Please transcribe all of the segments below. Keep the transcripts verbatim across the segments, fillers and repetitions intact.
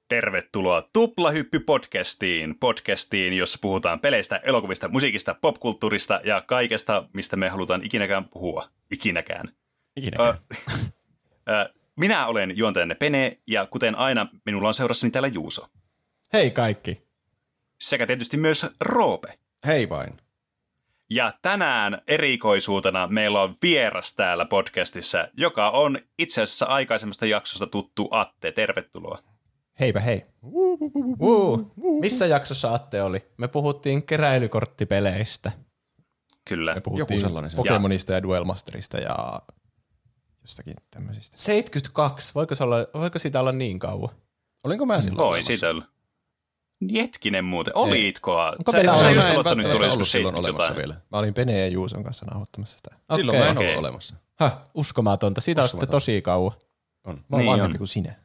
Tervetuloa Tuplahyppy-podcastiin, podcastiin, jossa puhutaan peleistä, elokuvista, musiikista, popkulttuurista ja kaikesta, mistä me halutaan ikinäkään puhua. Ikinäkään. Ikinäkään. Ö, ö, minä olen juontajanne Pene, ja kuten aina, minulla on seurassani täällä Juuso. Hei kaikki. Sekä tietysti myös Roope. Hei vain. Ja tänään erikoisuutena meillä on vieras täällä podcastissa, joka on itse asiassa aikaisemmasta jaksosta tuttu Atte. Tervetuloa. Heipä hei. Uh, missä jaksossa Atte oli? Me puhuttiin keräilykorttipeleistä. Kyllä. Me puhuttiin Joku sellainen. Pokemonista ja Duel Masterista ja jostakin tämmöisistä. seitsemänkymmentäkaksi. Voiko, se olla, voiko siitä olla niin kauan? Olinko mä silloin Oi, olemassa? siitä ollut. Hetkinen muuten. Olitkoa? Onko Sä, meillä sä ollut? just Mä en aloittanut, välttämättä tuli ollut joskus silloin olemassa jotain. vielä. Mä olin Pene ja Juuson kanssa nauhoittamassa sitä. Silloin mä en okei. ollut olemassa. Häh, uskomatonta. Siitä on sitten Uskomatonta. tosi kauan. On. Mä oon Niin vanhempi on. kuin sinä.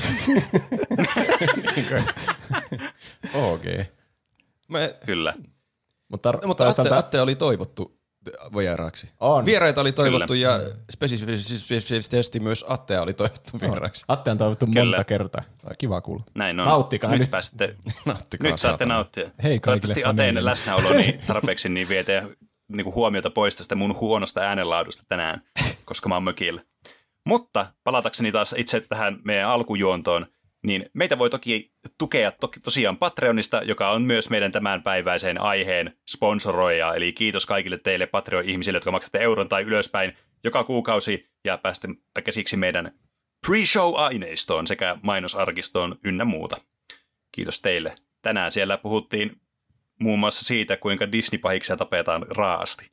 Okei. Me, Kyllä. Mutta, mutta Atte, toisaalta Atte oli toivottu vieraaksi. on. Vieraita oli toivottu ja spesifisesti myös Attea oli toivottu vieraaksi. Atte on toivottu Kyllä. monta kertaa. Kiva kuulla. Näin on. Nauttikaa nyt. nyt. Pääsette, Nauttikaa nyt saatte saatana. nauttia. Hei kaikille Toivottavasti Ateen familille. läsnäolo niin tarpeeksi niin vie teidän niin kuin huomiota pois tästä mun huonosta äänenlaadusta tänään, koska mä oon mökillä. Mutta palatakseni taas itse tähän meidän alkujuontoon, niin meitä voi toki tukea toki tosiaan Patreonista, joka on myös meidän tämänpäiväisen aiheen sponsoroija. Eli kiitos kaikille teille Patreon-ihmisille, jotka maksatte euron tai ylöspäin joka kuukausi ja päästä käsiksi meidän pre-show-aineistoon sekä mainosarkistoon ynnä muuta. Kiitos teille. Tänään siellä puhuttiin muun muassa siitä, kuinka Disney-pahiksia tapetaan raasti.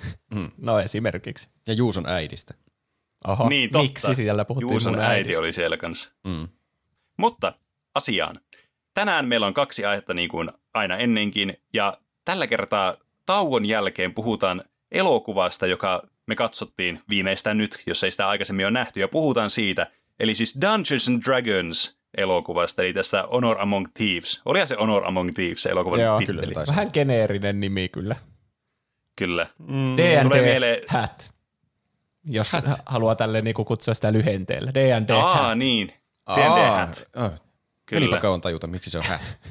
No esimerkiksi. Ja Juuson äidistä. Oho, Niin, totta. miksi siellä puhuttiin Juuson mun äiti äidistä? oli siellä kanssa. Mm. Mutta asiaan. Tänään meillä on kaksi aihetta niin kuin aina ennenkin, ja tällä kertaa tauon jälkeen puhutaan elokuvasta, joka me katsottiin viimeistään nyt, jos ei sitä aikaisemmin ole nähty, ja puhutaan siitä, eli siis Dungeons and Dragons elokuvasta, eli tässä Honor Among Thieves. Olihan se Honor Among Thieves se elokuvan Joo, titteli? kyllä se taisi. Vähän geneerinen nimi kyllä. Kyllä. Mm. D and Tulee D mieleen- Hat, jos Hat. haluaa tälle niinku kutsua sitä lyhenteellä. D and D Aa, Hat. niin. D and D Aa, Hat. ah, Kyllä. Menipä kauan tajuta, miksi se on hat.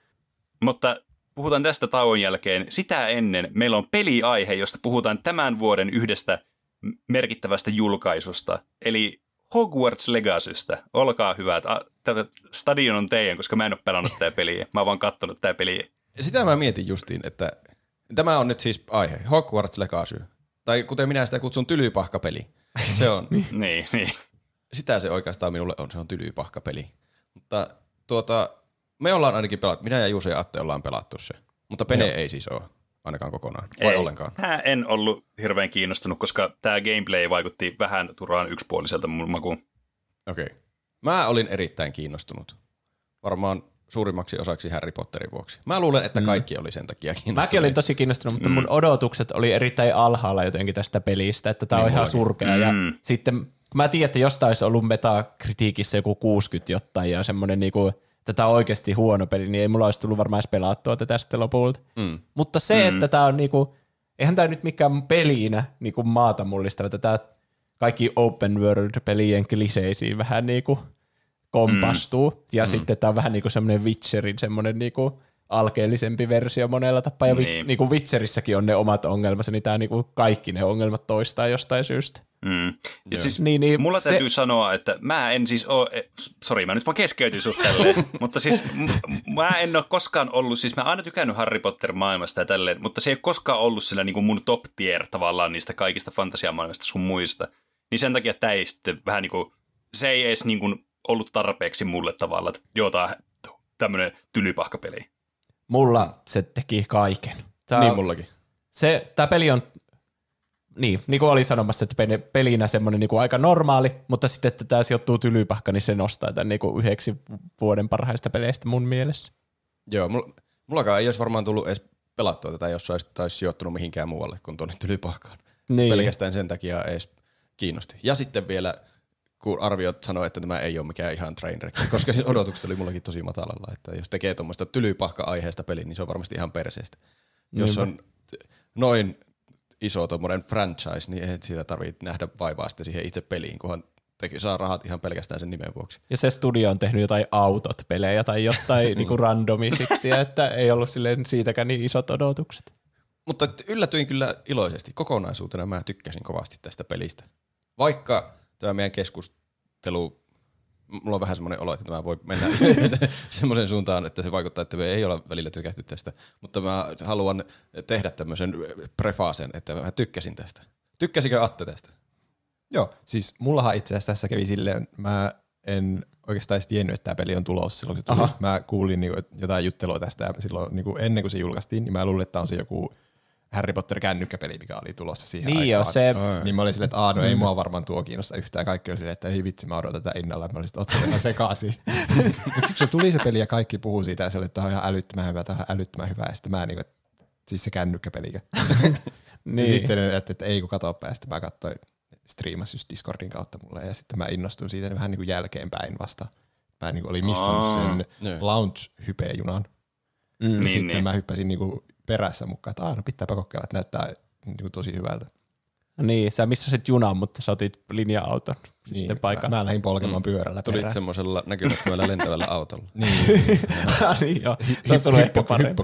Mutta puhutaan tästä tauon jälkeen. Sitä ennen meillä on peliaihe, josta puhutaan tämän vuoden yhdestä merkittävästä julkaisusta, eli Hogwarts Legacystä. Olkaa hyvät. A- Tämä stadion on teidän, koska mä en ole pelannut tätä peliä. Mä oon vaan kattonut tätä peliä. Sitä mä mietin justiin, että tämä on nyt siis aihe, Hogwarts Legacy. Tai kuten minä sitä kutsun, tylypahkapeli. Se on, Niin, niin. sitä se oikeastaan minulle on, se on tylypahkapeli. Mutta tuota, me ollaan ainakin pelattu, minä ja Juuso ja Atte ollaan pelattu se. Mutta Pene Joo. ei siis ole ainakaan kokonaan, vai Ei. ollenkaan. Mä en ollut hirveän kiinnostunut, koska tämä gameplay vaikutti vähän turhaan yksipuoliselta mun makuun. Okei. Okay. Mä olin erittäin kiinnostunut. Varmaan suurimmaksi osaksi Harry Potterin vuoksi. Mä luulen, että kaikki oli sen takia kiinnostuneet. Mäkin olin tosi kiinnostunut, mutta mun odotukset oli erittäin alhaalla jotenkin tästä pelistä, että tää Niin on ihan mullakin. surkea. Ja Mm. sitten kun mä tiedän, että jostain olisi ollut metakritiikissä joku kuusikymmentä jotain ja semmoinen niinku, että tää on oikeasti huono peli, niin ei mulla olisi tullut varmaan edes pelattua tätä sitten lopulta. Mm. Mutta se, että tää on niinku, eihän tää nyt mikään pelinä niinku maata mullistava, että tää kaikki open world-pelien kliseisiin vähän niinku kompastuu. Mm. Ja mm. sitten tää on vähän niinku semmoinen Witcherin semmoinen niinku alkeellisempi versio monella tapaa. Ja Niin. niin. niinku Witcherissäkin on ne omat ongelmansa, niin tää niinku kaikki ne ongelmat toistaa jostain syystä. Mm. Ja siis Niin, niin mulla se- täytyy sanoa, että mä en siis oo, eh, sori mä nyt vaan keskeytin sut tälleen, mutta siis m- mä en ole koskaan ollut, siis mä oon aina tykännyt Harry Potter-maailmasta ja tälleen, mutta se ei ole koskaan ollut sillä niin kuin mun top tier tavallaan niistä kaikista fantasiamaailmasta sun muista. Niin sen takia tää ei sitten vähän niin kuin, se ei edes niin kuin ollut tarpeeksi mulle tavallaan, että joo, tää on tämmönen tylypahkapeli. Mulla se teki kaiken. Tää, Niin mullakin. se, tää peli on, niin, niin kuin oli sanomassa, että pe- pelinä semmoinen niin kuin aika normaali, mutta sitten, että tää sijoittuu tylypahka, niin se nostaa tämän niin kuin yhdeksi vuoden parhaista peleistä mun mielessä. Joo, mulla, mullakaan ei olisi varmaan tullut edes pelattua tätä, jos olisi, olisi sijoittunut mihinkään muualle kuin tuonne tylypahkaan. Niin. Pelkästään sen takia edes kiinnosti. Ja sitten vielä, kun arviot sanoi, että tämä ei ole mikään ihan trainwreck, koska siis odotukset oli mullakin tosi matalalla, että jos tekee tuommoista tylypahka-aiheesta pelin, niin se on varmasti ihan perseestä. Jos Niinpä. on t- noin iso tuommoinen franchise, niin ei siitä tarvitse nähdä vaivaa sitten siihen itse peliin, kunhan teki, saa rahat ihan pelkästään sen nimen vuoksi. Ja se studio on tehnyt jotain autot-pelejä tai jotain niinku randomisittiä, että ei ollut silleen siitäkään niin isot odotukset. Mutta yllätyin kyllä iloisesti. Kokonaisuutena mä tykkäsin kovasti tästä pelistä. Vaikka tämä meidän keskustelu, mulla on vähän semmoinen olo, että tämä voi mennä semmoisen suuntaan, että se vaikuttaa, että me ei olla välillä tykätty tästä. Mutta mä haluan tehdä tämmöisen prefaasen, että mä tykkäsin tästä. Tykkäsikö Atte tästä? Joo, siis mullahan itse asiassa tässä kävi silleen, mä en oikeastaan edes tiennyt, että tämä peli on tulossa silloin, kun se tuli. Aha. Mä kuulin niinku jotain juttelua tästä ja silloin niinku ennen kuin se julkaistiin, niin mä luulin, että on se joku Harry Potter kännykkäpeli, mikä oli tulossa siihen niin aikaan. Jo, se... Niin mä olin silleen, että aah, no ei mua varmaan tuo kiinnosta yhtään. Kaikki oli silleen, että ei vitsi, mä odotan tätä innolla. Mä olin sitten ottanut ihan sekaisin. Mutta sitten se tuli se peli ja kaikki puhuu siitä ja se oli, että tämä on ihan älyttömän hyvä, tämä on ihan älyttömän hyvä. Ja sitten mä niin kuin, siis se kännykkäpeli. niin. Sitten että, että ei kun katsopa. Ja sitten mä katsoin, striimasi just Discordin kautta mulle. Ja sitten mä innostuin siitä vähän niin kuin jälkeenpäin vasta. Mä niin kuin olin missannut sen launch-hypejunan. Mm. Ja niin, sitten niin. mä hyppäsin niin kuin perässä mukaan, että aah, no pitääpä kokeilla, että näyttää niin kuin tosi hyvältä. Niin, sä missasit junan, mutta sä otit linja-auton niin, sitten paikalla. Mä, mä lähdin polkemaan mm. pyörällä Tulit perään. semmoisella näkymättömällä lentävällä autolla. niin. niin joo, se on ollut ehkä parempi.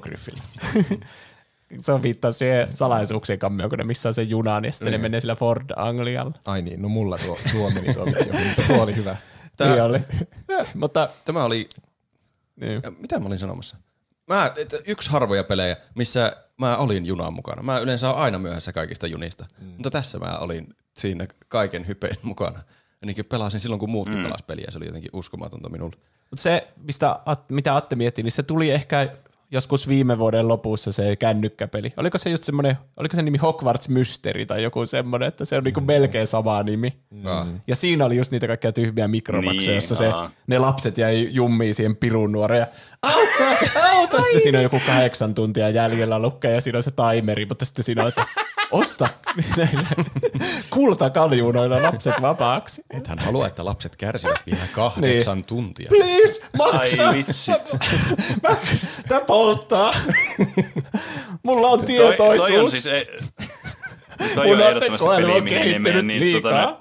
Se on viittaa siihen salaisuuksien kammioon, kun ne missaa sen junan ja sitten mm. ne menee sillä Ford Anglialla. Ai niin, no mulla tuo, tuo meni tuo vitsi, mutta tuo oli hyvä. Tämä niin oli. mutta, tämä oli, niin. mitä mä olin sanomassa? Mä, että yksi harvoja pelejä, missä mä olin junaan mukana. Mä yleensä olen aina myöhässä kaikista junista, mm. mutta tässä mä olin siinä kaiken hypeen mukana. Ja niin pelasin silloin, kun muutkin mm. pelas peliä, se oli jotenkin uskomatonta minulle. Mutta se, mistä, mitä Atte mietti, niin se tuli ehkä joskus viime vuoden lopussa se kännykkäpeli. Oliko se just semmoinen, oliko se nimi Hogwarts Mystery tai joku semmoinen, että se on niinku melkein sama nimi. Mm. Ja siinä oli just niitä kaikkia tyhmiä mikromakseja, niin, jossa se, ne lapset jäi jummiin siihen pirun nuoreen ja auta, auta! Sitten siinä on joku kahdeksan tuntia jäljellä lukee ja siinä on se timeri, mutta sitten siinä on, että osta näille kultakaljuunoilla lapset vapaaksi. Ethän halua, että lapset kärsivät vielä kahdeksan niin. tuntia. Please, maksa! Ai vitsit. Tää polttaa. Mulla on tietoisuus. Toi, toi on siis... Ei, toi on ehdottomasti peli, mihin meidän... Niin, tota,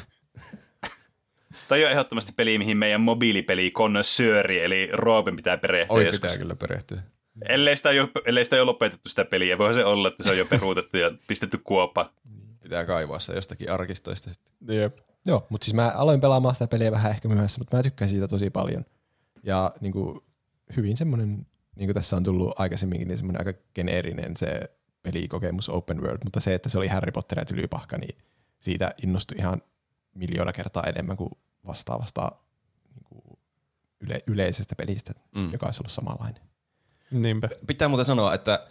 toi on ehdottomasti peli, mihin meidän mobiilipeli konnoissööri, eli Roopen pitää perehtyä. Oi, joskus. pitää kyllä perehtyä. Ellei sitä, ole, ellei sitä ole lopetettu sitä peliä, voihan se olla, että se on jo peruutettu ja pistetty kuoppa. Pitää kaivaa se jostakin arkistoista sitten. Jep. Joo, mutta siis mä aloin pelaamaan sitä peliä vähän ehkä myöhässä, mutta mä tykkään siitä tosi paljon. Ja niin kuin, hyvin semmoinen, niin kuin tässä on tullut aikaisemminkin, niin semmoinen aika geneerinen se pelikokemus open world, mutta se, että se oli Harry Potter ja tylypahka, niin siitä innostui ihan miljoona kertaa enemmän kuin vastaavasta niin kuin yle- yleisestä pelistä, mm. joka olisi ollut samanlainen. Niinpä. Pitää muuten sanoa, että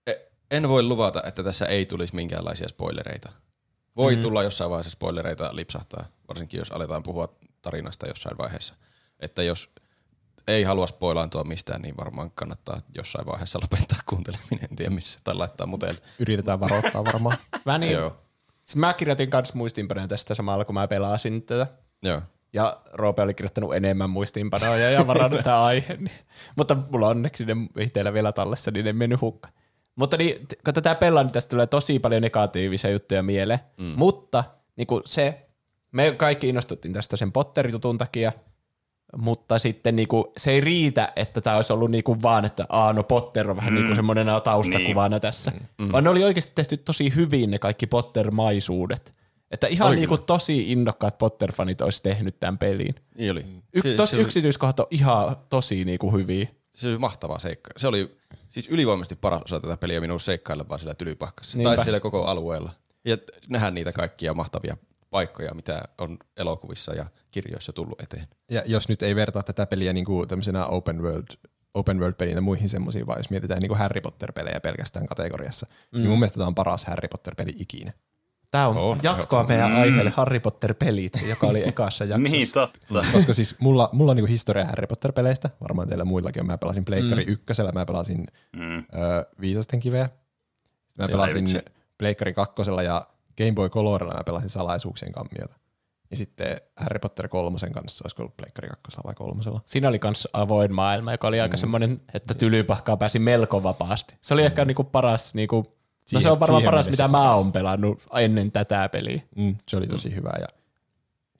en voi luvata, että tässä ei tulisi minkäänlaisia spoilereita. Voi mm. tulla jossain vaiheessa spoilereita lipsahtaa, varsinkin jos aletaan puhua tarinasta jossain vaiheessa. Että jos ei halua spoilaantua mistään, niin varmaan kannattaa jossain vaiheessa lopettaa kuunteleminen, en tiedä missä, tai laittaa muteille. Yritetään varoittaa varmaan. Mä, niin, siis mä kirjoitin kans muistiinpanoja tästä samalla, kun mä pelasin tätä. Joo. Ja Roope oli kirjoittanut enemmän muistiinpanoja ja varannut tämä aihe. Niin. Mutta mulla onneksi ne itsellä vielä tallessa, niin ne mennyt hukkaan. Mutta niin, kun tätä pelaa, niin tästä tulee tosi paljon negatiivisia juttuja mieleen. Mm. Mutta niin kuin se, me kaikki innostuttiin tästä sen Potter-jutun takia, mutta sitten niin kuin, se ei riitä, että tämä olisi ollut niin kuin vaan, että Aa, no Potter on vähän mm. niin kuin semmoinen taustakuvana niin. tässä. Mm. Vaan ne oli oikeasti tehty tosi hyvin ne kaikki Potter-maisuudet. Että ihan niinku tosi innokkaat Potter-fanit olisi tehnyt tämän peliin. Niin oli. Y- se, tos se yksityiskohdat on ihan tosi niinku hyviä. Se oli mahtavaa seikka. Se oli siis ylivoimaisesti paras osa tätä peliä minun seikkailla vaan siellä tylypahkassa. Tai siellä koko alueella. Ja nähdään niitä kaikkia mahtavia paikkoja, mitä on elokuvissa ja kirjoissa tullut eteen. Ja jos nyt ei vertaa tätä peliä niinku tämmöisenä open world, open world-pelinä muihin semmoisiin, vaan jos mietitään niinku Harry Potter-pelejä pelkästään kategoriassa, mm. niin mun mielestä tämä on paras Harry Potter-peli ikinä. Tämä on oh, jatkoa oh, meidän mm. aiheelle Harry Potter-pelit, joka oli ekassa jaksossa. Niin, totta. Koska siis mulla, mulla on niinku historia Harry Potter-peleistä, varmaan teillä muillakin. Mä pelasin Pleikkari mm. ykkösellä, mä pelasin mm. ö, Viisasten kiveä. Sitten mä pelasin Pleikkari kakkosella ja Game Boy Colorilla mä pelasin Salaisuuksien kammiota. Ja sitten Harry Potter kolmosen kanssa, olisiko ollut Pleikkari kakkosella vai kolmosella. Siinä oli myös avoin maailma, joka oli aika mm. semmoinen, että tylypahkaa pääsi melko vapaasti. Se oli mm. ehkä niinku paras... Niinku Siihen, no se on varmaan paras, mitä mä oon pelannut ennen tätä peliä. Mm, se oli tosi mm. hyvä. Ja sit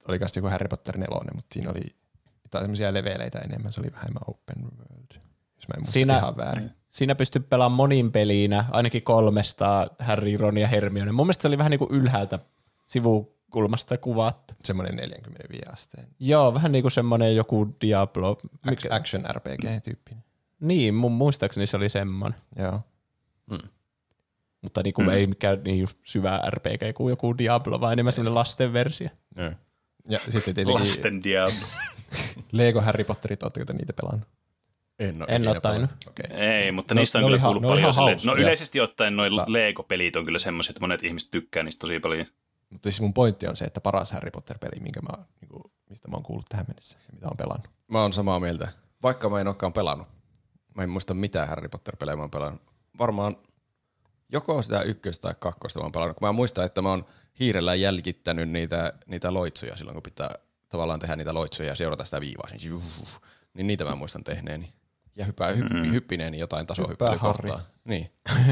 oli kanssa joku Harry Potter nelonen, mutta siinä oli jotain semmoisia leveleitä enemmän. Se oli vähemmän open world, jos mä en muista Siinä- ihan väärin. Siinä pystyy pelaamaan monin pelinä, ainakin kolmesta, Harry, Ron ja Hermione. Mun mielestä se oli vähän niin kuin ylhäältä sivukulmasta kuvattu. Semmoinen neljäkymmentäviisi asteen. Joo, vähän niin kuin semmoinen joku Diablo. Mikä? Action R P G-tyyppinen. Niin, mun muistaakseni se oli semmoinen. Joo. Mutta niin kuin Mm. ei mikään niin just syvä R P G kuin joku Diablo, vaan enemmän semmoinen lasten versio. Ja sitten tietenkin Lasten Diablo. Lego Harry Potterit, ootteko te niitä pelannut? En ole En ikinä ole tainnut. Okei. Ei, mutta No, niistä on ne oli kyllä ha- kuullut ne oli paljon. ihan silleen- hauskoja. No yleisesti ottaen noin Ta- Lego-pelit on kyllä semmoiset, että monet ihmiset tykkää niistä tosi paljon. Mutta siis mun pointti on se, että paras Harry Potter-peli, minkä mä, oon, niin kuin, mistä mä oon kuullut tähän mennessä ja mitä oon pelannut. Mä oon samaa mieltä. Vaikka mä en olekaan pelannut. Mä en muista mitään Harry Potter-pelejä mä oon pelannut. Varmaan joko sitä ykköstä tai kakkosta mä oon pelannut. Kun mä muistan, että mä oon hiirellä jälkittänyt niitä, niitä loitsuja silloin, kun pitää tavallaan tehdä niitä loitsuja ja seurata sitä viivaa. Niin niitä mä muistan tehneeni. Ja hyppää, hyppi, mm. hyppineeni jotain tasohyppelykorttaa. Niin.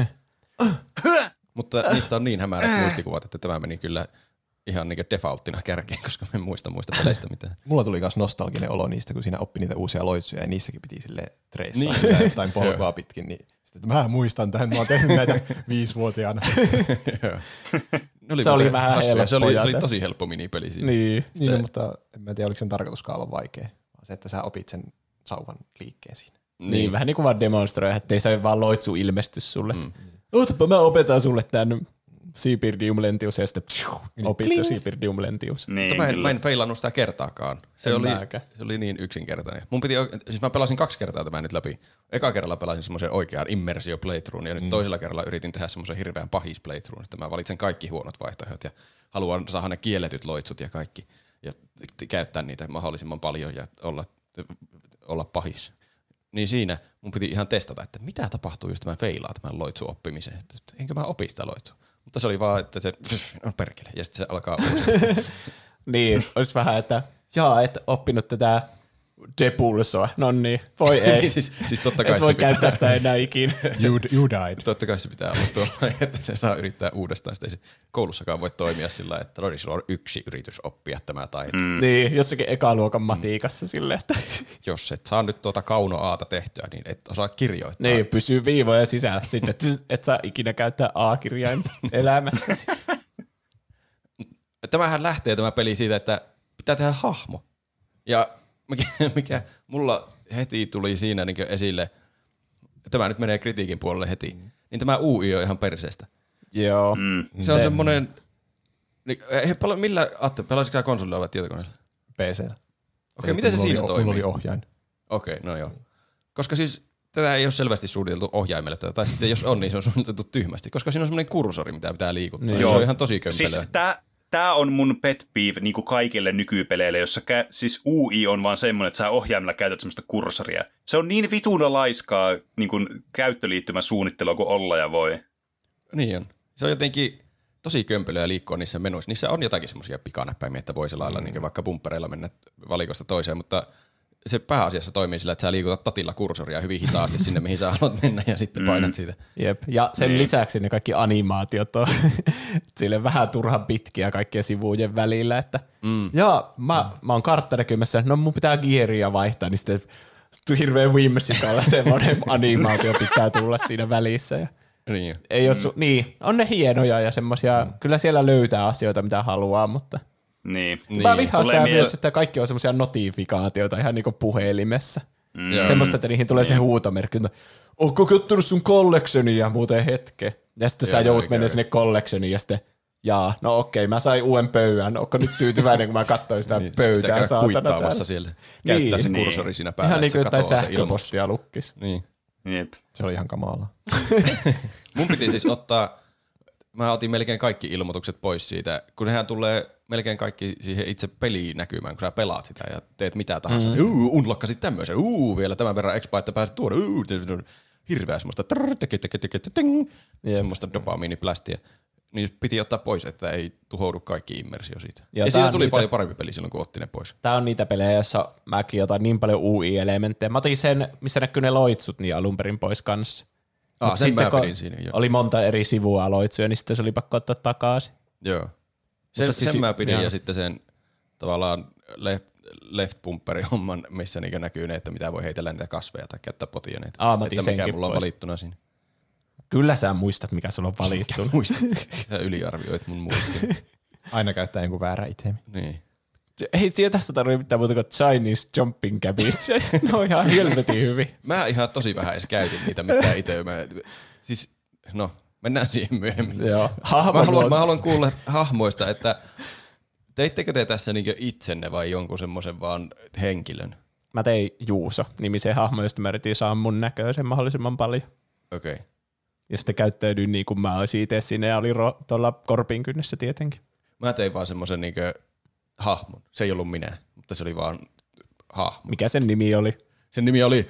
Mutta niistä on niin hämärät muistikuvat, että tämä meni kyllä ihan niin defaulttina kärkeen, koska mä en muista muista peleistä mitään. Mulla tuli myös nostalginen olo niistä, kun siinä oppi niitä uusia loitsuja ja niissäkin piti sille treissaa Niin. niin. jotain polkua pitkin. Niin sitten, että mä muistan tämän, mä oon tehnyt näitä viisivuotiaana. Ne Se oli muuten vähän hassuja. Se oli, se oli helppoja tosi tässä. helppo minipeli siinä. Niin. Niin, no, mutta en mä tiedä, oliko sen tarkoituskaan olla vaikea, vaan se, että sä opit sen sauvan liikkeen siinä. Niin, niin, vähän niin kuin vaan demonstroida, ettei se vaan loitsu ilmesty sulle. Mm. Ootapa, mä opetan sulle tämän Siipirdium Lentius ja sitten psiu, opit jo Siipirdium Lentius. Niin, Mutta mä en, kyllä. mä en feilannut sitä kertaakaan. Se En oli, mäkään. se oli niin yksinkertainen. Mun piti, oik- siis mä pelasin kaksi kertaa tämän nyt läpi. Eka kerralla pelasin semmoisen oikean immersio playthroughin ja nyt mm. toisella kerralla yritin tehdä semmoisen hirveän pahis playthroughin, että mä valitsen kaikki huonot vaihtoehdot ja haluan saada ne kielletyt loitsut ja kaikki ja t- käyttää niitä mahdollisimman paljon ja olla, olla pahis. Niin siinä mun piti ihan testata, että mitä tapahtuu, jos mä feilaan tämän loitsun oppimiseen. Että enkö mä opi sitä loitsua. Mutta se oli vaan, että se on perkele ja sitten se alkaa uudestaan. Niin, olisi vähän, että jaa, et oppinut tätä depulsoa. No niin, voi ei. siis, siis totta kai Et voi se pitää. käyttää sitä enää ikinä. You, you died. Totta kai se pitää olla tuolla, että se saa yrittää uudestaan. Sitten ei se koulussakaan voi toimia sillä, että Rodi, sulla on yksi yritys oppia tämä taito. Mm. Niin, jossakin ekaluokan matiikassa silleen, että Jos et saa nyt tuota kauno-aata tehtyä, niin et osaa kirjoittaa. niin, pysyy viivoja sisällä. Sitten et, et saa ikinä käyttää A-kirjainta elämässäsi. Tämähän lähtee tämä peli siitä, että pitää tehdä hahmo. Ja mikä, mikä mulla heti tuli siinä niin esille, tämä nyt menee kritiikin puolelle heti, niin tämä U I on ihan perseestä. Joo. Mm. Se on Se- semmoinen, niin, ei, pala- millä, Atte, pelasitko sä konsolilla vai tietokoneella? P C:llä. Okei, miten se Mulla siinä oli, toimii? Mulla oli ohjain. Okei, no joo. Koska siis tätä ei ole selvästi suunniteltu ohjaimelle, tätä, tai sitten jos on, niin se on suunniteltu tyhmästi, koska siinä on semmoinen kursori, mitä pitää liikuttaa. Niin. Niin. Se on ihan tosi kömpelöä. Siis tää, tää on mun pet peeve niin kuin kaikille nykypeleille, jossa kä- siis U I on vaan semmoinen, että sä ohjaimella käytät semmoista kursoria. Se on niin vituna laiskaa niin kuin käyttöliittymän suunnittelua kuin olla ja voi. Niin on. Se on jotenkin tosi kömpelöä liikkua niissä menuissa. Niissä on jotakin semmoisia pikanäppäimiä, että voi sillä lailla mm. niin vaikka bumpereilla mennä valikosta toiseen, mutta se pääasiassa toimii sillä, että sä liikutat tatilla kursoria hyvin hitaasti sinne, mihin sä haluat mennä ja sitten painat mm. siitä. Jep. Ja sen Niin. lisäksi ne kaikki animaatiot on sille vähän turhan pitkiä kaikkien sivujen välillä, että mm. ja mä, mm. mä oon karttanäkymässä, no mun pitää gearia vaihtaa, niin sitten hirveän whimsicalla semmoinen animaatio pitää tulla siinä välissä. Ja Niin. ei mm. su- niin, on ne hienoja ja semmoisia, mm. kyllä siellä löytää asioita, mitä haluaa, mutta Niin. Niin. mä vihaan Tulee sitä mie- myös, että kaikki on semmoisia notifikaatioita ihan niinku puhelimessa. Mm. Joo. Semmoista, että niihin tulee se huutomerkki, että ootko kattonut sun collectionia muuten hetken? Ja sitten sä Joo, joudut ikävä. mennä sinne collectioniin ja sitten, jaa, no okei, mä sain uuden pöydän, ootko nyt tyytyväinen, kun mä katsoin sitä Niin, pöydää, pitää käydä saatana kuittaamassa täällä. siellä. Käyttää Niin. se Niin. kursori siinä päällä, Ihan niin että kuin se jotain katoaa se ilmoitus. sähköpostia lukkis. Niin. Jep. Se oli ihan kamalaa. Mun piti siis ottaa, mä otin melkein kaikki ilmoitukset pois siitä, kun sehän tulee melkein kaikki siihen itse peliin näkymään, kun sä pelaat sitä ja teet mitä tahansa. Mm. Uu, unlokkasit tämmöisen, uu, vielä tämän verran expa, että pääset tuoda, uu, hirveä semmoista trrr, teke, teke, teke, ting, semmoista dopamiiniplästiä. Niin piti ottaa pois, että ei tuhoudu kaikki immersio siitä. Joo, Ja tää siitä on tuli niitä- paljon parempi peli silloin, kun otti ne pois. Tää on niitä pelejä, joissa mäkin otan niin paljon U I-elementtejä. Mä otin sen, missä näkyy ne loitsut niin alun perin pois kanssa. Ah, Mut sen sitten, mä kun pidin siinä, joo. oli monta eri sivua loitsuja, niin sitten se oli pakko ottaa takaisin. Joo. Sen, Mutta siis- sen mä pidin joo. ja sitten sen tavallaan left, left bumperi homman, missä niin näkyy ne, että mitä voi heitellä niitä kasveja tai käyttää potioneita. Aa, mä että mikä mulla on pois valittuna siinä. Kyllä sä muistat, mikä sulla on valittu. Muistat. Sä yliarvioit mun muistin. Aina käyttää jonkun väärä itemi. Niin. Ei siellä tässä tarvitse mitään muuta kuin Chinese jumping cabbage. Ne on ihan helvetin hyvin. Mä ihan tosi vähän edes käytin niitä, mitä itse. Mä, siis, no, mennään siihen myöhemmin. Joo. Mä haluan, mä haluan kuulla hahmoista, että teittekö te tässä niinku itsenne vai jonkun semmoisen vaan henkilön? Mä tein Juuso nimisen hahmo, josta mä yritin saada mun näköisen mahdollisimman paljon. Okei. Okay. Ja sitten käyttäydyin niin kuin mä olisin itse siinä ja oli ro- tuolla korpin kynnessä tietenkin. Mä tein vaan semmoisen niinku hahmon. Se ei ollut minä, mutta se oli vaan hahmo. Mikä sen nimi oli? Sen nimi oli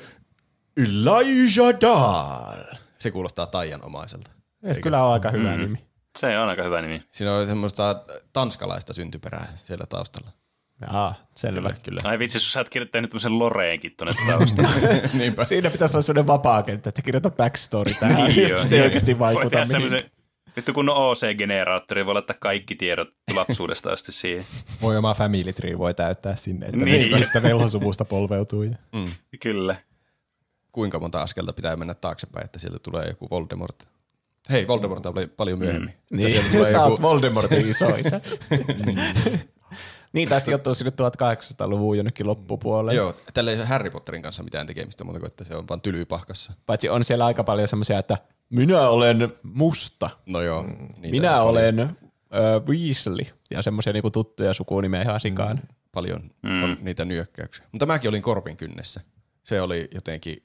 Elijah Dahl. Se kuulostaa taianomaiselta. Se kyllä on aika hyvä Mm. nimi. Se on aika hyvä nimi. Siinä oli semmoista tanskalaista syntyperää siellä taustalla. Jaa, selvä. Kyllä, kyllä. Ai vitsi, sä oot kirjoittanut tämmöisen Loreenkin tuonne taustalla. Niinpä. Siinä pitäisi olla sellainen vapaa kenttä, että kirjoita backstory tähän, Niin ja joo. se ei oikeasti Voi vaikuta tehdä mihin. semmoisen, vittu kun on O C-generaattori, voi laittaa kaikki tiedot lapsuudesta asti siihen. Voi oma family tree voi täyttää sinne, että Niin. mistä, mistä velhosuvusta polveutuu. Ja. Mm. Kyllä. Kuinka monta askelta pitää mennä taaksepäin, että sieltä tulee joku Voldemort. Hei, Voldemort oli paljon myöhemmin. Mm. Että sieltä Niin, tulee sä joku- oot Voldemortin isoisä. Niin, tai sijoittuu sinne tuhatkahdeksansataaluvun jonnekin loppupuolelle. Joo, tällä ei ole Harry Potterin kanssa mitään tekemistä, mutta että se on vaan tylypahkassa. Paitsi on siellä aika paljon semmoisia, että minä olen musta, No joo. niitä minä on olen ö, Weasley, ja semmoisia niinku tuttuja sukunimeä ihan sikaan. Mm. Paljon Mm. on niitä nyökkäyksiä. Mutta mäkin olin korpin kynnessä. Se oli jotenkin,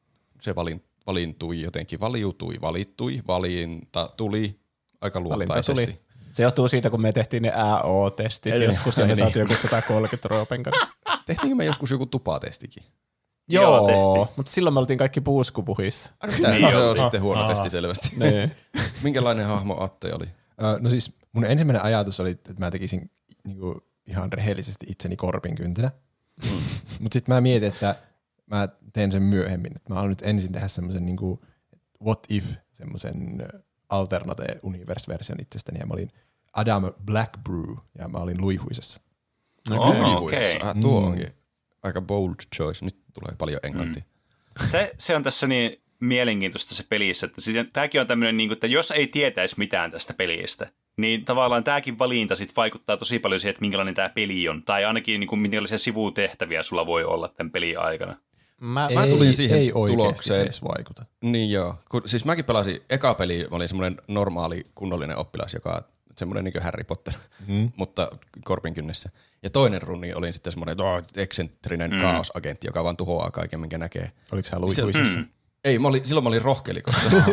se valin, valintui jotenkin, valiutui, valittui, valinta tuli aika Valinta luontaisesti. tuli. Se johtuu siitä, kun me tehtiin ne A O-testit Eli- joskus, ja me niin. saatiin joku sata kolmekymmentä roopen kanssa. Tehtiinkö me joskus joku tupatestikin? Joo, Joo, tehtiin. mutta silloin me oltiin kaikki puuskupuhissa. Ai, mitä? Niin se on oltiin. sitten huono testi selvästi. niin. Minkälainen hahmo Atte oli? Ö, No siis mun ensimmäinen ajatus oli, että mä tekisin niinku ihan rehellisesti itseni korpin kyntynä. Mm. Mutta sitten mä mietin, että mä teen sen myöhemmin. Että mä haluan nyt ensin tehdä semmoisen niinku what if, semmoisen alternate universe-version itsestäni. Ja mä olin Adam Blackbrew ja mä olin Luihuisessa. Oh, Luihuisessa. okei. Ah, tuo Mm. onkin aika bold choice. Nyt tulee paljon englantia. Se, se on tässä niin mielenkiintoista se pelissä, että tämäkin on tämmöinen, niin kuin, että jos ei tietäisi mitään tästä pelistä, niin tavallaan tämäkin valinta sit vaikuttaa tosi paljon siihen, että minkälainen tämä peli on, tai ainakin niin kuin, minkälaisia sivutehtäviä sulla voi olla tämän pelin aikana. Mä, Mä tulin siihen ei oikeasti tulokseen. edes vaikuta. Niin joo. Kun, siis mäkin pelasin, eka peli, mä olin semmoinen normaali, kunnollinen oppilas, joka semmoinen niin kuin Harry Potter, Mm. mutta korpin kynnessä. Ja toinen runni oli sitten semmoinen oh, eksentrinen mm. kaosagentti, joka vaan tuhoaa kaiken, minkä näkee. Oliko sä Luihuisessa? Mm. Ei, mä olin, silloin mä olin rohkelikon.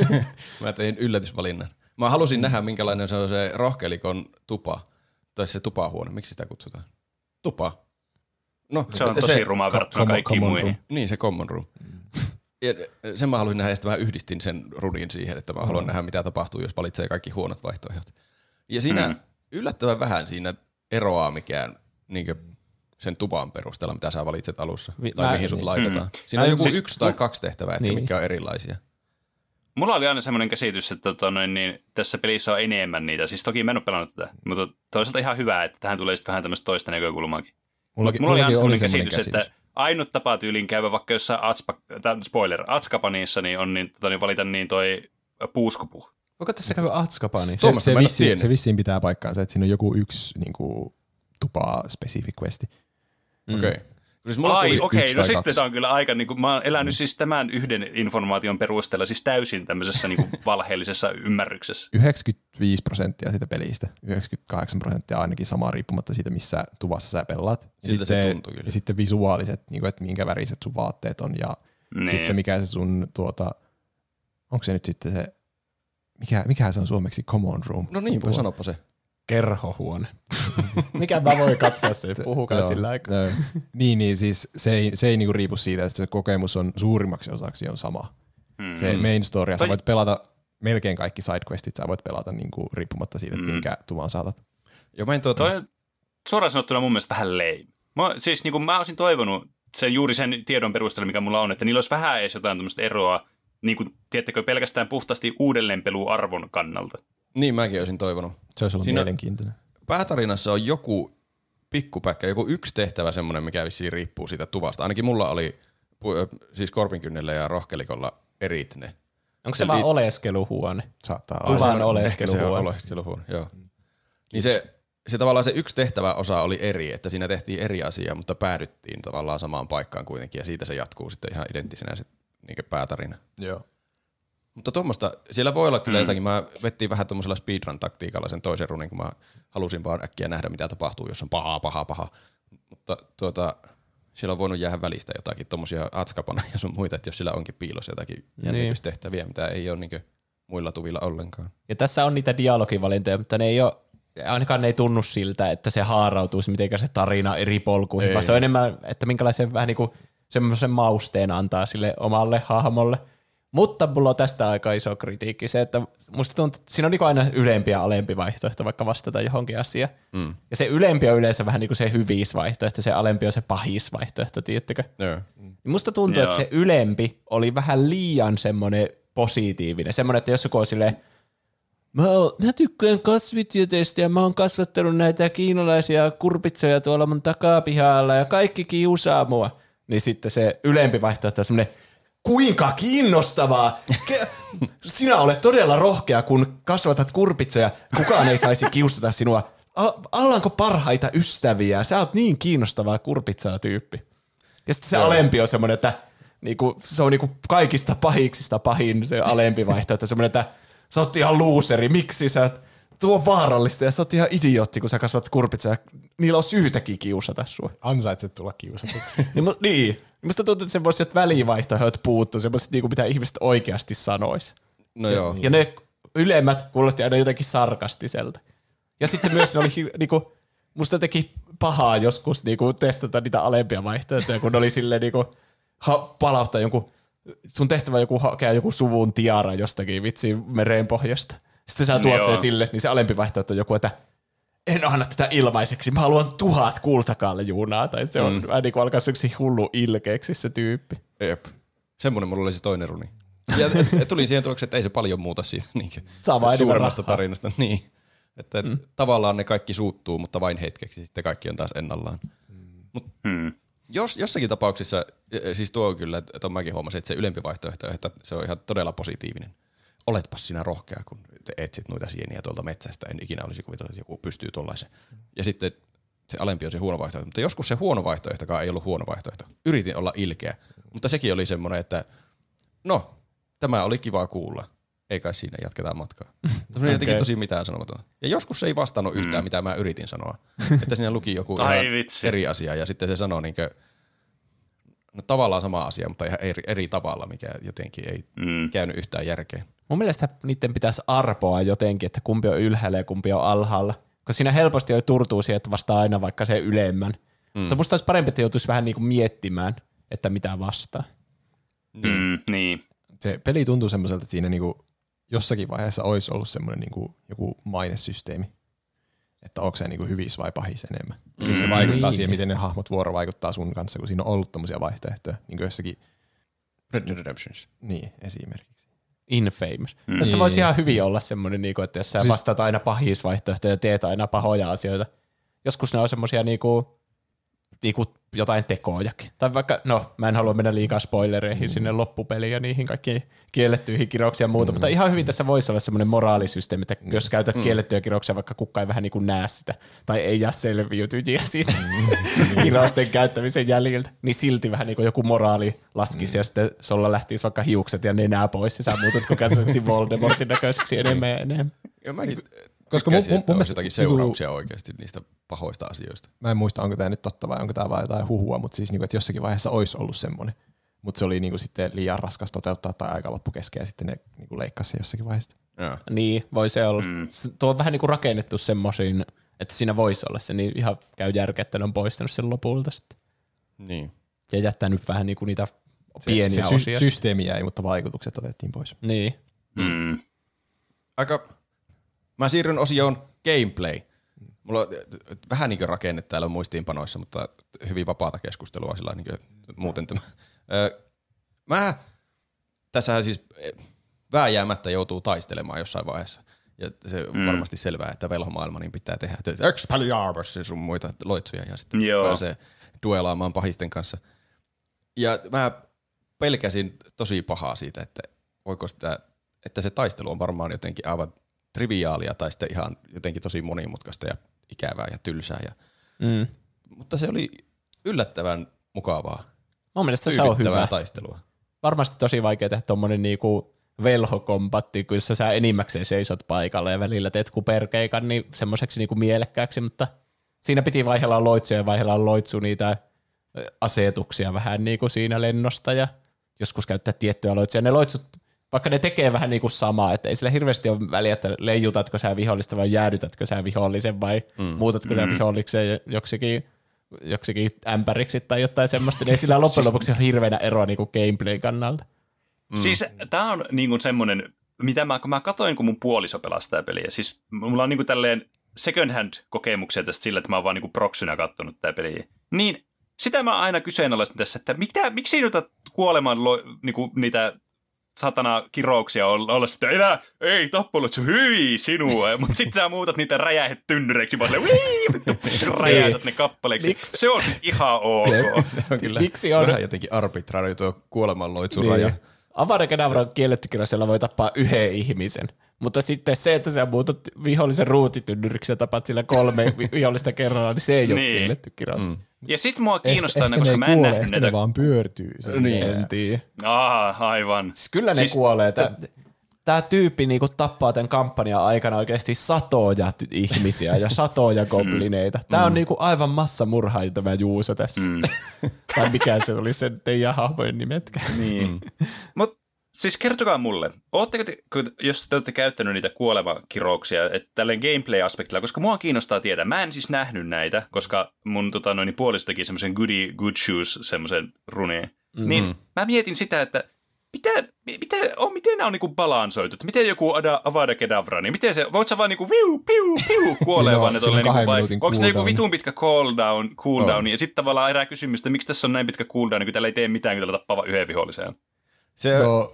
Mä tein yllätysvalinnan. Mä halusin nähdä, minkälainen se on se rohkelikon tupa. Tai se tupahuone. Miksi sitä kutsutaan? Tupa. No, Se on tosi rumaa verrattuna common- kaikkiin common muihin. room. Niin, se common room. Ja sen mä halusin nähdä, ja sitten mä yhdistin sen runin siihen, että mä haluan mm. nähdä, mitä tapahtuu, jos valitsee kaikki huonot vaihtoehdot. Ja siinä mm. yllättävän vähän siinä eroaa mikään niin sen tupan perusteella, mitä sä valitset alussa, Vi- tai mä- mihin sut niin. laitetaan. Mm. Siinä on Ai, joku siis- yksi tai kaksi tehtävää, että Niin. mitkä on erilaisia. Mulla oli aina semmoinen käsitys, että tota, noin, niin, tässä pelissä on enemmän niitä. Siis toki mä en ole pelannut tätä, mutta toisaalta ihan hyvä, että tähän tulee sitten vähän tämmöistä toista näkökulmaakin. Mullakin, Mulla oli aina mullakin semmoinen semmoinen käsitys, että ainut tapa tyyliin käydä vaikka jossain Atspa, tai spoiler, Atskapanissa, niin on niin, tota, niin valita niin toi puuskupuh. Voiko tässä käydä Atskapani? Se, Tuommoista se, mä en oo vissiin, tiennyt. se vissiin pitää paikkaansa, että siinä on joku yksi niinku, tupa-spesifi questi. Mm. Okei. Okay. Siis mulla Ai tuli okei, yksi no tai sitten kaksi. tämä on kyllä aika, niin kuin, mä oon elänyt siis tämän yhden informaation perusteella siis täysin tämmöisessä niin kuin valheellisessa ymmärryksessä. yhdeksänkymmentäviisi prosenttia siitä pelistä, yhdeksänkymmentäkahdeksan prosenttia ainakin samaa riippumatta siitä, missä tuvassa sä pelaat. Ja Siltä se sitten, tuntui kyllä. ja sitten visuaaliset, niin kuin, että minkä väriset sun vaatteet on ja Niin. sitten mikä se sun, tuota, onko se nyt sitten se, mikä, mikä se on suomeksi common room? No niinpä, Tuo- sanoppa se. Kerhohuone. Mikä mä voin katsoa sen, puhukaa Joo, sillä aikaa. joo. Niin, niin siis se ei, se ei niinku riipu siitä, että se kokemus on suurimmaksi osaksi on sama. Hmm. Se main story, ja sä Tai- voit pelata melkein kaikki sidequestit, sä voit pelata niinku riippumatta siitä, että Mm. minkä tuvan saatat. Ja mä en tuota... Toi on suoraan sanottuna mun mielestä vähän lame. Mä, siis niin kuin mä olisin toivonut sen, juuri sen tiedon perusteella, mikä mulla on, että niillä olisi vähän edes jotain tämmöistä eroa, niin kuin, tiedättekö, pelkästään puhtaasti uudelleenpeluarvon kannalta. Niin mäkin olisin toivonut. Se olisi ollut Siinä- mielenkiintoinen. Päätarinassa on joku pikkupätkä, joku yksi tehtävä semmoinen, mikä vissiin riippuu siitä tuvasta. Ainakin mulla oli siis Korpinkynnellä ja Rohkelikolla erit ne. Onko se, se vaan li- oleskeluhuone? Saattaa olla. Tuvan oleskeluhuone. Ehkä se on oleskeluhuone, joo. Niin se, se tavallaan se yksi tehtävä osa oli eri, että siinä tehtiin eri asiaa, mutta päädyttiin tavallaan samaan paikkaan kuitenkin, ja siitä se jatkuu sitten ihan identtisenä se niin päätarina. Joo. Mutta tuommoista, siellä voi olla kyllä mm. jotakin, mä vettiin vähän tuommoisella speedrun-taktiikalla sen toisen runin, kun mä halusin vaan äkkiä nähdä, mitä tapahtuu, jos on paha, paha, paha. Mutta tuota, siellä on voinut jäädä välistä jotakin tuommoisia atskapana ja sun muita, että jos siellä onkin piilossa jotakin jännitystehtäviä, mitä ei ole niin muilla tuvilla ollenkaan. Ja tässä on niitä dialogivalintoja, mutta ne ei ole, ainakaan ne ei tunnu siltä, että se haarautuisi mitenkään se tarina eri polkuihin, vaan se on enemmän, että minkälaisen vähän niin kuin semmoisen mausteen antaa sille omalle hahmolle. Mutta mulla on tästä aika iso kritiikki se, että musta tuntuu, että siinä on niinku aina ylempi ja alempi vaihtoehto vaikka vastata johonkin asiaan. Mm. Ja se ylempi on yleensä vähän niin kuin se hyvis vaihtoehto, se alempi on se pahis vaihtoehto, tiedättekö? Yeah. Mm. Musta tuntuu, yeah. että se ylempi oli vähän liian semmoinen positiivinen. Semmoinen, että jos joku on silleen, mä, oon, mä tykkään kasvitieteestä ja mä oon kasvattanut näitä kiinalaisia kurpitsoja tuolla mun takapihalla ja kaikki kiusaa mua. Niin sitten se ylempi vaihtoehto on semmoinen, kuinka kiinnostavaa! Sinä olet todella rohkea, kun kasvatat kurpitsoja. Kukaan ei saisi kiusata sinua. Ollaanko parhaita ystäviä? Sä oot niin kiinnostavaa kurpitsaa tyyppi. Ja sitten se Joo. alempi on semmoinen, että niinku, se on niinku kaikista pahiksista pahin se alempi vaihtoehto. Semmoinen, että sä oot ihan luuseri. Miksi sä et? Tuo on vaarallista ja sä oot ihan idiootti, kun sä kasvat kurpitsoja. Niillä on syytäkin kiusata sua. Ansaitset tulla kiusatuksi. niin, niin. Musta tuntuu, että semmoiset välivaihtoehdot puuttuu, semmoiset, niin mitä ihmiset oikeasti sanois. No joo. Ja ne ylemmät kuulosti aina jotenkin sarkastiselta. Ja sitten myös ne oli, niinku, musta teki pahaa joskus niinku, testata niitä alempia vaihtoehtoja, kun oli silleen niinku, ha, palauttaa jonkun, sun tehtävä joku hakea joku suvun tiara jostakin vitsiin merenpohjasta. Sitten sä tuot sen sille, niin se alempi vaihtoehto on joku, että en anna tätä ilmaiseksi, mä haluan tuhat kultakaljuunaa, tai se on mm. vähän niin kuin alkaa yksi hullu ilkeeksi se tyyppi. Jep. Semmoinen mulla oli se toinen runi. Ja et, et tulin siihen tulokseen, että ei se paljon muuta siitä niin suuremmasta tarinasta. Niin. Että mm. tavallaan ne kaikki suuttuu, mutta vain hetkeksi, sitten kaikki on taas ennallaan. Mm. Mut mm. jos, jossakin tapauksissa, siis tuo kyllä, että mäkin huomasin, että se ylempi vaihtoehto, että se on ihan todella positiivinen. Oletpas sinä rohkea, kun etsit noita sieniä tuolta metsästä. En ikinä olisi kuvitellut, että joku pystyy tuollaiseen. Ja sitten se alempi on se huono vaihtoehto. Mutta joskus se huono vaihtoehtokaan ei ollut huono vaihtoehto. Yritin olla ilkeä. Mutta sekin oli semmoinen, että no, tämä oli kiva kuulla. Ei kai siinä, jatketaan matkaa. Okay. Jotenkin tosi mitään sanomaton. Ja joskus se ei vastannut yhtään, mm. mitä mä yritin sanoa. Että siinä luki joku eri asia ja sitten se sanoi niinkö, no tavallaan sama asia, mutta ihan eri, eri tavalla, mikä jotenkin ei mm. käynyt yhtään järkeen. Mun mielestä niiden pitäisi arpoa jotenkin, että kumpi on ylhäällä ja kumpi on alhaalla. Koska siinä helposti jo turtuu siihen, että vastaa aina vaikka se ylemmän. Mm. Mutta musta olisi parempi, että joutuisi vähän niinku miettimään, että mitä vastaa. Mm, niin. Se peli tuntuu semmoiselta, että siinä niinku jossakin vaiheessa olisi ollut semmoinen niinku joku mainesysteemi. Että onko se niinku hyvis vai pahis enemmän. Mm. Sitten se vaikuttaa niin. siihen, miten ne hahmot vuorovaikuttaa sun kanssa, kun siinä on ollut tommosia vaihtoehtoja. Niin kuin jossakin Red Dead Redemptions. Niin, esimerkiksi. Infamous. Mm. Tässä voisi ihan hyvin olla semmoinen, että jos sä siis vastaat aina pahisvaihtoehtoja ja teet aina pahoja asioita. Joskus ne on semmoisia niinku, niinku jotain tekojakin. Tai vaikka, no mä en halua mennä liikaa spoilereihin mm. sinne loppupeliin ja niihin kaikkiin kiellettyihin kirjauksiin ja muuta, mm. mutta ihan hyvin tässä voisi olla semmoinen moraalisysteemi, että mm. jos käytät mm. kiellettyjä kirjauksia, vaikka kukaan ei vähän niin kuin näe sitä, tai ei jää selviytyjiä siitä mm. kirjausten käyttämisen jäljiltä, niin silti vähän niin kuin joku moraali laskisi mm. ja sitten sulla lähtisi vaikka hiukset ja nenää pois ja sä muutut koko ajan Voldemortin näköiseksi enemmän ja enemmän. Ja mäkin koska mun, mun, mun mielestä jotakin seurauksia niinku, oikeasti niistä pahoista asioista. Mä en muista, onko tämä nyt totta vai onko tämä vain jotain huhua, mutta siis niinku, että jossakin vaiheessa olisi ollut semmoinen. Mutta se oli niinku sitten liian raskas toteuttaa tai aika loppu kesken ja sitten ne niinku leikkasi se jossakin vaiheessa. Ja. Niin, voi se olla. Mm. Tuo on vähän niinku rakennettu semmoisiin, että siinä voisi olla se, niin ihan käy järkeä, että ne on poistanut sen lopulta sitten. Niin. Ja jättänyt vähän niinku niitä se, pieniä se osia. Se systeemi jäi, mutta vaikutukset otettiin pois. Niin. Mm. Aika... Mä siirryn osioon gameplay. Mulla on vähän niin kuin rakenne täällä muistiinpanoissa, mutta hyvin vapaata keskustelua sillä niin kuin muuten tämä. Mä tässä siis vääjäämättä joutuu taistelemaan jossain vaiheessa. Ja se on mm. varmasti selvää, että velhomaailma niin pitää tehdä. Expelliarmus ja sun muita loitsuja ja sitten Joo. pääsee duelaamaan pahisten kanssa. Ja mä pelkäsin tosi pahaa siitä, että voiko sitä, että se taistelu on varmaan jotenkin aivan triviaalia tai sitten ihan jotenkin tosi monimutkaista ja ikävää ja tylsää. Ja, mm. Mutta se oli yllättävän mukavaa. Mun mielestä se on hyvä. Taistelua. Varmasti tosi vaikea tehdä tommonen niinku velhokombatti, kun sä enimmäkseen seisot paikalla ja välillä teet kuperkeikan niin semmoiseksi niinku mielekkääksi, mutta siinä piti vaihella loitsuja ja vaihella loitsu niitä asetuksia vähän niinku siinä lennosta ja joskus käyttää tiettyjä loitsuja. Ne loitsut, vaikka ne tekee vähän niinku samaa, että ei sillä hirveästi ole väliä, että leijutatko sä vihollista vai jäädytätkö sä vihollisen vai mm. muutatko mm. sä vihollikseen joksikin, joksikin ämpäriksi tai jotain semmoista. Niin ei sillä loppujen lopuksi ole hirveänä eroa niinku gameplayn kannalta. Mm. Siis tää on niinku semmonen, mitä mä, kun mä katoin, kun mun puoliso pelasi tää peliä. Siis mulla on niinku tälleen second hand kokemuksia tästä sillä, että mä oon vaan niinku proksynä kattonut tää peliä. Niin sitä mä aina kyseenalaistin tässä, että mitä, miksi noita kuoleman lo, niinku, niitä satana kirouksia olla, olla sitten, enää, ei tappelut, se hyi sinua, mutta sitten sä muutat niitä räjähetynnyreiksi, vaan räjähetät ne kappaleiksi. Miks? Se on sit ihan ok. Se on kyllä miksi on vähän jotenkin arbitraari tuo kuolemanloitsun raja. Niin. Avada Kedavra on kielletty kirja, jolla voi tappaa yhden ihmisen. Mutta sitten se, että sä muutat vihollisen ruutitynnyriksi ja tapat sillä kolme vihollista kerralla, niin se ei ole niin. kielletty kirja. Mm. Ja sit mua kiinnostaa, eh, koska mä en nähnyt näitä. Ne vaan pyörtyy. Niin. En tiedä. Ah, aivan. Siis kyllä ne siis kuolee. Tämä tyyppi niinku tappaa tämän kampanjan aikana oikeasti satoja t- ihmisiä ja satoja goblineita. Tämä mm. on niinku aivan massamurhaaja tämä Juuso tässä. Mm. Tai mikä se oli se teidän hahmojen nimetkään. Niin. Mm. Mut siis kertokaa mulle, ootteko te, jos te olette käyttänyt niitä kuolemakirouksia, että tälleen gameplay-aspektilla, koska mua kiinnostaa tietää. Mä en siis nähnyt näitä, koska mun tota, noin, puoliso teki semmoisen goody good shoes semmoisen runeen. Mm-hmm. Niin mä mietin sitä, että mitä, mitä, oh, miten nämä on niinku balansoitu? Että miten joku Avada Kedavra, niin miten se, voit sä vaan niinku viu, piu, piu, kuolee vaan ne tolleen niinku vai, onko ne joku vitun pitkä cooldown, cooldown, oh. ja sitten tavallaan erää kysymys, että miksi tässä on näin pitkä cooldown, kun täällä ei tee mitään, kun täällä tappaa vaan yhden viholliseen. Se no.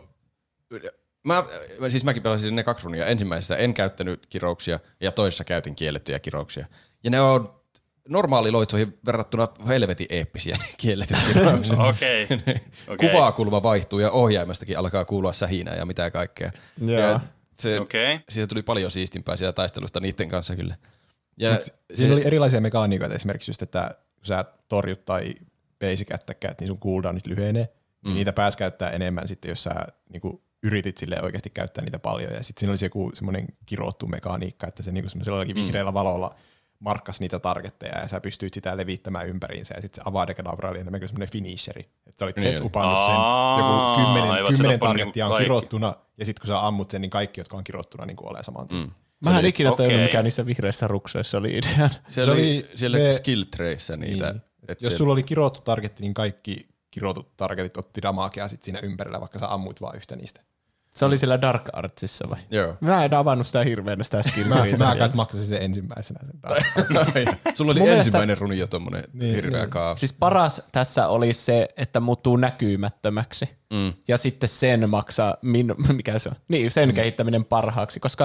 Mä, siis mäkin pelasin ne kaksi runia. Ensimmäisessä en käyttänyt kirouksia ja toisessa käytin kiellettyjä kirouksia. Ja ne on normaaliloitsuihin verrattuna helvetin eeppisiä kielletyt kiroukset. Okei. Okay. Kuvakulma vaihtuu ja ohjaimestakin alkaa kuulua sähinää ja mitä kaikkea. Yeah. Ja se, okay. siitä tuli paljon siistimpää siitä taistelusta niiden kanssa kyllä. Ja se, siinä oli erilaisia mekaniikoita esimerkiksi just, että kun sä torjut tai basic attackkäät, niin sun cooldownit lyhenee. Mm. Niitä pääsi käyttää enemmän sitten, jos sä niinku yritit sille oikeasti käyttää niitä paljon. Ja sitten siinä olisi joku semmoinen kirottu mekaniikka, että se niinku semmoisella mm. vihreällä valolla markkasi niitä targetteja ja sä pystyit sitä levittämään ympäriinsä. Ja sitten se Avada Kedavra oli enemmän kuin semmoinen finisheri. Että sä olit niin set-upannut sen, joku kymmenen, Aivan, kymmenen targettia on kirottuna ja sitten kun sä ammut sen, niin kaikki, jotka on kirottuna, niin kuolee saman tien. Mm. Mä en ikinä tajunnut, okay. mikä niissä vihreissä rukseissa oli ideana. Siellä oli siellä me, skill treeissä niitä. Niin. Jos siellä sulla oli kirottu targetti, niin kaikki kirotut targetit otti damakea sit siinä ympärillä, vaikka sä ammuit vaan yhtä niistä. Se oli siellä Dark Artsissa vai? Joo. Mä en avannut sitä hirveänä sitä skill Mä, mä kai maksasin sen ensimmäisenä sen Dark Artsin. Sulla oli mun ensimmäinen mielestä runi jo tommonen niin, hirveä niin. kaava. Siis paras tässä oli se, että muuttuu näkymättömäksi. Mm. Ja sitten sen maksaa, min, mikä se on? Niin, sen mm. kehittäminen parhaaksi, koska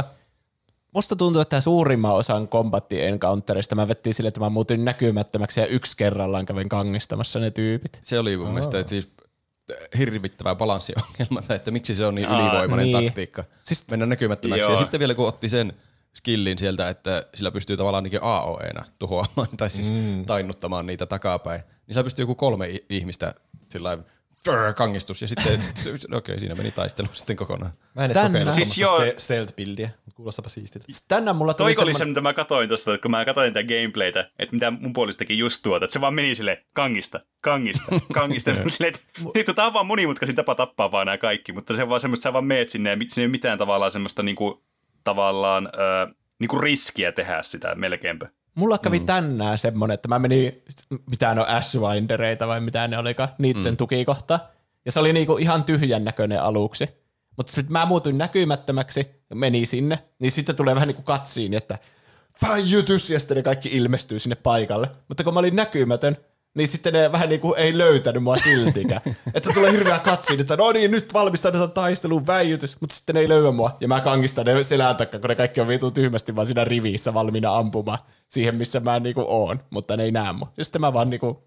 musta tuntuu, että suurimman osan kombatti-encounterista mä vettiin sille, että mä muutin näkymättömäksi ja yksi kerrallaan kävin kangistamassa ne tyypit. Se oli mun oh. mielestä siis hirvittävää balanssiongelma, että miksi se on niin Aa, ylivoimainen niin. taktiikka. Siis, mennä näkymättömäksi. Joo. Ja sitten vielä kun otti sen skillin sieltä, että sillä pystyy tavallaan niin A O E:nä tuhoamaan tai siis mm. tainnuttamaan niitä takapäin, niin sillä pystyy joku kolme ihmistä sillä kangistus ja sitten, okei, okay, siinä meni taistelu sitten kokonaan. Mä en edes kokeilla siis stealth-buildia, mutta kuulostapa siistiltä. Tänään mulla tuli Toiko oli se, mitä mä katsoin tuosta, kun mä katsoin tätä gameplaytä, että mitä mun puolistakin just tuota, että se vaan meni silleen kangista, kangista, kangista. silleen, että tämä on vaan monimutkaisin tapa tappaa vaan nämä kaikki, mutta se on vaan semmoista, sä vaan meet sinne ja siinä ei ole mitään tavallaan semmoista niinku, tavallaan äh, niinku riskiä tehdä sitä melkeinpä. Mulla kävi mm. tänään semmonen, että mä menin, mitään on Ashwindereita vai mitä ne olikaan, niitten mm. tukikohta. Ja se oli niinku ihan tyhjän näköinen aluksi. Mutta sitten mä muutuin näkymättömäksi ja meni sinne. Niin sitten tulee vähän niinku katsiin, että väijytys, ja sitten ne kaikki ilmestyy sinne paikalle. Mutta kun mä olin näkymätön, niin sitten ne vähän niin kuin ei löytänyt mua siltikään. Että tulee hirveä katsiin, että no niin, nyt valmistaudutaan taisteluun, väijytys, mutta sitten ne ei löyä mua. Ja mä kangistan ne selän takaa, kun ne kaikki on vitu tyhmästi vaan siinä rivissä valmiina ampumaan siihen, missä mä niin kuin oon, mutta ne ei näe mua. Ja sitten mä vaan niin kuin,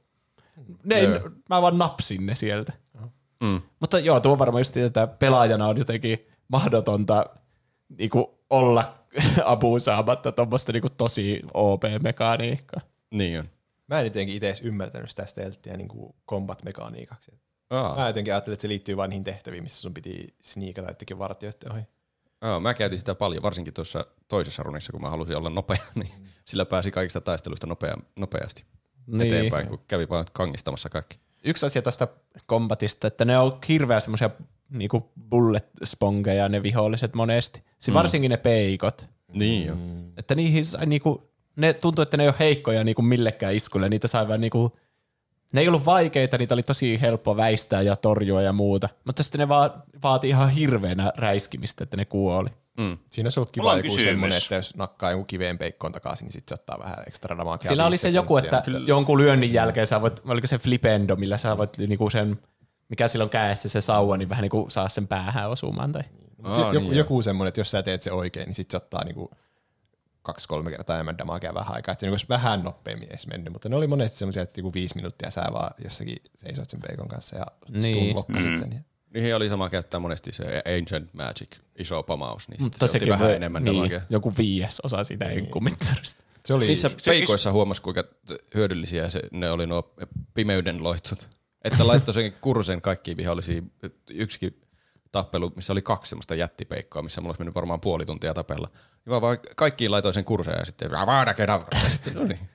ne ei, mä vaan napsin ne sieltä. Mm. Mutta joo, tuo varmaan just, että pelaajana on jotenkin mahdotonta niin kuin olla apuun saamatta tuommoista niin kuin tosi O P-mekaniikkaa. Niin on. Mä en jotenkin itse edes ymmärtänyt sitä stelttiä niin kuin combat-mekaniikaksi. Aa. Mä jotenkin ajattelin, että se liittyy vain niihin tehtäviin, missä sun piti sniikata jotenkin vartijoiden ohi. Aa, mä käytin sitä paljon, varsinkin tuossa toisessa runissa, kun mä halusin olla nopea, niin mm. sillä pääsi kaikista taisteluista nopea, nopeasti niin. eteenpäin, kun kävi vaan kangistamassa kaikki. Yksi asia tuosta kombatista, että ne on hirveä semmoisia niinku bullet spongeja ne viholliset monesti. Se, mm. varsinkin ne peikot. Niin jo. Mm. Että niihin sai niinku, ne tuntuu, että ne ei ole heikkoja niinku millekään iskulle. Niitä sai vaan niinku, ne ei ollut vaikeita, niitä oli tosi helppo väistää ja torjua ja muuta. Mutta sitten ne va- vaati ihan hirveänä räiskimistä, että ne kuoli. Mm. Siinä olisi ollut kiva joku semmoinen, että jos nakkaa jonkun kiveen peikkoon takaisin, niin sitten se ottaa vähän ekstra damagea. Sillä oli se joku, että jonkun lyönnin jälkeen sä voit, oliko se flipendo, millä sä voit niinku sen, mikä sillä on kädessä se sauva, niin vähän niinku saa sen päähän osumaan. Tai. Oh, joku, niin joku semmoinen, että jos sä teet se oikein, niin sitten se ottaa niinku kaksi-kolme kertaa enemmän damagea vähän aikaa. Että se olisi vähän nopeammin edes mennyt, mutta ne oli monesti semmoisia, että niinku viisi minuuttia sä vaan jossakin seisoit sen peikon kanssa ja niin. lokkasit sen. Mm. Niihin oli sama käyttää monesti se Ancient Magic, iso pamaus, niin mutta se otti vähän voi, enemmän niin, damagea. Joku viies osa sitä niin. enkumittarista. Se oli, niissä peikoissa huomasi, kuinka hyödyllisiä se, ne oli nuo pimeyden loitsut. Että laittoi sen kursen kaikkiin vihollisiin. Yksikin tappelu, missä oli kaksi semmoista jättipeikkoa, missä mulla olisi mennyt varmaan puoli tuntia tapella. Ja vaan kaikkiin laitoin sen kursen ja sitten vaada kedavra. Ja sitten no niin.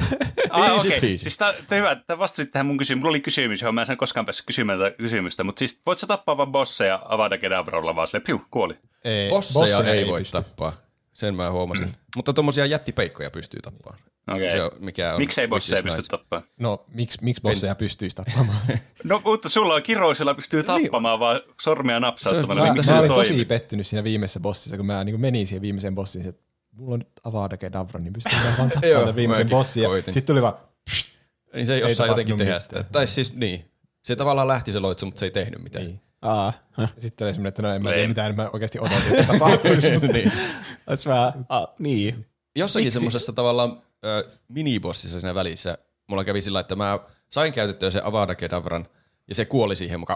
Ah, okei. Okay. Siis tää, tää hyvä, että vastasit tähän mun kysymykseen. Mulla oli kysymys, johon mä en sen koskaan päässyt kysymään tätä kysymystä, mutta siis voit sä tappaa vaan bosseja Avada Kedavralla vaan silleen, piu, kuoli. Ei, bosseja, bosseja ei, ei voi pysty. tappaa. Sen mä huomasin. Mm. Mutta tommosia jättipeikkoja pystyy tappaan. Okei. Okay. Miksei bosseja pysty tappaamaan? No, miksi miksi bosseja en... pystyisi tappamaan? No, mutta sulla on kirous, jolla pystyy tappamaan vaan sormia napsauttamalla. Mä, mä olin tosi pettynyt siinä viimeisessä bossissa, kun mä niin menin siihen viimeiseen bossiin, että mulla on nyt Avada Kedavra, niin pystyy vaan tappamaan viimeisen bossin. Sitten tuli vaan... Pst, niin se ei osaa jotenkin tehdä sitä. Tai siis niin. Se tavallaan lähti se loitsu, mutta se ei tehnyt mitään. Niin. Aa. Sitten oli semmoinen, että no en mä tiedä mitään, mä oikeasti odotin, että tapahtuisi. niin. Olisi vähän, ah, niin. Jossakin semmoisessa tavallaan äh, minibossissa siinä välissä mulla kävi sillä, että mä sain käytettyä sen Avada Kedavran ja se kuoli siihen mukaan.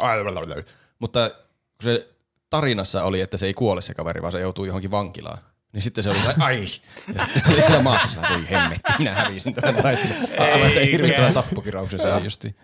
Mutta kun se tarinassa oli, että se ei kuole se kaveri, vaan se joutuu johonkin vankilaan. Niin sitten se oli ai, ai. Ja sitten oli siellä maassa, että voi hemmetti, minä hävisin tämän taistelun. Aivan, että hirvittävän tappokirauksen se justiin.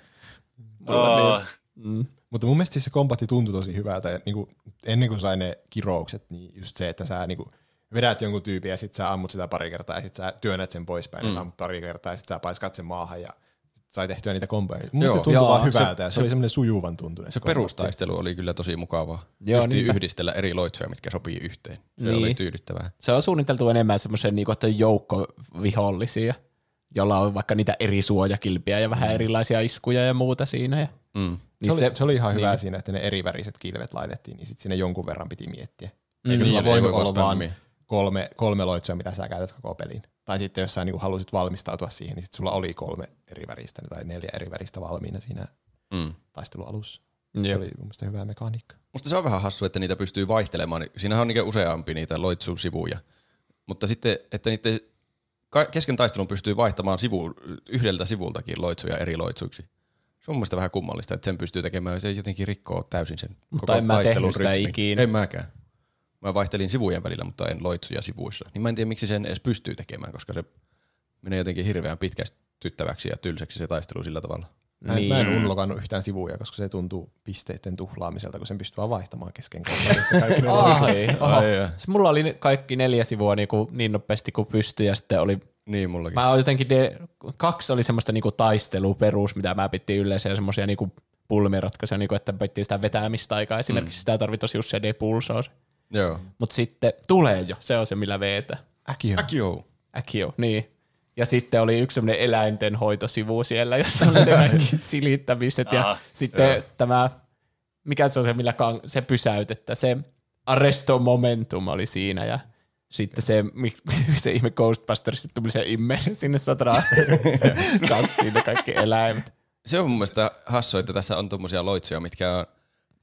Oh. Mm. Mutta mun mielestä siis se kombatti tuntui tosi hyvältä. Ja niinku, ennen kuin sai ne kiroukset, niin just se, että sä niinku vedät jonkun tyypin ja sit sä ammut sitä pari kertaa ja sit sä työnnät sen poispäin mm. ja ammut pari kertaa ja sit sä paiskat sen maahan ja sai tehtyä niitä komboja. Mun mielestä se tuntui vaan hyvältä se, ja se, se oli semmoinen sujuvan tuntunen. Se, se perustaistelu oli kyllä tosi mukavaa. Pystyy yhdistellä eri loitsuja, mitkä sopii yhteen. Se niin. oli tyydyttävää. Se on suunniteltu enemmän semmoisen niin että joukko vihollisia, jolla on vaikka niitä eri suojakilpiä ja vähän mm. erilaisia iskuja ja muuta siinä. Ja mm. niin se, oli, se oli ihan hyvä niin. siinä, että ne eriväriset kilvet laitettiin, niin sitten sinne jonkun verran piti miettiä. Mm. Eikö sulla voinut olla vaan kolme, kolme loitsua, mitä sä käytät koko peliin. Tai sitten jos sä niinku halusit valmistautua siihen, niin sit sulla oli kolme eri väristä tai neljä eri väristä valmiina siinä mm. taistelualussa. Se Jep. oli mun mielestä hyvä mekaniikka. Musta se on vähän hassu, että niitä pystyy vaihtelemaan. Siinähän on niitä useampi niitä loitsun sivuja. Mutta sitten, että niiden kesken taistelun pystyy vaihtamaan sivu, yhdeltä sivultakin loitsuja eri loitsuiksi. Se on mun mielestä vähän kummallista, että sen pystyy tekemään. Se jotenkin rikkoo täysin sen mutta koko en mä taistelun sitä rytmin. ikinä. En mäkään. Mä vaihtelin sivujen välillä, mutta en loitsuja sivuissa. Niin mä en tiedä, miksi sen edes pystyy tekemään, koska se menee jotenkin hirveän pitkästyttäväksi ja tylsäksi se taistelu sillä tavalla. Mä en, niin. mä en unlokannut yhtään sivuja, koska se tuntuu pisteiden tuhlaamiselta, kun sen pystyy vaan vaihtamaan kesken kommentista kaikki ne loitsut. Mulla oli kaikki neljä sivua niin, kuin, niin nopeasti kuin pystyi ja sitten oli... Niin mullakin. Mä jotenkin, de, kaksi oli semmoista niin kuin taisteluperus, mitä mä pittiin yleensä ja semmoisia niin kuin pulmiratkaisuja, niin kuin, että pittiin sitä vetämistä aikaa. Esimerkiksi mm. sitä tarvitsisi just se depulsoos. Joo. Mutta sitten tulee jo, se on se millä veetä. Äkio. Äkio. Äkio, niin. Ja sitten oli yksi semmoinen eläintenhoitosivu siellä, jossa oli ne kaikki silittämiset. Ja sitten joo. tämä, mikä se on se, millä se pysäytettä, se arresto momentum oli siinä. Ja sitten se, se ihme Ghostbusters tuli se imme sinne satanaan kassiin ne kaikki eläimet. Se on mun mielestä hassua, että tässä on tommosia loitsuja, mitkä on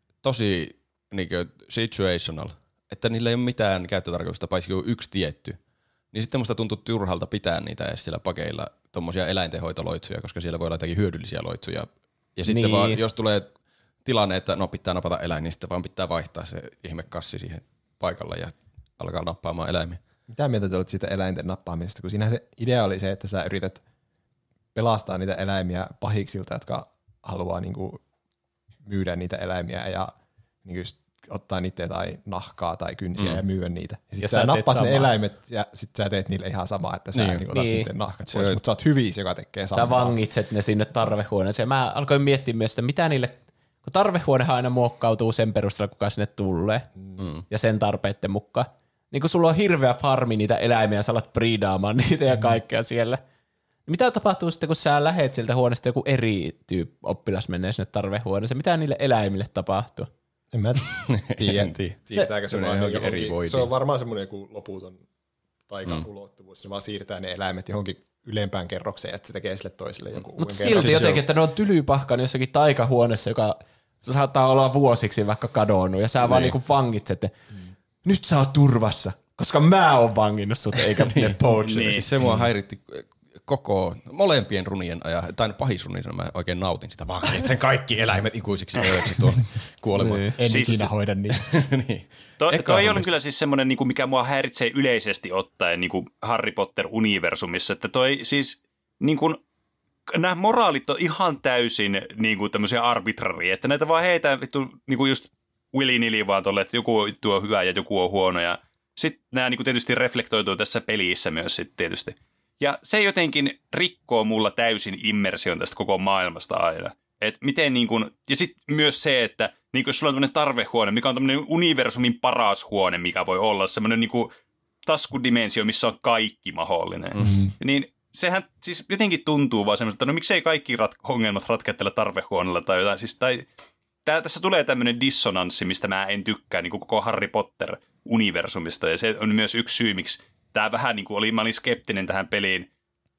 tosi niin kuin situational, että niillä ei ole mitään käyttötarkoitusta, paitsi yksi tietty. Niin sitten musta tuntuu turhalta pitää niitä edes siellä pakeilla, tommosia eläintenhoitoloitsuja, koska siellä voi olla jotakin hyödyllisiä loitsuja. Ja sitten niin. vaan, jos tulee tilanne, että no pitää napata eläin, niin sitten vaan pitää vaihtaa se ihme kassi siihen paikalle ja alkaa nappaamaan eläimiä. Mitä mieltä te olet siitä eläinten nappaamisesta? Kun siinähän se idea oli se, että sä yrität pelastaa niitä eläimiä pahiksilta, jotka haluaa niinku myydä niitä eläimiä ja niinku ottaa niitä jotain nahkaa tai kynsiä mm. ja myyä niitä. Ja sit ja sä, sä nappaat ne eläimet ja sit sä teet niille ihan samaa, että sä niin. Niinku otat niin. niiden nahkat pois, mutta sä oot hyvissä, joka tekee samaa. Sä vangitset ne sinne tarvehuoneeseen. Mä alkoin miettiä myös, että mitä niille, kun tarvehuonehan aina muokkautuu sen perusteella, kuka sinne tulee mm. ja sen tarpeiden mukaan. Niin kun sulla on hirveä farmi niitä eläimiä, sä alat briidaamaan niitä ja kaikkea siellä. Mitä tapahtuu sitten, kun sä lähet sieltä huoneesta joku eri tyyppi oppilas menee sinne tarvehuoneeseen? Mitä niille eläimille tapahtuu? En mä tiedä. Siirtääkö se vaan johonkin, eri se on varmaan semmoinen joku loputon taika-ulottuvuus. Se vaan siirtää ne eläimet johonkin ylempään kerrokseen, että se tekee sille toiselle joku uuden Mutta silti kerroksen. jotenkin, että ne on tylypahkan jossakin taikahuoneessa, joka saattaa olla vuosiksi vaikka kadonnut, ja sä niin. vaan niinku vangitset, että mm. nyt sä oot turvassa, koska mä oon vanginnut sut, eikä ne poacherit. Niin, se mua häiritti koko molempien runien ajan, tai pahisrunien mä oikein nautin sitä vaan, että sen kaikki eläimet ikuisiksi ööksi tuonne kuolemaan. Niin. En siis, ikinä hoida niitä. niin. To, toi on kyllä siis semmoinen, niin mikä mua häiritsee yleisesti ottaen niin kuin Harry Potter-universumissa, että toi siis niin kuin, nämä moraalit on ihan täysin niin kuin tämmöisiä arbitraria, että näitä vaan heitä vittu niin kuin just willy-nilly vaan tolle, että joku on hyvä ja joku on huono, ja sitten nämä niin kuin tietysti reflektoituu tässä pelissä myös sitten tietysti. Ja se jotenkin rikkoo mulla täysin immersion tästä koko maailmasta aina. Et miten niin kun, ja sitten myös se, että niin jos sulla on tämmöinen tarvehuone, mikä on tämmöinen universumin paras huone, mikä voi olla semmoinen niin taskudimensio, missä on kaikki mahdollinen. Mm-hmm. Niin sehän siis jotenkin tuntuu vaan semmoista, että no miksei kaikki rat- ongelmat ratkea tällä tarvehuoneella tai jotain. Siis, tai, tää, tässä tulee tämmöinen dissonanssi, mistä mä en tykkää niin koko Harry Potter-universumista. Ja se on myös yksi syy, miksi tämä vähän niin kuin oli, mä olin skeptinen tähän peliin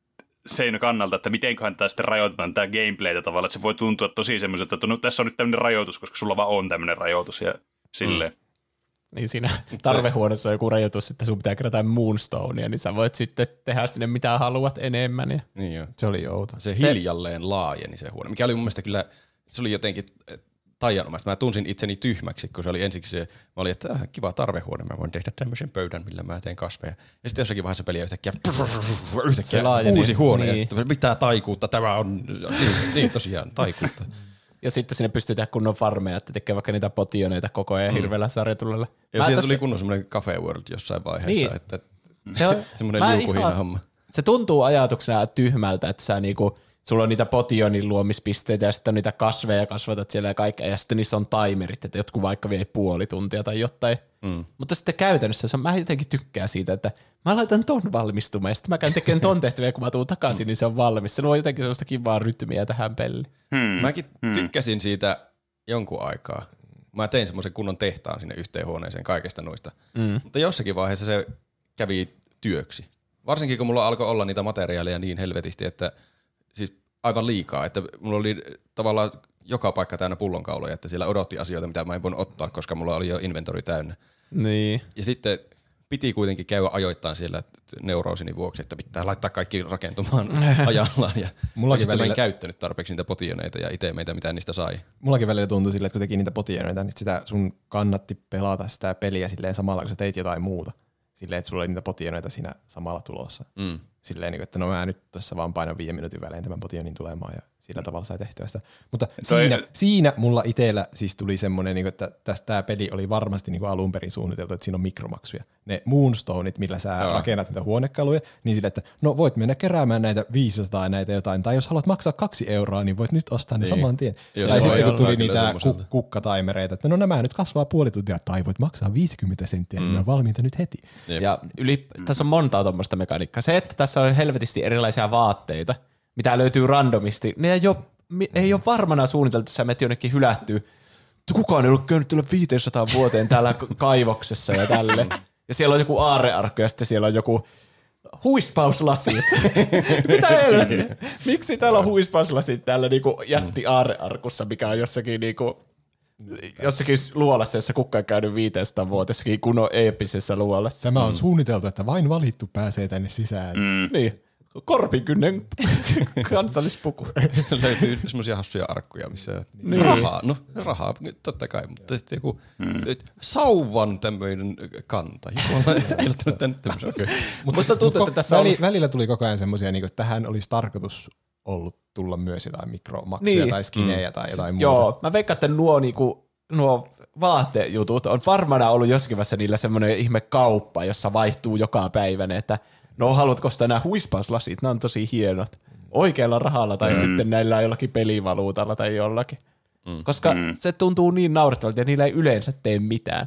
sen kannalta, että mitenköhän tämä sitten rajoitetaan tämä gameplaytä tavalla, että se voi tuntua tosi semmoiselta, että no, tässä on nyt tämmöinen rajoitus, koska sulla vaan on tämmöinen rajoitus ja silleen. Mm. Niin siinä tarvehuoneessa on joku rajoitus, että sun pitää kerätä Moonstonea, niin sä voit sitten tehdä sinne mitä haluat enemmän. Ja niin joo. Se oli outo. Se hiljalleen laajeni se huone, mikä oli mun mielestä kyllä, se oli jotenkin taianomaista. Mä tunsin itseni tyhmäksi, kun se oli ensiksi se, mä olin, että äh, kiva tarvehuone, mä voin tehdä tämmöisen pöydän, millä mä teen kasveja. Ja sitten jossakin vaiheessa peliä yhtäkkiä, yhtäkkiä uusi huone, niin. Ja sitten mitä taikuutta, tämä on, niin, niin tosiaan, taikuutta. Ja sitten sinne pystyy tehdä kunnon farmeja, että tekee vaikka niitä potioneita koko ajan mm. hirveällä sarjatulella. Ja siitä tuli kunnon semmoinen Cafe World jossain vaiheessa, niin. Että se on semmoinen liukuhina homma. Se tuntuu ajatuksena tyhmältä, että sä niinku sulla on niitä potionin luomispisteitä ja sitten on niitä kasveja kasvatat siellä ja kaikkea. Ja sitten niissä on timerit, että jotkut vaikka vie puoli tuntia tai jotain. Mm. Mutta sitten käytännössä se on, mä jotenkin tykkään siitä, että mä laitan ton valmistumaan ja sitten mä käyn tekemään ton tehtäviä, kun mä tuun takaisin, niin se on valmis. Se luo jotenkin sellaista kivaa rytmiä tähän peliin. Hmm. Mäkin tykkäsin siitä jonkun aikaa. Mä tein semmoisen kunnon tehtaan sinne yhteen huoneeseen kaikesta noista. Mm. Mutta jossakin vaiheessa se kävi työksi. Varsinkin kun mulla alkoi olla niitä materiaaleja niin helvetisti, että siis aivan liikaa, että mulla oli tavallaan joka paikka täynnä pullonkauloja, että siellä odotti asioita, mitä mä en voinut ottaa, koska mulla oli jo inventori täynnä. Niin. Ja sitten piti kuitenkin käydä ajoittain siellä neuroosini vuoksi, että pitää laittaa kaikki rakentumaan ajallaan. Ja mullakin välillä välillä en käyttänyt tarpeeksi niitä potioneita ja itemeitä, mitä niistä sai. Mullakin välillä tuntui silleen, että kun teki niitä potioneita, niin sitä sun kannatti pelata sitä peliä silleen samalla, kun sä teit jotain muuta. Silleen, että sulla oli niitä potioneita siinä samalla tulossa. Mm. Silleen, että no mä nyt tuossa vaan painan viiden minuutin välein tämän potionin tulemaan ja sillä tavalla sai tehtyä sitä. Mutta Toi... siinä, siinä mulla itsellä siis tuli semmoinen, että tästä tämä peli oli varmasti niin kuin alun perin suunniteltu, että siinä on mikromaksuja. Ne Moonstoneit, millä sä Joo. rakennat niitä huonekaluja, niin sillä, että no voit mennä keräämään näitä viisisataa näitä jotain, tai jos haluat maksaa kaksi euroa, niin voit nyt ostaa ne niin. saman tien. Joo, tai sitten kun tuli niitä ku- kukkataimereita, että no nämä nyt kasvaa puoli tuntia, tai voit maksaa viisikymmentä senttiä, mm. niin ne on valmiita nyt heti. Jep. Ja yli, tässä on monta tuommoista mekaniikkaa. Se, että tässä on helvetisti erilaisia vaatteita, mitä löytyy randomisti, ne ei ole, ei ole varmana suunniteltu, että sä menet jonnekin hylättyä. Kukaan ei ollut käynyt tulla viisisataa vuoteen täällä kaivoksessa ja tälle. Ja siellä on joku aarrearkku ja sitten siellä on joku huispauslasit. Mitä helvettiä? Miksi täällä on huispauslasit täällä niinku jätti aarrearkussa, mikä on jossakin niinku jossakin luolassa, jossa kukka on käynyt viisisataa vuotta, jossakin kunnon eeppisessä luolassa. Tämä on mm. suunniteltu, että vain valittu pääsee tänne sisään. Mm. Niin. Korpikynnen kansallispuku. Löytyy semmoisia hassuja arkkuja, missä niin. rahaa, no rahaa totta kai, mutta sitten joku mm. sauvan tämmöinen kanta. Okay. Mutta tuntuu, että tässä väli, on... välillä tuli koko ajan semmoisia, niin että tähän olisi tarkoitus ollut tulla myös jotain mikromaksuja niin. tai skinejä mm. tai jotain muuta. Joo, mä veikkaan, että nuo, niinku, nuo vaatejutut on varmana ollut joskin vaiheessa niillä semmoinen ihme kauppa, jossa vaihtuu joka päivänä, että no haluatko ostaa nämä huispauslasit, nämä on tosi hienot. Oikealla rahalla tai mm. sitten näillä jollakin pelivaluutalla tai jollakin. Mm. Koska mm. se tuntuu niin naurettavalta ja niillä ei yleensä tee mitään.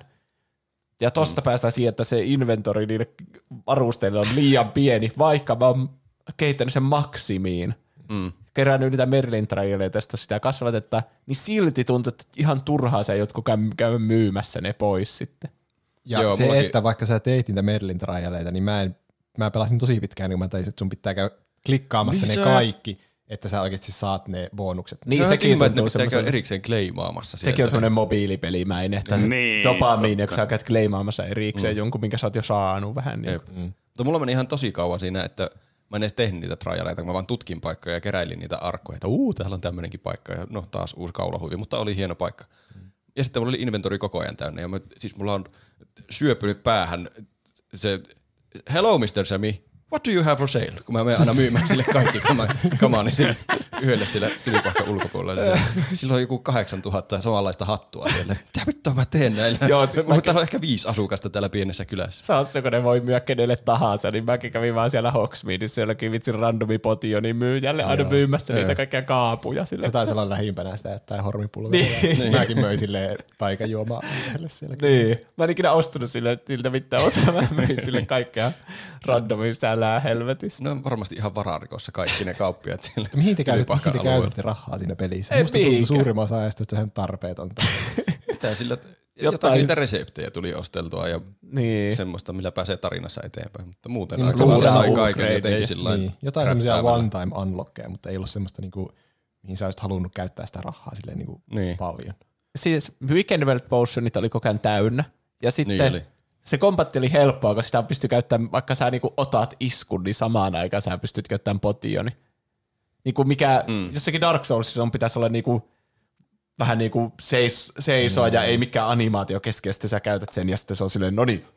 Ja tosta mm. päästään siihen, että se inventori niille varusteille on liian pieni, vaikka mä oon kehittänyt sen maksimiin. Mm. Kerännyt niitä Merlin traileita, sitä kasvatetta, niin silti tuntuu, että ihan turhaa se jotkut käy, käy myymässä ne pois sitten. Ja Joo, se, mullakin... että vaikka sä teit niitä Merlin traileita, niin mä en Mä pelasin tosi pitkään, kun mä taisin, että sun pitää käydä klikkaamassa niin ne se... kaikki, että sä oikeasti saat ne bonukset. Niin se sekin tuntuu semmoisen... erikseen kleimaamassa. Sekin on semmoinen mobiilipelimäinen, että niin, dopamiini, kun sä käyt kleimaamassa erikseen mm. jonkun, minkä sä oot jo saanut vähän. Niin. Mm. Mutta mulla meni ihan tosi kauan siinä, että mä en edes tehnyt niitä trialeita, kun mä vaan tutkin paikkoja ja keräilin niitä arkkoja, että uu, täällä on tämmöinenkin paikka ja no taas uusi kaulahuivi, mutta oli hieno paikka. Mm. Ja sitten mulla oli inventori koko ajan täynnä ja mä, siis mulla on syöpynyt päähän se... Hello, mister Sammy. What do you have for sale? Kun mä menen aina myymään sille kaikki kamani sille yhdelle sille tylypahkan ulkopuolelle. Sillä on joku kahdeksantuhatta samanlaista hattua siellä. Mitä vittua mä teen näillä? Joo, siis mä... Täällä on ehkä viisi asukasta täällä pienessä kylässä. Saas, kun ne voi myydä kenelle tahansa, niin mäkin kävin vaan siellä Hogsmeadissa jollakin vitsin randomi potionin myyjälle aina myymässä niitä kaikkia kaapuja. Sille. Se taisi olla lähimpänä sitä jotain hormipulveria. Niin. Mäkin möin silleen taikajuomaa yhdelle siellä niin. Mä en ikinä ostunut sille, siltä mitään osaa. Mä myin sille kaikkea randomi sälää helvetistä. No varmasti ihan vararikossa kaikki ne kauppiat siellä. Mihin te käytätte, mihin te käytätte rahaa siinä pelissä? Musta tuntuu suurimman osa ajasta, että se on tarpeetonta. Mitä sillä, jotain niitä reseptejä tuli osteltua ja niin. semmoista, millä pääsee tarinassa eteenpäin. Mutta muuten niin, aika se sai kaiken jotenkin sillä niin. Jotain semmoisia one-time unlockeja, mutta ei ollut semmoista, niinku, mihin sä olisit halunnut käyttää sitä rahaa silleen niinku niin. paljon. Siis Weekend World Potionit oli koko ajan täynnä. Ja sitten niin se kombatti oli helppoa, koska sitä pystyy käyttämään, vaikka sä niinku otat iskun, niin samaan aikaan sä pystyt käyttämään potioni. Niinku mikä, mm. jossakin Dark Soulsissa on pitäisi olla niinku, vähän niinku seis, seisoa mm. ja ei mikään animaatio kesken, sitten sä käytät sen ja sitten se on silleen, no niin,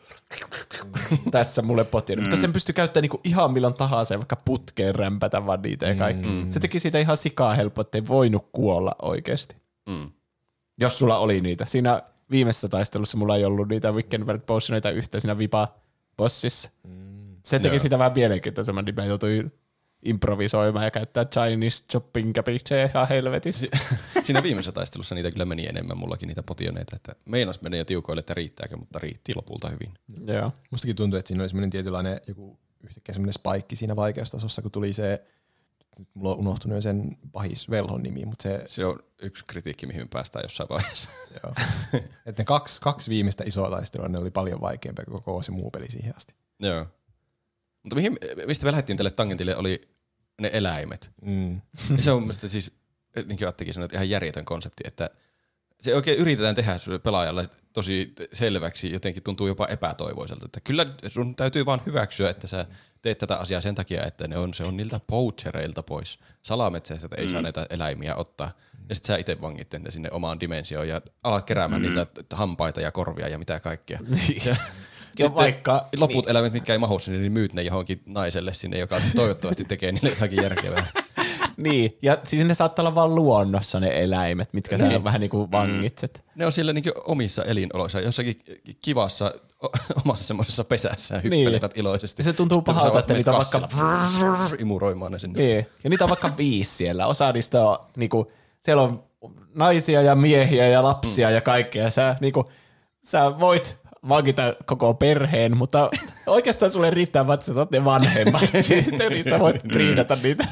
mm. tässä mulle potioni. Mm. Mutta sen pystyy käyttämään niinku ihan milloin tahansa, vaikka putkeen rämpätä vaan niitä ja kaikki. Mm. Se teki siitä ihan sikaa helppoa, ettei voinut kuolla oikeasti. Mm. Jos sulla oli niitä. Siinä viimeisessä taistelussa mulla ei ollut niitä Weekend World Potioneita yhtä siinä Vipa-bossissa. Mm. Se teki Joo. sitä vähän mielenkiintoisemman, niin mä joutuin improvisoimaan ja käyttää Chinese shopping capiche ihan helvetissä. Siinä viimeisessä taistelussa niitä kyllä meni enemmän mullakin niitä potioneita, että meinas menee jo tiukoille, että riittääkö, mutta riitti lopulta hyvin. Joo. Mustakin tuntuu, että siinä oli semmoinen tietynlainen joku yhtäkkiä semmoinen spike siinä vaikeustasossa, kun tuli se, nyt mulla on unohtunut jo sen pahis velhon nimi, mutta se... Se on yksi kritiikki, mihin päästään jossain vaiheessa. Joo. Että ne kaksi, kaksi viimeistä isoa taistelua, ne oli paljon vaikeampia kuin koko se muu peli siihen asti. Joo. Mutta mihin, mistä me lähdettiin tälle tangentille, oli ne eläimet. Mm. Ja se on mielestäni siis, niin kuin Attikin sanoi, ihan järjetön konsepti, että se oikein yritetään tehdä pelaajalle tosi selväksi, jotenkin tuntuu jopa epätoivoiselta. Että kyllä sun täytyy vaan hyväksyä, että sä teet tätä asiaa sen takia, että ne on, se on niiltä poachereilta pois. Salametsäistä ei mm. saa näitä eläimiä ottaa. Ja sit sä itse vangit ne sinne omaan dimensioon ja alat keräämään mm. niitä hampaita ja korvia ja mitä kaikkea. Ja sitten vaikka, loput niin. eläimet, mitkä ei mahu sinne, niin myyt ne johonkin naiselle sinne, joka toivottavasti tekee niille jotakin järkevää. Niin, ja siis ne saattaa olla vaan luonnossa ne eläimet, mitkä niin. sä vähän niin kuin vangitset. Mm. Ne on siellä niin kuin omissa elinoloissa, jossakin kivassa omassa semmoisessa pesässä hyppelevät niin. iloisesti. Ja se tuntuu sitten pahalta, että niitä on vaikka... imuroimaan ne sinne. Niin, ja niitä on vaikka viisi siellä. Osa niistä on, niin kuin, siellä on naisia ja miehiä ja lapsia mm. ja kaikkea. Sä, niin kuin, sä voit... vankita koko perheen, mutta oikeastaan sulle riittää vaan, että sä otat ne vanhemmat. Sitten niin sä voit triinata niitä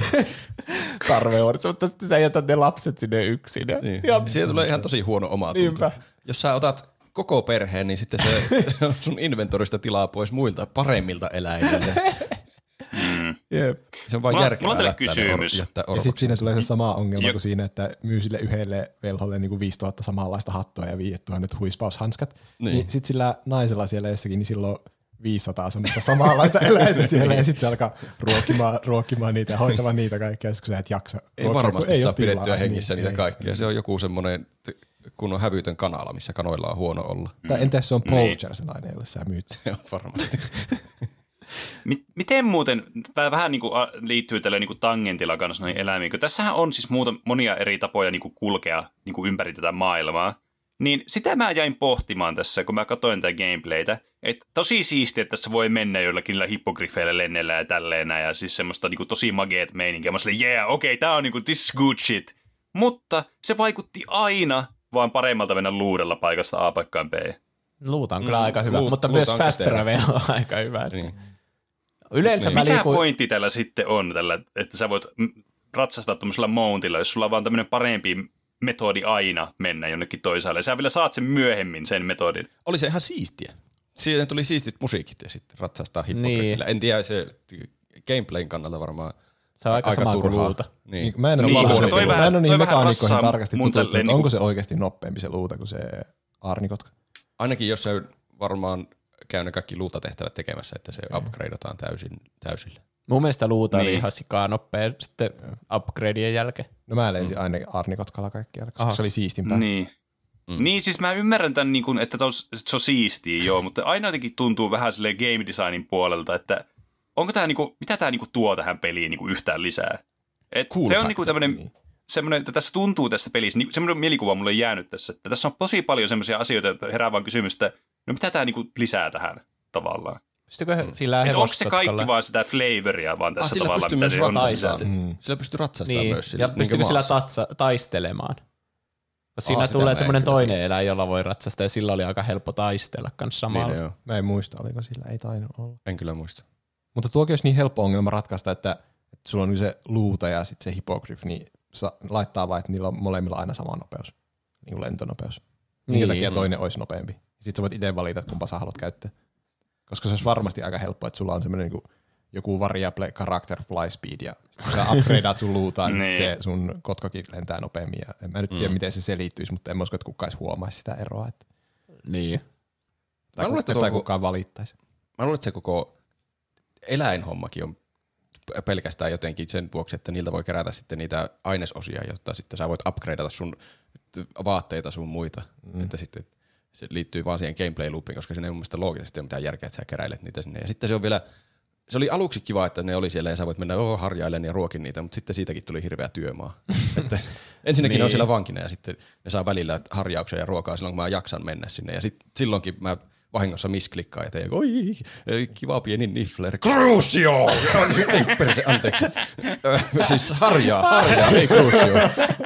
tarvevuorossa, mutta sitten sä jätät ne lapset sinne yksin. Niin. Ja siitä tulee ihan tosi huono omatunto. Jos sä otat koko perheen, niin sitten se, se on sun inventorista tilaa pois muilta paremmilta eläimiltä. Mm. Yep. Se on vaan Mulla- järkevää mulla on teille lättää kysymys. ne or- jättää Ja sitten siinä tulee se sama ongelma Jo- kuin siinä, että myy sille yhdelle velholle niin kuin viisituhatta samanlaista hattua ja viisituhatta huispaushanskat. Niin. Niin sitten sillä naisella siellä jossakin, niin silloin viisisataa semmoista samanlaista eläintä siellä ja sitten se alkaa ruokkimaan, ruokkimaan niitä ja hoitamaan niitä kaikkea, kun sä et jaksa Ei ruokkia, varmasti kun ei saa ole tilaa. pidettyä hengissä Niin, niitä ei. kaikkia. Se on joku semmoinen kunnon hävytön kanala, missä kanoilla on huono olla. Tai entä jos se on Niin. poacher se nainen, jolle sä myyt? Se on varmasti. Mi- miten muuten, tämä vähän niin kuin liittyy tälle niin kuin tangentilla kanssa noihin eläimiin, kun tässähän on siis muuta, monia eri tapoja niin kuin kulkea niin kuin ympäri tätä maailmaa, niin sitä mä jäin pohtimaan tässä, kun mä katsoin tätä gameplaytä, että tosi siistiä, että tässä voi mennä jollakin niillä hippogriffeillä lennellä ja tälleen ja siis semmoista niin kuin tosi mageet meininkiä. Mä olin, yeah, okei, okay, tää on niin kuin this is good shit. Mutta se vaikutti aina vaan paremmalta mennä luudella paikasta A paikkaan B. Luuta on kyllä mm, aika hyvä, luut- mutta luuta myös on fast kätevä. travel on aika hyvä. Niin. Yleensä mä Mikä liikun... pointti tällä sitten on, tällä, että sä voit mm, ratsastaa tuollaisella mountilla, jos sulla on vaan tämmöinen parempi metodi aina mennä jonnekin toisaalle. Sä vielä saat sen myöhemmin, sen metodin. Oli se ihan siistiä. Siinä tuli siistit musiikit ja sitten ratsastaa hippogriffillä. Niin. En tiedä, se gameplayn kannalta varmaan Se on aika, sama kuin turhaa. luuta. Niin. Niin, mä en ole Niin, niin, koska niin, toi mä vähän- en ole niin toi vähän mekaanikkoihin rassaa tarkasti mun tutustunut, tälleen että onko niinku- se oikeasti nopeampi se luuta kuin se aarnikotka. Ainakin jos se varmaan käy ne kaikki luutatehtävät tekemässä, että se upgradeataan täysin, täysille. Mun mielestä luuta oli Niin. ihan sikaa nopea sitten upgradeien jälkeen. No mä lensin aina aarnikotkalla kaikkialla, koska Aha. se oli siistimpää. Niin. Mm. Niin, siis mä ymmärrän tämän, niin kuin, että se on siistiä, joo, mutta aina jotenkin tuntuu vähän silleen game designin puolelta, että onko tämä, niin kuin, mitä tämä niin kuin, tuo tähän peliin niin kuin, yhtään lisää. Et Cool se on factor, niin kuin, tämmöinen, niin. semmoinen, että tässä tuntuu tässä pelissä, niin, semmoinen mielikuva mulle on jäänyt tässä, että tässä on tosi paljon semmoisia asioita, että herää vaan kysymys, että no mitä tämä niin kuin, lisää tähän tavallaan. Pystykö sillä Että onko se kaikki hevoskotkalla? vaan sitä flavoria vaan tässä Ah, sillä tavallaan, pystyy mitä myös se on ratsastamaan. sisältö. Mm. Sillä pystyy ratsastamaan Niin, myös. ja pystyykö sillä maassa. tatsa, taistelemaan? Koska siinä Aa, sitä mä tulee en tämmöinen kyllä toinen eläin, jolla voi ratsastaa, ja sillä oli aika helppo taistella kanssa samalla. Niin, joo. Mä en muista, oliko sillä, ei tainnut olla. En kyllä muista. Mutta tuokin olisi niin helppo ongelma ratkaista, että, että sulla on se luuta ja sitten se hippogriff, niin sa, laittaa vaan, että niillä on molemmilla aina sama nopeus, niin kuin lentonopeus. Minkä Niin. takia toinen olisi nopeampi. Sitten sä voit itse valita, että kumpa sä haluat käyttää. Koska se olisi varmasti aika helppoa, että sulla on semmoinen niin joku variable character fly speed, ja sit kun sä upgradeat sun luutaan, niin, sit Niin. se sun kotkakin lentää nopeammin. Ja en mä nyt tiedä, miten se selittyisi, mutta en mä usko, että kukaan edes huomaisi sitä eroa. Että, Niin. tai, luulen, että tai tuo- kukaan valittaisi. Mä luulen, että se koko eläinhommakin on pelkästään jotenkin sen vuoksi, että niiltä voi kerätä sitten niitä ainesosia, jotta sitten sä voit upgradeata sun vaatteita sun muita. Mm. Että sitten se liittyy vaan siihen gameplay loopiin, koska siinä ei mun mielestä loogisesti ole mitään järkeä, että sä keräilet niitä sinne. Ja sitten se on vielä, se oli aluksi kiva, että ne oli siellä ja sä voit mennä oh, harjailen ja ruokin niitä, mutta sitten siitäkin tuli hirveä työmaa. että ensinnäkin niin. ne on siellä vankina ja sitten ne saa välillä harjauksia ja ruokaa silloin, kun mä jaksan mennä sinne. Ja sitten silloinkin mä vahingossa misklikkaan ja tein, oi, kiva pieni niffler. Crucio! ei perse, anteeksi. siis harjaa, harjaa, ei Crucio.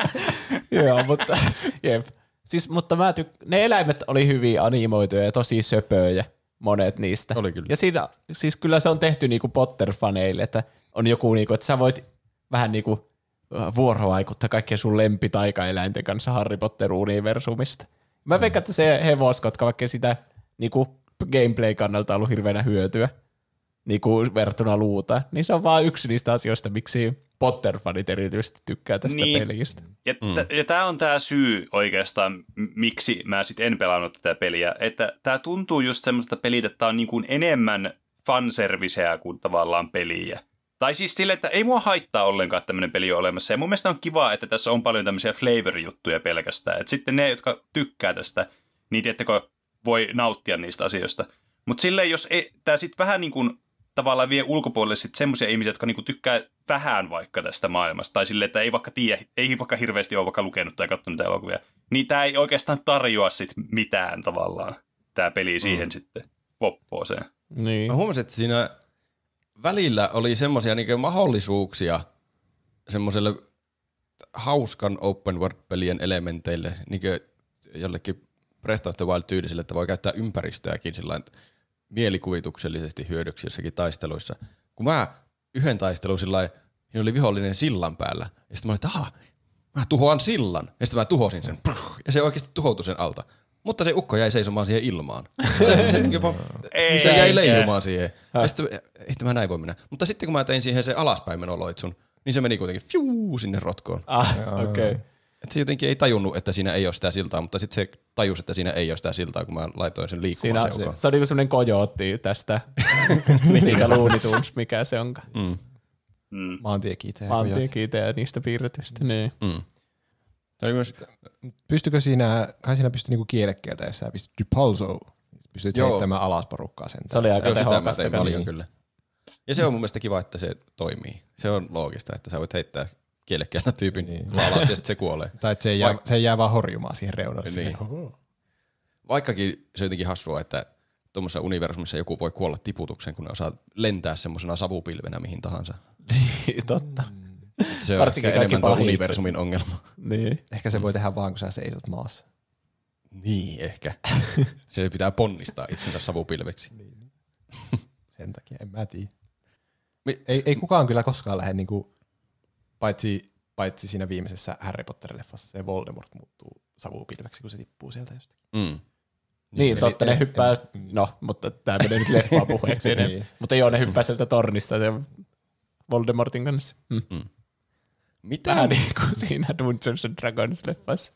Joo, mutta jep. Siis, mutta mä tyk- ne eläimet oli hyvin animoituja ja tosi söpöjä, monet niistä. Oli kyllä. Ja siinä, siis kyllä se on tehty niinku Potter-faneille, että on joku, niinku, että sä voit vähän niinku vuorovaikuttaa kaikkien sun lempitaikaeläinten kanssa Harry Potter-universumista. Mä mm. veikkaan, että se hevoskotka, vaikka sitä niinku gameplay-kannalta ollut hirveänä hyötyä niinku verrattuna luuta, niin se on vaan yksi niistä asioista, miksi Potter-fanit erityisesti tykkää tästä Niin. pelistä. Ja, mm. t- ja tämä on tämä syy oikeastaan, m- miksi mä sitten en pelannut tätä peliä, että tämä tuntuu just semmoista pelit, että tämä on niin kuin enemmän fanserviceä kuin tavallaan peliä. Tai siis sille, että ei mua haittaa ollenkaan, että tämmöinen peli on olemassa. Ja mun mielestä on kiva, että tässä on paljon tämmöisiä flavor-juttuja pelkästään. Että sitten ne, jotka tykkää tästä, niin tiettäkö, voi nauttia niistä asioista. Mutta silleen, jos tämä sitten vähän niin kuin tavallaan vie ulkopuolelle sitten semmoisia ihmisiä, jotka niinku tykkää vähän vaikka tästä maailmasta, tai silleen, että ei vaikka tiedä, ei vaikka hirveästi ole vaikka lukenut tai katsonut näitä elokuvia, niin tämä ei oikeastaan tarjoa sit mitään tavallaan, tämä peli siihen mm. sitten poppooseen. Niin. Mä huomasin, että siinä välillä oli semmoisia niinku mahdollisuuksia semmoiselle hauskan open world-pelien elementeille, niinku jollekin Breath of the Wild-tyyliselle, että voi käyttää ympäristöäkin sillain mielikuvituksellisesti hyödyksi jossakin taisteluissa. Kun mä yhden taistelun sillain, niin oli vihollinen sillan päällä, ja sitten mä olin, että aha, mä tuhoan sillan, ja sitten mä tuhosin sen, ja se oikeasti tuhoutui sen alta. Mutta se ukko jäi seisomaan siihen ilmaan. Se, se, jopa, ei, se jäi leijumaan siihen. Ja sitten, ei tämä näin voi mennä. Mutta sitten kun mä tein siihen se alaspäin menoloitsun, niin se meni kuitenkin fiuu sinne rotkoon. Ah, okei. Okay. Että se jotenkin ei tajunnut, että siinä ei ole sitä siltaa, mutta sitten se tajusi, että siinä ei ole sitä siltaa, kun mä laitoin sen liikkumaan. Siinä, se, se on niin kuin semmoinen kojootti tästä, siitä Looney Tunes, mikä se onkaan. Mm. Mm. Maantiekiitä. Maantiekiitä ja niistä piirretystä. Niin. Mm. Myös, pystykö siinä, kai siinä pystyi niinku kielekkeeltä, jos sä pystyt Dupalso, pystyt Joo. heittämään alas porukkaa sen. Se oli aika tehokasta. Paljon kyllä. Ja se on mun mielestä kiva, että se toimii. Se on loogista, että sä voit heittää kielekkeeltä tyypin niin. alas ja sitten se kuolee. Tai että se ei, jää, Vaik- se ei jää vaan horjumaan siihen reunalle. Niin. Vaikkakin se on jotenkin hassua, että tuommoisessa universumissa joku voi kuolla tiputukseen, kun ne osaa lentää semmoisena savupilvenä mihin tahansa. Totta. Se on ehkä enemmän tuo universumin ongelma. Niin. Ehkä se voi tehdä vaan, kun sä seisot maassa. Niin, ehkä. Se pitää ponnistaa itsensä savupilveksi. Niin. Sen takia, en mä tiedä. Ei, ei kukaan kyllä koskaan lähde, niinku, paitsi, paitsi siinä viimeisessä Harry Potter-leffassa se Voldemort muuttuu savupilveksi, kun se tippuu sieltä jostakin. Mm. Niin, niin totta, ne hyppää, en, no, mutta tää menee nyt leffaa puheeksi enemmän. Niin. Mutta joo, ne hyppää sieltä tornista Voldemortin kanssa. Mm. Mm. Mitä? Vähän niin kuin siinä Dungeons and Dragons-leffassa.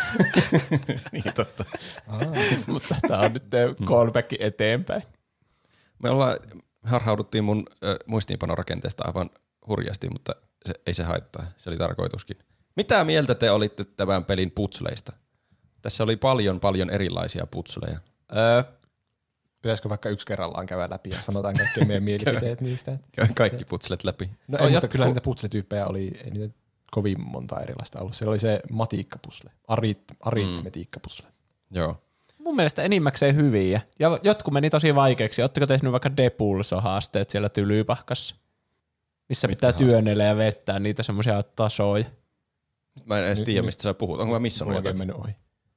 Niin totta. Mutta tämä on nyt callback eteenpäin. Me ollaan, harhauduttiin mun äh, muistiinpanorakenteesta aivan hurjasti, mutta se, ei se haittaa. Se oli tarkoituskin. Mitä mieltä te olitte tämän pelin putsleista? Tässä oli paljon, paljon erilaisia putsleja. Öö. Pitäisikö vaikka yksi kerrallaan käydä läpi ja sanotaan kaikki meidän mielipiteet niistä? Käy kaikki putslet läpi. No ei, mutta kyllä niitä putsletyyppejä oli, ei niitä kovin monta erilaista ollut. Siellä oli se matiikkapusle, arit, aritmetiikkapusle. Mm. Joo. Mun mielestä enimmäkseen hyviä. Ja jotkut meni tosi vaikeaksi. Oletteko tehnyt vaikka Depulso-haasteet siellä Tylypahkassa? Missä Mitkä pitää haasteet? Työnnellä ja vettää niitä semmoisia tasoja. Mä en edes tiedä, mistä sä puhut. Onko mä missannut jotain? Mennyt ohi.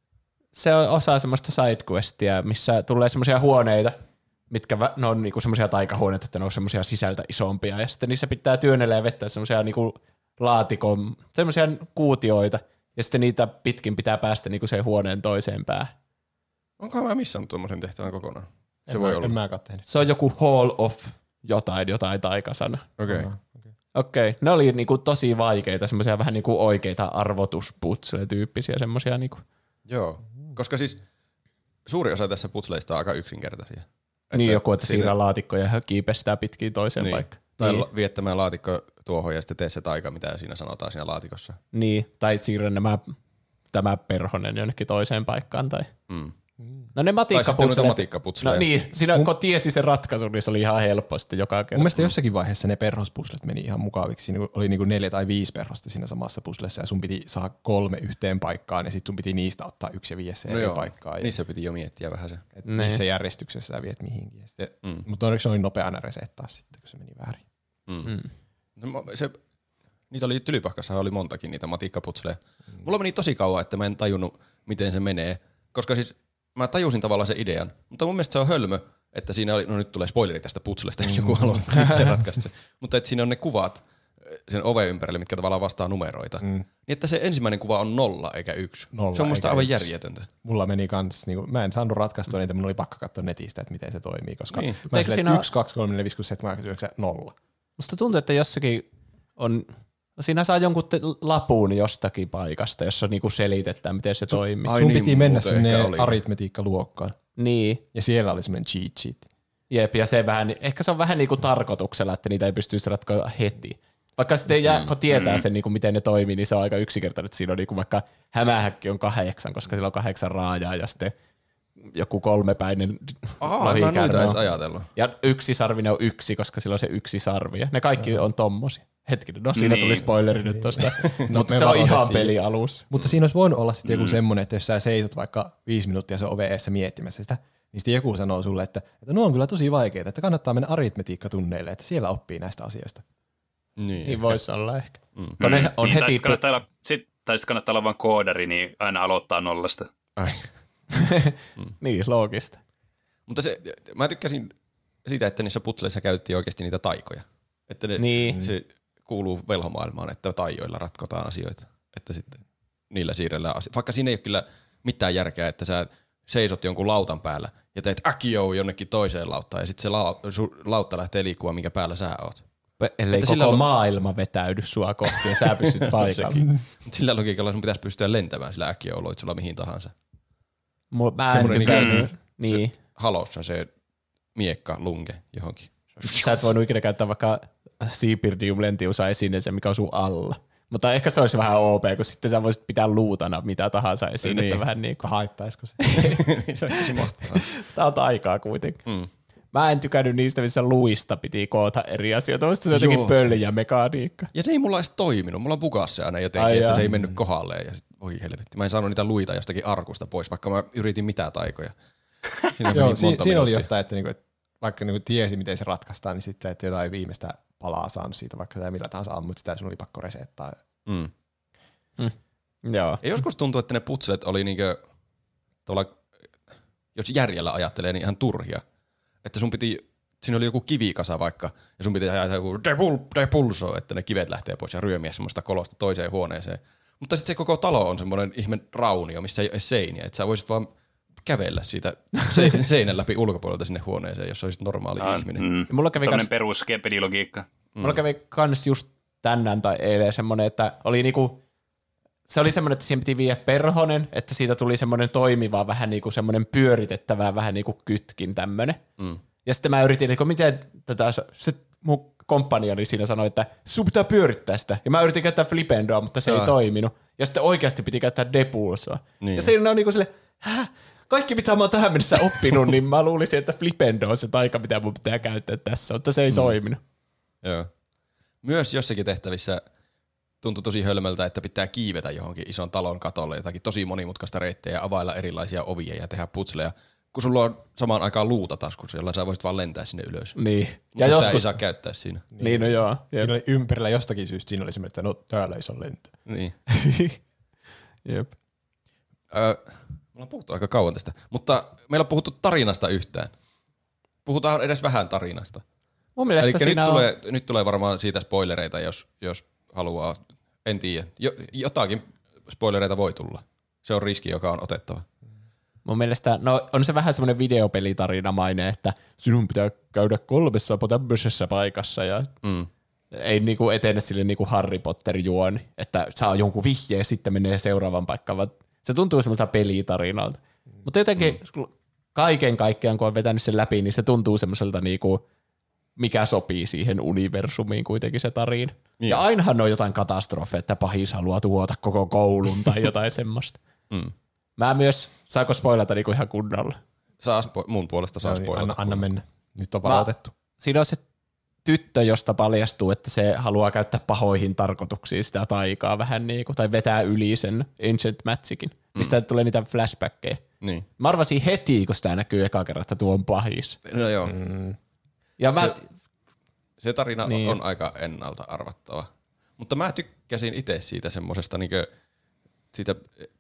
Se on osa semmoista sidequestia, missä tulee semmoisia huoneita, mitkä ne on niinku semmoisia taikahuoneita, että ne on semmoisia sisältä isompia. Ja sitten niissä pitää työnnellä ja vettää semmoisia niinku laatikon, semmoisia kuutioita. Ja sitten niitä pitkin pitää päästä niinku sen huoneen toiseen päähän. Onko mä missannut tuommoisen tehtävän kokonaan? Se en voi mä, olla. En mäkään tehnyt. Se on joku Hall of jotain, jotain taikasana. Okei. Okay. Okei. Okay. Ne oli niinku tosi vaikeita, semmoisia vähän niinku oikeita arvotusputsle-tyyppisiä semmoisia niinku. Joo. Koska siis suuri osa tässä putsleista on aika yksinkertaisia. Että niin joku, että siirrää laatikkoja ja kiipestää pitkin toiseen niin. paikkaan. Tai niin. viettämään laatikko tuohon ja sitten tee se taika, mitä siinä sanotaan siinä laatikossa. Niin, tai siirrä nämä, tämä perhonen jonnekin toiseen paikkaan. Tai... Mm. No ne matikkaputsleja. No niin, siinä kun tiesi sen ratkaisun, niin se oli ihan helppo sitten joka kerta. Mun mielestä jossakin vaiheessa ne perhospuslet meni ihan mukaviksi. Siinä oli niinku neljä tai viisi perhosta siinä samassa puslessa ja sun piti saada kolme yhteen paikkaan ja sitten sun piti niistä ottaa yksi ja viiä se no eri paikkaan. Ja niissä piti jo miettiä vähän se. Et missä järjestyksessä sä viet mihinkin. Sitten, mm. Mutta onneksi oli nopeana resettaa sitten, kun se meni väärin. Mm. Mm. No, se, niitä oli Tylypahkassa oli montakin niitä matikkaputsleja. Mm. Mulla meni tosi kauan, että mä en tajunnut, miten se menee. Koska siis mä tajusin tavallaan sen idean, mutta mun mielestä se on hölmö, että siinä oli, no nyt tulee spoileri tästä putslesta, jos joku haluaa itse ratkaista. Mutta että siinä on ne kuvat sen oven ympärille, mitkä tavallaan vastaa numeroita. Mm. Niin että se ensimmäinen kuva on nolla eikä yksi. Nolla se on musta aivan yksi. Järjetöntä. Mulla meni kans, niin kuin, mä en saanut ratkaistua niitä, mun oli pakko katsoa netistä, että miten se toimii, koska niin. Mä silleen, siinä... yksi, kaksi, kolme, neljä, viisi, kuusi, seitsemän, kahdeksan, yhdeksän, nolla. Musta tuntuu, että jossakin on... Siinä saa jonkun te- lapun jostakin paikasta, jossa niinku selitetään, miten se toimii. Ai sun niin, piti mennä sinne aritmetiikkaluokkaan. Niin. Ja siellä oli semmoinen cheat sheet. Jep, ja se vähän, ehkä se on vähän niinku tarkoituksella, että niitä ei pystyisi ratkoa heti. Vaikka sitten jää, kun tietää sen, niinku, miten ne toimii, niin se on aika yksinkertainen, että siinä on niinku vaikka hämähäkki on kahdeksan, koska sillä on kahdeksan raajaa ja sitten joku kolmepäinen lohikärme. Ja yksisarvinen on yksi, koska sillä on se yksi sarvi. Ja ne kaikki on tommosia. Hetkinen, no siinä niin. tuli spoileri nyt tosta. No, mutta se on ihan peli alussa. Mutta siinä olisi voinut olla sitten joku mm. semmoinen, että jos sä seisot vaikka viisi minuuttia se ove eessä miettimässä sitä, niin sitten joku sanoo sulle, että, että nuo on kyllä tosi vaikeita, että kannattaa mennä aritmetiikkatunneille, että siellä oppii näistä asioista. Niin, niin voisi olla ehkä. Mm. No ne on niin, heti... Tai sitten olla, sit, sit kannattaa olla vain koodari, niin aina aloittaa nollasta. mm. Niin, loogista. Mutta se, mä tykkäsin siitä, että niissä putsleissa käytettiin oikeasti niitä taikoja. Että ne, niin. se kuuluu velhomaailmaan, että taijoilla ratkotaan asioita. Että sitten niillä siirrellään asioita. Vaikka siinä ei ole kyllä mitään järkeä, että sä seisot jonkun lautan päällä ja teet äkiou jonnekin toiseen lauttaan ja sitten se la- lautta lähtee liikkumaan, minkä päällä sä oot. Ellei Että koko sillä lo- maailma vetäydy sua kohti ja sä pysyt paikalla. Sillä logiikalla sun pitäisi pystyä lentämään sillä äkiou-loitsulla mihin tahansa. Mä en Semmoinen tykännyt. niinku- Niin. Halossa se miekka lunge johonkin. Sä et voinut ikinä käyttää vaikka Seabirdium lentiusa esineeseen, mikä on sun alla. Mutta ehkä se olisi vähän O P, kun sitten sä voisit pitää luutana mitä tahansa esinettä Niin. vähän niin kuin. Haittaisiko se? Se on tosi mahtavaa. Tää on aikaa kuitenkin. Mm. Mä en tykännyt niistä, missä luista piti koota eri asioita. Mielestäni se on jotenkin Joo. pöljä mekaniikka. Ja ne ei mulla edes toiminut. Mulla bugas se aina jotenkin, Ai että jaa. se ei mennyt kohdalleen. Ja sit, voi helvetti. Mä en saanut niitä luita jostakin arkusta pois, vaikka mä yritin mitä taikoja. Siinä meni Joo, si- monta siinä oli minuuttia. jotain, että niinku, et vaikka niinku tiesi, miten se ratkaistaan, niin sitten et jotain viimeistä palaa saanut siitä, vaikka sä millä tahansa ammut sitä, sun oli pakko resettaa. Mm. Joo. Ja joskus tuntuu, että ne putselet oli niinkö, tuolla, jos järjellä ajattelee, niin ihan turhia. Että sun piti, siinä oli joku kivikasa vaikka, ja sun piti ajatella joku depul, depulso, että ne kivet lähtee pois ja ryömiä semmoista kolosta toiseen huoneeseen. Mutta sitten se koko talo on semmoinen ihme raunio, missä ei ole seiniä, että sä voisit vaan kävellä siitä se, seinän läpi ulkopuolelta sinne huoneeseen, jos olisit normaali Ah, ihminen. mm. Mulla kävi Tällainen kans- perus pelilogiikka. Mulla kävi kans just tänään tai eilen semmonen, että oli niinku, se oli semmoinen, että siihen piti viedä perhonen, että siitä tuli semmoinen toimiva, vähän niinku semmoinen pyöritettävä, vähän niinku kytkin tämmönen. Mm. Ja sitten mä yritin, että miten tätä, se mun komppanioni siinä sanoi, että sun pitää pyörittää sitä. Ja mä yritin käyttää flipendoa, mutta se Joo. ei toiminut. Ja sitten oikeasti piti käyttää depulsoa. Niin. Ja siinä on niinku sille, häh? Kaikki mitä mä oon tähän mennessä oppinut, niin mä luulisin, että flipendo on se taika, mitä mun pitää käyttää tässä, mutta se ei mm. toiminut. Joo. Myös jossakin tehtävissä tuntui tosi hölmöltä, että pitää kiivetä johonkin ison talon katolle jotakin tosi monimutkaista reittejä ja availla erilaisia ovia ja tehdä putsleja, kun sulla on samaan aikaan luuta taskussa, jolla sä voisit vaan lentää sinne ylös. Niin. Mutta Ja sitä joskus, ei saa käyttää siinä. niin, niin no joo. Jep. Siinä oli ympärillä jostakin syystä, siinä oli semmoinen, että no täällä ei saa lentää. Niin. Jep. Öö, me ollaan puhuttu aika kauan tästä, mutta meillä on puhuttu tarinasta yhtään. Puhutaan edes vähän tarinasta. Mun mielestä Eli nyt siinä on, tulee, nyt tulee varmaan siitä spoilereita, jos, jos haluaa. En tiedä. Jo, jotakin spoilereita voi tulla. Se on riski, joka on otettava. mun mielestä, no on se vähän semmoinen videopelitarinamainen, että sinun pitää käydä kolmessa tämmöisessä paikassa ja Mm. ei niinku etene sille niinku Harry Potter-juoni, että saa jonkun vihjeen ja sitten menee seuraavan paikkaan, vaan se tuntuu semmoilta pelitarinalta. Mm. Mutta jotenkin mm. kaiken kaikkiaan, kun on vetänyt sen läpi, niin se tuntuu semmoiselta niinku, mikä sopii siihen universumiin kuitenkin se tarina. Niin. Ja ainahan on jotain katastrofeja, että pahis haluaa tuota koko koulun tai jotain semmoista. Mm. Mä myös, saako spoilata niinku ihan kunnolla? Saa spo- mun puolesta saa No niin, spoilata. anna, anna mennä. Nyt on Mä- varoitettu. Siinä on se tyttö, josta paljastuu, että se haluaa käyttää pahoihin tarkoituksiin sitä taikaa vähän niin kuin, tai vetää yli sen Ancient Magikin, mistä mm. tulee niitä flashbackkejä. Niin. Mä arvasin heti, kun sitä näkyy eka kerran, että tuo on pahis. No joo. Mm. Ja mä, Se- Se tarina Niin. niin. on aika ennalta arvattava. Mutta mä tykkäsin itse siitä semmosesta niinkö siitä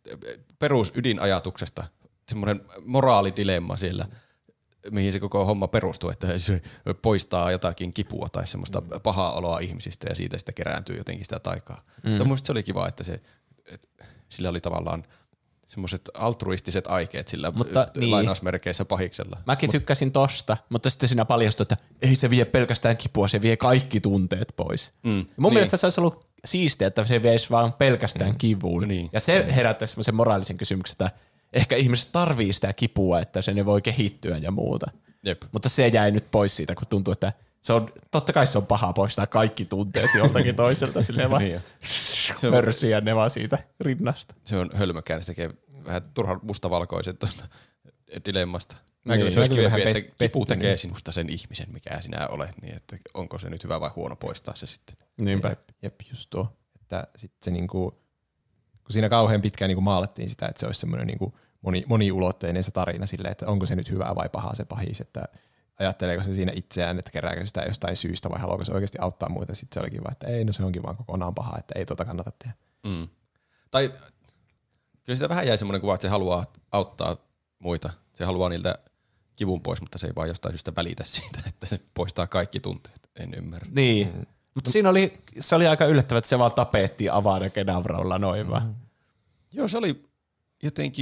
perusydinajatuksesta, semmoinen moraalidilemma siellä, mihin se koko homma perustuu, että se poistaa jotakin kipua tai semmoista mm. pahaa oloa ihmisistä ja siitä sitten kerääntyy jotenkin sitä taikaa. Mm. Mutta musta se oli kiva, että se, et, sillä oli tavallaan semmoiset altruistiset aikeet sillä Mutta Mutta, niin. lainausmerkeissä pahiksella. mäkin tykkäsin tosta, mutta sitten siinä paljastui, että ei se vie pelkästään kipua, se vie kaikki tunteet pois. Mm. Mun Niin. mielestä se olisi ollut siistiä, että se veisi vaan pelkästään mm. kivun. Niin. Ja se herättäisi semmoisen moraalisen kysymyksen, että ehkä ihmiset tarvii sitä kipua, että se ne voi kehittyä ja muuta. Jep. Mutta se jäi nyt pois siitä, kun tuntuu, että se on, totta kai se on paha poistaa kaikki tunteet joltakin toiselta, silleen vaan Niin. mörsiä ne vaan siitä rinnasta. Se on hölmökään, se tekee vähän turhan mustavalkoisen tuosta dilemmasta. Mä Niin, kyllä- se mä olisi kyllä kivempi, vähän että pet- kipu pettynyt. tekee sinusta sen ihmisen, mikä sinä olet, niin että onko se nyt hyvä vai huono poistaa se sitten. Niinpä. Jep, jep, just tuo. Että sit se niinku, kun siinä kauhean pitkään niinku maalattiin sitä, että se olisi semmoinen niinku moni, moniulotteinen se tarina silleen, että onko se nyt hyvä vai paha se pahis, että ajatteleeko se siinä itseään, että kerääkö sitä jostain syystä vai haluaako se oikeasti auttaa muita. Sitten se olikin vaan, että ei, no se onkin vaan kokonaan paha, että ei tuota kannata tehdä. Mm. Tai kyllä sitä vähän jäi semmoinen kuva, että se haluaa auttaa muita. Se haluaa niiltä kivun pois, mutta se ei vaan jostain syystä välitä siitä, että se poistaa kaikki tunteet. En ymmärrä. Niin. Mm. Mutta siinä oli, se oli aika yllättävää, että se vaan tapettiin Avada Kedavralla noin vaan. Joo, se oli jotenkin,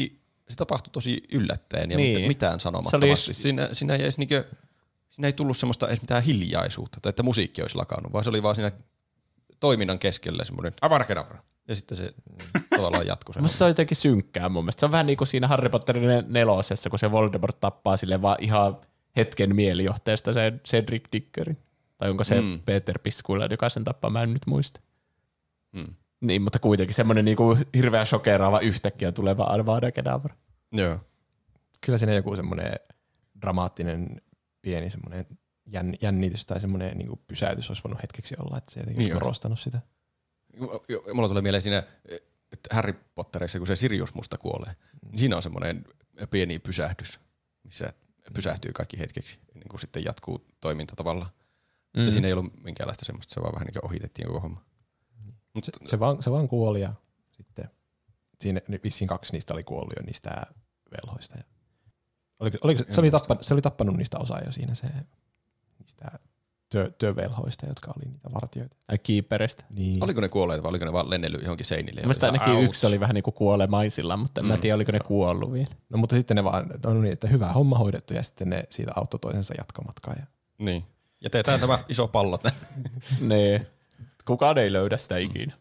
se tapahtui tosi yllättäen ja Niin. mitään sanomattomasti. oli- Siinä, siinä, ei edes niinkö, siinä ei tullut semmoista edes mitään hiljaisuutta, tai että musiikki olisi lakannut, vaan se oli vaan siinä toiminnan keskellä semmoinen avarakadabra. Ja sitten se tavallaan jatkui sen. Musta se on jotenkin synkkää mun mielestä. Se on vähän niin kuin siinä Harry Potterin nelosessa, kun se Voldemort tappaa sille vaan ihan hetken mielijohteesta sen Cedric Diggorin. Tai onko se Mm. Peter Piskuilla, joka sen tappaa, mä en nyt muista. Hmm. Niin, mutta kuitenkin semmoinen niinku hirveän shokeraava yhtäkkiä tuleva Avada Kedavra. Joo. Kyllä siinä joku semmoinen dramaattinen pieni semmoinen jänn, jännitys tai semmoinen niin kuin pysäytys olisi voinut hetkeksi olla, että se jotenkin Niin olisi olisi. korostanut sitä. Mulla tulee mieleen siinä, että Harry Potterissa, kun se Sirius Musta kuolee, niin siinä on semmoinen pieni pysähdys, missä pysähtyy kaikki hetkeksi, ennen kuin sitten jatkuu toiminta tavallaan. Mm. Mutta siinä ei ollut minkäänlaista semmoista, se vaan vähän niin kuin ohitettiin koko homma. Mut Se, se, vaan, se vaan kuoli ja sitten siinä vissiin kaksi niistä oli kuollut jo niistä velhoista. Ja oliko, oliko, se, se, oli tappanut, se oli tappanut niistä osaa jo siinä se, niistä työ, työvelhoista, jotka oli niitä vartijoita. Tai Keeperistä. Niin. Oliko ne kuolleet vai oliko ne vaan lennellyt johonkin seinille? Mielestäni ainakin Ouch. yksi oli vähän niin kuin kuolemaisilla, mutta en mm. mä tiedä, oliko ne kuollut vielä. No mutta sitten ne vaan on niin, että hyvä homma hoidettu ja sitten ne siitä auttoi toisensa jatkomatkaa. Ja Niin. Jätetään tämä iso pallo tänne. Nee. Kukaan ei löydä sitä ikinä.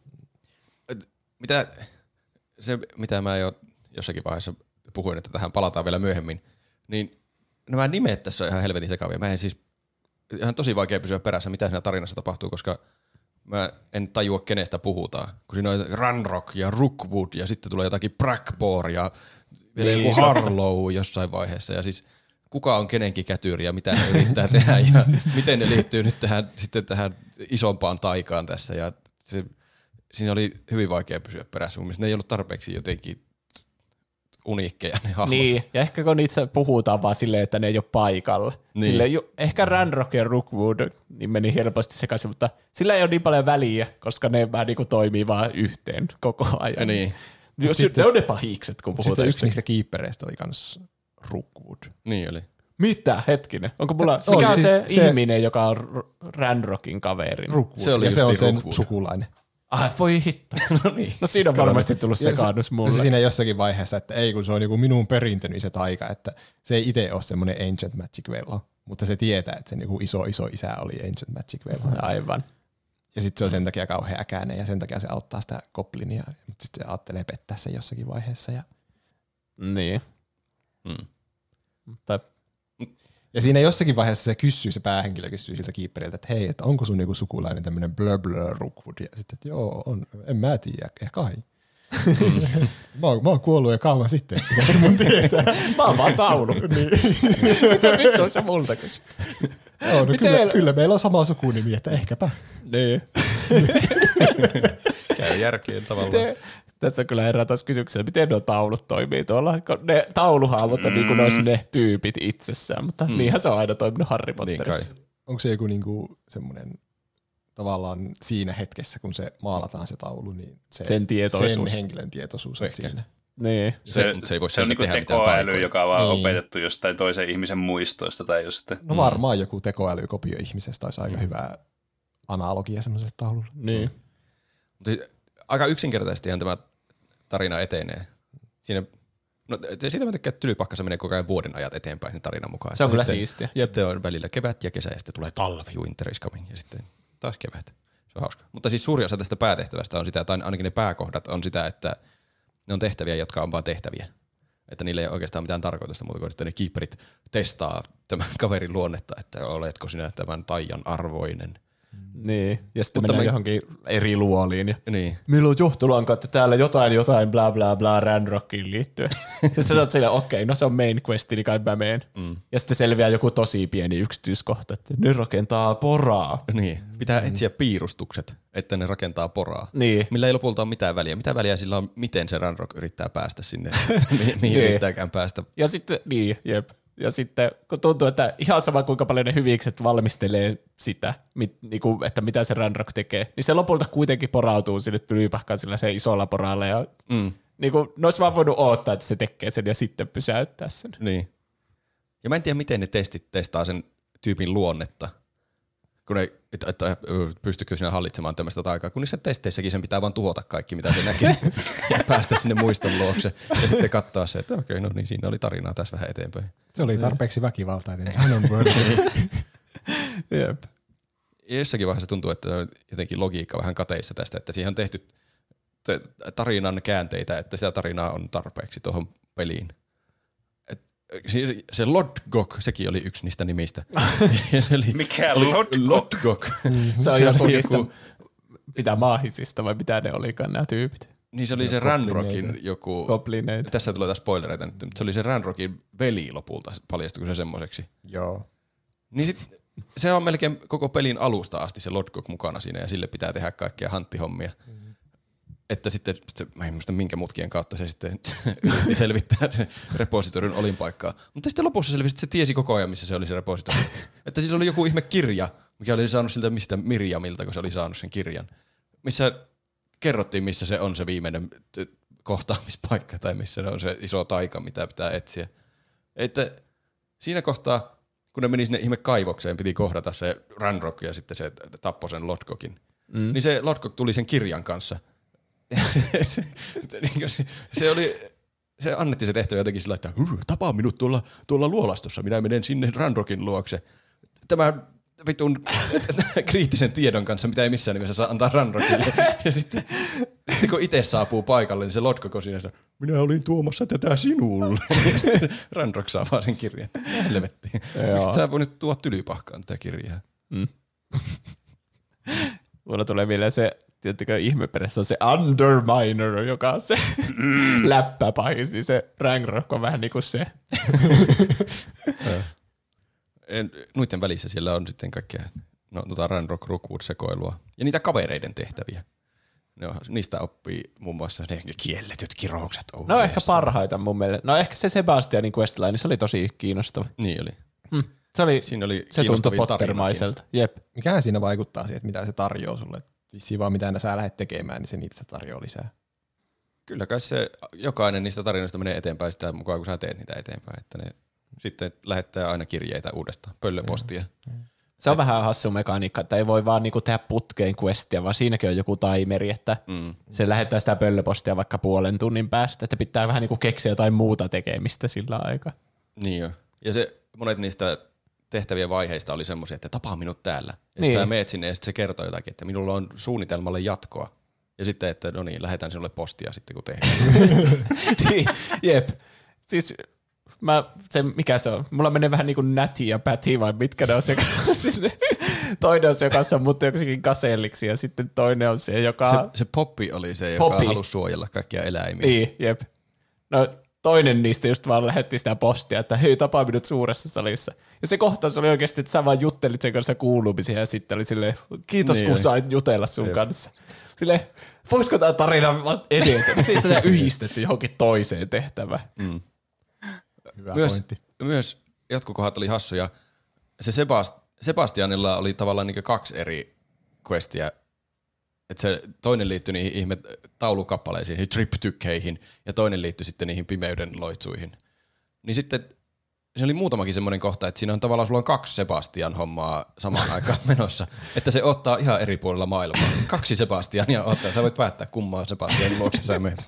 Mitä, se, mitä mä jo jossakin vaiheessa puhuin, että tähän palataan vielä myöhemmin, niin nämä nimet tässä on ihan helvetin sekavia. Mä en siis, ihan tosi vaikea pysyä perässä, mitä siinä tarinassa tapahtuu, koska mä en tajua, kenestä puhutaan. Kun siinä on Ranrock ja Rookwood ja sitten tulee jotakin Brackpore ja vielä Niin, joku Harlow jossain vaiheessa. Ja siis kuka on kenenkin kätyri ja mitä ne yrittää tehdä ja miten ne liittyy nyt tähän, sitten tähän isompaan taikaan tässä. Ja se, siinä oli hyvin vaikea pysyä perässä. Mun mielestä ne ei ollut tarpeeksi jotenkin uniikkeja ne hahmot. Niin, ja ehkä kun niitä puhutaan vaan silleen, että ne ei ole paikalla. Niin. Silleen, ju, ehkä Ranrock ja Rookwood niin meni helposti sekaisin, mutta sillä ei ole niin paljon väliä, koska ne vähän niin kuin toimii vaan yhteen koko ajan. Niin. Jos Sitten- ne on ne pahikset, kun puhutaan. sitten yksi jostakin. niistä kiippereistä oli kans Rookwood. Niin oli. Mitä? Hetkinen. Onko mulla, Se- mikä on on siis se, se- ihminen, joka on R- Ranrockin kaveri? Rookwood. Se oli ja se on justiin sen Rookwood. sukulainen. Ah, voi hitto. no, niin. no siinä on varmasti tullut Ja se- sekaannus ja mulle. se siinä jossakin vaiheessa, että ei kun se on niinku minun perintöni se taika, että se ei itse ole semmoinen Ancient Magic-velho, mutta se tietää, että sen niinku iso iso isä oli Ancient Magic-velho. Aivan. Ja sitten se on sen takia kauhean äkäinen ja sen takia se auttaa sitä goblinia, mutta sitten se ajattelee pettää sen jossakin vaiheessa. Ja, Niin. Hmm. Mutta ja siinä jossakin vaiheessa se kysyy, se päähenkilö kysyy siltä kiipperiltä, että hei, että onko sun niinku sukulainen tämmöinen blö blö Rookwood? Ja sitten, että joo, on, en mä tiedä, ehkä kai. mä, oon, mä oon kuollut jo kauan sitten, mitä mun tietää. mä oon vaan taulu. niin. Mitä vittua se multa kysyy? Joo, no Miten- kyllä, kyllä meillä on sama sukunimi, että ehkäpä. Niin. Käy järkeen tavallaan. Miten, tässä kyllä herää taas kysymyksiä, miten nuo taulut toimii tuolla. Kun ne tauluhahmot on mm. niin kuin ne olisi ne tyypit itsessään, mutta mm. niinhän se on aina toiminut Harry Potterissa. Niin Onko se joku niinku semmoinen tavallaan siinä hetkessä, kun se maalataan se taulu, niin se, Sen tietoisuus. sen henkilön tietoisuus on Ehkä. siinä. Niin. Se, Se, se ei voi se on sieltä niinku tehdä mitään tekoäly, taikoja. joka on vaan Niin. opetettu jostain toisen ihmisen muistoista tai jos sitten... No varmaan joku tekoälykopio ihmisestä olisi aika hyvä analogia semmoiselle taululle. Niin. Mutta siis aika yksinkertaisestihan tämä tarina etenee. Siinä, no, te- siitä mä tykkään, että Tylypakkassa menee koko ajan vuoden ajat eteenpäin sen tarinan mukaan. Se on Että kyllä sitten- siistiä. Sitten on välillä kevät ja kesä ja sitten tulee talvi, winter is coming ja sitten taas kevät. Se on hauska. Mutta siis suuri osa tästä päätehtävästä on sitä, tai ainakin ne pääkohdat on sitä, että ne on tehtäviä, jotka on vaan tehtäviä. Että niillä ei ole oikeastaan mitään tarkoitusta muuta kuin, että ne keeperit testaa tämän kaverin luonnetta, että oletko sinä tämän taian arvoinen. Niin. Ja sitten Mutta mennään me- johonkin eri luoliin. Ja Niin. meillä on johtolanka, että täällä jotain, jotain, bla bla bla, Ranrockiin liittyen. ja sitten sä oot silleen, okei, no se on main questi, niin kai mä meen. Mm. Ja sitten selviää joku tosi pieni yksityiskohta, että ne rakentaa poraa. Niin. Pitää etsiä piirustukset, että ne rakentaa poraa. Niin. Millä ei lopulta ole mitään väliä. Mitä väliä sillä on, miten se Ranrock yrittää päästä sinne, mihin Niin. yrittääkään päästä. Ja sitten, niin, jep. Ja sitten kun tuntuu, että ihan sama kuinka paljon ne hyvikset valmistelee sitä, mit, niinku, että mitä se Ranrock tekee, niin se lopulta kuitenkin porautuu sinne Tylypahkaan sillä se isolla poralla. Ja Mm. niinku, ne olisi vaan voinut odottaa, että se tekee sen ja sitten pysäyttää sen. Niin. Ja mä en tiedä, miten ne testit testaa sen tyypin luonnetta, kun ei, että, että pystykö sinä hallitsemaan tämmöistä taikaa, kun niissä testeissäkin sen pitää vaan tuhota kaikki, mitä se näki, ja päästä sinne muiston luokse, ja sitten katsoa se, että okei, no niin, siinä oli tarinaa tässä vähän eteenpäin. Se oli tarpeeksi väkivaltainen, sanon Jep. Jossakin vaiheessa tuntuu, että on jotenkin logiikka vähän kateissa tästä, että siihen on tehty tarinan käänteitä, että sitä tarinaa on tarpeeksi tuohon peliin. Et se Lodgok, sekin oli yksi niistä nimistä. Se oli, Mikä Lodgok? Lodgok. Se on joku niistä, mitä maahisista vai mitä ne olikaan nämä tyypit. Niin se oli no, se Ranrockin joku... Goblineita. Tässä tulee taas spoilereita nyt. Se oli se Ranrockin veli lopulta, paljastuiko se semmoiseksi. Joo. Niin sit, se on melkein koko pelin alusta asti se Lodgok mukana siinä ja sille pitää tehdä kaikkia hanttihommia. Mm. Että sitten, sitten, mä en muista minkä mutkien kautta se sitten yritti selvittää sen repositorin olinpaikkaa. Mutta sitten lopussa selvisi, että se tiesi koko ajan, missä se oli se repositori. Että sillä oli joku ihme kirja, mikä oli saanut siltä mistä Mirjamilta, kun se oli saanut sen kirjan. Missä kerrottiin, missä se on se viimeinen kohtaamispaikka tai missä on se iso taika, mitä pitää etsiä. Että siinä kohtaa, kun ne meni sinne ihme kaivokseen, piti kohdata se Ranrock ja sitten se tappoi sen Lodgokin. Mm. Niin se Lodgok tuli sen kirjan kanssa. se, se, se, se oli, se annettiin se tehtävä jotenkin sillä, että tapaa minut tuolla, tuolla luolastossa, minä menen sinne Ranrockin luokse. Tämä vitun kriittisen tiedon kanssa, mitä ei missään nimessä saa antaa Ranrockille. Ja sitten, sitten kun itse saapuu paikalle, niin se Lodgok on siinä, minä olin tuomassa tätä sinulle. Ranrock saa vaan sen kirjan. Helvettiin. Miksi sä voinut tuoda Tylypahkaan tätä kirjaa? Mm. Mulla tulee vielä se, tiettikö ihmeperässä on se Underminer, joka on se mm. läppäpahis, niin se Ranrock on vähän niin kuin se. Noiden välissä siellä on sitten kaikkea no, tota Ranrock Rookwood-sekoilua ja niitä kavereiden tehtäviä. No, niistä oppii muun muassa ne kielletyt kiroukset. Oh, no ehkä parhaita mun mielestä. No ehkä se Sebastianin questline, se oli tosi kiinnostava. Niin oli. Mm. Se, oli, siinä oli se tuntui pottermaiselta. Jep. Mikähän siinä vaikuttaa siihen, että mitä se tarjoaa sulle? Vissiin vaan mitä sä lähdet tekemään, niin se niitä tarjoaa lisää. Kyllä kai se jokainen niistä tarinoista menee eteenpäin sitä mukaan, kun sä teet niitä eteenpäin. Että ne sitten lähettää aina kirjeitä uudestaan, pöllöpostia. Mm. Mm. Se on vähän hassu mekaniikka, että ei voi vaan niinku tehdä putkeen questia, vaan siinäkin on joku timeri, että mm. se lähettää sitä pöllöpostia vaikka puolen tunnin päästä, että pitää vähän niinku keksiä jotain muuta tekemistä sillä aikaa. Niin jo. Ja se, monet niistä tehtävien vaiheista oli semmoisia, että tapaa minut täällä. Ja niin. sitten sä meet sinne ja sitten se kertoo jotakin, että minulla on suunnitelmalle jatkoa. Ja sitten, että no niin, lähetän sinulle postia sitten kun tehdään. niin, jep. Siis mä, se, mikä se on? Mulla menee vähän niin kuin Näti ja Päti vai mitkä ne on se, sinne. Toinen on se, joka on sammuttu joksikin kaselliksi ja sitten toinen on se, joka... Se, se Poppi oli se, joka Poppy. halusi suojella kaikkia eläimiä. Niin, jep. No toinen niistä just vaan lähetti sitä postia, että hei, tapaa minut suuressa salissa. Ja se kohtaus oli oikeasti, että sä vaan juttelit sen kanssa kuulumisia ja sitten oli silleen, kiitos niin kun oli. Sain jutella sun jep. kanssa. Silleen, voisiko tämä tarina vaan edetä? Siitä tätä yhdistetty johonkin toiseen tehtävään. Mm. Hyvä myös, pointti. Myös jotkut kohdat oli hassuja. Se Sebast- Sebastianilla oli tavallaan niin kaksi eri questia. Että se toinen liittyi niihin ihme taulukappaleisiin, niihin triptykkeihin, ja toinen liittyi sitten niihin pimeyden loitsuihin. Niin sitten se oli muutamakin semmoinen kohta, että siinä on tavallaan sulla on kaksi Sebastian hommaa samaan aikaan menossa, että se ottaa ihan eri puolilla maailmaa. Kaksi Sebastiania ottaa, sä voit päättää kummaa Sebastianin luokse sä menet.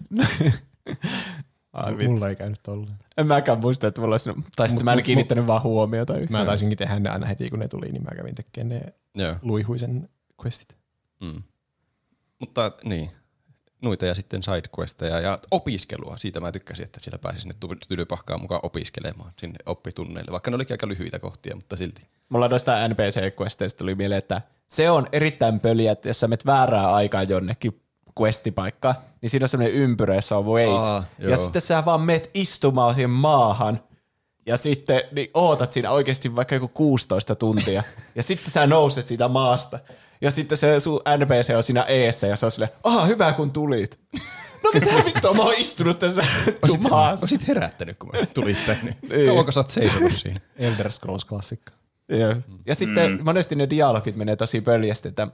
Ai, mulla ei käynyt tolleen. En mäkään muista, että mulla olisi, tai sitten mä en kiinnittänyt vaan huomiota yhtään. Mä taisinkin tehdä ne aina heti, kun ne tuli, niin mä kävin tekemään ne Joo. luihuisen questit. Mm. Mutta niin, noita ja sitten sidequesteja ja opiskelua. Siitä mä tykkäsin, että siellä pääsi sinne Tylypahkaan mukaan opiskelemaan sinne oppitunneille, vaikka ne olikin aika lyhyitä kohtia, mutta silti. Mulla noista N P C-questeista tuli mieleen, että se on erittäin pöliä, että jos sä menet väärää aikaa jonnekin questipaikkaan, niin siinä on semmoinen ympyrä, jossa on wait. Aa, ja sitten sä vaan meet istumaan siihen maahan, ja sitten niin ootat siinä oikeasti vaikka joku kuusitoista tuntia, ja sitten sä nouset siitä maasta, ja sitten se sun N P C on siinä eessä, ja se on silleen, aha, hyvä kun tulit. No mitä vittua, mä oon istunut tässä maassa. Osit herättänyt, kun mä tulit tänne. Kauanko sä oot seisonut siinä? Elder Scrolls-klassikko. Ja, ja sitten mm. monesti ne dialogit menee tosi pöljästi, että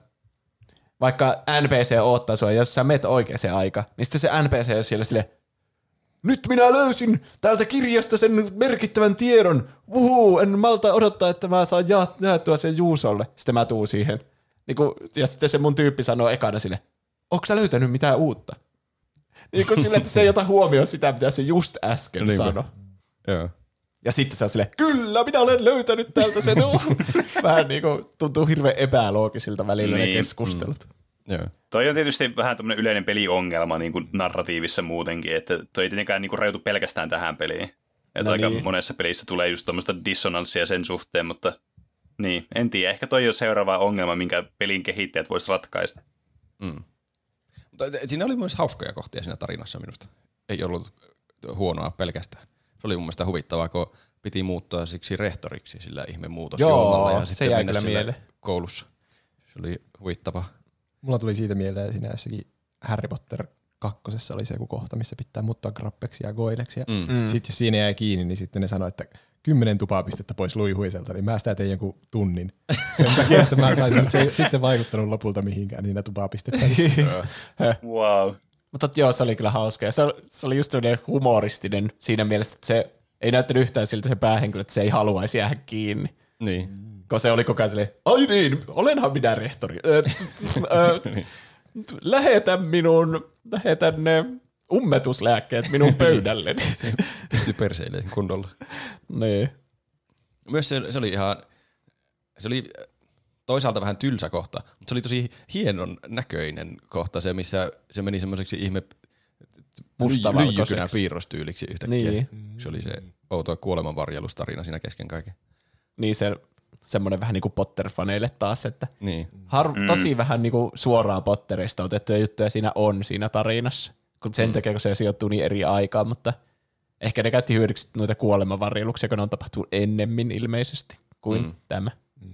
vaikka N P C oottaa sua, jos sä meet oikeaan aika, niin sitten se N P C on siellä silleen, nyt minä löysin täältä kirjasta sen merkittävän tiedon. Uhu, en malta odottaa, että mä saan ja- jaettua sen Juusolle. Sitten mä tuun siihen. Niin kun, ja sitten se mun tyyppi sanoo ekana sille, onko sä löytänyt mitään uutta? Niin kuin sille, että se ei ota huomioon sitä, mitä se just äsken Niinpä. sanoi. Joo. Ja sitten se on silleen, kyllä, minä olen löytänyt täältä sen. Vähän niin kuin tuntuu hirveän epäloogisilta välillä niin. ne keskustelut. Mm. Joo. Toi on tietysti vähän tämmöinen yleinen peliongelma niin kuin narratiivissa muutenkin, että toi ei tietenkään niin kuin rajoitu pelkästään tähän peliin. Että No aika niin. monessa pelissä tulee just tuommoista dissonanssia sen suhteen, mutta niin, en tiedä. Ehkä toi on seuraava ongelma, minkä pelin kehittäjät vois ratkaista. Mm. Mutta siinä oli myös hauskoja kohtia siinä tarinassa minusta. Ei ollut huonoa pelkästään. Se oli mun mielestä huvittavaa, kun piti muuttaa siksi rehtoriksi sillä ihme muutosjuomalla ja se sitten jäi mennä kyllä sillä mieleen. koulussa. Se oli huvittavaa. Mulla tuli siitä mieleen siinä jossakin Harry Potter kakkosessa oli se joku kohta, missä pitää muuttaa grappeksi ja goileksi. Ja Mm. mm. sitten jos siinä jäi kiinni, niin sitten ne sanoi, että kymmenen tupapistettä pois luihuiselta, niin mä sitä tein joku tunnin. Sen takia, että mä saisin, mutta se ei sitten vaikuttanut lopulta mihinkään niinä tupapistepelissä. Wow. Mutta joo, se oli kyllä hauska. Ja se, se oli just sellainen humoristinen siinä mielessä, että se ei näyttänyt yhtään siltä se päähenkilö, että se ei haluaisi jäädä kiinni. Niin. Kun se oli koko ajan silleen, ai niin, olenhan minä rehtori. Ö, ö, lähetä minun, lähetän ne ummetuslääkkeet minun pöydälleni. Pystyi perseilemään kunnolla. niin. Myös se, se oli ihan, se oli toisaalta vähän tylsä kohta, mutta se oli tosi hienon näköinen kohta, se missä se meni semmoiseksi ihme Mustavalkoiseksi. lyijykynä piirrostyyliksi yhtäkkiä. Niin. Se oli se outo kuolemanvarjelustarina siinä kesken kaiken. Niin se semmoinen vähän niin kuin Potter-faneille taas, että Niin. har- mm. tosi vähän niin kuin suoraan Potterista otettuja juttuja siinä on siinä tarinassa. Kun sen mm. takia, kun se sijoittuu niin eri aikaan, mutta ehkä ne käytti hyödyksi noita kuolemanvarjeluksia, kun ne on tapahtunut ennemmin ilmeisesti kuin Mm. tämä.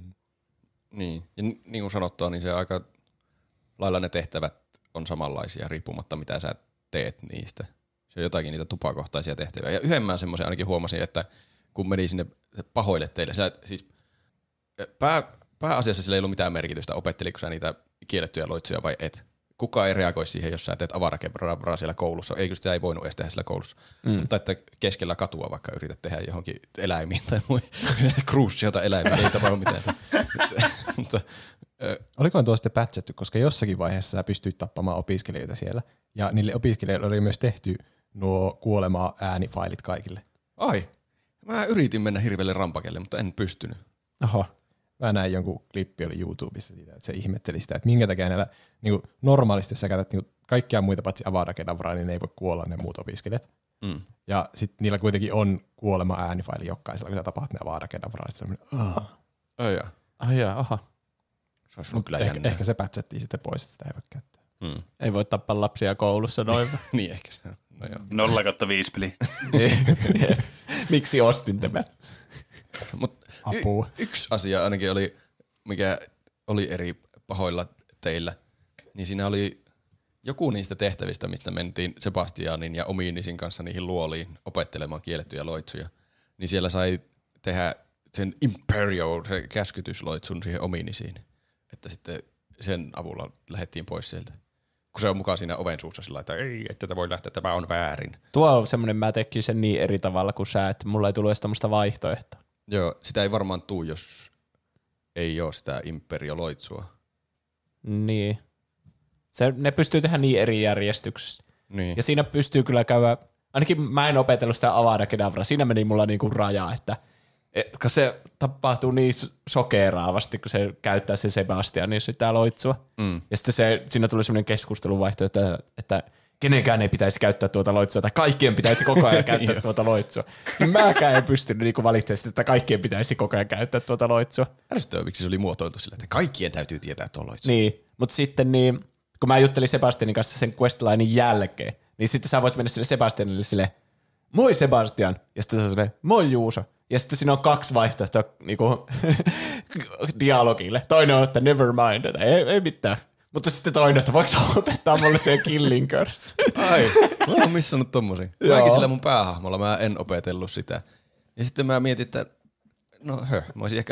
Niin. Ja n- niin kuin sanottua, niin se aika lailla ne tehtävät on samanlaisia riippumatta mitä sä teet niistä. Se on jotakin niitä tupakohtaisia tehtäviä. Ja yhden mä semmoisen ainakin huomasin, että kun meni sinne pahoille teille, sä, siis pää, pääasiassa sillä ei ollut mitään merkitystä, opetteliko sä niitä kiellettyjä loitsuja vai et. Kukaan ei reagoi siihen, jos sä teet avarakebraa siellä koulussa. Eikö sitä ei voinut edes tehdä siellä koulussa. Mm. Mutta että keskellä katua vaikka yrität tehdä johonkin eläimiin tai muihin. Cruciota eläimiä, ei tapahdu mitään. Mutta, Olikohan tuo sitten patchattu, koska jossakin vaiheessa sä pystyit tappamaan opiskelijoita siellä. Ja niille opiskelijoille oli myös tehty nuo kuolemaa äänifailit kaikille. ai, mä yritin mennä hirveelle rampakelle, mutta en pystynyt. Oho. Mä näin jonkun klippi oli YouTubessa siitä, että se ihmetteli sitä, että minkä takia näillä niin kuin normaalisti, jos sä käytät niin kuin kaikkia muita paitsi Avada Kedavraa, niin ne ei voi kuolla ne muut opiskelijat. Mm. Ja sitten niillä kuitenkin on kuolema äänifaili jokaisella, kun sä tapaat ne Avada Kedavraa. Ai jaa. Ai jaa, aha. Se olisi ollut kyllä Ehkä, jännää. ehkä se pätsättiin sitten pois, että sitä ei voi käyttää. Mm. Ei voi tappaa lapsia koulussa noin. niin ehkä se on. No joo. Nolla kautta viisi peli. Miksi ostin tämän? Mut Apua. Y- yksi asia ainakin oli, mikä oli eri pahoilla teillä, niin siinä oli joku niistä tehtävistä, mistä mentiin Sebastianin ja Ominisin kanssa niihin luoliin opettelemaan kiellettyjä loitsuja. Niin siellä sai tehdä sen Imperial, se käskytysloitsun siihen Ominisiin, että sitten sen avulla lähdettiin pois sieltä. Kun se on mukaan siinä oven suussa sillä että ei, että tätä voi lähteä, tämä on väärin. Tuo on semmoinen, mä tekin sen niin eri tavalla kuin sä, että mulla ei tullut edes tämmöistä vaihtoehtoa. Joo, sitä ei varmaan tuu, jos ei ole sitä Imperial-loitsua. Niin. Se, ne pystyy tehdä niin eri järjestyksessä. Niin. Ja siinä pystyy kyllä käydä, ainakin mä en opetellut sitä Avada Kedavraa, siinä meni mulla niinku raja, että kun se tapahtuu niin sokeraavasti, kun se käyttää se Sebastianin sitä loitsua. Mm. Ja sitten se, siinä tuli semmoinen keskusteluvaihtoehto, että, että kenenkään ei pitäisi käyttää tuota loitsua, tai kaikkien pitäisi koko ajan käyttää tuota loitsua. Niin mäkään en pystynyt niinku valitsemaan, että kaikkien pitäisi koko ajan käyttää tuota loitsua. Ärsyttävää, miksi se oli muotoiltu sillä, että kaikkien täytyy tietää tuo loitsu. Niin, mutta sitten niin, kun mä juttelin Sebastianin kanssa sen questlinein jälkeen, niin sitten sä voit mennä sille Sebastianille silleen, moi Sebastian, ja sitten se on silleen, moi Juuso. Ja sitten siinä on kaksi vaihtoehtoa niinku, dialogille. Toinen on, että never mind, että ei, ei mitään. Mutta sitten toinen, että voiko opettaa mulle sen killing curse? Ai, mä oon missannut tommosia. Mäkin sillä mun päähahmolla, mä en opetellut sitä. Ja sitten mä mietin, että no höh, mä olisin ehkä halunnut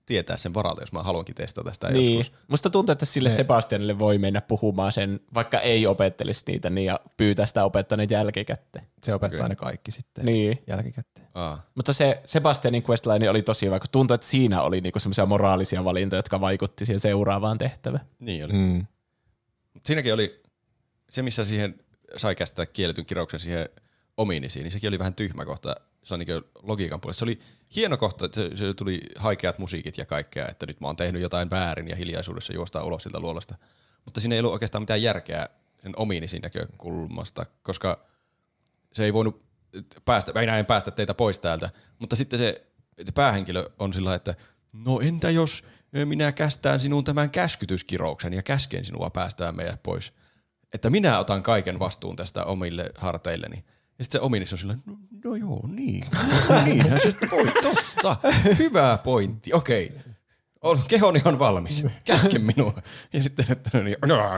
tietää sen varalta, jos mä haluankin testata sitä niin. joskus. Musta tuntuu, että sille ne. Sebastianille voi mennä puhumaan sen, vaikka ei opettelisi niitä, niin ja pyytää sitä opettaneen jälkikäteen. Se opettaa okay. ne kaikki sitten niin. jälkikäteen. Aa. Mutta se Sebastianin questline oli tosi vaikka tuntuu, että siinä oli niinku semmoisia moraalisia valintoja, jotka vaikutti siihen seuraavaan tehtävään. Niin oli. Mm. Siinäkin oli se, missä siihen sai käsittää kielletyn kirouksen siihen ominisiin, niin sekin oli vähän tyhmä kohta. Se on niin logiikan puolesta. Se oli hieno kohta, että se, se tuli haikeat musiikit ja kaikkea, että nyt mä oon tehnyt jotain väärin ja hiljaisuudessa juostaan ulos siltä luolasta. Mutta siinä ei ollut oikeastaan mitään järkeä sen ominisiin näkökulmasta, koska se ei voinut päästä, minä en päästä teitä pois täältä. Mutta sitten se päähenkilö on sillä, että no entä jos minä kästään sinun tämän käskytyskirouksen ja käsken sinua päästään meidät pois. Että minä otan kaiken vastuun tästä omille harteilleni. Ja sitten se ominis on sillä, no, no joo, niin. No, niinhän se voi, totta. Hyvä pointti, okei. Okay. Kehoni on valmis, käske minua. Ja sitten, että no niin,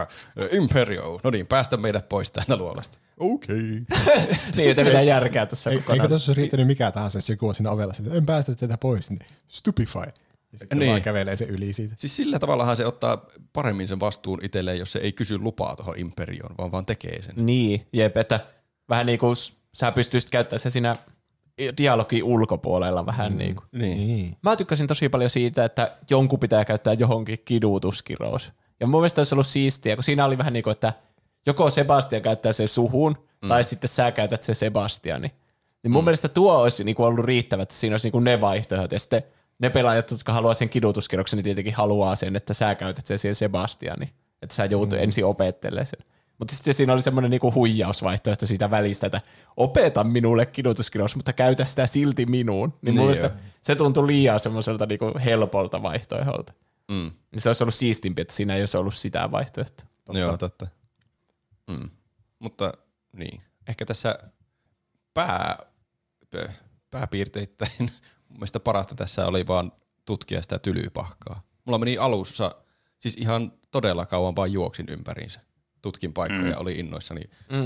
Imperio, no niin, päästä meidät pois täältä luolasta. Okei. Okay. Niin, joten mitään järkeä tuossa kokonaan. Eikö tuossa riittänyt mikään tahansa, jos joku on siinä ovella, sille, en päästä tätä pois, niin stupefy. Ja sitten niin. vaan kävelee se yli siitä. Siis sillä tavallahan se ottaa paremmin sen vastuun itselleen, jos se ei kysy lupaa tuohon Imperioon, vaan vaan tekee sen. Niin, jep, että vähän niin kuin sä pystyisit käyttämään se siinä dialogin ulkopuolella vähän mm. niin kuin. Niin. niin. Mä tykkäsin tosi paljon siitä, että jonkun pitää käyttää johonkin kidutuskirous. Ja mun mielestä olisi ollut siistiä, kun siinä oli vähän niin kuin, että joko Sebastian käyttää sen suhun, mm. tai sitten sä käytät sen Sebastiani. Niin mun mm. mielestä tuo olisi niin kuin ollut riittävä, että siinä olisi niin kuin ne vaihtoehdot. Ja sitten ne pelaajat, jotka haluaa sen kidutuskirjouksen, niin tietenkin haluaa sen, että sä käytät sen siihen Sebastiani. Että sä joutut mm. ensin opettelemaan sen. Mutta sitten siinä oli semmoinen niinku huijausvaihtoehto siitä välistä, että opeta minulle kidutuskirous, mutta käytä sitä silti minuun. Niin, niin mun mielestä se tuntui liian semmoiselta niinku helpolta vaihtoehdolta. Mm. Niin se olisi ollut siistimpi, että siinä ei olisi ollut sitä vaihtoehtoa. Totta. Joo, totta. Mm. Mutta niin, ehkä tässä pää, pääpiirteittäin mun mielestä parasta tässä oli vaan tutkia sitä tylypahkaa. Mulla meni alussa siis ihan todella kauan vaan juoksin ympäriinsä. Tutkin paikkoja, mm. oli innoissani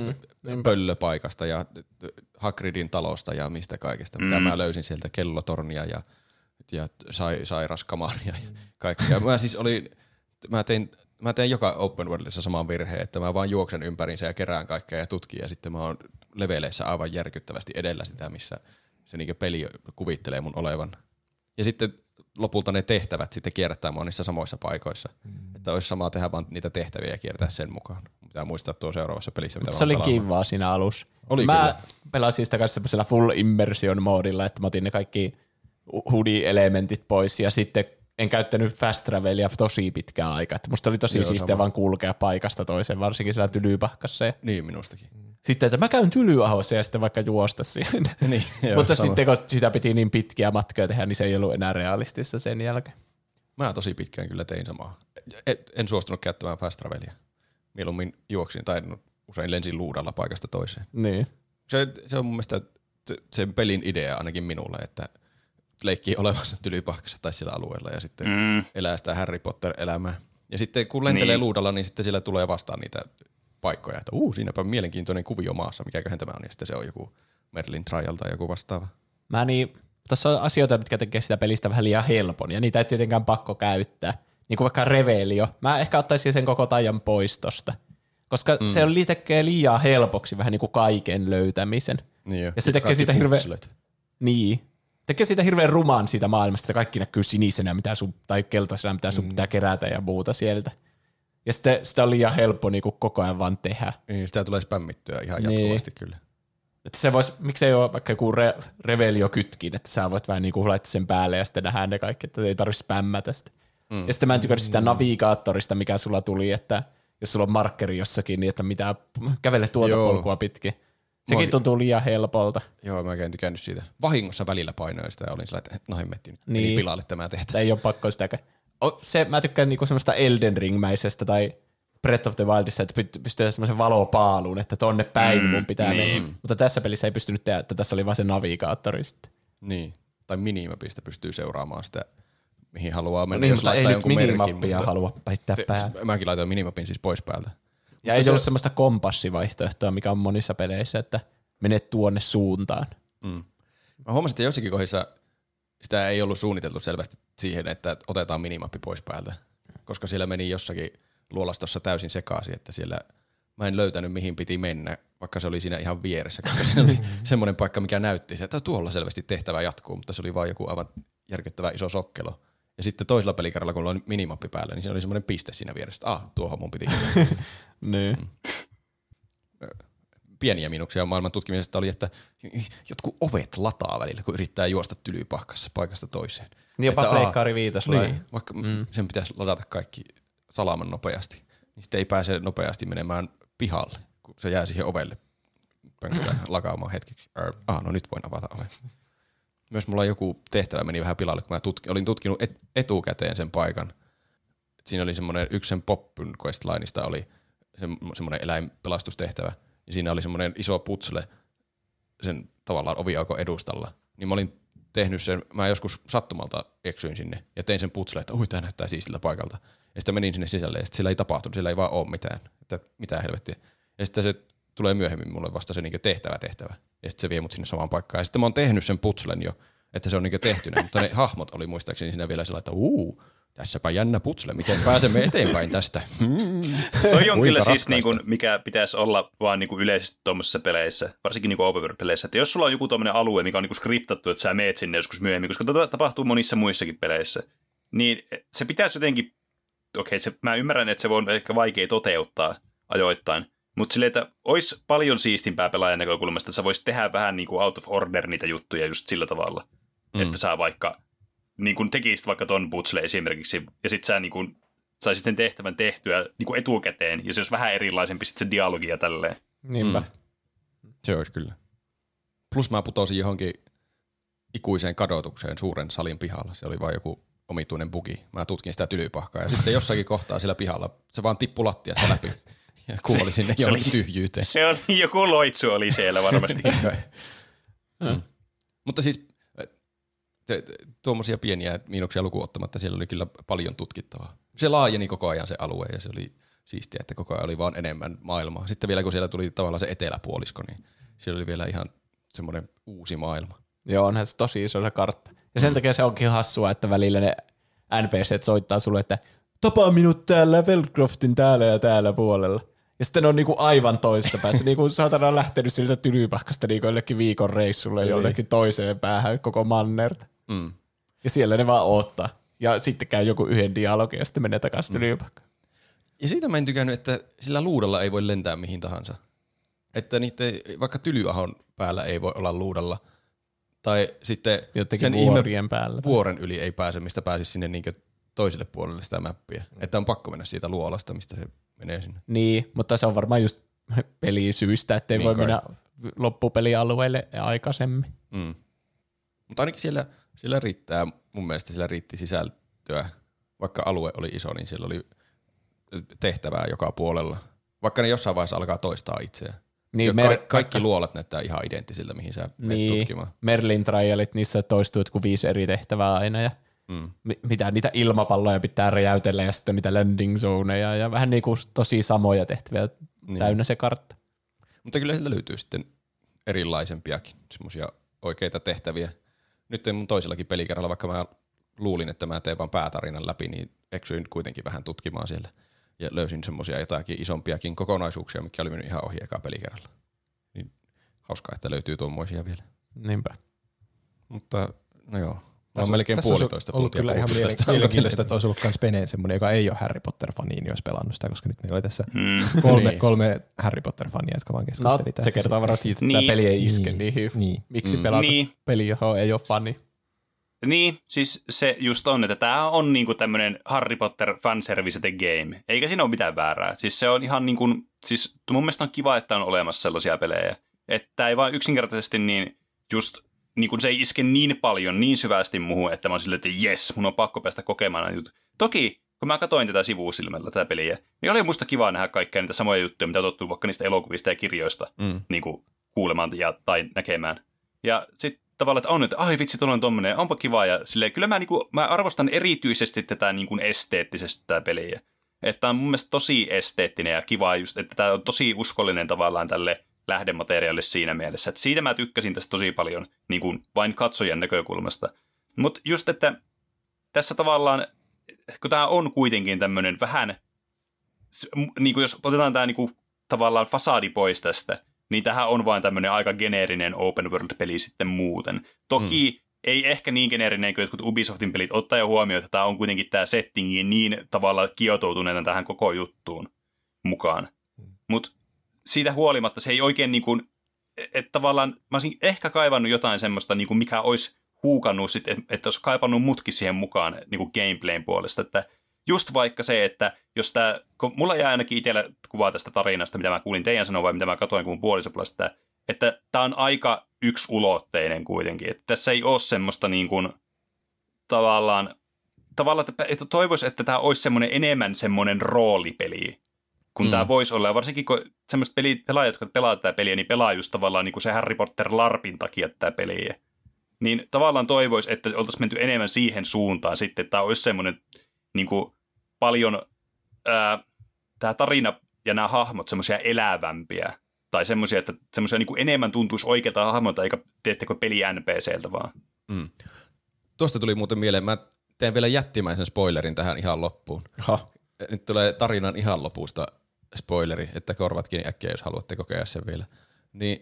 mm. pöllöpaikasta ja Hagridin talosta ja mistä kaikesta, mitä mm. mä löysin sieltä kellotornia ja, ja sai, sairaskamaria ja kaikkea. Mä siis olin, mä tein, mä tein joka open worldissa saman virheen, että mä vaan juoksen ympäriinsä ja kerään kaikkea ja tutkin ja sitten mä oon leveleissä aivan järkyttävästi edellä sitä, missä se niinku peli kuvittelee mun olevan. Ja sitten lopulta ne tehtävät sitten kierrättää mua niissä samoissa paikoissa. Mm. Että olisi samaa tehdä vaan niitä tehtäviä ja kiertää sen mukaan. Pitää muistaa tuo seuraavassa pelissä. Mitä se oli kivaa siinä alussa. Oli mä kyllä. pelasin sitä kanssa semmoisella full immersion moodilla, että mä otin ne kaikki hoodie-elementit pois ja sitten en käyttänyt fast travelia tosi pitkään aikaa. Että musta oli tosi siistiä vaan kulkea paikasta toiseen, varsinkin siellä Tylypahkassa. Ja niin, minustakin. Sitten, että mä käyn Tylyahossa ja sitten vaikka juosta siinä. Niin, joo, mutta sama. sitten kun sitä piti niin pitkiä matkoja tehdä, niin se ei ollut enää realistista sen jälkeen. Mä tosi pitkään kyllä tein samaa. En, en suostunut käyttämään fast travelia. Mieluummin juoksin tai usein lensin luudalla paikasta toiseen. Niin. Se, se on mun mielestä sen pelin idea ainakin minulle, että leikkii olevansa Tylypahkassa tai sillä alueella ja sitten mm. elää sitä Harry Potter-elämää. Ja sitten kun lentelee niin. luudalla, niin sitten sillä tulee vastaan niitä paikkoja, että uu, siinäpä mielenkiintoinen kuvio maassa, mikäköhän tämä on, ja sitten se on joku Merlin Trial tai joku vastaava. Mä niin, tässä on asioita, mitkä tekee sitä pelistä vähän liian helpon, ja niitä ei tietenkään pakko käyttää. Niin kuin vaikka Revelio. Mä ehkä ottaisin sen koko tajan pois tosta, koska mm. se oli tekee liian helpoksi vähän niin kuin kaiken löytämisen. Niin jo. Ja se tekee siitä hirveän... Niin. Tekee siitä hirveän ruman siitä maailmasta, että kaikki näkyy sinisenä mitä sun, tai keltaisena, mitä sun mm. pitää kerätä ja muuta sieltä. Ja sitten sitä on liian helppo niin kuin koko ajan vaan tehdä. Niin, sitä tulee spämmittyä ihan jatkuvasti niin. kyllä. Että se vois, miksei ole vaikka joku re, Revelio-kytkin, että sä voit vähän niin kuin laittaa sen päälle ja sitten nähdä ne kaikki, että ei tarvitse spämmätä sitä. Mm. Ja sitten mä en tykännyt sitä navigaattorista, mikä sulla tuli, että jos sulla on markkeri jossakin, niin että mitä kävele tuota Joo. polkua pitkin. Sekin mä... tuntuu liian helpolta. Joo, mä en tykännyt siitä. Vahingossa välillä painoin sitä ja olin sillä, että no hemmettiin, niin. pilalle tämä tehtävä. Ei ole pakko sitäkään. Se, mä tykkään niinku semmoista Elden Ring-mäisestä tai Breath of the Wildissa, että pystyy semmoisen valopaaluun, että tonne päin mm, mun pitää niin. mennä. Mutta tässä pelissä ei pystynyt tehdä, että tässä oli vaan se navigaattori sitten. Niin, tai minimapista pystyy seuraamaan sitä, mihin haluaa mennä. Niin, jos mutta ei nyt minimappia mutta... halua peittää päälle. Mäkin laitoin minimapin siis pois päältä. Ja mutta ei se... ollut semmoista kompassivaihtoehtoa, mikä on monissa peleissä, että menet tuonne suuntaan. Mm. Mä huomasin, että jossakin kohdissa sitä ei ollut suunniteltu selvästi siihen, että otetaan minimappi pois päältä, koska siellä meni jossakin luolastossa täysin sekaisin, että siellä mä en löytänyt mihin piti mennä, vaikka se oli siinä ihan vieressä, koska se oli semmoinen paikka, mikä näytti, että tuolla selvästi tehtävä jatkuu, mutta se oli vaan joku aivan järkyttävä iso sokkelo. Ja sitten toisella pelikerralla, kun oli minimappi päällä, niin se oli semmoinen piste siinä vieressä, että ah, tuohon mun piti. Niin. Pieniä miinuksia maailman tutkimisesta oli, että jotkut ovet lataa välillä, kun yrittää juosta tylypahkassa paikasta toiseen. Niin jopa Pleikkari viitosella. Niin, vaikka mm. sen pitäisi ladata kaikki salaman nopeasti, niin sitten ei pääse nopeasti menemään pihalle, kun se jää siihen ovelle pönkötään lakaamaan hetkeksi. Ah, no nyt voin avata oven. Myös mulla joku tehtävä meni vähän pilalle, kun mä tutki, olin tutkinut et, etukäteen sen paikan. Et siinä oli semmoinen, yksi sen Poppyn questlineista oli se, semmoinen eläinpelastustehtävä. Ja siinä oli semmoinen iso putsle sen tavallaan oviaukon edustalla. Niin mä olin tehnyt sen, mä joskus sattumalta eksyin sinne ja tein sen putsle, että ui, tää näyttää siistiltä paikalta. Ja sitten menin sinne sisälle ja sitten siellä ei tapahtunut, siellä ei vaan ole mitään. Että mitään helvettiä. Ja sitten se tulee myöhemmin mulle vasta se niinku tehtävä tehtävä. Ja sitten se vie mut sinne samaan paikkaan. Ja sitten mä oon tehnyt sen putslen jo, että se on niinku tehtynä. Mutta ne hahmot oli muistaakseni siinä vielä sillä, että uu, tässäpä jännä putsle, miten pääsemme eteenpäin tästä. Hmm. Toi on kyllä siis, niin kuin, mikä pitäisi olla vaan niin kuin yleisesti tuommoisissa peleissä, varsinkin niin open world-peleissä, että jos sulla on joku tuommoinen alue, mikä on niin kuin skriptattu, että sä meet sinne joskus myöhemmin, koska tota tapahtuu monissa muissakin peleissä, niin se pitäisi jotenkin, okei, okay, mä ymmärrän, että se on ehkä vaikea toteuttaa ajoittain, mutta silleen, että olisi paljon siistimpää pelaajan näkökulmasta, että sä voisit tehdä vähän niin kuin out of order niitä juttuja just sillä tavalla, mm. että sä vaikka niin kuin tekisit vaikka ton putsle esimerkiksi, ja sit sä niin kuin saisit sen tehtävän tehtyä niin kuin etukäteen, ja se olisi vähän erilaisempi sit se dialogi ja tälleen. Niinpä. Mm. Se olisi kyllä. Plus mä putosin johonkin ikuiseen kadotukseen suuren salin pihalla. Se oli vain joku omituinen bugi. Mä tutkin sitä tylypahkaa, ja sitten jossakin kohtaa siellä pihalla se vaan tippui lattiasta läpi. Ja kuoli sinne johonkin tyhjyyteen. Se oli joku loitsu oli siellä varmasti. mm. Mutta siis tuommoisia pieniä miinuksia lukuun ottamatta, siellä oli kyllä paljon tutkittavaa. Se laajeni koko ajan se alue ja se oli siistiä, että koko ajan oli vaan enemmän maailmaa. Sitten vielä kun siellä tuli tavallaan se eteläpuolisko, niin siellä oli vielä ihan semmoinen uusi maailma. Joo, onhan se tosi iso se kartta. Ja sen mm. takia se onkin hassua, että välillä ne N P C:t soittaa sulle, että tapaa minut täällä, Velcroftin täällä ja täällä puolella. Ja sitten ne on niinku aivan toisessa päässä. Niinku saatana lähtenyt siltä tylypahkasta niinku jollekin viikon reissulle Eli. jollekin toiseen päähän koko mannerta. Mm. Ja siellä ne vaan odottaa. Ja sitten käy joku yhden dialogin ja sitten menee takaisin mm. tylypahkaan. Ja siitä mä en tykännyt, että sillä luudalla ei voi lentää mihin tahansa. Että niiden, vaikka Tylyahon päällä ei voi olla luudalla. Tai sitten jotenkin sen vuorien päällä. Vuoren yli ei pääse, mistä pääsisi sinne niinku toiselle puolelle sitä mappia. Mm. Että on pakko mennä siitä luolasta, mistä se menee sinne. Niin, mutta se on varmaan just pelisyistä, ettei niin voi kai. mennä loppupelialueelle aikaisemmin. Mm. Mutta ainakin siellä, siellä riittää, mun mielestä siellä riitti sisältöä. Vaikka alue oli iso, niin siellä oli tehtävää joka puolella. Vaikka ne jossain vaiheessa alkaa toistaa itseään. Niin, mer- ka- kaikki luolat näyttää ihan identtisiltä, mihin sä menet niin, tutkimaan. Merlin trialit, niissä toistuu kuin viisi eri tehtävää aina. Ja mm. mitä niitä ilmapalloja pitää räjäytellä ja sitten niitä landing zoneja ja vähän niin kuin tosi samoja tehtäviä niin. täynnä se kartta. Mutta kyllä sieltä löytyy sitten erilaisempiakin semmoisia oikeita tehtäviä. Nyt mun toisellakin pelikerralla, vaikka mä luulin, että mä teen vaan päätarinan läpi, niin eksyin kuitenkin vähän tutkimaan siellä. Ja löysin semmoisia jotakin isompiakin kokonaisuuksia, mikä oli mennyt ihan ohi ekaa pelikerralla. Niin hauskaa, että löytyy tuommoisia vielä. Niinpä. Mutta no joo. Tämä on melkein puolitoista ollut kyllä ihan mielenkiintoista, että olisi ollut myös Peneen semmoinen, joka ei ole Harry Potter-fani, niin olisi pelannut sitä, koska nyt meillä oli tässä mm. kolme, niin. kolme Harry Potter-fania, jotka vaan keskusteli. No, se kertoo varmaan siitä, että niin. tämä peli ei iske niin, niin, niin. Miksi mm. pelata niin. peli, johon ei ole fani? Niin, siis se just on, että tämä on niinku tämmöinen Harry Potter fanservice the game. Eikä siinä ole mitään väärää. Siis se on ihan niin kuin, siis mun mielestä on kiva, että on olemassa sellaisia pelejä. Että ei vaan yksinkertaisesti niin just, niin kuin se ei iske niin paljon, niin syvästi muuhun, että mä oon silleen, että jes, mun on pakko päästä kokemaan näitä juttuja. Toki, kun mä katsoin tätä sivusilmällä, tätä peliä, niin oli musta kiva nähdä kaikkia niitä samoja juttuja, mitä tottuu vaikka niistä elokuvista ja kirjoista mm. niin kuin kuulemaan ja, tai näkemään. Ja sitten tavallaan, että on, että ai vitsi, tuolla on tommonen, onpa kiva. Ja silleen, kyllä mä, niinku, mä arvostan erityisesti tätä niinku esteettisesti tätä peliä. Että on mun mielestä tosi esteettinen ja kiva just, että tämä on tosi uskollinen tavallaan tälle lähdemateriaalille siinä mielessä. Että siitä mä tykkäsin tästä tosi paljon niin kuin vain katsojan näkökulmasta. Mutta just, että tässä tavallaan, kun tämä on kuitenkin tämmöinen vähän, niin kuin jos otetaan tämä niin kuin tavallaan fasadi pois tästä, niin tähän on vain tämmöinen aika geneerinen open world-peli sitten muuten. Toki mm. ei ehkä niin geneerinen kuin jotkut Ubisoftin pelit, ottaa jo huomioon, että tämä on kuitenkin tämä settingi niin tavallaan kietoutuneena tähän koko juttuun mukaan. Mm. Mutta siitä huolimatta se ei oikein niin kuin, että tavallaan mä olisin ehkä kaivannut jotain semmoista, niin kuin mikä olisi huukannut sitten, että olisi kaipannut mutkin siihen mukaan niin kuin gameplayn puolesta, että just vaikka se, että jos tämä, kun mulla jää ainakin itsellä kuvaa tästä tarinasta, mitä mä kuulin teidän sanoa vai mitä mä katsoin kun mun puolisopulasta, että tämä on aika yksulotteinen kuitenkin, että tässä ei ole semmoista niin kuin tavallaan, tavallaan että toivoisi, että tämä olisi semmoinen enemmän semmoinen roolipeli, kun mm. tämä voisi olla, ja varsinkin kun semmoiset peli, pelaajat, jotka pelaa tätä peliä, niin pelaa just tavallaan niin kuin se Harry Potter LARPin takia tätä peliä. Niin tavallaan toivoisi, että oltaisiin menty enemmän siihen suuntaan sitten, että tämä olisi semmoinen niin kuin paljon, ää, tämä tarina ja nämä hahmot semmoisia elävämpiä, tai semmoisia, että semmoisia niin kuin enemmän tuntuisi oikealta hahmolta, eikä teettekö peli N P C:ltä vaan. Mm. Tuosta tuli muuten mieleen, mä teen vielä jättimäisen spoilerin tähän ihan loppuun. Ha. Nyt tulee tarinan ihan lopusta spoileri, että korvatkin äkkiä, jos haluatte kokea sen vielä. Niin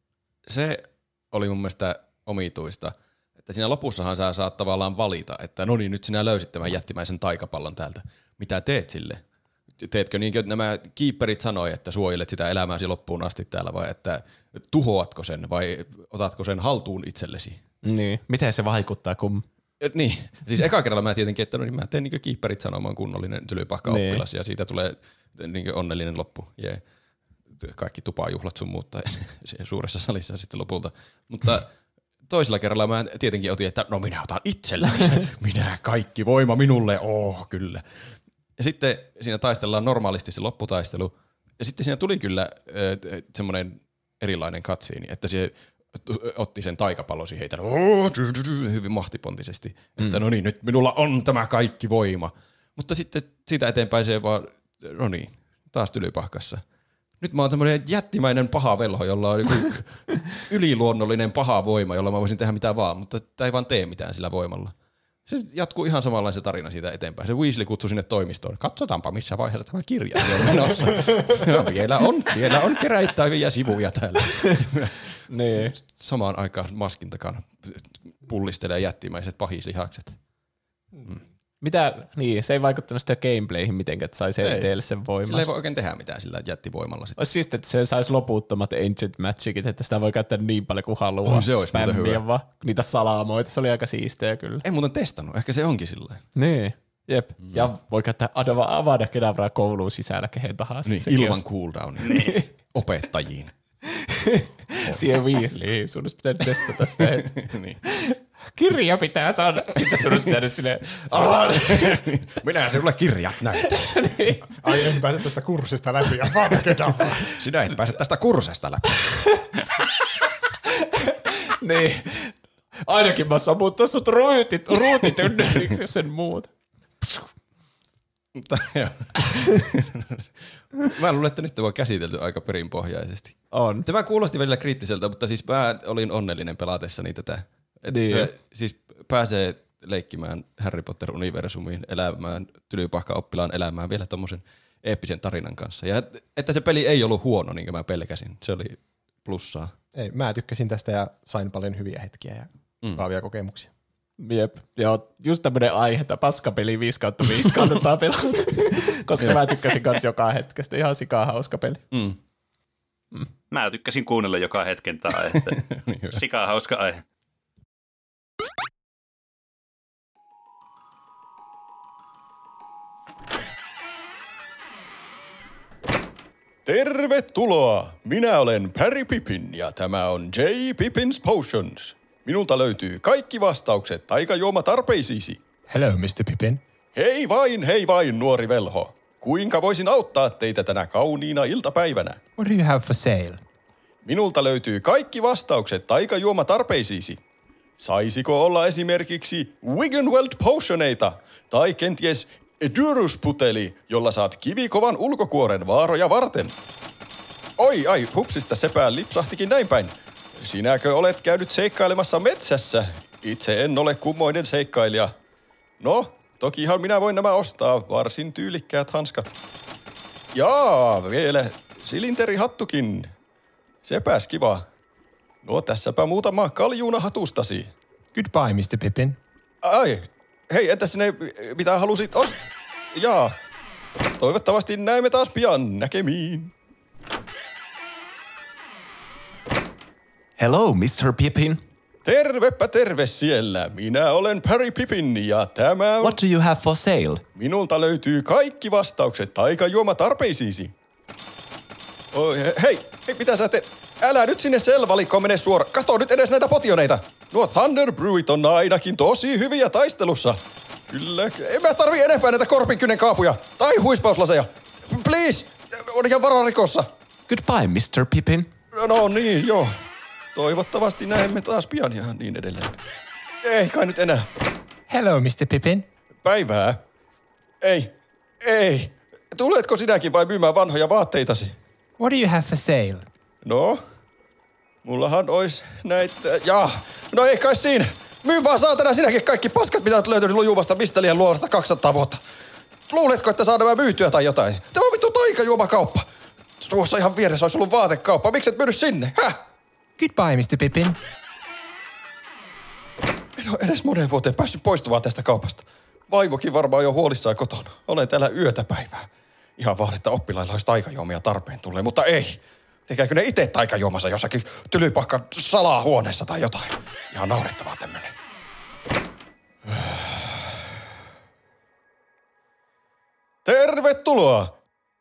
se oli mun mielestä omituista, että siinä lopussahan sä saat tavallaan valita, että no niin, nyt sinä löysit tämän jättimäisen taikapallon täältä. Mitä teet sille? Teetkö niin kuin nämä keeperit sanoi, että suojelet sitä elämääsi loppuun asti täällä, vai että tuhoatko sen, vai otatko sen haltuun itsellesi? Niin, miten se vaikuttaa, kun... Niin, siis eka kerralla mä tietenkin, että no niin mä teen niin kuin keeperit sanomaan kunnollinen tylypahka niin. oppilas, ja siitä tulee niin kuin onnellinen loppu. Jee. Kaikki tupajuhlat sun muutta suuressa salissa sitten lopulta. Mutta toisella kerralla mä tietenkin otin, että no minä otan itselleni sen, minä kaikki voima minulle, oh kyllä. Ja sitten siinä taistellaan normaalisti se lopputaistelu, ja sitten siinä tuli kyllä äh, semmoinen erilainen katsiini, että se otti sen taikapallon siihen heitä hyvin mahtipontisesti, että mm. no niin, nyt minulla on tämä kaikki voima. Mutta sitten siitä eteenpäin se vaan, no niin, taas tylypahkassa. Nyt mä oon semmoinen jättimäinen paha velho, jolla on joku yliluonnollinen paha voima, jolla mä voisin tehdä mitä vaan, mutta tää ei vaan tee mitään sillä voimalla. Se jatkuu ihan samanlainen se tarina siitä eteenpäin. Se Weasley kutsui sinne toimistoon. Katsotaanpa missä vaiheessa tämä kirja on menossa. No, vielä on, vielä on keräittäviä sivuja täällä. Niin. Samaan aikaan maskin takana pullistelee jättimäiset pahislihakset. Mm. Mitä, niin, se ei vaikuttanut sitä gameplayhin mitenkään, että sai sen teille sen voimasta. Sillä ei voi oikein tehdä mitään sillä jättivoimalla. Sitten. Olisi siis, että se saisi loputtomat Ancient Magicit, että sitä voi käyttää niin paljon kuin haluaa. Oh, se olisi muuten hyvä. Vaan niitä salamoita, se oli aika siistejä kyllä. En muuten testannut, ehkä se onkin sillä lailla. Niin, jep. Mm. Ja voi käyttää Avada Kedavraa kouluun sisällä kehen tahansa. Niin, ilman cooldownia. Niin. Opettajiin. Siihen Weasley, sun olisi pitänyt testata sitä. Niin. Kirja pitää saada. Sitten sun olisi pitänyt silleen, minä sinulle kirjat näytän. Niin. Ai en pääse tästä kurssista läpi. Sinä et pääse tästä kurssista läpi. Niin. Ainakin mä saan muuttaa sut ruutit, ruutit ynnäriksi ja sen muuta. Mutta joo. Mä luulen, että nyt on käsitelty aika perinpohjaisesti. On. Tämä kuulosti välillä kriittiseltä, mutta siis mä olin onnellinen pelatessani tätä. Että niin. Siis pääsee leikkimään Harry Potter-universumiin, elämään, tylypahka-oppilaan elämään vielä tommosen eeppisen tarinan kanssa. Ja että se peli ei ollut huono, niin kuin mä pelkäsin. Se oli plussaa. Ei, mä tykkäsin tästä ja sain paljon hyviä hetkiä ja mm. kaavia kokemuksia. Jep. Joo, just tämmönen aihe, että paskapeli viisi kautta viisi kannattaa pelata. Koska mä tykkäsin kans joka hetkestä. Ihan sikaa hauska peli. Mm. Mm. Mä tykkäsin kuunnella joka hetken tää aihetta. Sikaa hauska aihe. Tervetuloa! Minä olen Perry Pippin ja tämä on J. Pippin's Potions. Minulta löytyy kaikki vastaukset taikajuomatarpeisiisi. Hello, mister Pippin. Hei vain, hei vain, nuori velho. Kuinka voisin auttaa teitä tänä kauniina iltapäivänä? What do you have for sale? Minulta löytyy kaikki vastaukset taikajuomatarpeisiisi. Saisiko olla esimerkiksi Wiggenweld Potioneita tai kenties Edurus-puteli, jolla saat kivikovan ulkokuoren vaaroja varten? Oi, ai, hupsista sepää lipsahtikin näin päin. Sinäkö olet käynyt seikkailemassa metsässä? Itse en ole kummoinen seikkailija. No, tokihan minä voin nämä ostaa. Varsin tyylikkäät hanskat. Jaa, vielä silinterihattukin. Sepäs kiva. No, tässäpä muutama kaljuuna hatustasi. Goodbye, mister Pippin. Ai, hei, entäs ne, mitä halusit ostaa? Jaa, toivottavasti näemme taas pian. Näkemiin. Hello, mister Pippin. Tervepä terve siellä. Minä olen Parry Pippin ja tämä on... What do you have for sale? Minulta löytyy kaikki vastaukset taikajuomatarpeisiisi. Oh, hei, hei, mitä sä teet? Älä nyt sinne selvalikkoon mene suoraan. Kato nyt edes näitä potioneita. Nuo Thunder Brewit on ainakin tosi hyviä taistelussa. Kyllä, en mä tarvii enempää näitä korpinkynnen kaapuja. Tai huispauslaseja. Please, on ihan vararikossa. Goodbye, mister Pippin. No niin, joo. Toivottavasti näemme taas pian ja niin edelleen. Ei kai nyt enää. Hello, mister Pippin. Päivää. Ei, ei. Tuletko sinäkin vai myymään vanhoja vaatteitasi? What do you have for sale? No, mullahan ois näitä... Jaa, no ei kai siinä. Myy vaan saatana sinäkin kaikki paskat, mitä oot löytänyt lujuvasta mistä liian luosta kaksisataa vuotta. Luuletko, että saa nämä myytyä tai jotain? Tämä on vittu taikajuomakauppa. Tuossa ihan vieressä olisi ollut vaatekauppa. Miksi et myydy sinne? Häh? Goodbye, mister Pippin. En ole edes monen vuoteen päässyt poistumaan tästä kaupasta. Vaimokin varmaan jo huolissaan kotona. Olen täällä yötä päivää. Ihan vaan, että oppilailla olisi taikajuomia tarpeen tulee, mutta ei. Tekääkö ne itse taikajuomansa jossakin tylypahkan salahuoneessa tai jotain? Ihan naurettavaa tämmönen. Tervetuloa!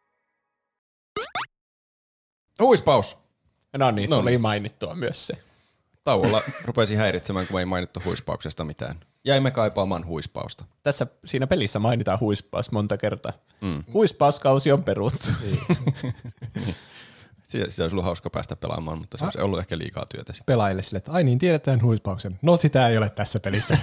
Huispaus. No niin, No tuli niin. mainittua myös se. Tauolla rupesi häiritsemään, kun me ei mainittu huispauksesta mitään. Jäimme kaipaamaan huispausta. Tässä siinä pelissä mainitaan huispaus monta kertaa. Mm. Huispauskausi on peruttu. Sitä, sitä olisi ollut hauska päästä pelaamaan, mutta se olisi ollut ehkä liikaa työtä. Pelaajille sille, että ai niin, tiedetään huispauksen. No sitä ei ole tässä pelissä.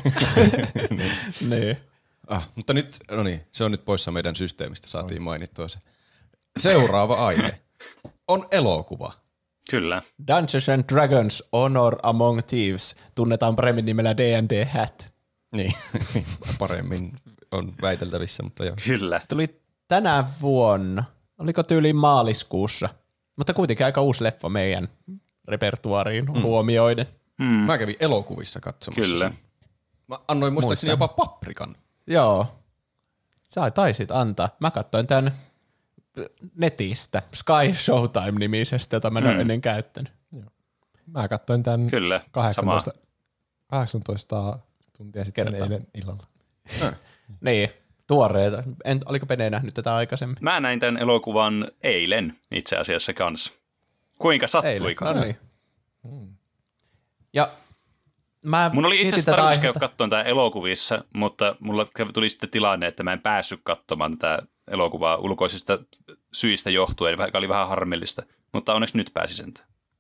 niin. Ah, mutta nyt, no niin, se on nyt poissa meidän systeemistä, saatiin mainittua se. Seuraava aihe on elokuva. Kyllä. Dungeons and Dragons Honor Among Thieves tunnetaan paremmin nimellä D and D Hat. Niin, paremmin on väiteltävissä, mutta joo. Kyllä. Tuli tänä vuonna, oliko tyyliin maaliskuussa, mutta kuitenkin aika uusi leffa meidän repertuariin mm. huomioiden. Mm. Mä kävin elokuvissa katsomassa. Kyllä. Sen. Mä annoin muistaakseni jopa Paprikan. Joo. Sä taisit antaa. Mä katsoin tämän netistä, Sky Showtime-nimisestä, jota mä en mm. ole ennen käyttänyt. Joo. Mä katsoin tämän Kyllä, kahdeksantoista, kahdeksantoista tuntia sitten Kertaa. eilen illalla. Niin, tuoreita. En, oliko Pene nähnyt tätä aikaisemmin? Mä näin tämän elokuvan eilen itse asiassa kanssa. Kuinka sattuikaan. No niin. Mm. Ja mä Mun oli itse asiassa tätä tarkoitus käydä aihetta. katsomaan tämä elokuvissa, mutta mulla tuli sitten tilanne, että mä en päässyt katsomaan tätä elokuvaa ulkoisista syistä johtuen, joka oli vähän harmillista, mutta onneksi nyt pääsi sen.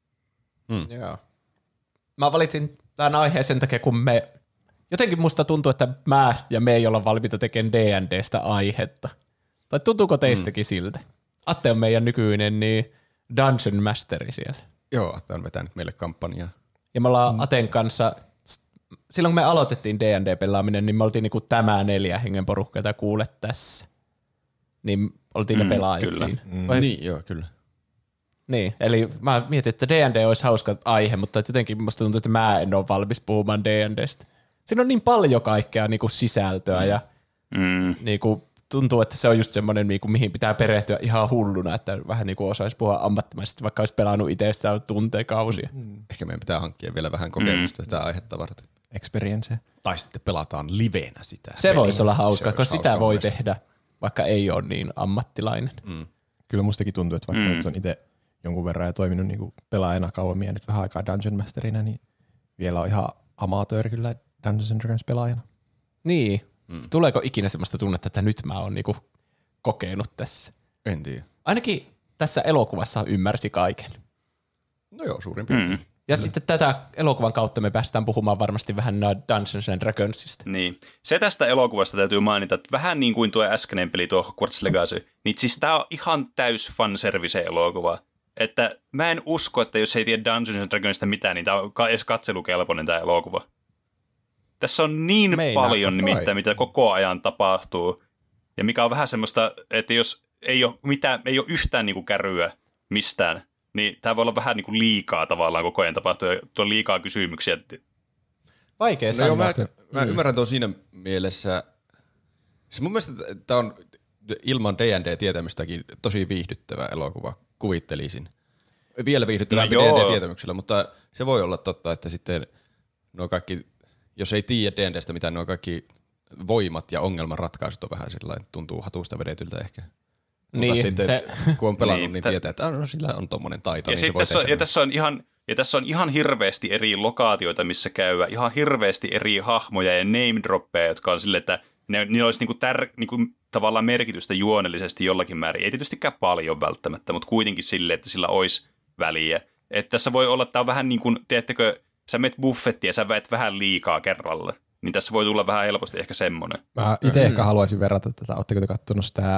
Mm. Joo. Mä valitsin tämän aiheen sen takia, kun me, jotenkin musta tuntuu, että mä ja me ei olla valmiita tekemään D and D:stä aihetta. Tai tuntuuko teistäkin mm. siltä? Atte on meidän nykyinen niin Dungeon Masteri siellä. Joo, Atte on vetänyt meille kampanjaa. Ja me ollaan mm. Aten kanssa, silloin kun me aloitettiin D and D-pelaaminen, niin me oltiin niinku tämä neljä hengen porukka, jota kuulet tässä. Niin oltiin mm, ne pelaajat kyllä. siinä. Mm. Vai? Niin, joo, kyllä. Niin, eli mä mietin, että D and D olisi hauska aihe, mutta jotenkin musta tuntuu, että mä en ole valmis puhumaan D and D:stä. Siinä on niin paljon kaikkea niinku sisältöä mm. ja Mm. niinku, tuntuu, että se on just semmoinen, niinku, mihin pitää perehtyä ihan hulluna, että vähän niinku osaisi puhua ammattimaisesti, vaikka olisi pelannut itse sitä tuntekausia. Mm. Ehkä meidän pitää hankkia vielä vähän kokemusta mm. sitä aihetta varten. Experience. Tai sitten pelataan livenä sitä. Se voisi olla hauska, se koska sitä hauska voi mielestäni. tehdä, vaikka ei ole niin ammattilainen. Mm. Kyllä mustakin tuntuu, että vaikka Mm. mm. on itse jonkun verran ja toiminut niin pelaajana kauemmin ja nyt vähän aikaa Dungeon Masterina, niin vielä on ihan amatööri kyllä Dungeons and Dragons pelaajana. Niin. Mm. Tuleeko ikinä semmoista tunnetta, että nyt mä oon niinku kokenut tässä? En tiedä. Ainakin tässä elokuvassa ymmärsi kaiken. No joo, suurin piirtein. Mm. Ja sitten tätä elokuvan kautta me päästään puhumaan varmasti vähän Dungeons and Dragonsista. Niin. Se tästä elokuvasta täytyy mainita, että vähän niin kuin tuo äskeinen peli, tuo Hogwarts Legacy, niin siis tää on ihan täys fanservice-elokuva. Että mä en usko, että jos ei tiedä Dungeons and Dragonista mitään, niin tää on edes katselukelpoinen tää elokuva. tässä on niin Meinaatko paljon nimittäin, vai? mitä koko ajan tapahtuu. Ja mikä on vähän semmoista, että jos ei ole, mitään, ei ole yhtään niin kuin kärryä mistään, niin tämä voi olla vähän niin kuin liikaa tavallaan koko ajan tapahtuu ja tuo liikaa kysymyksiä. Vaikea No joo, sanoa. mä, mä ymmärrän tuon siinä mielessä. Siis mun mielestä tämä on ilman D and D-tietämystäkin tosi viihdyttävä elokuva, kuvittelisin. Vielä viihdyttävämpi No D joo. and D-tietämyksellä, mutta se voi olla totta, että sitten nuo kaikki, jos ei tiedä D and D:stä mitään, nuo kaikki voimat ja ongelmanratkaisut on vähän sellainen, tuntuu hatusta vedetyltä ehkä. Niin, mutta sitten se- kun on pelannut, Niin, niin tä- tietää, että no, sillä on tommonen taito, Ja, niin se sit voi tässä on, tehdä. ja, tässä on ihan, ja tässä on ihan hirveästi eri lokaatioita, missä käydä, ihan hirveästi eri hahmoja ja name droppeja, jotka on silleen, että ne, niillä olisi niinku tär, niinku tavallaan merkitystä juonellisesti jollakin määrin. Ei tietystikään paljon välttämättä, mutta kuitenkin silleen, että sillä olisi väliä. Että tässä voi olla, että tämä on vähän niin kuin, tiedättekö, sä menet buffettiin ja sä väet vähän liikaa kerralla. Niin tässä voi tulla vähän helposti ehkä semmoinen. Mä itse ehkä haluaisin verrata tätä. Oletteko te kattonut sitä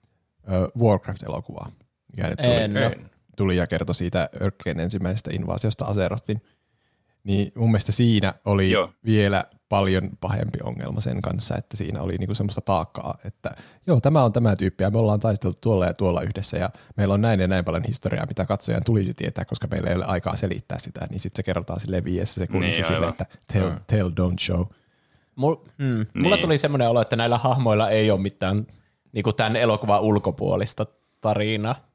uh, Warcraft-elokuvaa? Mikä nyt En tuli, oo. tuli ja kertoi siitä Örkkeen ensimmäisestä invaasiosta Azerothtiin. Niin mun mielestä siinä oli Joo. vielä paljon pahempi ongelma sen kanssa, että siinä oli niinku semmoista taakkaa, että joo, tämä on tämä tyyppi ja me ollaan taisteltu tuolla ja tuolla yhdessä ja meillä on näin ja näin paljon historiaa, mitä katsojan tulisi tietää, koska meillä ei ole aikaa selittää sitä, niin sitten se kerrotaan silleen viidessä sekunnissa Niin, silleen, aivan. että tell, tell, don't show. Mul, mm, mulla Niin. tuli semmoinen olo, että näillä hahmoilla ei ole mitään niinku tämän elokuvan ulkopuolista tarinaa.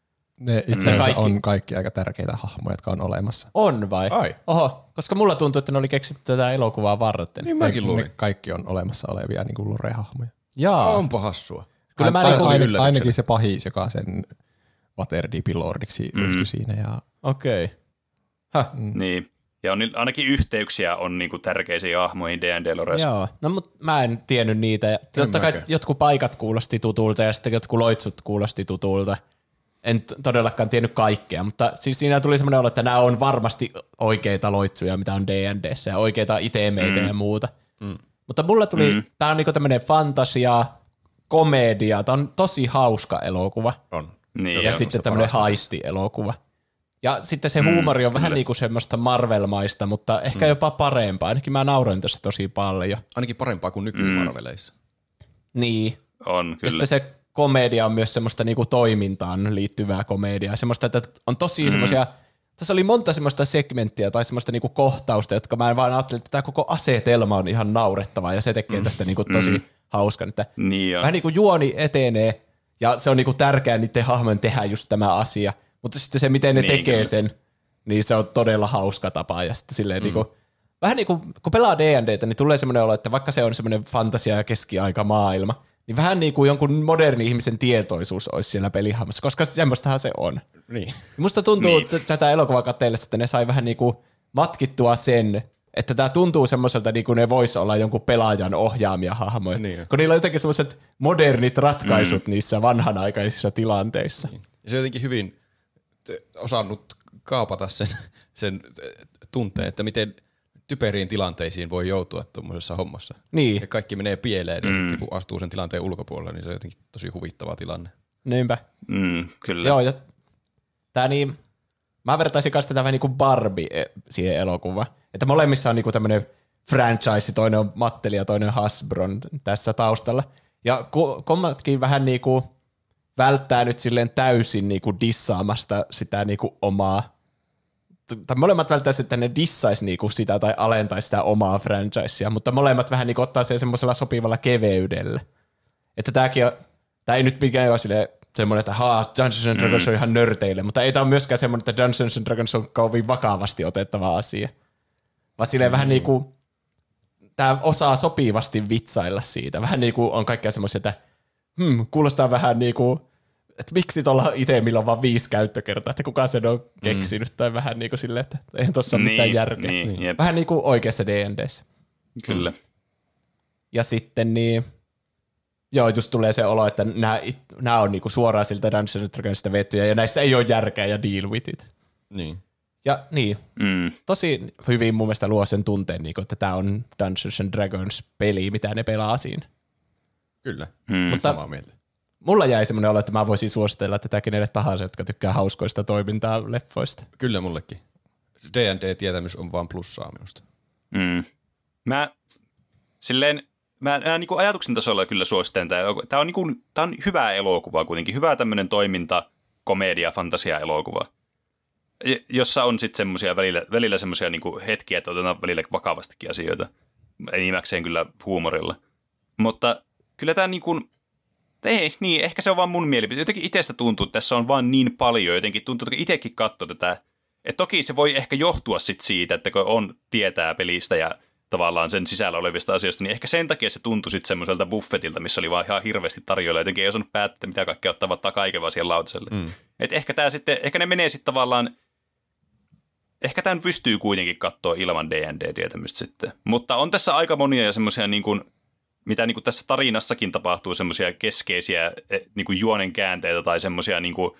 Ne itse Ne asiassa kaikki- on kaikki aika tärkeitä hahmoja, jotka on olemassa. On vai? Ai. Oho, koska mulla tuntuu, että ne oli keksitty tätä elokuvaa varten. Niin mäkin ne, luulin. ne kaikki on olemassa olevia niin kuin lore-hahmoja. Jaa. Onpa hassua. Kyllä mä Tai niinku- ainakin, yllätyksenä. ainakin se pahis, joka sen Waterdeepin lordiksi mm. ryhtyi siinä. Ja, Okei. Okay. Häh. Niin. Ja on, niillä- ainakin yhteyksiä on niinku tärkeisiin hahmoihin D and D-loressa. Joo, no mut mä en tiennyt niitä. Ja totta kai mäkään. jotkut paikat kuulosti tutulta ja sitten jotkut loitsut kuulosti tutulta. En t- todellakaan tiennyt kaikkea, mutta siis siinä tuli semmoinen olo, että nämä on varmasti oikeita loitsuja, mitä on D and D:ssä ja oikeita itemeitä mm. ja muuta. Mm. Mutta mulla tuli, mm. tää on niinku tämmönen fantasia, komedia, tää on tosi hauska elokuva. On. Niin, Ja joo. sitten tämmöinen haisti-elokuva. Ja sitten se huumori on mm, vähän kyllä. niin kuin semmoista Marvel-maista, mutta ehkä mm. jopa parempaa. Ainakin mä nauroin tässä tosi paljon. Ainakin parempaa kuin nyky-Marveleissa. Niin. On, Ja kyllä. sitten se komedia on myös semmoista niinku toimintaan liittyvää komediaa. Semmoista, että on tosi mm. semmoisia, tässä oli monta semmoista segmenttiä tai semmoista niinku kohtausta, jotka mä vaan ajattelin, että tämä koko asetelma on ihan naurettava ja se tekee mm. tästä niinku tosi mm. hauskan. Että Niin on. vähän niin kuin juoni etenee ja se on niinku tärkeää niiden hahmojen tehdä just tämä asia. Mutta sitten se, miten ne Niin, tekee kyllä. sen, niin se on todella hauska tapa. Ja sitten silleen mm. niinku, vähän niin kuin, kun pelaa D and D:tä, niin tulee semmoinen olo, että vaikka se on semmoinen fantasia- ja keskiaikamaailma, niin vähän niin kuin jonkun moderni ihmisen tietoisuus olisi siellä pelihahmossa, koska semmoistahan se on. Niin. Musta tuntuu Niin. t- tätä elokuvaa katsellessa, että ne sai vähän niin kuin matkittua sen, että tämä tuntuu semmoiselta, niin kuin ne vois olla jonkun pelaajan ohjaamia hahmoja. Niin. Kun niillä on jotenkin semmoiset modernit ratkaisut mm. niissä vanhanaikaisissa tilanteissa. Ja se on jotenkin hyvin t- osannut kaapata sen, sen äh, tunteen, että miten typeriin tilanteisiin voi joutua tuommoisessa hommassa. Niin, Ja kaikki menee pieleen, ja mm. sitten kun astuu sen tilanteen ulkopuolelle, niin se on jotenkin tosi huvittava tilanne. niinpä. Mm, kyllä. Joo, ja tää niin, mä vertaisin kanssa tätä vähän niin kuin Barbie e- siihen elokuvaan. Että molemmissa on niin kuin tämmöinen franchise, toinen on Mattel ja toinen Hasbron tässä taustalla. Ja ku- kummatkin vähän niin kuin välttää nyt silleen täysin niin kuin dissaamasta sitä niin kuin omaa, tai molemmat välttäisi, että ne dissaisi niinku sitä tai alentaisi sitä omaa franchisea, mutta molemmat vähän niinku ottaa sen semmoisella sopivalla keveydellä. Että tääkin on, tää ei nyt mikään ole silleen semmoinen, että haa, Dungeons and Dragons on ihan nörteille, mutta ei tää ole myöskään semmoinen, että Dungeons and Dragons on kovin vakavasti otettava asia. Vaan silleen mm. vähän niinku, tää osaa sopivasti vitsailla siitä. Vähän niinku on kaikkea semmoisia, että hmm, kuulostaa vähän niinku, että miksi tuolla itemillä on vaan viisi käyttökertaa, että kuka sen on keksinyt, mm. tai vähän niin kuin silleen, että eihän tuossa ole Niin, mitään järkeä. niin, jep. Vähän niin kuin oikeassa D and D:ssä. Kyllä. Ja sitten niin, joo, just tulee se olo, että nämä, nämä on niinku suoraan siltä Dungeons and Dragonsista vettyjä, ja näissä ei ole järkeä ja deal with it. Niin. Ja niin, Mm. tosi hyvin mun mielestä luo sen tunteen, niin kuin, että tämä on Dungeons and Dragons-peli, mitä ne pelaa siinä. Kyllä. Mm. Mutta Samaa mieltä. mulla jäi semmoinen olo, että mä voisin suositella tätä kenelle tahansa, jotka tykkää hauskoista toimintaa leffoista. Kyllä mullekin. D and D-tietämys on vaan plussaa minusta. Mm. Mä silleen, mä, mä niin kuin ajatuksen tasolla kyllä suosittelen tämä. Tämä on, niin kuin, tämä on hyvää elokuvaa kuitenkin, hyvää tämmöinen toiminta, komedia, fantasia-elokuva, jossa on sitten semmoisia välillä, välillä semmoisia niin kuin hetkiä, että otetaan välillä vakavastikin asioita. Enimmäkseen kyllä huumorilla. Mutta kyllä tämä niin kuin, ei, niin, ehkä se on vaan mun mielipide. Jotenkin itsestä tuntuu, että tässä on vaan niin paljon. Jotenkin tuntuu, että itsekin katsoo tätä. Että toki se voi ehkä johtua sit siitä, että kun on tietää pelistä ja tavallaan sen sisällä olevista asioista, niin ehkä sen takia se tuntui sitten semmoiselta buffetilta, missä oli vaan ihan hirveästi tarjoilla. Jotenkin ei osannut päättää, mitä kaikkea ottaa, ottaa kaiken vaan siihen lautaselle. Mm. Että ehkä, tää sitten, ehkä ne menee sitten tavallaan, ehkä tämän pystyy kuitenkin katsoa ilman D and D-tietämystä sitten. Mutta on tässä aika monia semmoisia, niin kuin, mitä niin kuin tässä tarinassakin tapahtuu, semmoisia keskeisiä niin kuin juonen käänteitä tai semmoisia niin kuin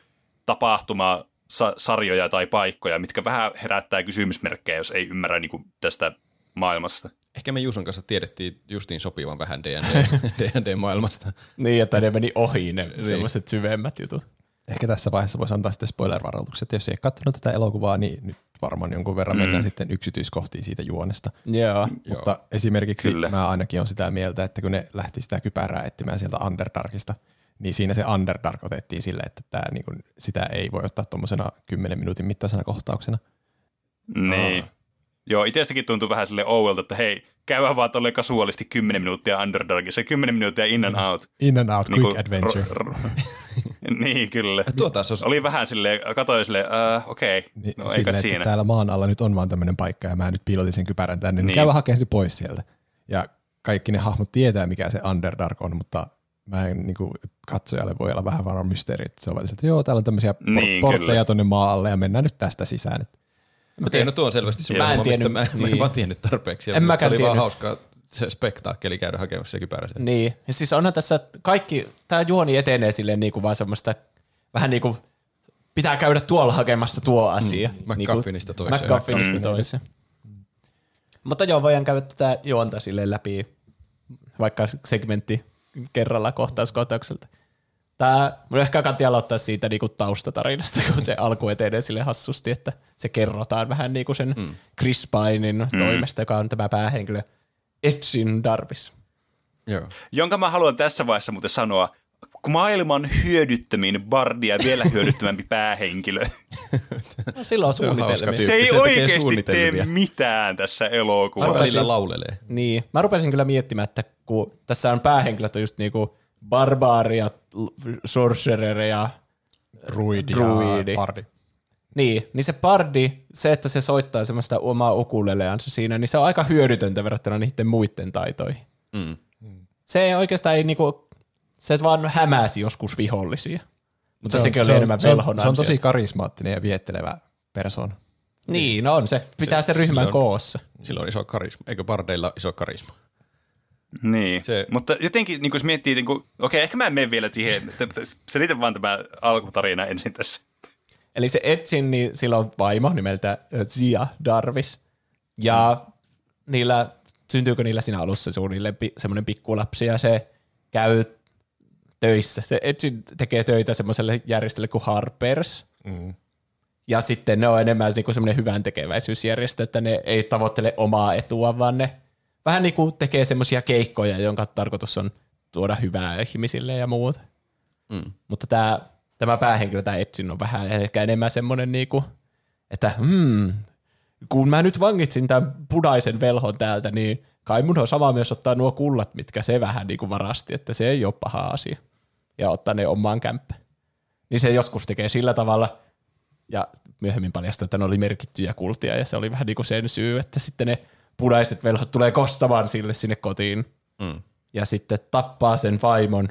tapahtumasarjoja tai paikkoja, mitkä vähän herättää kysymysmerkkejä, jos ei ymmärrä niin kuin tästä maailmasta. Ehkä me Juuson kanssa tiedettiin justiin sopivan vähän D and D-maailmasta. Niin, että ne meni ohi ne niin. Semmoiset syvemmät jutut. Ehkä tässä vaiheessa voisi antaa sitten spoiler-varoitukset, että jos ei katsonut tätä elokuvaa, niin nyt varmaan jonkun verran mm. mennään sitten yksityiskohtiin siitä juonesta. Joo. Mutta Joo. esimerkiksi Kyllä. mä ainakin olen sitä mieltä, että kun ne lähti sitä kypärää etsimään sieltä Underdarkista, niin siinä se Underdark otettiin silleen, että tämä, niin kuin, sitä ei voi ottaa tuommoisena kymmenen minuutin mittaisena kohtauksena. Niin. Oh. Joo, itsestäkin tuntuu vähän sille ouolta, että hei, käydään vaan tolleen kasuaalisti kymmenen minuuttia Underdarkissa, kymmenen minuuttia in and out. In and out, niin quick adventure. R- r- niin, kyllä. Tuo taas on... Oli vähän silleen, katsoin silleen, uh, okei, okay. Niin, no silleen, eikä siinä. että täällä maan alla nyt on vaan tämmöinen paikka ja mä nyt piilotin sen kypärän tänne, niin, niin. käy hakemaan se pois sieltä. Ja kaikki ne hahmot tietää, mikä se Underdark on, mutta mä en, niin kuin, katsojalle voi olla vähän varmaan mysteeri, että se on vaan että joo, täällä on tämmöisiä niin, portteja tonne maan alle ja mennään nyt tästä sisään. Mä tiedän, no tuo on selvästi se mä en tiennyt, mä, niin. mä en vaan tiennyt tarpeeksi. En mäkään se oli tiennyt. vaan hauskaa se spektaakkeli käydä hakemassa se kypärä. Niin, ja siis onhan tässä kaikki, tämä juoni etenee silleen niin kuin vaan semmoista, vähän niin kuin pitää käydä tuolla hakemassa tuo asia. Mm, niin McGuffinista toiseen. McGuffinista toiseen. Mutta joo, voidaan käydä tätä juonta silleen läpi, vaikka segmentti kerralla kohtauskohtaukselta. Tää, mun ehkä kannattaa aloittaa siitä niinku taustatarinasta, kun se alku etenee sille hassusti, että se kerrotaan vähän niinku sen mm. Chris Pinein mm. toimesta, joka on tämä päähenkilö Edsin Darvis. Joo. Jonka mä haluan tässä vaiheessa muuten sanoa, maailman hyödyttömin bardi ja vielä hyödyttömämpi päähenkilö. No, silloin on suunnitelmia. Se ei Se oikeasti tee mitään tässä elokuvassa. Se välillä laulelee. Niin, mä rupesin kyllä miettimään, että kun tässä on päähenkilöt on just niinku barbaaria, sorcerereja, Druidi Druidi. ja bardi. Niin, niin se bardi, se, että se soittaa semmoista omaa ukuleleansa siinä, niin se on aika hyödytöntä verrattuna niiden muiden taitoihin. Mm. Se ei oikeastaan ei niinku, se vaan hämäsi joskus vihollisia. Mutta Se on- sekin oli se on- enemmän se on- velhon Se on ansiota. tosi karismaattinen ja viettelevä persoona. Niin, no on se. Pitää se, Se- ryhmän sillä on- koossa. Sillä on iso karisma. Eikö bardeilla iso karisma? Niin, Se- mutta jotenkin niin jos miettii, niin kuin, okei, ehkä mä en mene vielä siihen, selitä vaan tämä alkutarina ensin tässä. Eli se Edsin, niin sillä on vaimo nimeltä Zia Darvis. Ja mm. niillä, syntyykö niillä siinä alussa suunnilleen pi, semmoinen pikkulapsi, ja se käy töissä. Se Edsin tekee töitä semmoiselle järjestölle kuin Harpers. Mm. Ja sitten ne on enemmän niin kuin semmoinen hyvän tekeväisyysjärjestö, että ne ei tavoittele omaa etua, vaan ne vähän niin kuin tekee semmoisia keikkoja, jonka tarkoitus on tuoda hyvää ihmisille ja muuta. Mm. Mutta tämä, tämä päähenkilö, tämä Edsin, on vähän ehkä enemmän semmoinen, niin kuin, että hmm, kun mä nyt vangitsin tämän punaisen velhon täältä, niin kai mun on sama myös ottaa nuo kullat, mitkä se vähän niin kuin varasti, että se ei ole paha asia. Ja ottaa ne omaan kämppään. Niin se joskus tekee sillä tavalla, ja myöhemmin paljastui, että ne oli merkittyjä kultia, ja se oli vähän niin kuin sen syy, että sitten ne punaiset velhot tulee kostamaan sille sinne kotiin, Mm. ja sitten tappaa sen vaimon,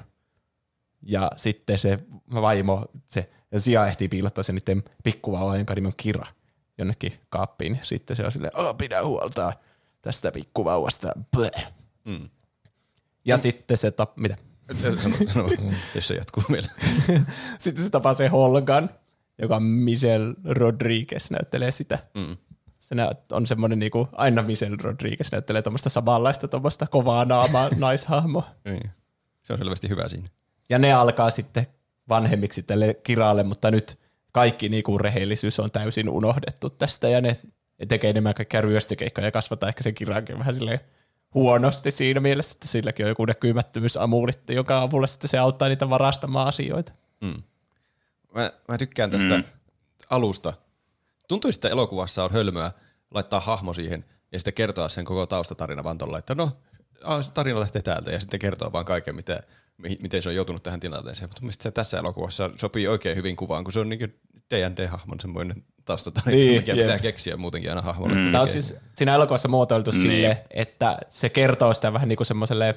ja sitten se vaimo, se Zia ehtii piilottaa sen niiden pikkuvauvan, jonka nimi on Kira, jonnekin kaappiin, ja sitten se on silleen, oh, pidä huolta tästä pikkuvauvasta, bleh. Mm. Ja mm. sitten se tap... Mitä? Sano, sano, jos se jatkuu vielä. Sitten se tapaa se Holgan, joka Michelle Rodriguez näyttelee sitä. Mm. Se on semmoinen, niin kuin aina Michelle Rodriguez näyttelee tuommoista samanlaista tuommoista kovaa naamaa naishahmoa. Niin. Se on selvästi hyvä siinä. Ja ne alkaa sitten vanhemmiksi tälle Kiralle, mutta nyt kaikki niin kuin rehellisyys on täysin unohdettu tästä, ja ne tekee enemmän kaikkia ryöstökeikkoja ja kasvattaa ehkä sen Kirankin vähän silleen huonosti siinä mielessä, että silläkin on joku näkymättömyysamulitti, joka avulla sitten se auttaa niitä varastamaan asioita. Mm. Mä, mä tykkään tästä mm. alusta. Tuntuisi, että elokuvassa on hölmöä laittaa hahmo siihen ja sitten kertoa sen koko taustatarina vaan tuolla, että no, tarina lähtee täältä ja sitten kertoo vaan kaiken, mitä, miten se on joutunut tähän tilanteeseen. Mutta mielestäni se tässä elokuvassa sopii oikein hyvin kuvaan, kun se on niin kuin D and D-hahmon semmoinen taustatarina, niin, mikä jep. pitää keksiä muutenkin aina hahmolle. Mm. Tämä on siis siinä elokuvassa muotoiltu niin. sille, että se kertoo sitä vähän niin kuin semmoiselle,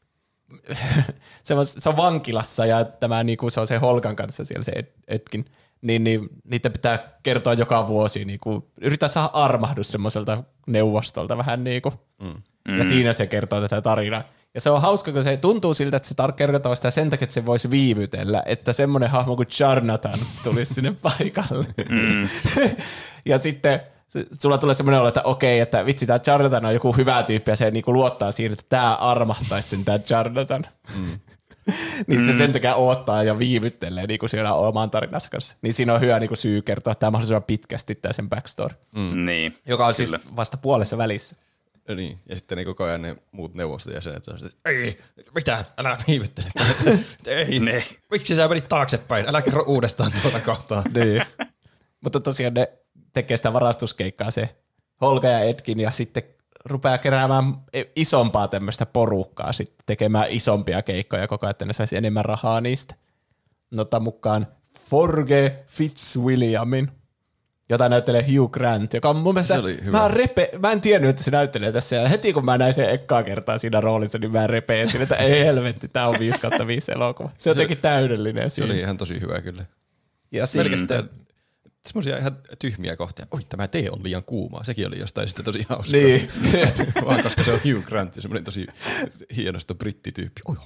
se on vankilassa ja tämä niin kuin se on se Holgan kanssa siellä se Edkin, niin, niin niitä pitää kertoa joka vuosi, niin kuin, yrittää saada armahdus semmoiselta neuvostolta vähän niin kuin. Mm. Ja siinä se kertoo tätä tarinaa. Ja se on hauska, kun se tuntuu siltä, että se tar- kertoo sitä sen takia, että se voisi viivytellä, että semmoinen hahmo kuin Jarnatan tulisi sinne paikalle. Mm. Ja sitten sulla tulee semmoinen olo, että okei, että vitsi, tämä Jarnatan on joku hyvä tyyppi ja se niinku luottaa siihen, että tämä armahtaisi sen tämä Jarnatan. Mm. niin se sen takia odottaa ja viivyttelee niinku siellä oman tarinassa kanssa. Niin siinä on hyvä niinku syy kertoa tämä mahdollisimman pitkästi tämä sen backstory. Mm. Niin. Joka on siis vasta puolessa välissä. Ja niin, ja sitten niin koko ajan ne muut neuvostojäsenet on että ei, mitä, älä viivyttele. ei, ne. Miksi sä menit taaksepäin? Älä kerro uudestaan tuota kohtaa. niin. Mutta tosiaan ne tekee sitä varastuskeikkaa se Holga ja Edkin ja sitten rupeaa keräämään isompaa tämmöistä porukkaa sitten tekemään isompia keikkoja koko ajan, että ne saisi enemmän rahaa niistä. Nota mukaan Forge Fitzwilliamin, jota näyttelee Hugh Grant, joka on mun mielestä, mä, repe, mä en tiennyt, että se näyttelee tässä, ja heti kun mä näin sen ekkaa kertaa siinä roolissa, niin mä repeen siinä, että ei helvetti, tää on viisi kautta viisi elokuva. Se on jotenkin täydellinen. Se oli ihan tosi hyvä kyllä. Ja sitten semmoisia ihan tyhmiä kohtia. Oi, tämä tee on liian kuumaa. Sekin oli jostain sitten tosi hauskaa. Niin. Vaan koska se on Hugh Grant ja semmoinen tosi hienosta brittityyppi. Oi,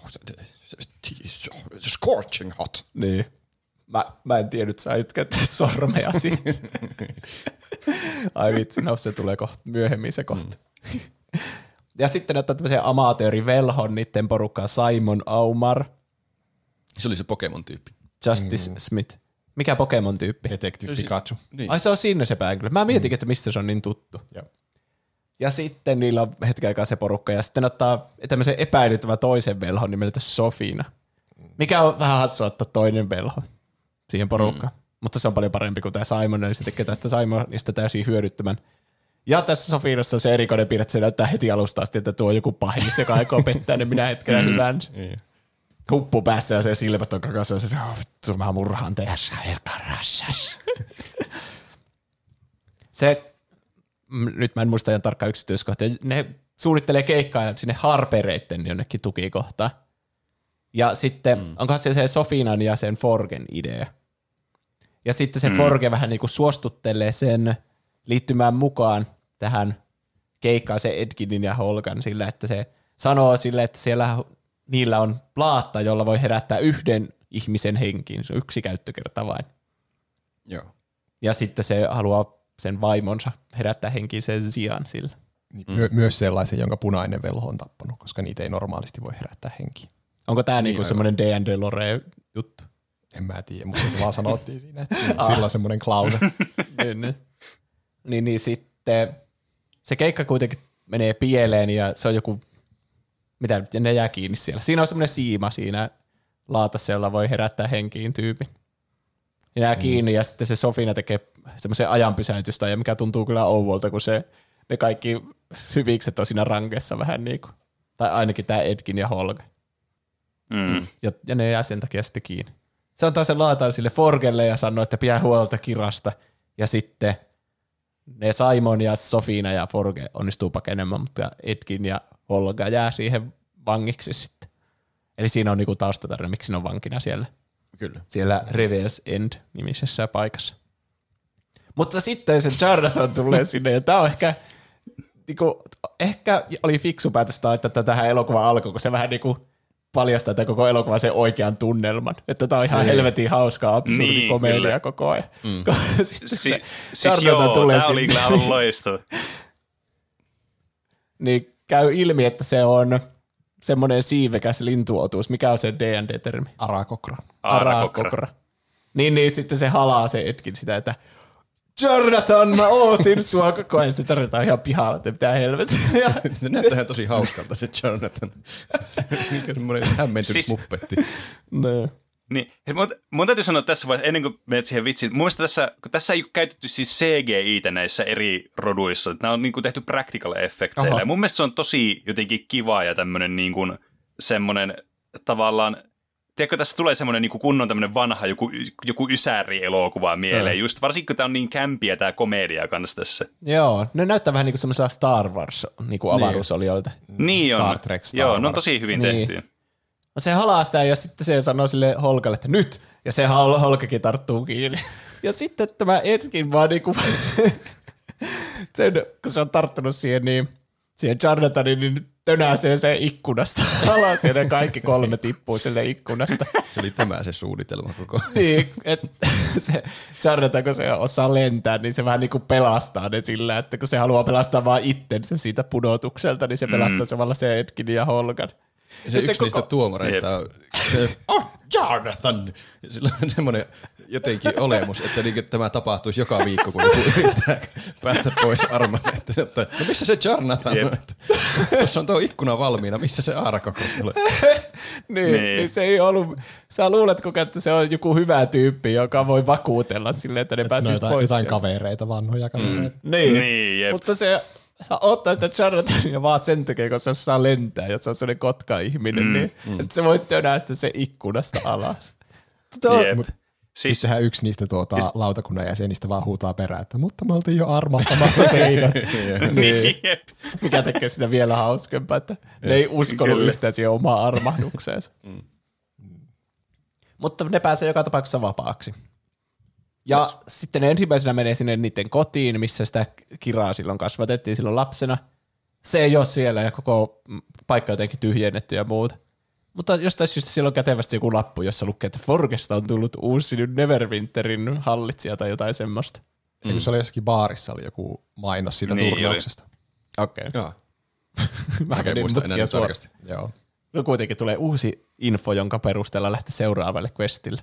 scorching hot. Niin. Mä, mä en tiedä, että sä aiot käyttää sormea siihen. Ai vitsi, no se tulee kohta, myöhemmin se kohta. Mm. Ja sitten ottaa tämmöisen amatöörivelhon niiden porukkaa Simon Aumar. Se oli se Pokemon-tyyppi. Justice mm. Smith. Mikä Pokemon-tyyppi? Detective Pikachu. Niin. Ai se on siinä se päänkylä. Mä mietin, mm. että mistä se on niin tuttu. Ja. ja sitten niillä on hetken aikaa se porukka. Ja sitten ottaa tämmöisen epäilyttävän toisen velhon nimeltä Sofina. Mikä on vähän hassua ottaa toinen velho siihen porukkaan. Mm. Mutta se on paljon parempi kuin tämä Simon, eli se tekee tästä Simonista täysin hyödyttömän. Ja tässä Sofinassa on se erikoinen piirre, että se näyttää heti alusta asti, että tuo on joku pahis, joka aikoo pettää ne minä hetkenä hyvänsä. Huppu päässä ja se silmät on kakassa ja se, oh, vittu mä murhaan teässä, elkarassas. Se, nyt mä en muista ihan tarkkaan yksityiskohtia, ne suunnittelee keikkaa sinne Harpereitten jonnekin tukikohtaan. Ja sitten, mm. onkohan se se Sofinan ja sen Forgen idea. Ja sitten se mm. Forge vähän niin kuin suostuttelee sen liittymään mukaan tähän keikkaan se Edkinin ja Holgan sillä, että se sanoo sille, että siellä niillä on plaatta, jolla voi herättää yhden ihmisen henkiin. Se on yksi käyttökerta vain. Joo. Ja sitten se haluaa sen vaimonsa herättää henkiin sen sijaan sillä. My- myös sellaisen, jonka punainen velho on tappanut, koska niitä ei normaalisti voi herättää henkiin. Onko tämä niin, niinku semmoinen D and D lore juttu? En mä tiedä, mutta se vaan sanottiin siinä, että sillä on semmoinen klaune. niin, niin. Niin, niin sitten se keikka kuitenkin menee pieleen ja se on joku, mitä nyt, ne jää kiinni siellä. Siinä on semmoinen siima siinä laatassa, jolla voi herättää henkiin tyypin. Ne jää mm. kiinni ja sitten se Sofina tekee semmoisen ajanpysäytystä, ja mikä tuntuu kyllä ouvolta, kun se, ne kaikki hyvikset on siinä rankessa vähän niin kuin. Tai ainakin tämä Edkin ja Holga. Mm. Ja, ja ne jää sen takia sitten kiinni. Se antaa sen laataan sille Forgelle ja sanoo, että pidä huolta kirasta. Ja sitten ne Simon ja Sofina ja Forge onnistuu pakenemaan, mutta Edkin ja Holga jää siihen vangiksi sitten. Eli siinä on niinku taustatarina, miksi ne on vankina siellä. Kyllä. Siellä Reverse End-nimisessä paikassa. Mutta sitten se Jonathan tulee sinne, ja tämä on ehkä, niinku, ehkä oli fiksu päätös laittaa tähän elokuvan alkuun, kun se vähän niinku paljastaa tämän koko elokuvan sen oikean tunnelman. Että tämä on ihan niin. helvetin hauskaa absurdi niin, komedia kyllä. koko ajan. Mm. Sitten si- se siis joo, tämä oli kyllä aivan loistava. Niin käy ilmi, että se on semmoinen siivekäs lintuotus. Mikä on se D and D-termi? Arakokra. Arakokra. Niin, niin sitten se halaa se Edkin sitä, että Jonathan, mä ootin sua koko ajan. Se tarvitaan ihan pihalla, että mitä helvetti. Se näyttää ihan tosi hauskalta se Jonathan. Mikä semmoinen hämmentynyt Siis- muppetti. No. Niin, mun, mun täytyy sanoa tässä vaiheessa, ennen kuin menet siihen vitsiin, mun mielestä tässä, kun tässä ei ole käytetty siis C G I-tä näissä eri roduissa, että nämä on niin kuin tehty practical effectseillä, ja mun mielestä se on tosi jotenkin kiva ja tämmöinen niin kuin semmoinen tavallaan, tiedätkö, tässä tulee semmoinen niin kuin kunnon tämmöinen vanha joku, joku ysäri-elokuva mieleen, mm. just varsinkin kun tämä on niin kämpiä tämä komedia kanssa tässä. Joo, ne näyttää vähän niin kuin semmoisella Star Wars niin kuin avaruusolijoilta. Niin Star on. Trek, Star Joo, Wars. ne on tosi hyvin Niin. tehty. Se halaa sitä ja sitten se sanoo sille Holkalle, että nyt! Ja se Hol- Holkakin tarttuu kiinni. Ja sitten tämä Edkin vaan niinku, sen, kun se on tarttunut siihen, niin siihen Jonathanin, niin tönäsee se ikkunasta alas ja ne kaikki kolme tippuu sille ikkunasta. Se oli tämä se suunnitelma koko. Niin, että se Jonathan, kun se osaa lentää, niin se vähän niin kuin pelastaa ne sillä, että kun se haluaa pelastaa vaan itsensä siitä pudotukselta, niin se pelastaa mm. samalla se Edkin ja Holkan. Ja se Ja yksi se koko... niistä koko- tuomareista on se, oh, Jonathan! Ja sillä on semmoinen jotenkin olemus, että niin, tämä tapahtuisi joka viikko, kun joku yrittää päästä pois armata. Että se, että, no missä se Jonathan Jep. on? Että, tuossa on tuo ikkuna valmiina, missä se aarakoko tulee? Niin, Niin. niin, se ei ollut, sä luulet koko ajan, että se on joku hyvä tyyppi, joka voi vakuutella silleen, että ne No, pääsisi jotain, pois. jotain sieltä. kavereita, vanhoja kavereita. Mm. Niin, Niin, jep. mutta se saa ottaa sitä Jonathania vaan sen takia, kun se saa lentää, jos se on sellainen kotka-ihminen, mm, niin mm. että se voi tönästä se ikkunasta alas. Tuo, Jep. mut, Siis, Siis, sehän yksi niistä tuota, siis, lautakunnan jäsenistä vaan huutaa perään, että mutta me oltiin jo armahtamassa teidät. niin, jep. mikä tekee sitä vielä hauskempaa, että ne ei uskonut Kyllä. yhtään siihen omaan armahdukseensa. Mm. Mutta ne pääsee joka tapauksessa vapaaksi. Ja yes. sitten ne ensimmäisenä menee sinne niiden kotiin, missä sitä kiraa silloin kasvatettiin silloin lapsena. Se ei ole siellä ja koko paikka jotenkin tyhjennetty ja muuta. Mutta jostain syystä siellä on kätevästi joku lappu, jossa lukee, että Forgesta on tullut uusi Neverwinterin hallitsija tai jotain semmoista. Mm. Eikö se oli jossakin baarissa oli joku mainos siitä Niin turnauksesta? Okei. Okay. Joo. Mä Mä en menin muista mutkia enää suoraan. tarkasti. Joo. No kuitenkin tulee uusi info, jonka perusteella lähtee seuraavalle questille.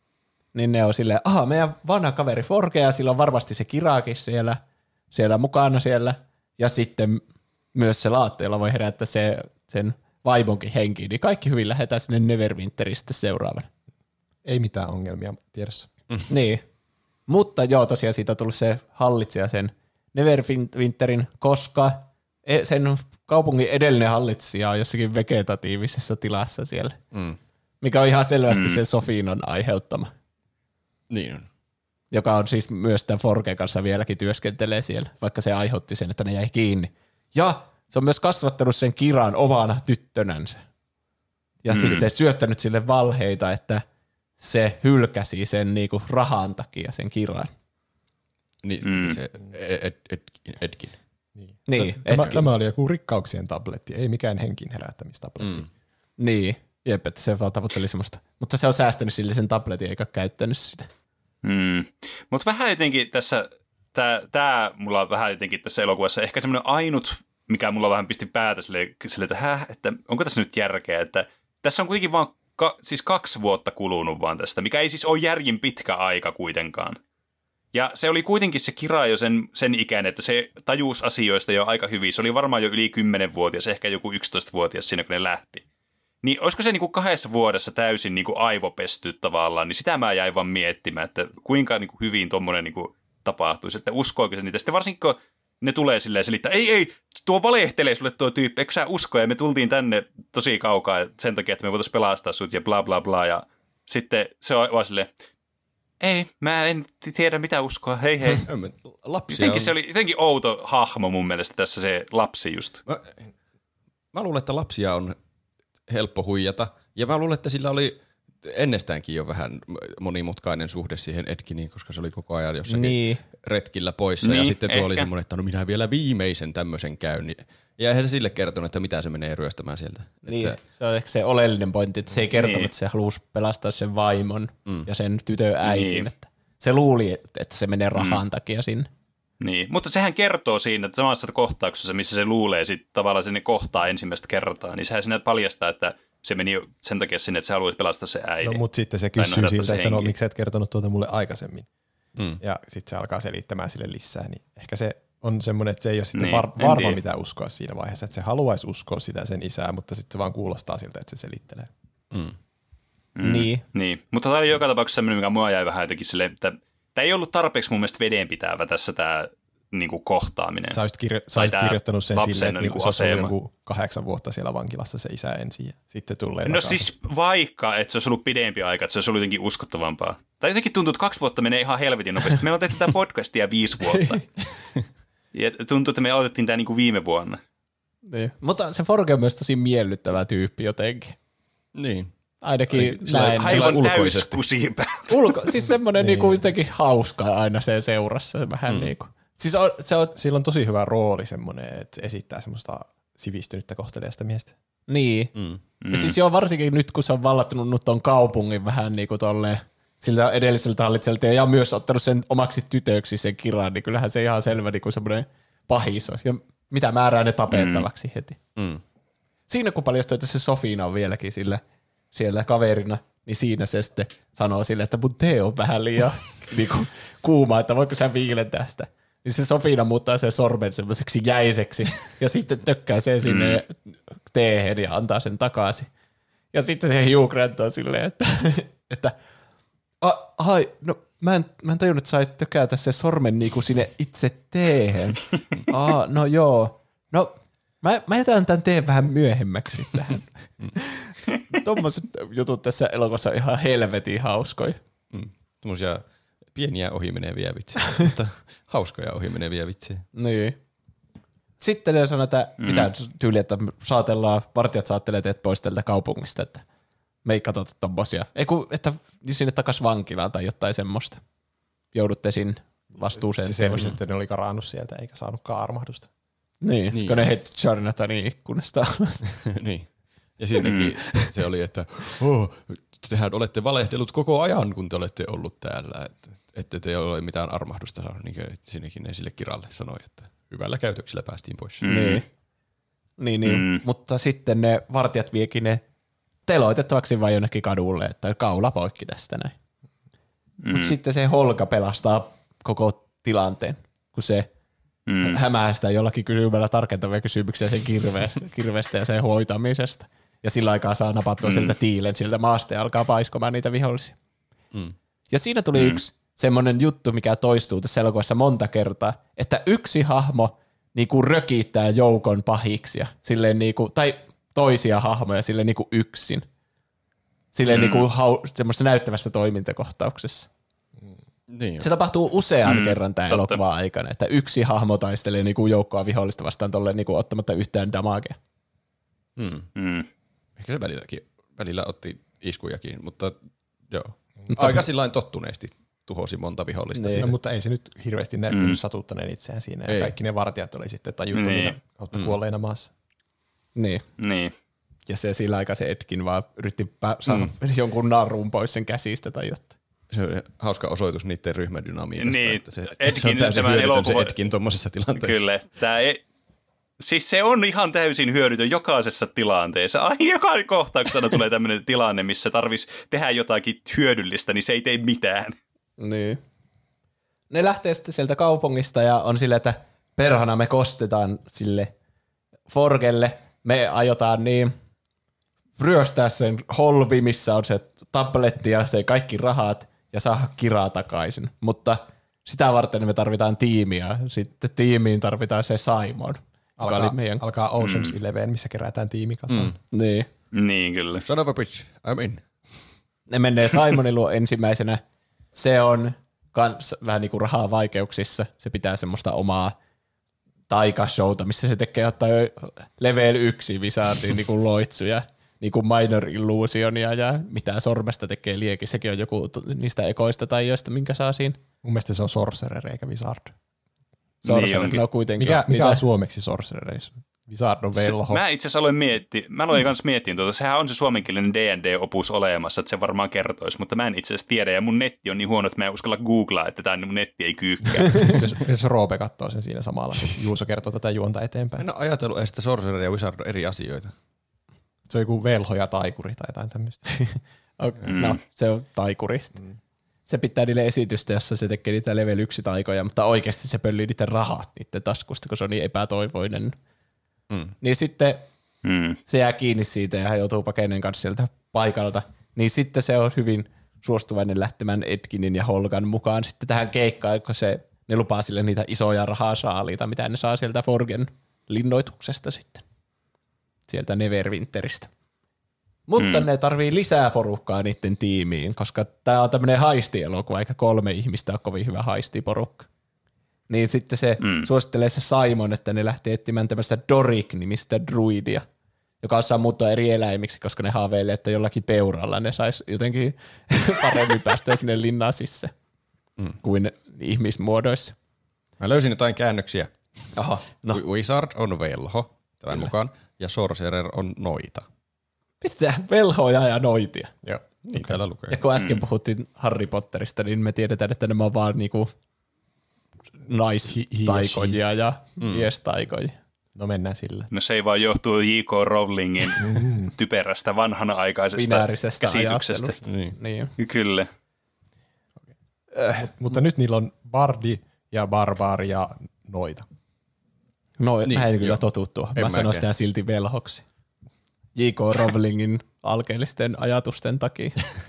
Niin ne on silleen, aha, meidän vanha kaveri Forgea, sillä on varmasti se kiraakin siellä, siellä mukana siellä, ja sitten myös se laatteella voi herättää se, sen vaimonkin henkiin, niin kaikki hyvin lähdetään sinne Neverwinteriin sitten seuraavana. Ei mitään ongelmia tiedossa. Mm. Niin, mutta joo, tosiaan siitä on tullut se hallitsija sen Neverwinterin, koska sen kaupungin edellinen hallitsija on jossakin vegetatiivisessa tilassa siellä, Mm. mikä on ihan selvästi Mm. sen Sofinon aiheuttama. Niin on. Joka on siis myös tämän Forgen kanssa vieläkin työskentelee siellä, vaikka se aiheutti sen, että ne jäi kiinni. Ja se on myös kasvattanut sen kiran omana tyttönänsä. Ja mm. sitten syöttänyt sille valheita, että se hylkäsi sen niinku rahan takia sen kiran. Niin, Mm. se ed, ed, Edkin. Niin, Tämä, etkin. tämä oli joku rikkauksien tabletti, ei mikään henkin herättämistabletti. Mm. Niin, jep, että se vaan tavoitteli semmoista. Mutta se on säästänyt sille sen tabletin eikä käyttänyt sitä. Mm. Mutta vähän jotenkin tässä, tämä mulla on vähän jotenkin tässä elokuvassa ehkä semmoinen ainut, mikä mulla vähän pisti päätä sille, sille että, häh, että onko tässä nyt järkeä, että tässä on kuitenkin vaan ka, siis kaksi vuotta kulunut vaan tästä, mikä ei siis ole järjin pitkä aika kuitenkaan. Ja se oli kuitenkin se kira jo sen, sen ikäinen, että se tajuus asioista jo aika hyvin. Se oli varmaan jo yli kymmenvuotias, ehkä joku yksitoistavuotias siinä, kun ne lähti. Niin olisiko se niin kuin kahdessa vuodessa täysin niin kuin aivopesty tavallaan, niin sitä mä jäin vaan miettimään, että kuinka niin kuin hyvin tommonen niin kuin tapahtuisi, että uskoiko se niitä. Sitten varsinkin kun ne tulee silleen selittää, ei, ei, tuo valehtelee sulle tuo tyyppi, eikö sä usko, ja me tultiin tänne tosi kaukaa sen takia, että me voitaisiin pelastaa sut ja bla bla bla, ja sitten se on vaan silleen, ei, mä en tiedä mitä uskoa, hei hei. Lapsia Jotenkin on... se oli jotenkin outo hahmo mun mielestä tässä se lapsi just. Mä, mä luulen, että lapsia on helppo huijata, ja mä luulen, että sillä oli ennestäänkin jo vähän monimutkainen suhde siihen Edkiniin, koska se oli koko ajan jossakin Niin. retkillä poissa, Niin, ja sitten tuo ehkä. oli semmoinen, että no minä vielä viimeisen tämmöisen käyn, niin- ja eihän se sille kertonut, että mitä se menee ryöstämään sieltä. Niin, Että, se on ehkä se oleellinen pointti, että se ei kertonut, Niin. että se halusi pelastaa sen vaimon Mm. ja sen tytön äitin. Niin. Että se luuli, että se menee rahan mm. takia sinne. Niin, mutta sehän kertoo siinä että samassa kohtauksessa, missä se luulee sitten tavallaan sinne kohtaa ensimmäistä kertaa, niin sehän sinne paljastaa, että se meni sen takia sinne, että se haluaisi pelastaa se äidin. No, mutta sitten se Tai no, kysyy herättää siltä, se että no henki. miksi et kertonut tuota mulle aikaisemmin. Mm. ja sitten se alkaa selittämään sille lisää, niin ehkä se on semmoinen, että se ei ole sitten Niin, var- en varma tiedä. mitä uskoa siinä vaiheessa, että se haluaisi uskoa sitä sen isää, mutta sitten se vaan kuulostaa siltä, että se selittelee. Mm. Mm. Niin. Niin, mutta tämä oli joka tapauksessa sellainen, mikä mua jäi vähän jotenkin silleen, että tämä ei ollut tarpeeksi mun mielestä vedenpitävä tässä tämä niinku kohtaaminen. Sä olisit, kirjo- sä Tai olisit tää kirjoittanut sen lapsen silleen, että niinku niinku se on ollut asema. joku kahdeksan vuotta siellä vankilassa se isä ensin ja sitten tulee No takaisin. siis vaikka, että se olisi ollut pidempi aika, että se olisi ollut jotenkin uskottavampaa. Tai jotenkin tuntuu, että kaksi vuotta menee ihan helvetin nopeasti. Me on tehty tätä podcastia viisi vuotta. Ja tuntuu, että me aloitettiin tämä niinku viime vuonna. Niin. Mutta se Forge on myös tosi miellyttävä tyyppi jotenkin. Niin. Ainakin Se on näin. Aivan ulkoisesti. täyskusipää. Ulko, siis semmoinen niinku jotenkin hauska aina se seurassa. Vähän mm. niinku. Siis on, se on, Sillä on tosi hyvä rooli semmoinen, että se esittää semmoista sivistynyttä kohteliasta miestä. niin. Mm. Ja siis joo, varsinkin nyt, kun se on vallattunut ton kaupungin vähän niin kuin tolleen siltä edelliseltä hallitsijalta ja myös ottanut sen omaksi tytöksi sen Kiran, niin kyllähän se ihan selvä niin kuin semmoinen pahis on. Ja mitä määrää ne tapettavaksi mm. heti. Mm. Siinä kun paljastui, että se Sofina on vieläkin sillä, siellä kaverina, niin siinä se sitten sanoo sille, että mun tee on vähän liian niin kuin, kuuma, että voiko sä viilentää sitä. Niin se Sofina muuttaa sen sormen semmoiseksi jäiseksi ja sitten tökkää sen sinne mm. teehen ja antaa sen takaisin. Ja sitten se Hugh on silleen, että, että a, ai, no mä en, mä en tajunnut, että sait tökätä se sormen niinku sinne itse teehen. Aa, no joo. No mä, mä jätän tämän teen vähän myöhemmäksi tähän. Tuommoiset jutut tässä elokuvassa on ihan helvetin hauskoja. Mm. Tuommoisia pieniä ohimeneviä vitsejä, mutta hauskoja ohimeneviä vitsejä. Niin. Sitten ne sanoo, että mm. mitä tyyli, että saatellaan, vartijat saattelee teet pois tältä kaupungista, että me ei katsota tommosia. Ei kun, että sinne takas vankilaan tai jotain semmoista. Joudutte sinne vastuuseen. Se selvästi, että ne oli karannut sieltä eikä saanutkaan armahdusta. Niin, Niin. niin, kun ne heitti Jonathanin ikkunasta alas. Niin. Ja siinäkin se oli, että oh, tehän olette valehdellut koko ajan, kun te olette ollut täällä, että ette te ole mitään armahdusta saanut, niin kuin siinäkin ne sille Kiralle sanoi, että hyvällä käytöksellä päästiin pois. Mm. Niin. Niin, niin. Mm. Mutta sitten ne vartijat viekin ne teloitettavaksi vai jonnekin kadulle, että kaula poikki tästä näin. Mm. Mutta sitten se Holga pelastaa koko tilanteen, kun se mm. hämää sitä jollakin kysymällä tarkentavia kysymyksiä sen kirve, kirvestä ja sen hoitamisesta. Ja sillä aikaa saa napattua mm. sieltä tiilen siltä maasta ja alkaa paiskomaan niitä vihollisia. Mm. Ja siinä tuli mm. yksi semmoinen juttu, mikä toistuu tässä elokuvassa monta kertaa, että yksi hahmo niinku rökittää joukon pahiksia, silleen niinku, tai toisia hahmoja silleen niinku yksin. Silleen mm. niinku hau, semmoista näyttävässä toimintakohtauksessa. Niin. Se tapahtuu usean mm, kerran tämän totta. elokuvan aikana, että yksi hahmo taistelee niinku joukkoa vihollista vastaan tolleen niinku ottamatta yhtään damagea. Mm. Mm. Ehkä se välilläkin, välillä otti iskujakin, mutta joo. Mutta Aika sillain tottuneesti tuhosi monta vihollista. Niin. Siitä. No, mutta ei se nyt hirveästi näyttänyt Mm. mm. satuttaneen itseään siinä. Ja Ei. kaikki ne vartijat oli sitten tajuttomina Niin. kautta mm. kuolleina maassa. Niin. Niin. Ja se sillä aikaa se Edkin vaan yritti pä- saada mm. jonkun narun pois sen käsistä tai jotain. Se on hauska osoitus niiden ryhmädynamiikasta. Niin, että se, Edkin, se on täysin tämä hyödytön elokuva- se Edkin tuommoisessa tilanteessa. Kyllä. Tää ei, siis se on ihan täysin hyödytön jokaisessa tilanteessa. Aina joka kohtauksena tulee tämmöinen tilanne, missä tarvitsisi tehdä jotakin hyödyllistä, niin se ei tee mitään. Niin. Ne lähtee sitten sieltä kaupungista ja on silleen, että perhana me kostetaan sille Forgelle. Me aiotaan niin ryöstää sen holvi, missä on se tabletti ja se kaikki rahat ja saa Kiraa takaisin. Mutta sitä varten me tarvitaan tiimiä. Sitten tiimiin tarvitaan se Simon, joka Alkaa, oli meidän... alkaa Ocean's mm. Eleven, missä kerätään tiimi kasaan. Mm. Niin. Niin, kyllä. Son of a bitch, I'm in. Ne menee Simonin luo ensimmäisenä. Se on kans vähän niin kuin rahaa vaikeuksissa. Se pitää semmoista omaa taikashowta, missä se tekee jotain level yksi Wizardin niin kuin loitsuja, niin kuin minor illusionia ja mitä sormesta tekee liekin. Sekin on joku niistä ekoista taijoista, minkä saa siinä. Mun mielestä se on Sorcerer eikä Wizard. Sorcerer, onkin. no kuitenkin. Mikä, mikä Mitä? on suomeksi Sorcerer? Wizard on velho. Mä itse asiassa aloin miettiä, mä aloin kans miettiä tuota, sehän on se suomenkielinen D and D-opus olemassa, että se varmaan kertoisi, mutta mä en itse asiassa tiedä, ja mun netti on niin huono, että mä en uskalla googlaa, että tää mun netti ei kyykkää. jos, jos Roope katsoo sen siinä samalla, kun Juuso kertoo tätä juonta eteenpäin. En ole ajatellut edes, että Sorcerer ja Wizard on eri asioita. Se on joku velho ja taikuri tai jotain tämmöistä. Okay, Mm. no, se on taikurista. Mm. se pitää niille esitystä, jossa se tekee niitä level yksi taikoja, mutta oikeasti se pöllii niiden rahat niiden taskusta, kun se on niin epätoivoinen. Mm. Niin sitten mm. se jää kiinni siitä ja hän joutuu pakeneen kanssa sieltä paikalta. Niin sitten se on hyvin suostuvainen lähtemään Edginin ja Holgan mukaan sitten tähän keikkaan, kun se, ne lupaa sille niitä isoja rahasaaliita, mitä ne saa sieltä Forgen linnoituksesta sitten. Sieltä Neverwinteristä. Mutta mm. ne tarvii lisää porukkaa niiden tiimiin, koska tämä on tämmöinen haistielokuva, eikä kolme ihmistä ole kovin hyvä haistiporukka. Niin sitten se mm. suosittelee se Simon, että ne lähtee etsimään tämmöistä Doric-nimistä druidia, joka osaa muuttua eri eläimiksi, koska ne haaveilee, että jollakin peuralla ne sais jotenkin paremmin päästöä sinne linnaan sisään mm. kuin ihmismuodoissa. Mä löysin jotain käännöksiä. Aha, no. Wizard on velho tämän Kyllä. mukaan, ja Sorcerer on noita. Mitä? Velhoja ja noitia. Joo, niin täällä lukee. Ja kun äsken mm. puhuttiin Harry Potterista, niin me tiedetään, että nämä on vaan niinku naistaikoja ja mm. miestaikoja. No mennään sillä. No se ei vaan johtuu J K. Rowlingin typerästä vanhanaikaisesta käsityksestä. Niin. niin. Kyllä. Okay. Mut, mutta nyt niillä on bardi ja barbaari ja noita. No niin, mä en kyllä totuttua. Mä sanon sitä silti velhoksi. J K. Rowlingin alkeellisten ajatusten takia.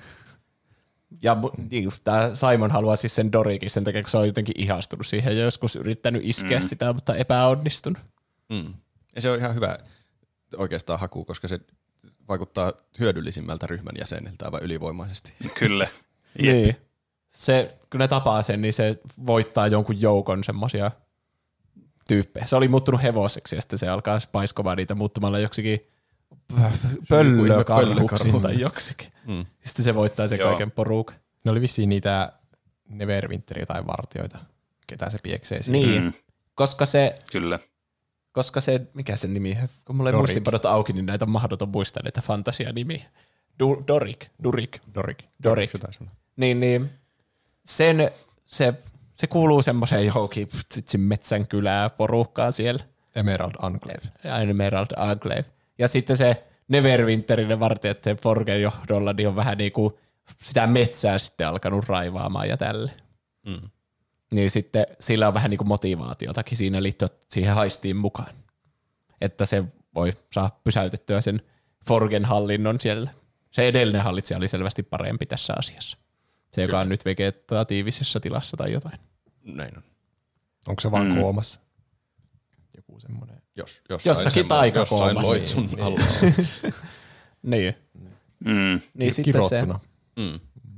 Ja niin, tämä Simon haluaa siis sen Doricin sen takia, kun se on jotenkin ihastunut siihen ja joskus yrittänyt iskeä mm. sitä, mutta epäonnistunut. Mm. Ja se on ihan hyvä oikeastaan haku, koska se vaikuttaa hyödyllisimmältä ryhmän jäseniltä aivan ylivoimaisesti. Kyllä. Niin. Se, kun ne tapaa sen, niin se voittaa jonkun joukon semmoisia tyyppejä. Se oli muuttunut hevoseksi ja sitten se alkaa paiskomaan niitä muuttumalla joksikin pöllökarhuksiin tai joksikin. Mm. Sitten se voittaa sen Joo. kaiken porukan. Ne oli vissiin niitä Neverwinteria tai vartioita, ketä se pieksee siinä. Niin, mm. koska se... Kyllä. Koska se, mikä sen nimi, kun mulla ei muistinpadot auki, niin näitä on mahdoton muistaa näitä fantasia-nimiä. Du, Doric, Duric. Doric. Doric. Niin, niin sen, se, se kuuluu semmoiseen johonkin metsän kylää porukkaan siellä. Emerald Enclave. Emerald Enclave. Ja sitten se Neverwinterinen vartijat sen Forgen johdolla niin on vähän niin kuin sitä metsää sitten alkanut raivaamaan ja tälle. Mm. Niin sitten sillä on vähän niin kuin motivaatiotakin siinä liittyä siihen haistiin mukaan. Että se voi saa pysäytettyä sen Forgen hallinnon siellä. Se edellinen hallitsija oli selvästi parempi tässä asiassa. Se, joka Kyllä. on nyt vegetatiivisessa tilassa tai jotain. Näin on. Onko se vaan mm. koomassa? Joku semmoinen. Jos, jossain Jossakin taikakoomassa. Jossain loitsun niin, alussa. niin. Mm. Niin sitten se, mm.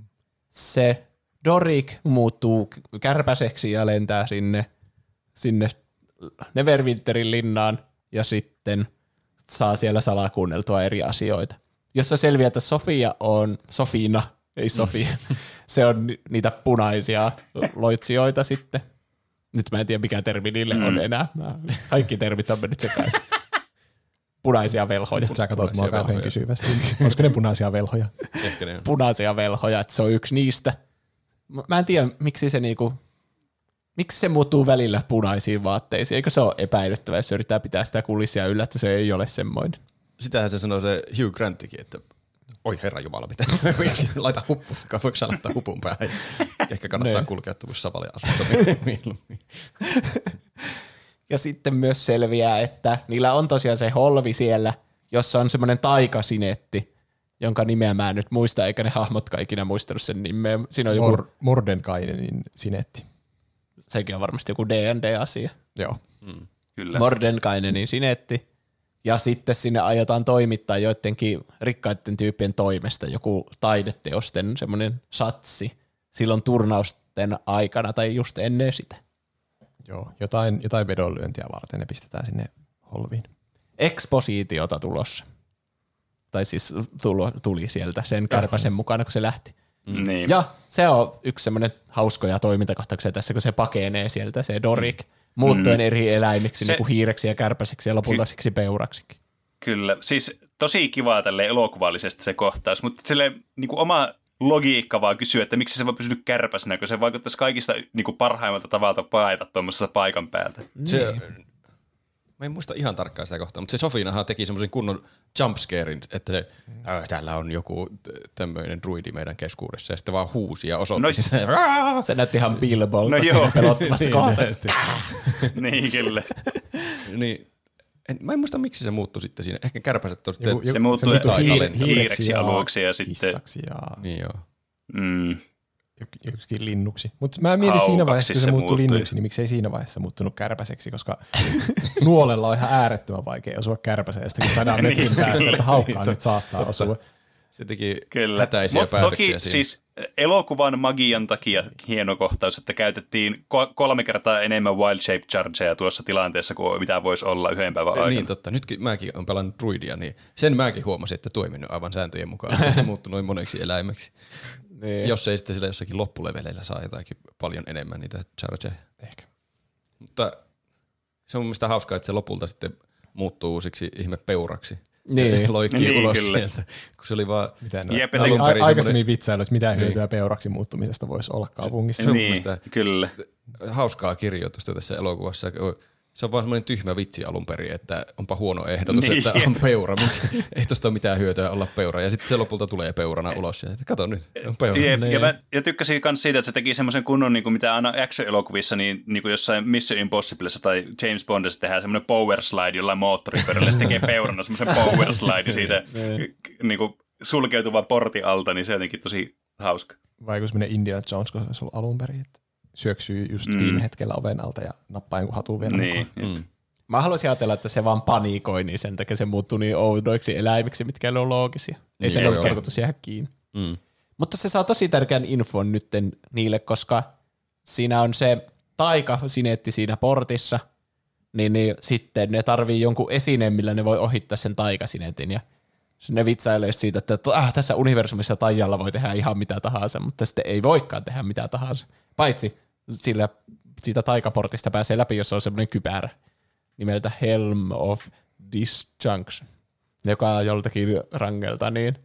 se Doric muuttuu kärpäseksi ja lentää sinne, sinne Neverwinterin linnaan ja sitten saa siellä salakuunneltua eri asioita. Jossa selviää, että Sofia on, Sofina, ei Sofia, mm. se on niitä punaisia loitsijoita sitten. Nyt mä en tiedä, mikä termi niille mm. on enää. Mä, kaikki termit on mennyt sekaisin. Punaisia velhoja. Sä katsot mua kauhean kysyvästi. Olisiko ne punaisia velhoja? Ehkä ne on. Punaisia velhoja, että se on yksi niistä. Mä en tiedä, miksi se niinku, miksi se muuttuu välillä punaisiin vaatteisiin. Eikö se ole epäilyttävää, jos se yrittää pitää sitä kulissia yllä, että se ei ole semmoinen. Sitähän se sanoo se Hugh Grantikin, että oi herra jumala, mitä laita huppu, voiko sä laittaa hupun päähän? Ehkä kannattaa ne. kulkea tuossa Savalia-asussa mieluummin. Ja sitten myös selviää, että niillä on tosiaan se holvi siellä, jossa on semmoinen taikasinetti, jonka nimeä mä en nyt muista, eikä ne hahmotkaan ikinä muistanut sen nimeä. Siinä on joku... Mor- Mordenkainen sinetti. Sekin on varmasti joku D and D-asia. Joo. Mm, kyllä. Mordenkainenin sinetti. Ja sitten sinne aiotaan toimittaa joidenkin rikkaiden tyyppien toimesta joku taideteosten semmoinen satsi silloin turnausten aikana tai just ennen sitä. Joo, jotain, jotain vedonlyöntiä varten ne pistetään sinne holviin. Ekspositiota tulossa. Tai siis tulo, tuli sieltä sen kärpäsen mukana, kun se lähti. Mm. Niin. Ja se on yksi semmoinen hauskoja toimintakohtauksia tässä, kun se pakenee sieltä se Doric, mm. muuttuen mm. eri eläimiksi, se... niin kuin hiireksi ja kärpäseksi ja lopulta siksi peuraksikin. Kyllä, siis tosi kivaa tälleen elokuvallisesti se kohtaus, mutta silleen niin kuin oma logiikka vaan kysyy, että miksi se voi pysynyt kärpäsenä, kun se vaikuttaisi kaikista niin kuin parhaimmalta tavalta paeta tuommoisesta paikan päältä. Se, mä en muista ihan tarkkaan sitä kohtaa, mutta se Sofinahan teki semmoisen kunnon jumpscarein, että se, äh, täällä on joku tämmöinen druidi meidän keskuudessa, ja sitten vaan huusi ja osoitti No, sitä. Se näytti ihan Bilbolta No siinä joo. pelottavassa kohdassa. Niin, kyllä. Niin, en, mä en muista, miksi se muuttui sitten siinä. Ehkä kärpäset on sitten... Joku- Se muuttui muuttui hiir- hiir- hiireksi aluksi ja sitten... kissaksi ja Niin joo. Mm, joksikin linnuksi. Mutta mä mietin siinä Haukaksi vaiheessa, kun se se muuttui muuttui. linnuksi, niin miksei siinä vaiheessa muuttunut kärpäseksi, koska nuolella on ihan äärettömän vaikea osua kärpäseen jostakin sadan metrin Niin, päästä, kyllä. että haukkaa nyt saattaa osua. Se teki kyllä. hätäisiä Mut päätöksiä toki siinä. siis elokuvan magian takia hieno kohtaus, että käytettiin ko- kolme kertaa enemmän Wild Shape Chargeja tuossa tilanteessa kuin mitä voisi olla yhden päivän aikana. Niin totta. Nytkin mäkin olen pelannut druidia, niin sen mäkin huomasin, että toiminut aivan sääntöjen mukaan. Että se muuttui noin moneksi eläimeksi. Niin. Jos ei sitten sillä jossakin loppuleveleillä saa jotakin paljon enemmän niitä chargeja. Ehkä. Mutta se on mun mielestä hauskaa, että se lopulta sitten muuttuu uusiksi ihme peuraksi. Niin. Loikkii Niin, ulos kyllä. sieltä, kun se oli vaan... Mitä no, Jep, oli jotenkin- a- perin aikaisemmin vitsailu, että mitä hyötyä peuraksi muuttumisesta voisi olla kaupungissa. Se on mun Niin, mielestä kyllä. hauskaa kirjoitusta tässä elokuvassa. Se on vaan semmoinen tyhmä vitsi alun perin, että onpa huono ehdotus, Niin, että jep. on peura. Mutta ei tosta ole mitään hyötyä olla peura. Ja sitten se lopulta tulee peurana ulos. Ja että kato nyt, on peura. Jep, ja, mä, ja tykkäsin myös siitä, että se teki semmoisen kunnon, niin kuin mitä aina action-elokuvissa, niin, niin kuin jossain Mission Impossiblessa tai James Bondissa tehdään semmoinen power slide jollain moottoripyörällä, ja se tekee peurana semmoisen power slide siitä niin kuin sulkeutuvan portin alta, niin se on jotenkin tosi hauska. Vai kun semmoinen Indiana Jones, kun se olisi ollut alun perin, että syöksyy just Mm. viime hetkellä oven alta ja nappaa jonkun hatun vielä Niin, mukaan. Mm. Mä haluaisin ajatella, että se vaan panikoi, niin sen takia se muuttui niin oudoiksi eläimiksi, mitkä ei ole loogisia. Ei Niin, sen joo, ollut joo. tarkoitus jäädä kiinni. Mm. Mutta se saa tosi tärkeän infon nytten niille, koska siinä on se taikasineetti siinä portissa, niin, niin sitten ne tarvii jonkun esineen, millä ne voi ohittaa sen taikasinetin. Ja ne vitsailee siitä, että ah, tässä universumissa taijalla voi tehdä ihan mitä tahansa, mutta sitten ei voikaan tehdä mitä tahansa. Paitsi sillä, siitä taikaportista pääsee läpi, jos on semmoinen kypärä nimeltä Helm of Disjunction, joka on joltakin rangelta, niin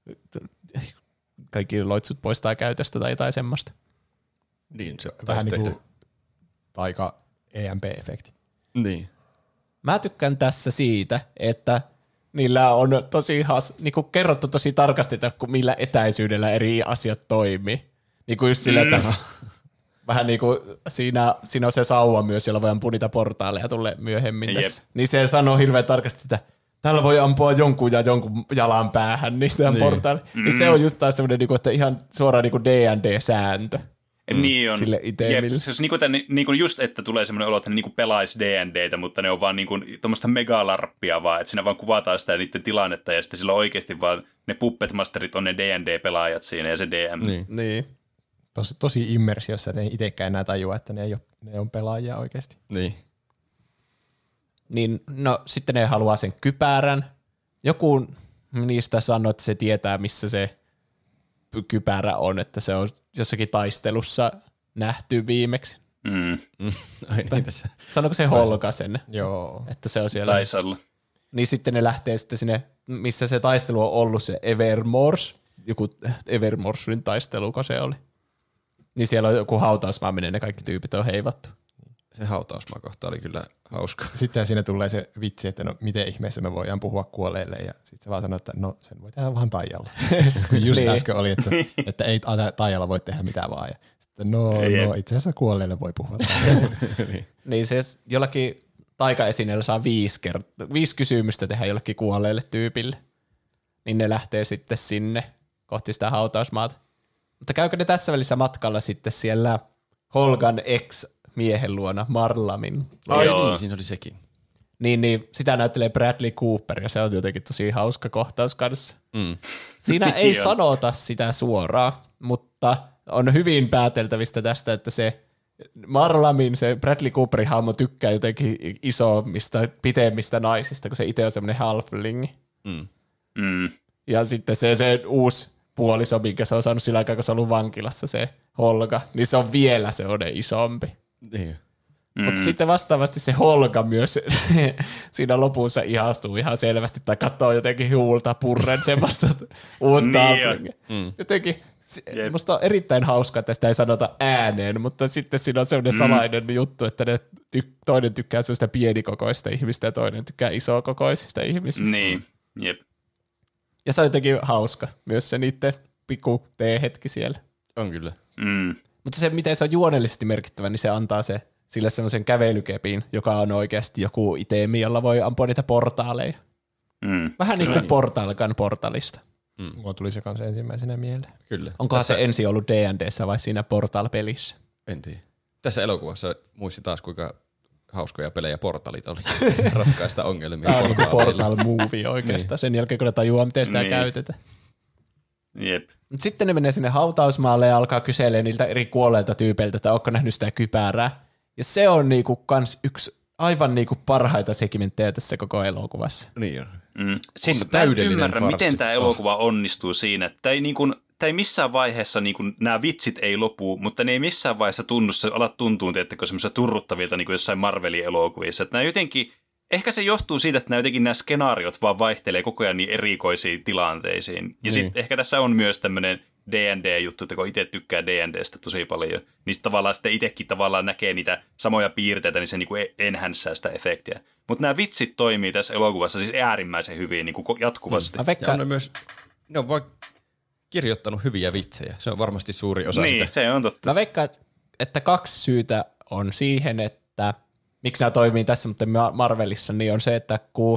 kaikki loitsut poistaa käytöstä tai jotain semmoista. Niin, se Vähän taisi niin tehdä. kuin taika E M P-efekti. Niin. Mä tykkään tässä siitä, että niillä on tosi has, niin kuin kerrottu tosi tarkasti, että millä etäisyydellä eri asiat toimii. Niin kuin just sillä, Mm. että vähän niin kuin siinä, siinä on se sauva myös, jolla voi ampua niitä portaaleja tulee myöhemmin Jep. tässä. Niin se sanoo hirveän tarkasti, että täällä voi ampua jonkun ja jonkun jalan päähän niitä Niin. niin. portaaleja. Mm. Niin se on just taas semmoinen, että ihan suoraan niin kuin D and D-sääntö. Mm. Niin on. Sille itemille. Jep, se on niinku, tämän, niinku just, että tulee semmoinen olo, että ne niinku pelaisi D and D:tä, mutta ne on vaan niinku tuommoista megalarppia vaan, että siinä vaan kuvataan sitä niiden tilannetta ja sitten sillä oikeasti vaan ne puppet masterit on ne D and D-pelaajat siinä ja se D M. Niin. Niin. Tosi, tosi immersiossa, että ne itsekään enää tajua, että ne, ei ole, ne on pelaajia oikeasti. Niin. Niin no sitten ne haluaa sen kypärän. Joku niistä sanoo, että se tietää, missä se kypärä on, että se on jossakin taistelussa nähty viimeksi. Mm. Mm. Ai niin tässä. Sanoiko se Holga sen, Joo. että se on siellä? Taisi olla. Niin sitten ne lähtee sitten sinne, missä se taistelu on ollut, se Evermors, joku Evermorsin taistelu, kun se oli. Niin siellä on joku hautausmaa, minne ne kaikki tyypit on heivattu. Se hautausmaakohta oli kyllä hauska. Sitten siinä tulee se vitsi, että no miten ihmeessä me voidaan puhua kuolleille, ja sitten se vaan sanoo, että no sen voi tehdä vaan taijalla. Kun just Niin. äsken oli, että, että ei ta- taijalla voi tehdä mitään vaan. Ja sitten no, Jep. no itse asiassa kuolleille voi puhua. Niin se jollakin taikaesineellä saa viisi, kert- viisi kysymystä tehdä jollekin kuolleelle tyypille. Niin ne lähtee sitten sinne kohti sitä hautausmaata. Mutta käykö ne tässä välissä matkalla sitten siellä Holgan ex-miehen luona, Marlamin? Ai Joo. niin, siinä oli sekin. Niin, niin sitä näyttelee Bradley Cooper ja se on jotenkin tosi hauska kohtaus kanssa. Mm. Siinä ei Joo. sanota sitä suoraan, mutta on hyvin pääteltävistä tästä, että se Marlamin, se Bradley Cooperin hahmo tykkää jotenkin isommista, pitemmistä naisista, kun se itse on semmoinen halfling. Mm. Mm. Ja sitten se, se uusi puoliso, minkä se on saanut sillä aikaa, kun se on ollut vankilassa, se Holga, niin se on vielä se on isompi. Niin. Mm. Mutta sitten vastaavasti se Holga myös siinä lopussa ihastuu ihan selvästi tai katsoo jotenkin huulta purren semmoista uutta Niin halflingia. Mm. Jotenkin Jep. Musta on erittäin hauskaa, että sitä ei sanota ääneen, mutta sitten siinä on sellainen mm. salainen juttu, että ne ty- toinen tykkää sellaista pienikokoista ihmistä ja toinen tykkää isokokoisista ihmisistä. Niin, jep. Ja se on jotenkin hauska, myös se niiden pikku tee-hetki siellä. On kyllä. Mm. Mutta se, miten se on juonellisesti merkittävä, niin se antaa se sille semmoisen kävelykepin, joka on oikeasti joku itemi, jolla voi ampua niitä portaaleja. Mm. Vähän niin kuin Portalkan portalista. Mm. Mulla tuli se kanssa ensimmäisenä mieleen. Kyllä. Onkohan Tässä, se ensin ollut D and D:ssä vai siinä Portal-pelissä? En tiedä. Tässä elokuvassa muisti taas, kuinka hauskoja pelejä portalit oli ratkaista ongelmia. Tämä on niin kuin Portal-movie oikeastaan, sen jälkeen kun ne tajuaa, miten sitä niin. käytetään. Jep. Mut sitten ne menee sinne hautausmaalle ja alkaa kyselemään niiltä eri kuolleilta tyypeiltä, että onko nähnyt sitä kypärää. Ja se on niinku kans yksi aivan niinku parhaita segmenttejä tässä koko elokuvassa. Niin on. Mm. Siis On mä en täydellinen ymmärrä, farssi. miten tämä elokuva onnistuu siinä. Tämä ei, niin kuin, tämä ei missään vaiheessa, niin kuin, nämä vitsit ei lopu, mutta ne ei missään vaiheessa tunnu, se alat tuntuu, teettekö semmoisia turruttavilta niin kuin jossain Marvelin elokuvissa. Että nämä jotenkin, ehkä se johtuu siitä, että nämä jotenkin nämä skenaariot vaan vaihtelee koko ajan niin erikoisiin tilanteisiin. Ja Niin. sitten ehkä tässä on myös tämmöinen D and D-juttu, että kun itse tykkää D and D:stä tosi paljon, niin sitten tavallaan sitten itsekin tavallaan näkee niitä samoja piirteitä, niin se niin kuin enhänssää sitä efektiä. Mutta nämä vitsit toimii tässä elokuvassa siis äärimmäisen hyvin niin kuin jatkuvasti. Mä Ja veikkaan, on ne myös, ne on vaan kirjoittanut hyviä vitsejä. Se on varmasti suuri osa Niin, sitä. se on totta. mä veikkaan, että kaksi syytä on siihen, että miksi nämä toimii tässä, mutta Marvelissa, niin on se, että kun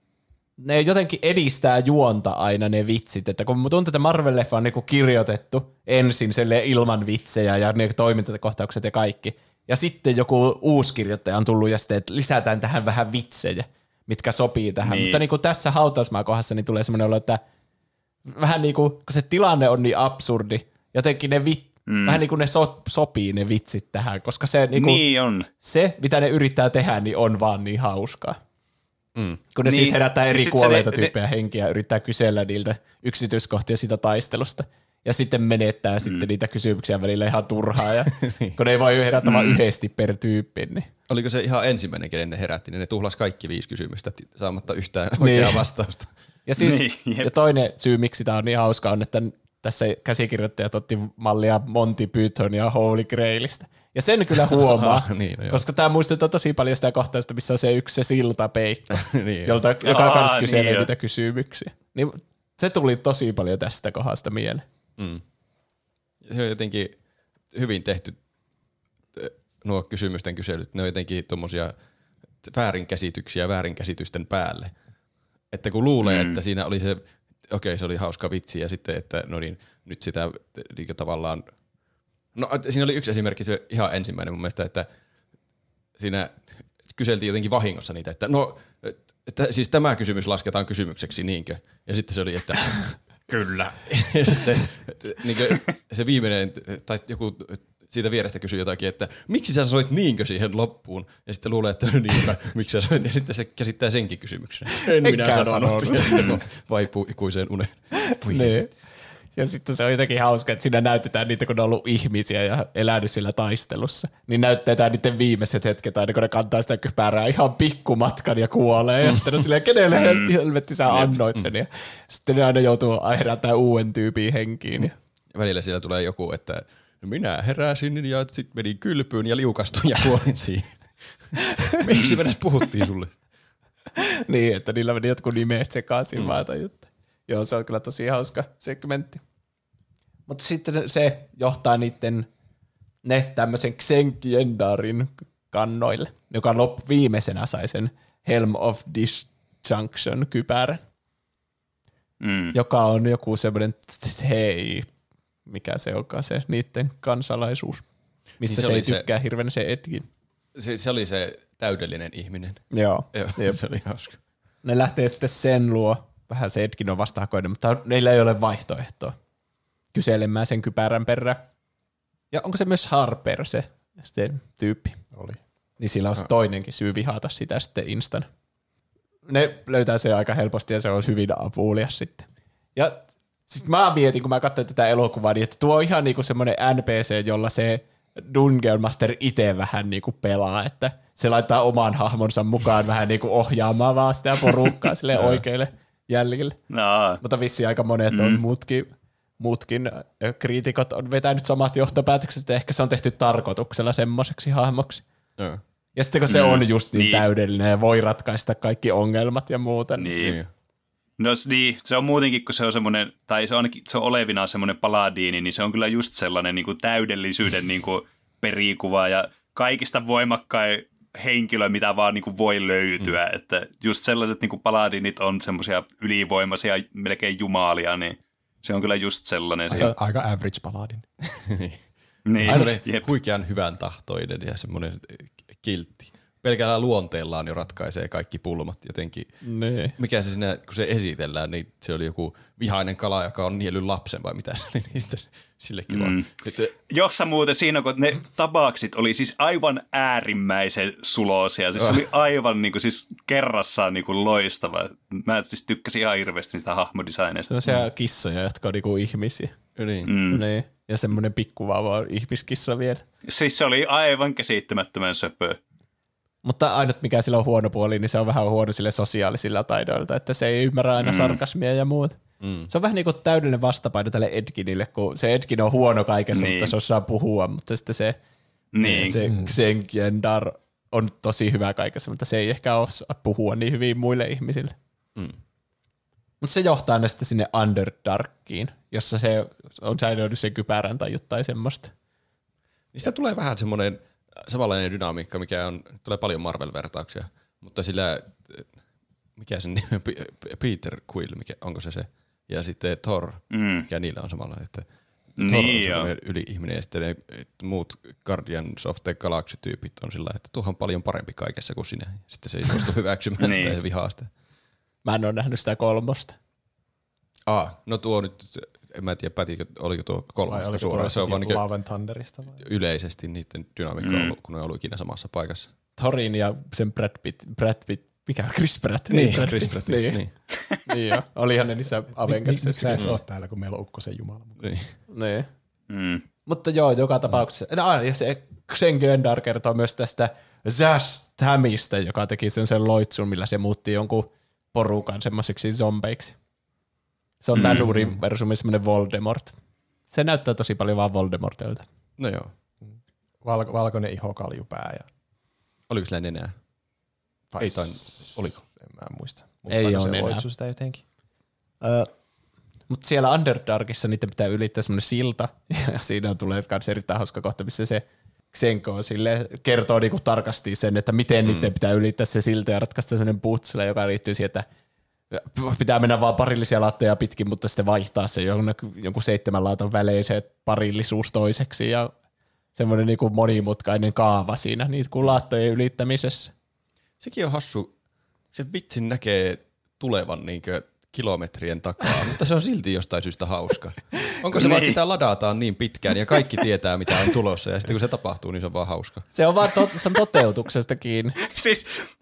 ne jotenkin edistää juonta aina ne vitsit, että kun tuntuu, että Marvel-leffa on niinku kirjoitettu ensin ilman vitsejä ja ne toimintakohtaukset ja kaikki, ja sitten joku uusi kirjoittaja on tullut ja sitten, että lisätään tähän vähän vitsejä, mitkä sopii tähän, Niin. mutta niinku tässä hautausmaa-kohdassa niin tulee semmoinen olo, että vähän niin kuin, kun se tilanne on niin absurdi, jotenkin ne vit, mm. vähän niin kuin ne so, sopii ne vitsit tähän, koska se, niin kuin, Niin on. se, mitä ne yrittää tehdä, niin on vaan niin hauskaa. Mm. Kun ne Niin, siis herättää ja eri sit kuolleita se ne- tyyppejä henkiä ja yrittää kysellä niiltä yksityiskohtia siitä taistelusta. Ja sitten menettää mm. sitten niitä kysymyksiä välillä ihan turhaa, ja, kun ne ei voi herätä vaan yhdesti per tyyppi. Niin. Oliko se ihan ensimmäinen, kenen ne herätti, niin ne tuhlas kaikki viisi kysymystä saamatta yhtään oikeaa vastausta. Ja, siis, Niin, jep. ja toinen syy, miksi tämä on niin hauska, on, että tässä käsikirjoittajat otti mallia Monty Python ja Holy Grailista. Ja sen kyllä huomaa, Niin, no joo. koska tämä muistuttaa tosi paljon sitä kohtausta, missä on se yksi se siltapeikko, Niin, jolta, joka Aa, kanssa niin kyselee jo. niitä kysymyksiä. Niin se tuli tosi paljon tästä kohdasta mieleen. Mm. Se on jotenkin hyvin tehty, nuo kysymysten kyselyt, ne on jotenkin tuommoisia väärinkäsityksiä väärinkäsitysten päälle. Että kun luulee, mm. että siinä oli se, okei okay, se oli hauska vitsi ja sitten, että no niin, nyt sitä niin tavallaan, no siinä oli yksi esimerkki, se ihan ensimmäinen mun mielestä, että siinä kyseltiin jotenkin vahingossa niitä, että no, että siis tämä kysymys lasketaan kysymykseksi, niinkö? Ja sitten se oli, että kyllä. Ja sitten niin se viimeinen, tai joku siitä vierestä kysyi jotakin, että miksi sä soit niinkö siihen loppuun? Ja sitten luulee, että no niinpä, miksi sä soit? Ja sitten se käsittää senkin kysymyksen. En minä sanonut. Ja sitten vaipuu ikuiseen uneen. Niin. Ja sitten se on jotenkin hauska, että siinä näytetään niitä, kun ne on ollut ihmisiä ja elänyt sillä taistelussa. Niin näytetään niiden viimeiset hetket aina, kun ne kantaa sitä kypärää ihan pikkumatkan ja kuolee. Ja sitten on silleen, kenelle helvetti sä annoit sen. Ja sitten ne aina joutuu herättämään uuden tyypin henkiin. Ja välillä siellä tulee joku, että no minä heräsin ja sitten menin kylpyyn ja liukastuin ja kuolin siihen. Miksi me edes puhuttiin sulle? niin, että niillä meni jotkut nimet sekaisin mm. vaan tai jotain. Joo, se on kyllä tosi hauska segmentti. Mutta sitten se johtaa niiden ne tämmöisen Xenkiendarin kannoille, joka loppu viimeisenä sai sen Helm of Disjunction kypärän, Mm. joka on joku semmoinen, hei, mikä se onkaan se niiden kansalaisuus, mistä Niin se se, oli ei se- tykkää hirveän se Edgin. Se, se oli se täydellinen ihminen. Joo, Joo, Jep. se oli hauska. Ne lähtee sitten sen luo, vähän se Edgin on vastahakoinen, mutta neillä ei ole vaihtoehtoa kyselemään sen kypärän perään. Ja onko se myös Harper se, se tyyppi? Oli. Niin sillä on se toinenkin syy vihata sitä sitten instan. Ne löytää se aika helposti ja se on hyvin avulias sitten. Ja sitten mä mietin, kun mä katsoin tätä elokuvaa, niin että tuo on ihan niinku semmoinen N P C, jolla se Dungeon Master itse vähän niinku pelaa, että se laittaa oman hahmonsa mukaan vähän niinku ohjaamaan vaan sitä porukkaa sille oikeille jäljille. No, Mutta vissiin aika monet on Mm. muutkin muutkin kriitikot on vetänyt samat johtopäätökset, että ehkä se on tehty tarkoituksella semmoiseksi hahmoksi. Joo. Ja sitten kun se Mm, on just niin, niin. täydellinen ja voi ratkaista kaikki ongelmat ja muuta. Niin. Niin. No niin, se on muutenkin, kun se on semmoinen, tai se on ainakin se on olevinaan semmoinen paladiini, niin se on kyllä just sellainen niin kuin täydellisyyden niin kuin perikuva ja kaikista voimakkain henkilö, mitä vaan niin kuin voi löytyä. Mm. Että just sellaiset niin kuin paladiinit on semmoisia ylivoimaisia, melkein jumalia, niin se on kyllä just sellainen. Se on aika average paladin. Niin, Semmoinen jep. huikean hyvän tahtoinen ja semmoinen kiltti. Pelkällä luonteellaan jo ratkaisee kaikki pulmat jotenkin. Niin. Mikä se siinä, kun se esitellään, niin se oli joku vihainen kala, joka on niellyt lapsen vai mitä se oli niistä sillekin mm. vaan. Että, Jossa muuten siinä, kun ne tabaksit oli siis aivan äärimmäisen suloisia. Siis se oli aivan niin kuin, siis kerrassaan niin kuin loistava. Mä siis tykkäsin ihan hirveästi niistä hahmodesignista. Sellaisia mm. kissoja, jotka on niinku ihmisiä. niin. Mm. Niin. Ja semmoinen pikkuvauva on ihmiskissa vielä. Siis se oli aivan käsittämättömän söpö. Mutta ainut mikä sillä on huono puoli, niin se on vähän huono sille sosiaalisilla taidoilta, että se ei ymmärrä aina mm. sarkasmia ja muuta. Mm. Se on vähän niin kuin täydellinen vastapaino tälle Edginille, kun se Edgin on huono kaikessa, niin. mutta se osaa puhua, mutta sitten se, niin. se mm. Xengiendar on tosi hyvä kaikessa, mutta se ei ehkä osaa puhua niin hyvin muille ihmisille. Mm. Mutta se johtaa aina sitten sinne Underdarkiin, jossa se on säilynyt sen kypärän tai jotain semmoista. Niistä tulee vähän semmoinen samanlainen dynamiikka, mikä on, tulee paljon Marvel-vertauksia, mutta sillä, mikä sen nimi on, Peter Quill, mikä, onko se se, ja sitten Thor, mm. mikä niillä on samanlainen, että Thor niin on semmoinen yli-ihminen, ja sitten ne muut Guardians of the Galaxy-tyypit on sillä, että tuohan paljon parempi kaikessa kuin sinä, sitten se ei suostu hyväksymään sitä ja vihaa sitä. Mä en ole nähnyt sitä kolmosta. Ah, no tuo nyt, en mä tiedä päätikö, oliko tuo kolmosta suoraan. Se on vaan Love and Thunderista vai? Yleisesti niiden dynamiikka on ollut, kun ne on ollut ikinä samassa paikassa. Thorin ja sen Brad Pitt, Brad Pitt, mikä on Chris Pratt? Niin, Brad Chris Pratt. Niin, niin. niin joo. Olihan ne niissä Avengersissa. Miksi sä edes oot täällä, kun meillä on Ukkosen Jumala? Niin. niin. Mm. Mutta joo, joka tapauksessa. No aina, ja se Xengiendar kertoo myös tästä Zastamista, joka teki sen sen loitsun, millä se muutti jonkun porukan semmoisiksi zombeiksi. Se on mm. tämän universumin semmoinen Voldemort. Se näyttää tosi paljon vaan Voldemortilta. No joo. Valko, valkoinen iho, kaljupää. Ja... Oliko sillä nenää? Tais... Ei tain, oliko? En mä muista. Mutta ei ole se nenää. loitsu sitä jotenkin. Öö, mutta siellä Underdarkissa niiden pitää ylittää semmoinen silta. Ja siinä tulee myös erittäin hauska kohta, missä se Xenko sille kertoo niinku tarkasti sen, että miten mm. niiden pitää ylittää se silta ja ratkaista semmoinen putsula, joka liittyy siihen, että pitää mennä vaan parillisia laattoja pitkin, mutta sitten vaihtaa se jonkun, jonkun seitsemän laatan välein se parillisuus toiseksi ja semmoinen niinku monimutkainen kaava siinä niin kuin laattojen ylittämisessä. Sekin on hassu. Se vitsin näkee tulevan niinkö kilometrien takaa, mutta se on silti jostain syystä hauska. Onko se niin. vaan, että sitä ladataan niin pitkään ja kaikki tietää, mitä on tulossa ja sitten kun se tapahtuu, niin se on vaan hauska. Se on vaan to- se on toteutuksesta kiinni. siis,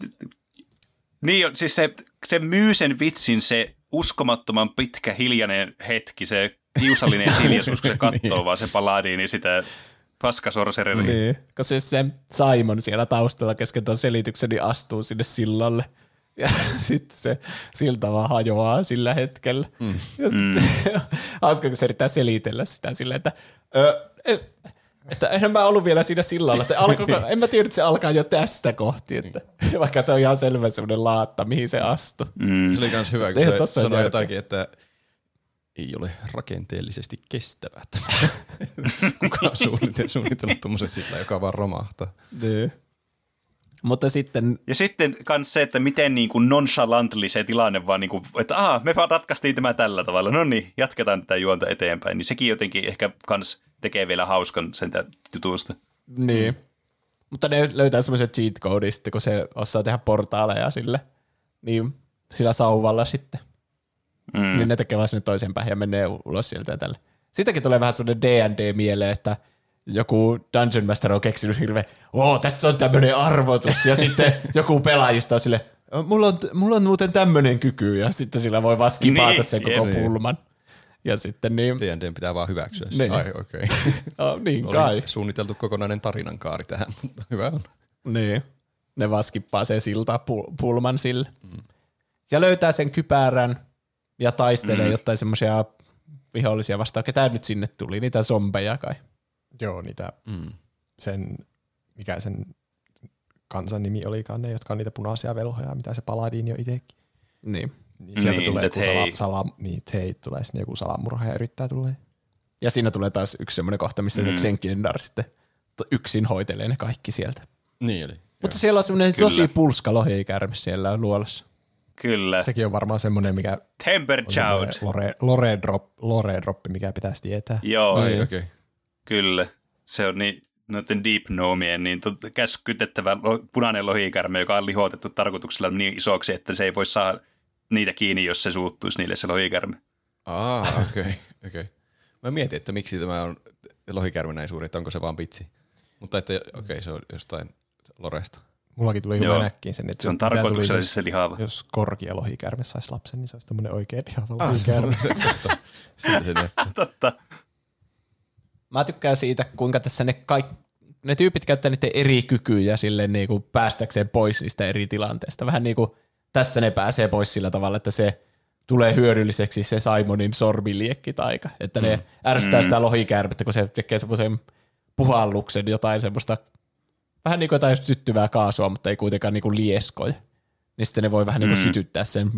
niin, siis se, se myy sen vitsin se uskomattoman pitkä hiljainen hetki, se kiusallinen hiljaisuus, kun se katsoo niin. vaan se paladiini sitä paskasorsereri. Niin, koska siis se Simon siellä taustalla kesken tuon selityksen niin astuu sinne sillalle. Ja sitten se silta vaan hajoaa sillä hetkellä. Mm. Ja sitten mm. hauska, kun se yrittää selitellä sitä silleen, että, ö, että enhän mä ollut vielä siinä sillalla. Että alko, en mä tiedä, että se alkaa jo tästä kohti. Että, vaikka se on ihan selvä semmoinen laatta, mihin se astui. Mm. Se oli myös hyvä, kun se sanoi järkeä. jotakin, että ei ole rakenteellisesti kestävät. Kuka on suunnitellut, suunnitellut tuommoisen sillä, joka vaan romahtaa. Niin. Mutta sitten... Ja sitten myös se, että miten niin kuin nonchalantly se tilanne vaan, niin kuin, että aha, me vaan ratkaistiin tämä tällä tavalla, no niin, jatketaan tätä juonta eteenpäin. Niin sekin jotenkin ehkä kans tekee vielä hauskan sen jutusta. Niin. Mm. Mutta ne löytää semmoisen cheat codin sitten, kun se osaa tehdä portaaleja sille, niin sillä sauvalla sitten. Mm. Niin ne tekee vaan sinne toiseen päin ja menee ulos sieltä ja tälle. Siitäkin tulee vähän semmoinen D and D mieleen, että joku Dungeon Master on keksinyt hirveän, oo, tässä on tämmöinen arvotus, ja sitten joku pelaajista on silleen, mulla on, mulla on muuten tämmöinen kyky, ja sitten sillä voi vaan skipata niin, sen koko niin. pulman. Ja sitten niin... D and D pitää vaan hyväksyä. Niin. Ai, okei. Okay. Oh, niin Oli kai. suunniteltu kokonainen tarinankaari tähän, mutta hyvä on. Niin. Ne vaan skippaa sen silta pulman sille. Mm. Ja löytää sen kypärän, ja taistelee mm. jotain semmoisia vihollisia vastaan. Ketä nyt sinne tuli? Niitä zombeja kai. Joo, niitä Mm. sen, mikä sen kansan nimi olikaan, ne, jotka on niitä punaisia velhoja, mitä se Paladin jo itsekin. Niin. Niin sieltä Niin, tulee että joku hei. sala, sala, niin, hei, tulee sinne joku salamurha ja yrittää tulla. Ja siinä tulee taas yksi semmoinen kohta, missä mm. se Xenkindar sitten yksin hoitelee ne kaikki sieltä. Niin oli. Mutta siellä on semmoinen Kyllä. tosi pulska lohikärme siellä luolassa. Kyllä. Sekin on varmaan semmoinen, mikä Temper on Child. semmoinen lore, lore, drop, lore droppi, mikä pitäisi tietää. Joo, Ai, okei. Okay. kyllä. Se on niin, noiden Deep Gnomien niin tot- käskytettävä lo- punainen lohikärme, joka on lihotettu tarkoituksella niin isoksi, että se ei voi saada niitä kiinni, jos se suuttuisi niille se lohikärme. Aa, okei. Okay, okay. Mä mietin, että miksi tämä on lohikärme näin suuri, että onko se vaan pitsi. Mutta että okei, okay, se on jostain loresta. Mullakin tuli Joo. hyvä näkkiin sen, että Se on mitä tuli, tarkoituksellisesti lihava. jos, jos korki ja lohikärme saisi lapsen, niin se olisi tämmöinen oikein lihava Ah, lohikärme. totta. Siltä se näyttää. Totta. Mä tykkään siitä, kuinka tässä ne, kaik- ne tyypit käyttää niiden eri kykyjä silleen niin kuin päästäkseen pois niistä eri tilanteista. Vähän niin kuin tässä ne pääsee pois sillä tavalla, että se tulee hyödylliseksi se Simonin sormiliekkitaika. Että ne ärsyttää sitä lohikäärmettä, kun se tekee semmoisen puhalluksen, jotain semmoista, vähän niin kuin jotain syttyvää kaasua, mutta ei kuitenkaan niin kuin lieskoja. Niin sitten ne voi vähän niin kuin sytyttää sen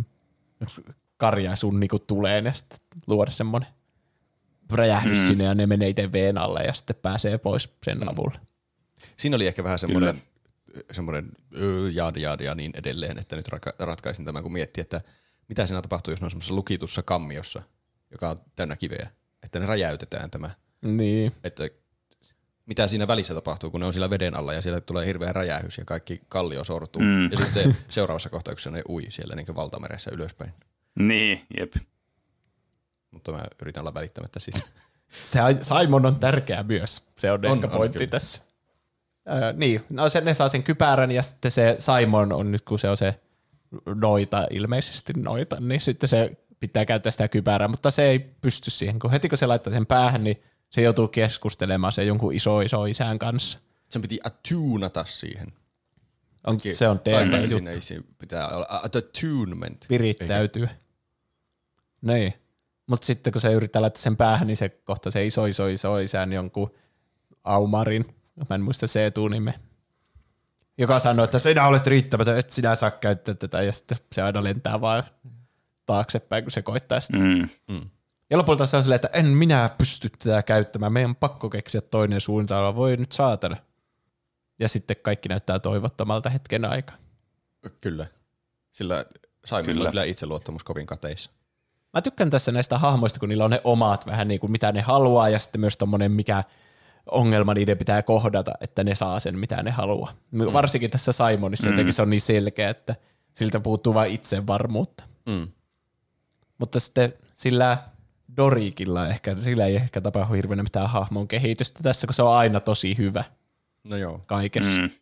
karjaisun niin kuin tuleen ja sitten luoda semmoinen räjähdys mm. sinne ja ne menee itse veen alle ja sitten pääsee pois sen mm. avulla. Siinä oli ehkä vähän semmoinen, semmoinen öö, jaad, jaad ja niin edelleen, että nyt raka- ratkaisin tämän, kun miettii, että mitä siinä tapahtuu, jos ne on semmoisessa lukitussa kammiossa, joka on täynnä kiveä, että ne räjäytetään tämä. Niin. Että mitä siinä välissä tapahtuu, kun ne on siellä veden alla ja siellä tulee hirveä räjähys ja kaikki kallio sortuu. Mm. Ja sitten seuraavassa kohtauksessa ne ui siellä niin kuin valtameressä ylöspäin. Niin, jep. Mutta mä yritän olla välittämättä siitä. Se Simon on tärkeä myös. Se on, On, ehkä on, pointti kyllä. tässä. Öö, niin, no se, ne saa sen kypärän ja sitten se Simon on nyt, kun se on se noita, ilmeisesti noita, niin sitten se pitää käyttää sitä kypärää, mutta se ei pysty siihen, kun heti kun se laittaa sen päähän, niin se joutuu keskustelemaan sen jonkun iso iso isän kanssa. Sen piti attunata siihen. On, se on D Tai M siinä juttu. ei siinä pitää olla attunement. Virittäytyy. Niin. Mutta sitten kun se yrittää laittaa sen päähän, niin se kohta se iso iso iso isän jonkun Aumarin, mä en muista se etunime, joka sanoo, että sinä olet riittämätön, et sinä saa käyttää tätä, ja sitten se aina lentää vaan taaksepäin, kun se koittaa sitä. Mm. Mm. Ja lopulta se on silleen, että en minä pysty tätä käyttämään, meidän on pakko keksiä toinen suunnitelma, voi nyt saatana. Ja sitten kaikki näyttää toivottomalta hetken aikaa. Kyllä. Sillä Simonilla Kyllä. on kyllä itseluottamus kovin kateissa. Mä tykkään tässä näistä hahmoista, kun niillä on ne omat vähän niin kuin mitä ne haluaa, ja sitten myös tommonen, mikä ongelma niiden pitää kohdata, että ne saa sen, mitä ne haluaa. Mm. Varsinkin tässä Simonissa mm. jotenkin se on niin selkeä, että siltä puuttuu vain itsevarmuutta. Mm. Mutta sitten sillä Dorikilla ehkä, sillä ei ehkä tapahdu hirveänä mitään hahmon kehitystä tässä, kun se on aina tosi hyvä No joo. kaikessa. Mm.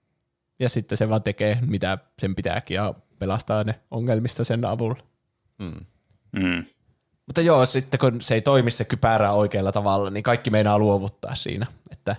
Ja sitten se vaan tekee, mitä sen pitääkin, ja pelastaa ne ongelmista sen avulla. Mm. Mm. Mutta joo, sitten kun se ei toimi se kypärä oikealla tavalla, niin kaikki meinaa luovuttaa siinä, että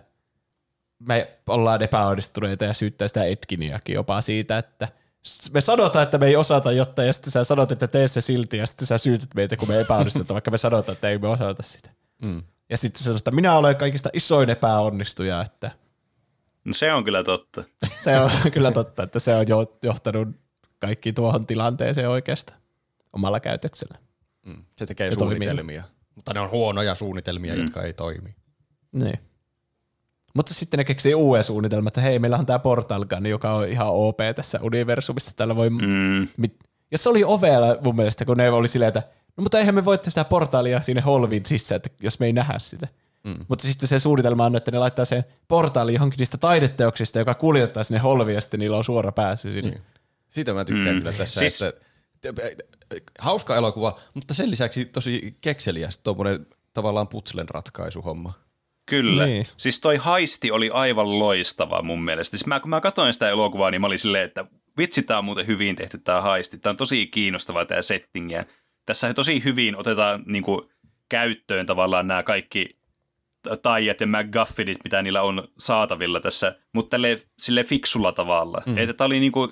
me ollaan epäonnistuneita ja syyttää sitä Edginiäkin jopa siitä, että me sanotaan, että me ei osata jotain, ja sitten sä sanot, että tee se silti, ja sitten sä syytät meitä, kun me epäonnistutaan, vaikka me sanotaan, että ei me osata sitä. Mm. Ja sitten se sanoo, että minä olen kaikista isoin epäonnistuja, että No se on kyllä totta. se on kyllä totta, että se on jo- johtanut kaikki tuohon tilanteeseen oikeastaan omalla käytöksellä. Mm. Se tekee Ja suunnitelmia. Mutta ne on huonoja suunnitelmia, mm. jotka ei toimi. Niin. Mutta sitten ne keksii uuden suunnitelman, että hei, meillä on tämä Portal Gun, joka on ihan O P tässä universumissa. Täällä voi... Mm. Mit... Ja se oli ovella mun mielestä, kun ne oli silleen, että no mutta eihän me voi sitä portaalia sinne holvin sisään, että jos me ei nähdä sitä. Mm. Mutta sitten se suunnitelma on, että ne laittaa sen portaalin johonkin niistä taideteoksista, joka kuljettaa sinne holviin, ja sitten niillä on suora pääsy sinne. Niin. Siitä mä tykkään Mm. kyllä tässä, Siis- että hauska elokuva, mutta sen lisäksi tosi kekseliäs tuommoinen tavallaan putslen ratkaisuhomma. Kyllä. Niin. Siis toi haisti oli aivan loistava mun mielestä. Siis mä, kun mä katsoin sitä elokuvaa, niin mä olin silleen, että vitsi, tää on muuten hyvin tehty tää haisti. Tää on tosi kiinnostava tää setting. Ja tässä tosi hyvin otetaan niin kuin, käyttöön tavallaan nämä kaikki taijat ja MacGuffinit, mitä niillä on saatavilla tässä, mutta tälleen, silleen fiksulla tavalla. Mm. Että tää oli niin kuin,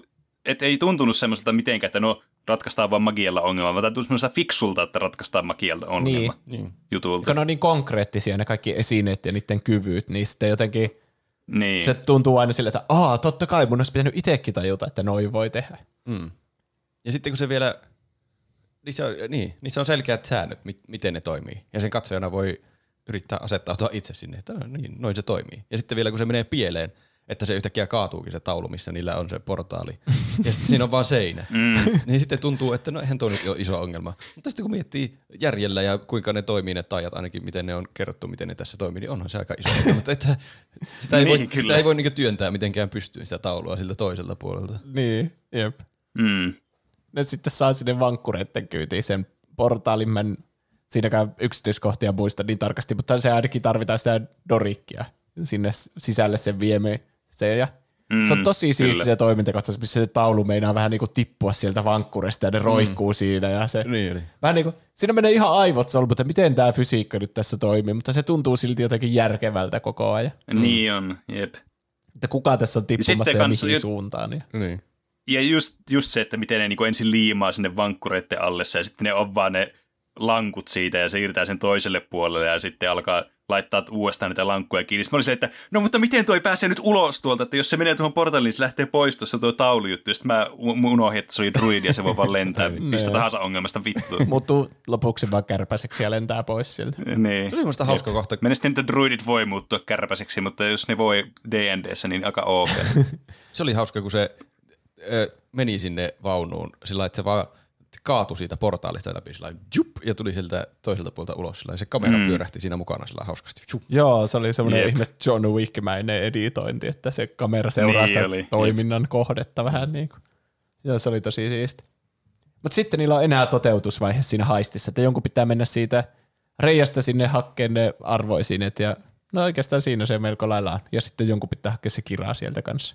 et ei tuntunut semmoiselta mitenkään, että no ratkaistaan vaan magialla ongelma, vaan tuntuu semmoista fiksulta, että ratkaistaan magialla ongelma niin. jutulta. Kun ne on niin konkreettisia ne kaikki esineet ja niiden kyvyt, niin sitten jotenkin niin. se tuntuu aina silleen, että aa, totta kai mun olisi pitänyt itsekin tajuta, että noin voi tehdä. Mm. Ja sitten kun se vielä, niissä on, niin, niissä on selkeät säännöt, mit, miten ne toimii. Ja sen katsojana voi yrittää asettautua itse sinne, että no, niin, noin se toimii. Ja sitten vielä kun se menee pieleen, että se yhtäkkiä kaatuukin se taulu, missä niillä on se portaali. Ja sitten siinä on vaan seinä. Mm. Niin sitten tuntuu, että no eihän tuo nyt ole iso ongelma. Mutta sitten kun miettii järjellä ja kuinka ne toimii ne taijat, ainakin miten ne on kerrottu, miten ne tässä toimii, niin onhan se aika iso ongelma. Mutta että sitä ei niin, voi, sitä ei voi niinku työntää mitenkään pystyyn sitä taulua siltä toiselta puolelta. Niin, jep. Mm. Ne sitten saa sinne vankkureiden kyytiin sen portaalin. Mä en siinäkään yksityiskohtia muista niin tarkasti, mutta se ainakin tarvitaan sitä dorikkia sinne sisälle sen viemeen. Se, ja mm, se on tosi siisti se toimintakohtaus, missä se taulu meinaa vähän niin kuin tippua sieltä vankkurista ja ne mm. roikkuu siinä. Ja se, niin, vähän niin kuin, siinä menee ihan aivot solmu, että miten tämä fysiikka nyt tässä toimii, mutta se tuntuu silti jotenkin järkevältä koko ajan. Mm. Niin on, jep. Että kuka tässä on tippumassa ja, ja mihin ju- suuntaan. Ja, niin. ja just, just se, että miten ne niin kuin ensin liimaa sinne vankkureiden allessa ja sitten ne on vaan ne lankut siitä ja siirtää sen toiselle puolelle ja sitten alkaa laittaa uudestaan niitä lankkuja kiinni. Sitten mä olin silleen, että no mutta miten toi pääsee nyt ulos tuolta, että jos se menee tuohon portaaliin, niin se lähtee pois tuossa tuo taulujuttu. Ja sitten mä unohdin, että se oli druidi ja se voi vaan lentää mistä tahansa ongelmasta vittua. Muuttuu lopuksi vaan kärpäiseksi ja lentää pois sieltä. Niin. Se oli musta hauska kohta. Mennä sitten, että druidit voi muuttua kärpäiseksi, mutta jos ne voi D and D:ssä, niin aika ok. Se oli hauska, kun se ö, meni sinne vaunuun sillä että se vaan kaatui siitä portaalista läpi sillä jup, ja tuli sieltä toiselta puolta ulos. Sillä se kamera mm. pyörähti siinä mukana sillä hauskasti. Jup. Joo, se oli semmoinen yep. ihme John Wick-mäinen editointi, että se kamera seuraa niin sitä oli. Toiminnan yep. kohdetta vähän niin kuin. Joo, se oli tosi siisti. Mutta sitten niillä on enää toteutusvaihe siinä haistissa, että jonkun pitää mennä siitä reiästä sinne hakkeen ne arvoisineet ja no oikeastaan siinä se melko lailla on. Ja sitten jonkun pitää hakea se kiraa sieltä kanssa.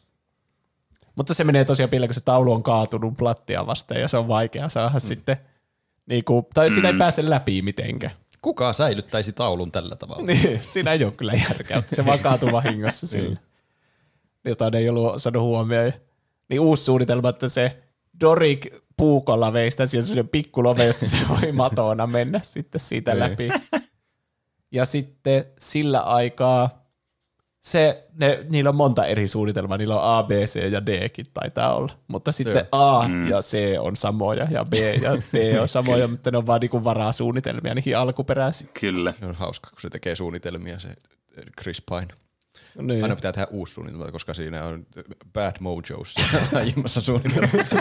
Mutta se menee tosiaan pille, kun se taulu on kaatunut plattia vastaan ja se on vaikea saada mm. sitten, niinku, tai mm. sitä ei pääse läpi mitenkään. Kuka säilyttäisi taulun tällä tavalla? Niin, siinä ei ole kyllä järkeä, mutta se vaan kaatuu vahingossa sillä. Jotain ei ollut saanut huomioon. Niin uusi suunnitelma, että se Dorik puukolla veistä siihen sellaisen pikkulove, josta se voi matona mennä sitten siitä läpi. Ja sitten sillä aikaa se, ne, niillä on monta eri suunnitelmaa, niillä on A, B, C ja Dkin taitaa olla, mutta sitten A mm. ja C on samoja ja B ja D on samoja, mutta ne on vaan niinku varasuunnitelmia niihin alkuperäisiin. Kyllä. Se on hauska, kun se tekee suunnitelmia se Chris Pine. Niin. Aina pitää tehdä uusi suunnitelma, koska siinä on bad mojos aiemmassa suunnitelmassa.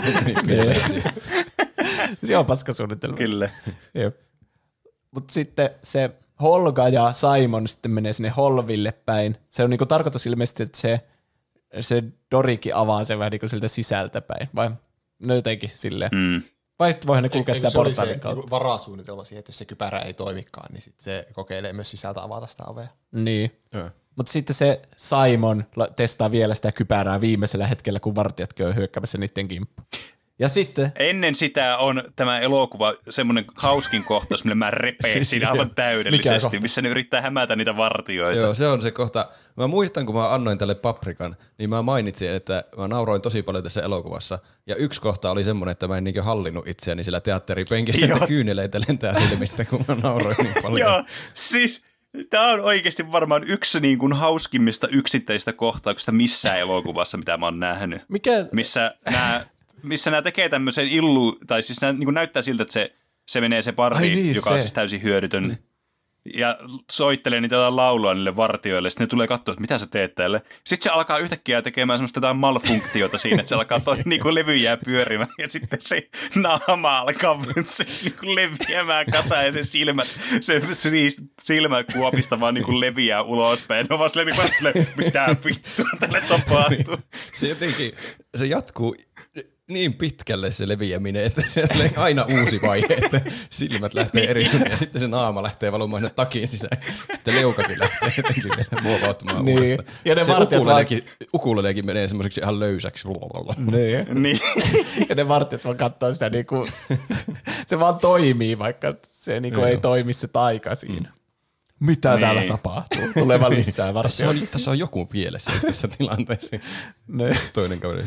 Se on paska suunnitelma. Kyllä. Mutta sitten se Holga ja Simon sitten menee sinne Holville päin. Se on niinku tarkoitus ilmeisesti, että se, se Doriki avaa sen vähän niinku siltä sisältä päin. Vai no jotenkin silleen. Mm. Vai voihan ne kulkea sitä portaalin kautta. Niinku varasuunnitelma siihen, että jos se kypärä ei toimikaan, niin sit se kokeilee myös sisältä avata sitä ovea. Niin. Mutta sitten se Simon testaa vielä sitä kypärää viimeisellä hetkellä, kun vartijat käy hyökkäämässä niiden kimppuun. Ja sitten ennen sitä on tämä elokuva semmoinen hauskin kohtaus, millä mä repeen siis siinä aivan täydellisesti, missä ne yrittää hämätä niitä vartioita. Joo, se on se kohta. Mä muistan, kun mä annoin tälle paprikan, niin mä mainitsin, että mä nauroin tosi paljon tässä elokuvassa. Ja yksi kohta oli semmoinen, että mä en niinkö hallinnut itseäni sillä teatteripenkissä, että kyyneleitä lentää silmistä, kun mä nauroin niin paljon. Joo, siis tämä on oikeasti varmaan yksi niin kuin hauskimmista yksittäisistä kohtauksista missään elokuvassa, mitä mä oon nähnyt. Mikä? Missä nämä missä nämä tekee tämmöisen illu, tai siis nämä niin näyttää siltä, että se, se menee se parti, niin, joka se. on siis täysin hyödytön, mm. ja soittelee niitä laulua niille vartijoille, sitten ne tulee katsoa, että mitä sä teet tälle. Sitten se alkaa yhtäkkiä tekemään semmoista jotain malfunktiota siinä, että se alkaa toi niin levyä jää pyörimään, ja sitten se naama alkaa se, niin leviämään kasaan, ja se silmät, se siis silmäkuopista vaan niin leviää ulospäin. Ne on vaan silleen, mitä vittua tälle tapahtuu. Se jotenkin, se jatkuu niin pitkälle se leviäminen, että se tulee aina uusi vaihe, että silmät lähtee eri suuntaan ja sitten se naama lähtee valumaan sinne takin sisään. Sitten leukakin lähtee jotenkin vielä muovautumaan niin. uudestaan. Ja ne ukuleleekin, ukuleleekin menee semmoiseksi ihan löysäksi. Niin. niin. Ja ne vartijat vaan katsoo sitä, niin kuin, se vaan toimii, vaikka se niin kuin ei toimi se taika siinä. Mm. mitä Niin. täällä tapahtuu? Tulee vaan lisää Tässä vartioita. on, tässä on joku pielessä tässä tilanteessa. Ne. Toinen kaveri.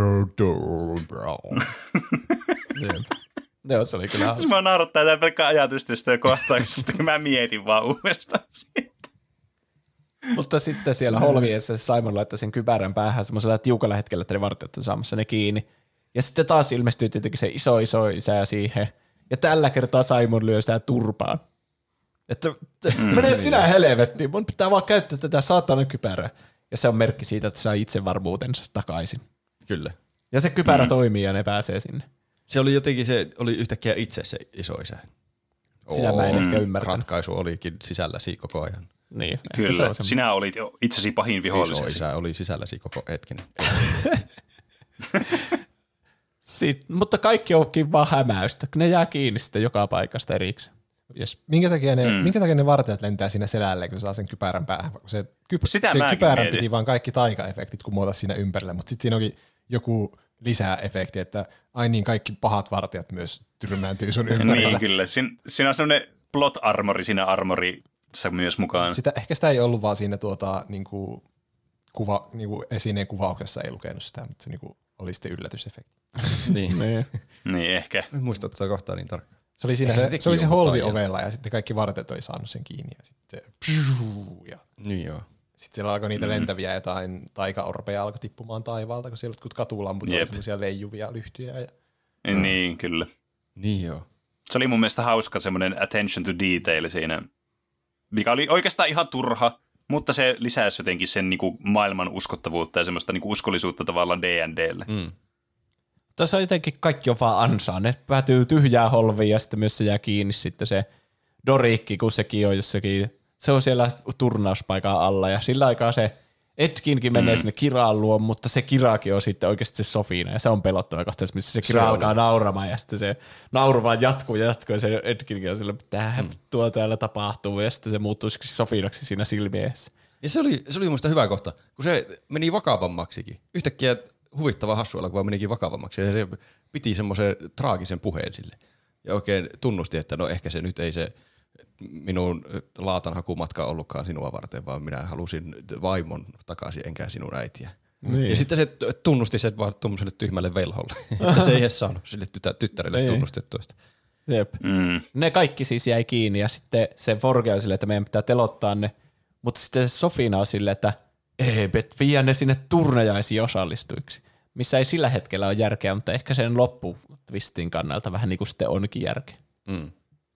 Joo, se oli kyllä hauska. Mä naurattaa tämä pelkkä ajatus tästä kohtauksesta, kun mä mietin vaan uudestaan siitä. Mutta sitten siellä holviessa Simon laittoi sen kypärän päähän semmoisella tiukalla hetkellä, että ne vartijat on saamassa ne kiinni. Ja sitten taas ilmestyy tietenkin se iso iso isä siihen. Ja tällä kertaa Simon lyö sitä turpaan. Että mm, mene sinä helvettiin, mun pitää vaan käyttää tätä saatanan kypärää. Ja se on merkki siitä, että saa itsevarmuutensa takaisin. Kyllä. Ja se kypärä mm. toimii ja ne pääsee sinne. Se oli jotenkin se, oli yhtäkkiä itse se isoisä. Sitä mä en ehkä ymmärtänyt. Ratkaisu olikin sisälläsi koko ajan. Niin, ehkä se Kyllä, on semmoinen. sinä olit jo itsesi pahin vihollisesi. Isoisä oli sisälläsi koko hetkinen. Sitten, mutta kaikki onkin vaan hämäystä, kun ne jää kiinni sitten joka paikasta erikseen. Yes. Minkä takia ne, Mm. minkä takia ne vartijat lentää siinä selälle, kun saa sen kypärän päähän? Kun se kyp- Sitä se mäkin kypärän mietin. piti vaan kaikki taikaefektit kumota siinä ympärillä, mutta sitten siinä onkin joku lisää efekti, että ai niin, kaikki pahat vartijat myös tyrmääntyy sun ympärillä. Niin, kyllä. Sin, siinä on semmoinen plot armori siinä armorissa myös mukaan. Sitä, ehkä sitä ei ollut vaan siinä tuota, niinku, kuva, niinku esineen kuvauksessa ei lukenut sitä, mutta se niinku, oli sitten yllätysefekti. niin. Niin. Niin, ehkä. En muista tuota kohtaa niin tarkkaan. Se oli siinä, Ehkä se se, teki se, oli se jonkun holvi taian. ovella ja sitten kaikki vartijat oli saanut sen kiinni ja sitten pshuu, ja Niin joo. sitten siellä alkoi niitä lentäviä jotain taikaorpeja alkoi tippumaan taivaalta, kun siellä jotkut katulamput oli Jep. semmoisia leijuvia lyhtyjä. Ja Niin, kyllä. Niin joo. Se oli mun mielestä hauska semmoinen attention to detail siinä, mikä oli oikeastaan ihan turha, mutta se lisäsi jotenkin sen niinku maailman uskottavuutta ja semmoista niinku uskollisuutta tavallaan D and D:lle. Mm. Tässä on jotenkin kaikki on vaan ansaa. Ne päätyy tyhjää holviin ja sitten myös se jää kiinni sitten se Dorikki, kun sekin on jossakin, se on siellä turnauspaikan alla ja sillä aikaa se Edkinkin menee mm. sinne Kiraan luo, mutta se Kirakin on sitten oikeasti se Sofina ja se on pelottava kohtaus, missä se Kira Se alkaa on. nauramaan ja sitten se nauru vaan jatkuu ja jatkuu ja se Edkinkin on sillä, mitä mm. tuo täällä tapahtuu ja sitten se muuttuu Sofinaksi siinä silmiessä. Ja se oli, se oli musta hyvä kohta, kun se meni vakavammaksikin. Yhtäkkiä huvittava hassu elokuva menikin vakavammaksi ja se piti semmoisen traagisen puheen sille. Ja oikein tunnusti, että no ehkä se nyt ei se minun laatanhakumatka ollutkaan sinua varten, vaan minä halusin vaimon takaisin enkä sinun äitiä. Niin. Ja sitten se tunnusti sen vaan tuommoiselle tyhmälle velholle. Että se ei edes saanut sille tytä, tyttärelle Niin. tunnustettua sitä. Jep. Mm. Ne kaikki siis jäi kiinni ja sitten se Forge on silleen, että meidän pitää telottaa ne, mutta sitten Sofina on silleen, että ei, bet, viiä ne sinne turnajaisiin osallistuiksi, missä ei sillä hetkellä ole järkeä, mutta ehkä sen lopputwistin kannalta vähän niin kuin sitten onkin järkeä. Mm.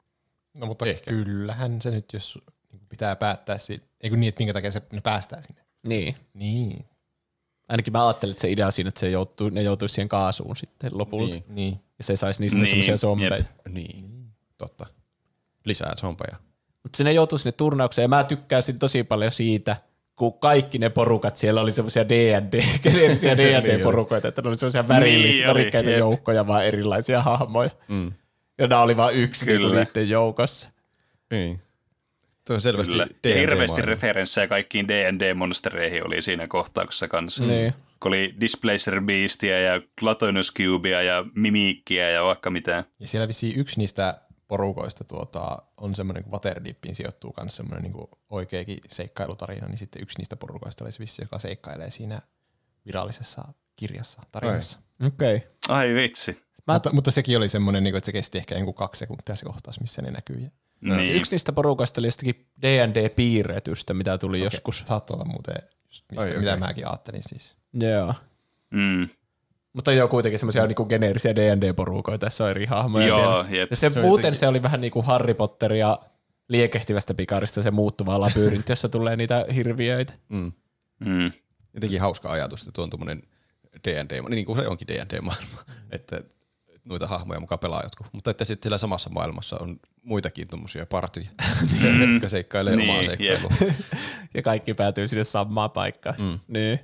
no mutta Ehkä. kyllähän se nyt, jos niinku pitää päättää, si- eikö niin, että minkä takia se, ne päästää sinne. Niin. Niin. Ainakin mä ajattelin, että se idea on siinä, että se joutuu, ne joutuisi siihen kaasuun sitten lopulta. Niin. Niin. Ja se saisi niistä Niin, semmoisia zombeja. jep. Niin, totta. Lisää zombeja. Mutta sinne joutuu sinne turnaukseen ja mä tykkäsin tosi paljon siitä, kun kaikki ne porukat siellä oli semmoisia D and D, geneerisiä D and D-porukoita, että ne oli semmoisia värillisiä, Niin oli, värikkäitä jep. joukkoja, vaan erilaisia hahmoja. Mm. Ja nämä oli vaan yksi niinku Kyllä. niiden joukossa. Niin. Tuo on selvästi Kyllä. D and Ja D hirveästi maailma. referenssejä kaikkiin D and D-monstereihin oli siinä kohtauksessa kanssa. Niin. Kun oli Displacer Beastia ja Glatonus Cubea ja Mimikkiä ja vaikka mitään. Ja siellä vissiin yksi niistä porukoista tuota, on semmoinen, kun Waterdeepiin sijoittuu myös semmoinen niin oikeakin seikkailutarina, niin sitten yksi niistä porukoista olisi vissi, joka seikkailee siinä virallisessa kirjassa, tarinassa. Okei. Okay. Ai vitsi. Mä- Mutta, mutta sekin oli semmoinen, niin että se kesti ehkä joku kaksi sekuntia se kohtaus, missä ne näkyy. Ja, No, Niin. yksi niistä porukoista oli jostakin D and D-piirretystä, mitä tuli okay. joskus. saattoi olla muuten, just mistä, Ai, mitä okei. mäkin ajattelin siis. Joo. Mm. Mutta joo, kuitenkin semmoisia niinku geneerisiä D and D-porukoita, tässä on eri hahmoja Joo, siellä. jep. Ja se, Se on muuten jotenkin- se oli vähän niin kuin Harry Potter ja liekehtivästä pikarista se muuttuva labyryntti, jossa tulee niitä hirviöitä. Mm. Mm. Jotenkin hauska ajatus, että tuo on tuommoinen D and D, niin kuin se onkin D and D-maailma, että noita hahmoja mukaan pelaa jotkut. Mutta että sitten siellä samassa maailmassa on muitakin tuommoisia partyja, jotka seikkailee Niin, omaa seikkailua. Ja kaikki päätyy sinne samaan paikkaan. Mm. Niin.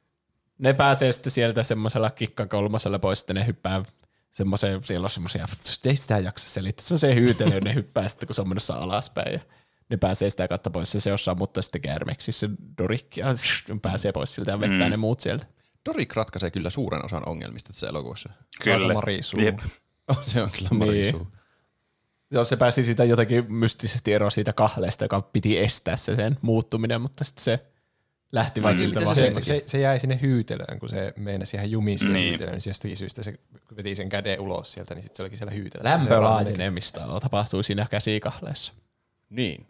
Ne pääsee sitten sieltä semmoisella kikkakolmosella pois, sitten ne hyppää semmoiseen, siellä on semmoisia, ei sitä jaksa selittää, semmoiseen hyytelyyn ne hyppää sitten, kun se on menossa alaspäin. Ja ne pääsee sitä kautta pois, ja se osaa muuttaa sitten käärmeeksi se Dorikki, ja pääsee pois siltä ja vettää Mm. ne muut sieltä. Dorik ratkaisee kyllä suuren osan ongelmista tässä elokuvassa. Kyllä. Marisuu. Jep. Oh, se on kyllä Niin. marisuu. Jos se pääsi siitä jotenkin mystisesti eroon siitä kahleesta, joka piti estää se sen muuttuminen, mutta sitten se lähti vaan siltä se, vasemmaksi. se, se jäi sinne hyytelöön, kun se meinasi ihan jumiin siihen Niin. hyytelöön, niin jostakin syystä se veti sen käden ulos sieltä, niin sitten se olikin siellä hyytelössä. Lämpölaajenemista tapahtuu siinä käsikahleessa. Niin.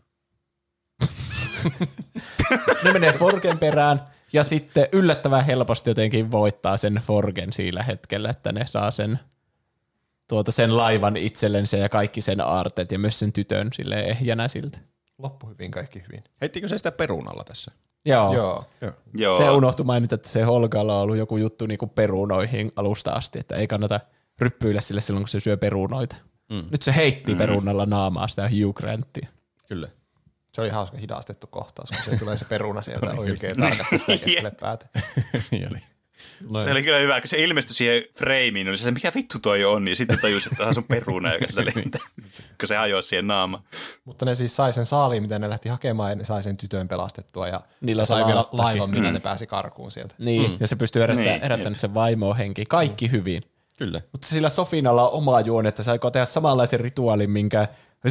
Ne menee Forgen perään ja sitten yllättävän helposti jotenkin voittaa sen Forgen sillä hetkellä, että ne saa sen, tuota, sen laivan itsellensä ja kaikki sen aarteet ja myös sen tytön silleen ehjänä siltä. Loppu hyvin, kaikki hyvin. Heittikö se sitä perunalla tässä? Joo. Joo. Joo. Joo. Se unohtui mainita, että se Holgalla on ollut joku juttu niinku perunoihin alusta asti, että ei kannata ryppyillä sille silloin, kun se syö perunoita. Mm. Nyt se heitti mm. perunalla naamaa sitä Hugh Grantia. Kyllä. Se oli hauska hidastettu kohtaus, kun se tulee se peruna sieltä oikein tarkasti sitä keskelle päätä. Niin oli. Se oli kyllä hyvä, kun se ilmestyi siihen freimiin, oli se, mikä vittu toi on, niin sitten tajusi, että tämä on sun peruna, joka sitä lentää, kun se hajosi siihen naamaan. Mutta ne siis sai sen saaliin, mitä ne lähti hakemaan, ja ne sai sen tytön pelastettua, ja Niillä ne sai saa vielä laittakin. laivan, millä Mm. ne pääsi karkuun sieltä. Niin, mm. ja se pystyy herättämään, Niin, herättänyt jep. sen vaimoa henkiin. Kaikki mm. hyvin. Kyllä. Mutta sillä Sofinalla on oma juoni, että se aikoo tehdä samanlaisen rituaalin, minkä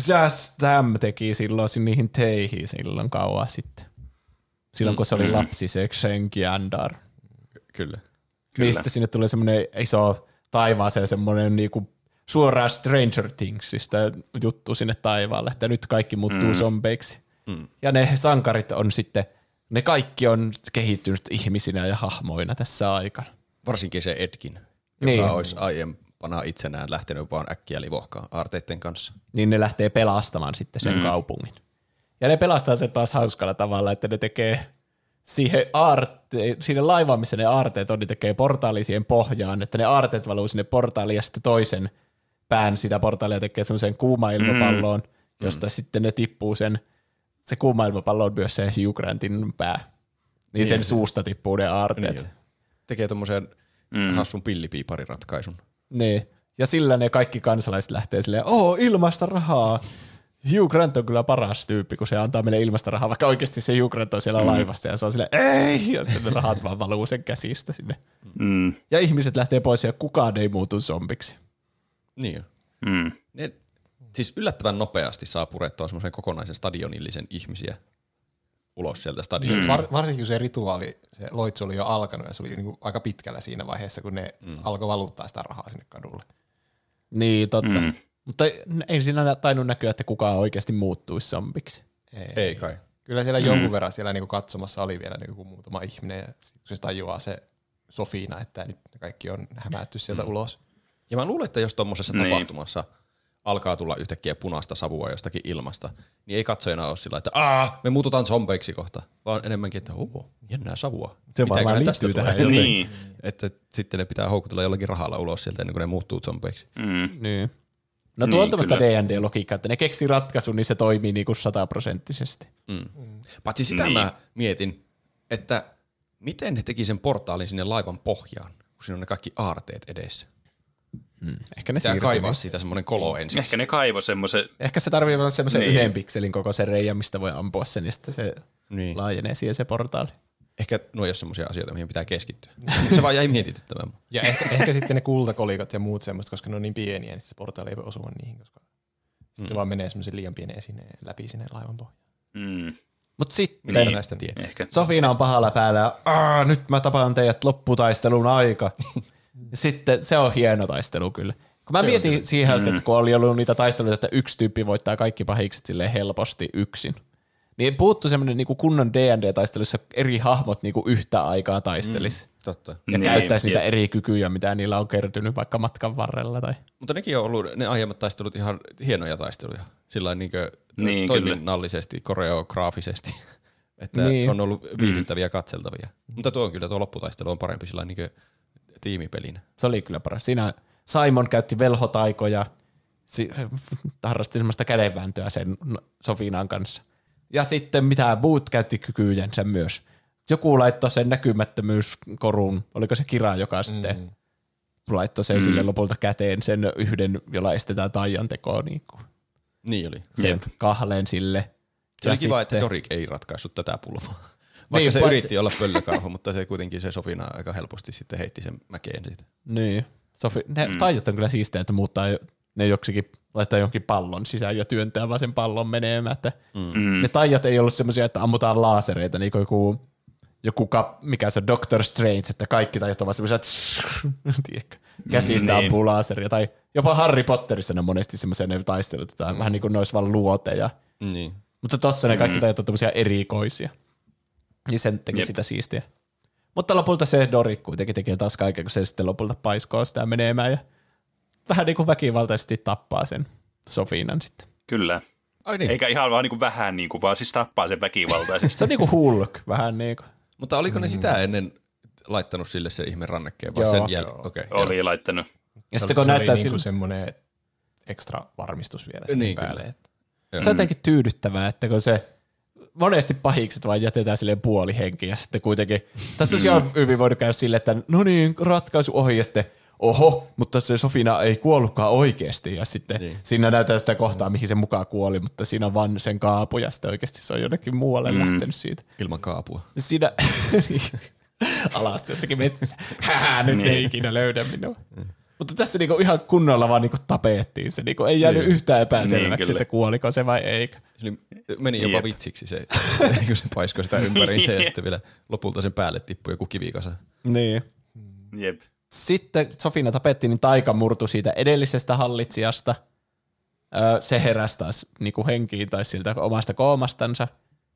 Shazam teki silloin niihin teihin silloin kauan sitten. Silloin, kun se oli lapsi, se Xengiandar. Kyllä. Niin sitten sinne tulee semmoinen iso taivaaseen semmoinen niinku suoraan Stranger Thingsista juttu sinne taivaalle, että nyt kaikki muuttuu mm. zombeiksi. Mm. Ja ne sankarit on sitten, ne kaikki on kehittynyt ihmisinä ja hahmoina tässä aikana. Varsinkin se Edkin, joka Niin. olisi aiempana itsenään lähtenyt vaan äkkiä livohkaan aarteiden kanssa. Niin ne lähtee pelastamaan sitten sen mm. kaupungin. Ja ne pelastaa sen taas hauskalla tavalla, että ne tekee siihen aarte, siinä laivaan, missä ne aarteet on, ne tekee portaali siihen pohjaan, että ne aarteet valuu sinne portaaliin ja sitten toisen pään sitä portaalia tekee semmoisen kuuma ilmapalloon, mm. josta mm. sitten ne tippuu sen, se kuuma ilmapallo on myös se Hugh Grantin pää. Niin, niin sen suusta tippuu ne aarteet. Niin. Tekee tommosen mm. hassun pillipiipariratkaisun. Niin. Ja sillä ne kaikki kansalaiset lähtee silleen, oo, ilmasta rahaa. Hugh Grant on kyllä paras tyyppi, kun se antaa meille ilmasta rahaa, vaikka oikeasti se Hugh Grant on siellä mm. laivassa ja se on silleen, ei, ja sitten ne rahat vaan valuu sen käsistä sinne. Mm. Ja ihmiset lähtee pois ja kukaan ei muutu zombiksi. Niin. Mm. Ne siis yllättävän nopeasti saa purettua semmoisen kokonaisen stadionillisen ihmisiä ulos sieltä stadionilta. Mm. Var, varsinkin kun se rituaali, se loitsu oli jo alkanut ja se oli niinku aika pitkällä siinä vaiheessa, kun ne mm. alkoi valuttaa sitä rahaa sinne kadulle. Niin, totta. Mm. Mutta ei siinä tainnut näkyä, että kukaan oikeasti muuttuisi zombiksi. Ei, Ei kai. Kyllä siellä mm. jonkun verran siellä niinku katsomassa oli vielä niinku muutama ihminen ja sit, kun se tajuaa se Sofina, että nyt ne kaikki on hämätty sieltä mm. ulos. Ja mä luulen, että jos tommosessa Niin. tapahtumassa alkaa tulla yhtäkkiä punaista savua jostakin ilmasta, niin ei katsojana ole sillä, että aah, me muututaan zombeiksi kohta, vaan enemmänkin, että oho, jännää savua. Se varmaan Mitäköhän tästä liittyy tulee? tähän Niin. Että sitten ne pitää houkutella jollakin rahalla ulos sieltä ennen kuin ne muuttuu zombeiksi. Mm. Niin. No Niin, tuo on tämmöistä kyllä. D and D-logiikkaa, että ne keksi ratkaisun, niin se toimii niinku sataprosenttisesti. Mm. Mm. Paitsi sitä Niin. mä mietin, että miten ne teki sen portaalin sinne laivan pohjaan, kun siinä on ne kaikki aarteet edessä. Hmm. Ehkä ne Pitää siirtyy. kaivaa siitä semmoinen kolo ensin. Ehkä ne kaivo semmoisen, Ehkä se tarvii vaan semmoisen Niin. yhden pikselin koko se reijä, mistä voi ampua sen, ja sitten se Niin. laajenee siihen se portaali. Ehkä nuo ei ole semmoisia asioita, mihin pitää keskittyä. Se vaan jäi mietityttämään. Ja ehkä, ehkä sitten ne kultakolikot ja muut semmoista, koska ne on niin pieniä, niin se portaali ei voi osua niihin, koska sitten mm. se vaan menee semmoisen liian pienen esineen läpi sinne laivan pohjaan. mm. Mutta sitten Mistä näistä tietää? ehkä. Sofina on pahalla päällä ja Aa, nyt mä tapaan teidät lopputaistelun aika. Sitten se on hieno taistelu kyllä. Kun mä Se mietin siihen asti, Mm. että kun oli ollut niitä taisteluita, että yksi tyyppi voittaa kaikki pahikset silleen helposti yksin. Niin puuttuu semmoinen niinku kunnon D and D-taistelussa eri hahmot niinku yhtä aikaa taistelisi. Mm. Totta. Ja Niin, käyttäisi niitä jep. eri kykyjä, mitä niillä on kertynyt vaikka matkan varrella. Tai. Mutta nekin on ollut, ne aiemmat taistelut ihan hienoja taisteluja. Sillä niin Niin, toiminnallisesti, koreograafisesti. Että Niin. on ollut viihdyttäviä katseltavia. Mutta tuo on kyllä, tuo lopputaistelu on parempi sillä niin tiimipelinä. Se oli kyllä paras. Siinä Simon käytti velhotaikoja, si- harrasti semmoista kädenvääntöä sen Sofinan kanssa. Ja sitten mitä Boot käytti kykyjensä myös. Joku laittoi sen näkymättömyyskorun, oliko se Kira, joka sitten mm. laittoi sen mm. sille lopulta käteen sen yhden, jolla estetään taian tekoa niin kuin Niin oli. sen Jep. kahleen sille. Se Ja oli kiva, sitten- että Dorik ei ratkaissut tätä pulmaa. Vaikka Niin, se paitsi- yritti olla pöllökarhu, mutta se kuitenkin se Sofina aika helposti sitten heitti sen mäkeen siitä. Niin. Sofi, ne mm. taijat on kyllä siistejä, että muuttaa jo- ne joksikin laittaa jonkin pallon sisään ja työntää vaan sen pallon menemään. Että Mm. ne taijat ei ollut semmoisia, että ammutaan laasereita, niin kuin joku, joku kap, mikä se on, Doctor Strange, että kaikki taijat on vaan semmoisia, että käsistä Niin. ampuu laaseria. Tai jopa Harry Potterissa ne on monesti semmoisia, ne taistelut, että mm. vähän niin kuin ne olisi vaan luoteja. Niin. Mutta tossa ne kaikki Mm. taijat on tämmöisiä erikoisia. Niin sen teki Jep. sitä siistiä. Mutta lopulta se Dori kuitenkin tekee taas kaiken, kun se sitten lopulta paiskoo sitä menemään ja vähän niin kuin väkivaltaisesti tappaa sen Sofinan sitten. Kyllä. Ai niin. Eikä ihan vaan niin kuin vähän, niin kuin, vaan siis tappaa sen väkivaltaisesti. Se on niin kuin Hulk, vähän niin kuin. Mutta oliko ne sitä ennen laittanut sille se ihme rannekkeen, vai Joo. sen jälkeen? Okay, Oli laittanut. Ja se, sitten kun se näyttää oli niinku sille, semmoinen ekstra varmistus vielä sen Niin, päälle. kyllä. Että se on jotenkin tyydyttävää, että kun se monesti pahikset vaan jätetään silleen puoli henki ja sitten kuitenkin, tässä olisi ihan hyvin voinut käydä silleen, että no niin, ratkaisu ohi ja sitten oho, mutta se Sofina ei kuollutkaan oikeasti ja sitten Niin. siinä näytetään sitä kohtaa, mihin se mukaan kuoli, mutta siinä on vaan sen kaapu ja sitten oikeasti se on jonnekin muualle mm. lähtenyt siitä. Ilman kaapua. Siinä alasti jossakin metsissä, hää, nyt ei ikinä löydä minua. Mutta tässä niinku ihan kunnolla vaan niinku tapettiin se, niinku ei jäänyt Niin. yhtään epäselväksi, Niin, kyllä. että kuoliko se vai ei. Se oli- meni jopa Jep. vitsiksi se, kun se paiskoi sitä ympäriinsä ja sitten vielä lopulta sen päälle tippui joku kivikasa. Niin. Jep. Sitten Sofina tapettiin, niin taika murtui siitä edellisestä hallitsijasta. Öö, se heräsi taas niin kuin henkiin tai siltä omasta koomastansa.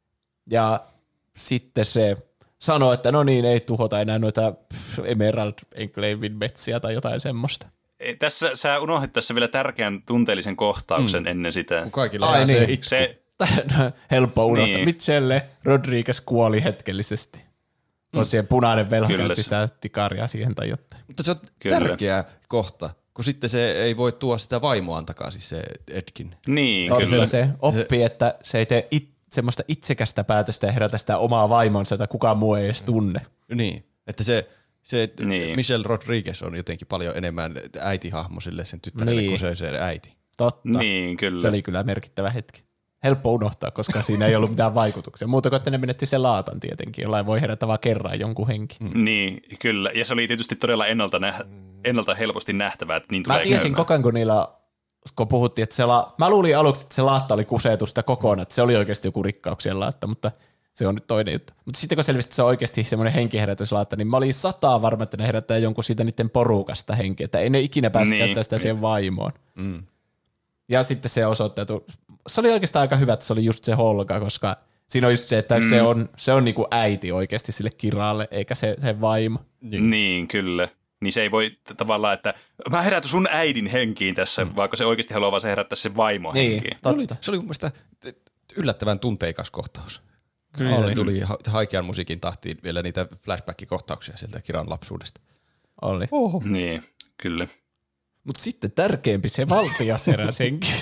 Ja sitten se sanoi, että no niin, ei tuhota enää noita pff, Emerald Enclavein metsiä tai jotain semmoista. Ei, Tässä sä unohdit tässä vielä tärkeän tunteellisen kohtauksen mm. ennen sitä. Kun kaikilla Ai jää se niin. itku. Se, Helppo unohtaa. Niin. Mitchelle Rodriguez kuoli hetkellisesti. Kun siihen punainen velho Kyllä käytti se- sitä tikaria siihen tai jotain. Mutta se on Kyllä. tärkeä kohta, kun sitten se ei voi tuoda sitä vaimoaan takaisin, se Edkin. niin, No, kyllä. kyllä se oppii, että se ei tee it, semmoista itsekästä päätöstä ja herätä sitä omaa vaimonsa, jota kukaan muu ei edes tunne. Niin, että se, se Niin. niin. Michelle Rodriguez on jotenkin paljon enemmän äitihahmo sille sen tyttärelle Niin. kuin se, se äiti. Totta. Niin, kyllä. Se oli kyllä merkittävä hetki. Helppo unohtaa, koska siinä ei ollut mitään vaikutuksia. Muuta kuin, että ne menetti sen laatan tietenkin, jollain voi herätä vaan kerran jonkun henki. Mm. Niin, kyllä. Ja se oli tietysti todella ennalta, näh- ennalta helposti nähtävää, että niin Mä tulee tiesin käymään. koko ajan, kun niillä, kun puhuttiin, että se la... Mä luulin aluksi, että se laatta oli kusetusta kokonaan, että se oli oikeasti joku rikkauksien laatta, mutta se on nyt toinen juttu. Mutta sitten kun selvisi, että se on oikeasti semmoinen henkiherätyslaatta, niin mä olin sataa varma, että ne herättää jonkun siitä niiden porukasta henkeä, että ei ne ikinä pääse Niin, käyttämään sitä niin. siihen vaimoon. Mm. Ja sitten se osoittautui, se oli oikeastaan aika hyvä, että se oli just se Holga, koska siinä on just se, että mm. se on, se on niinku äiti oikeasti sille Kiralle, eikä se, se vaimo. Niin. niin, kyllä. Niin se ei voi t- tavallaan, että mä herätyn sun äidin henkiin tässä, mm. vaikka se oikeasti haluaa vaan se herättää sen vaimo Niin, henkiin. Se oli, se oli mun mielestä yllättävän tunteikas kohtaus. Kyllä Kyllä oli. tuli ha- haikean musiikin tahtiin vielä niitä flashback-kohtauksia sieltä Kiran lapsuudesta. Oli. Niin, kyllä. Mutta sitten tärkeämpi se valtias heräs henkiin.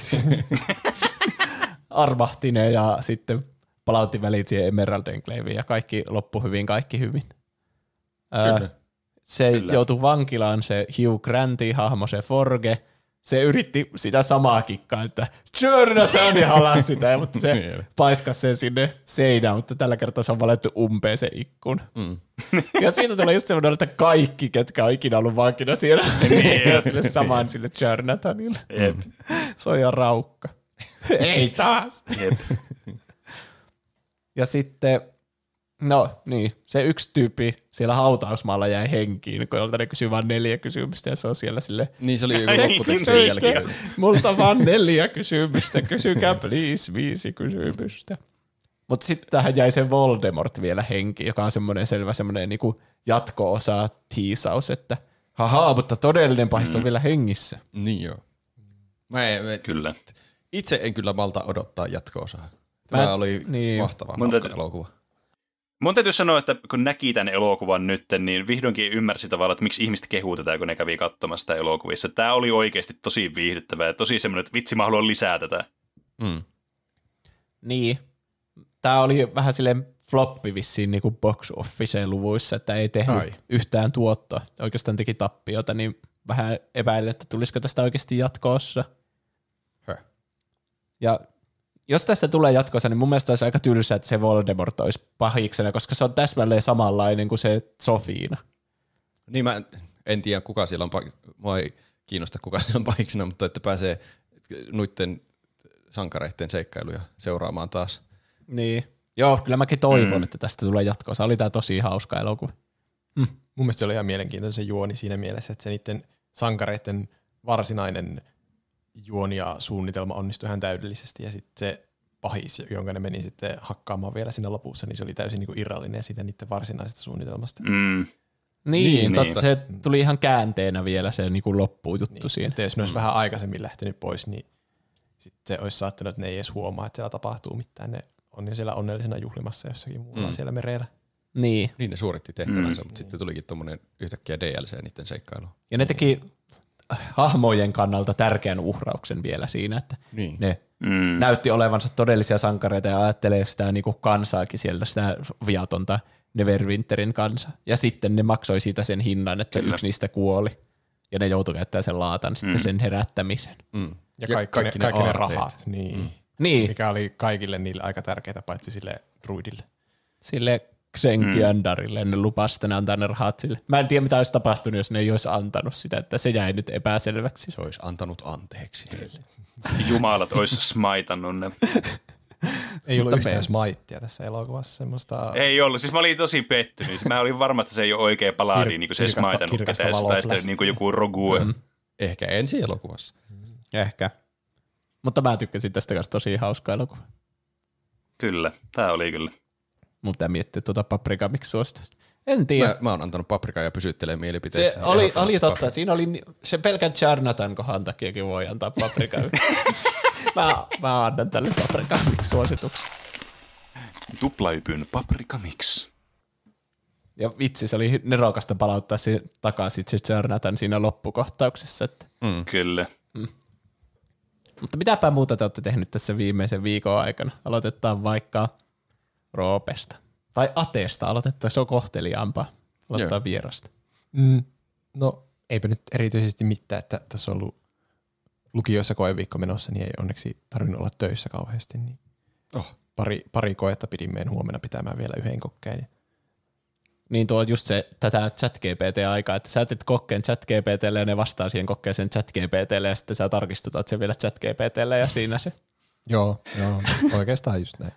Armahtinen ja sitten palautti välit siihen Emerald Enclaveen ja kaikki loppui hyvin, kaikki hyvin. Ää, Kyllä. se Kyllä. joutui vankilaan, se Hugh Grantin hahmo, se Forge. Se yritti sitä samaa kikkaa, että Jonathan halasi sitä, mutta se Niin. paiskasi sen sinne seinään, mutta tällä kertaa se on valettu umpeen se ikkuna. Mm. Ja siitä tulee just semmoinen, että kaikki, ketkä on ikinä ollut vankina siellä, ja sille samaan sille Jonathanille. Jep. Se on ihan raukka. Ei taas. Jep. Ja sitten, no niin, se yksi tyyppi siellä hautausmaalla jäi henkiin, kun jolta ne kysyy vain neljä kysymystä, ja se on siellä sille, Niin se oli joku Ai, lopputekstin kyllä. jälkeen. multa vaan neljä kysymystä, kysykää please viisi kysymystä. Mutta sitten tähän jäi se Voldemort vielä henkiin, joka on semmoinen selvä semmoinen niinku jatko-osa tiisaus, että haha, mutta todellinen pahis on vielä hengissä. Niin joo. Mä en, mä, Kyllä. itse en kyllä malta odottaa jatko-osaa. Tämä Mä- oli niin. mahtava Mun hauska täytyy- elokuva. Mun täytyy sanoa, että kun näki tämän elokuvan nyt, niin vihdoinkin ymmärsi tavallaan, että miksi ihmiset kehuu tätä, kun ne kävi katsomassa sitä elokuvissa. Tämä oli oikeasti tosi viihdyttävää ja tosi semmoinen, että vitsi, mä haluan lisää tätä. Mm. Niin. Tämä oli vähän silleen floppi vissiin niin kuin box office-luvuissa, että ei tehnyt Ai. yhtään tuottoa. Oikeastaan teki tappiota, niin vähän epäilen, että tulisiko tästä oikeasti jatkoossa. Höh. Ja jos tässä tulee jatkoossa, niin mun mielestä olisi aika tylsää, että se Voldemort olisi pahiksena, koska se on täsmälleen samanlainen kuin se Sofina. Niin mä en tiedä, kuka siellä on, pa- mua ei kiinnosta, kuka siellä on pahiksena, mutta että pääsee noitten sankareiden seikkailuja seuraamaan taas. Niin. Joo, kyllä mäkin toivon, Mm. että tästä tulee jatkoa. Se oli tää tosi hauska elokuva. Mun mielestä se oli ihan mielenkiintoinen se juoni siinä mielessä, että se niiden sankareiden varsinainen juoni ja suunnitelma onnistui ihan täydellisesti ja sitten se pahis, jonka ne meni sitten hakkaamaan vielä siinä lopussa, niin se oli täysin niinku irrallinen siitä niiden varsinaisesta suunnitelmasta. Mm. Niin, Niin, totta, niinpä. se tuli ihan käänteenä vielä se niinku loppujuttu Niin, siinä. että jos ne olisi vähän aikaisemmin lähtenyt pois, niin sit se olisi saattanut, että ne ei edes huomaa, että siellä tapahtuu mitään. Ne on jo siellä onnellisena juhlimassa jossakin muualla Mm. siellä merellä. Niin. Niin ne suoritti tehtävänsä, Mm. mutta sitten tulikin tommonen yhtäkkiä D L C niiden seikkailuun. Ja ne teki hahmojen kannalta tärkeän uhrauksen vielä siinä, että Niin. ne Mm. näytti olevansa todellisia sankareita ja ajattelee sitä niinku kansaakin siellä, sitä viatonta Neverwinterin kansa. Ja sitten ne maksoi siitä sen hinnan, että Kyllä. yksi niistä kuoli. Ja ne joutui käyttämään sen laatan sitten Mm. sen herättämisen. Mm. Ja kaikki, kaikki, ne, kaikki ne aarteet. rahat, niin, mm. Niin, mikä oli kaikille niille aika tärkeää, paitsi sille druidille. sille Xenkiandarille ne lupasi sitten antaa ne rahat sille. Mä en tiedä, mitä olisi tapahtunut, jos ne ei olisi antanut sitä, että se jäi nyt epäselväksi. Se olisi antanut anteeksi niille. Jumalat olisi smaitannut ne. Ei ollut Mutta yhtään pe- smaittia tässä elokuvassa, semmoista Ei ollut, siis mä olin tosi pettynyt. Mä olin varma, että se ei ole oikea palari, Kir- niin kuin se ei kirkasta- smaitannut kirkasta ketään, tai sitten valoplästiä. niin kuin joku rogue. Mm. Ehkä ensi elokuvassa. Ehkä. Mutta mä tykkäsin tästä kanssa tosi hauska elokuva. Kyllä, tää oli kyllä. Mun pitää miettiä tuota Paprika miksi suositusta. En tiedä. Mä, mä oon antanut paprikaa ja pysyttelee mielipiteessä. Se oli, Ehdottomasti oli totta, paprika. että siinä oli ni- se pelkän Charnatan kohan takiakin voi antaa Paprika. mä, mä annan tälle Paprika miksi suosituksen. Tuplahypyn paprika mix. Ja vitsi, se oli nerokasta palauttaa se takaisin se Charnatan siinä loppukohtauksessa. Että. Mm. Kyllä. Mutta mitäpä muuta te olette tehnyt tässä viimeisen viikon aikana? Aloitetaan vaikka Roopesta. Tai Ateesta aloitetaan, se on kohteliaampaa. Aloitetaan Joo. vierasta. Mm, no eipä nyt erityisesti mitään, että tässä on ollut lukioissa koeviikko menossa, niin ei onneksi tarvinnut olla töissä kauheasti. Niin Oh. pari, pari koetta pidin meidän huomenna pitämään vielä yhden kokkeen. Niin tuo on just se tätä ChatGPT-aikaa, että sä teet kokkeen ChatGPTlle ja ne vastaa siihen kokkeeseen ChatGPTlle ja sitten sä tarkistutat sen vielä ChatGPTlle ja siinä se. Joo, joo, oikeastaan just näin.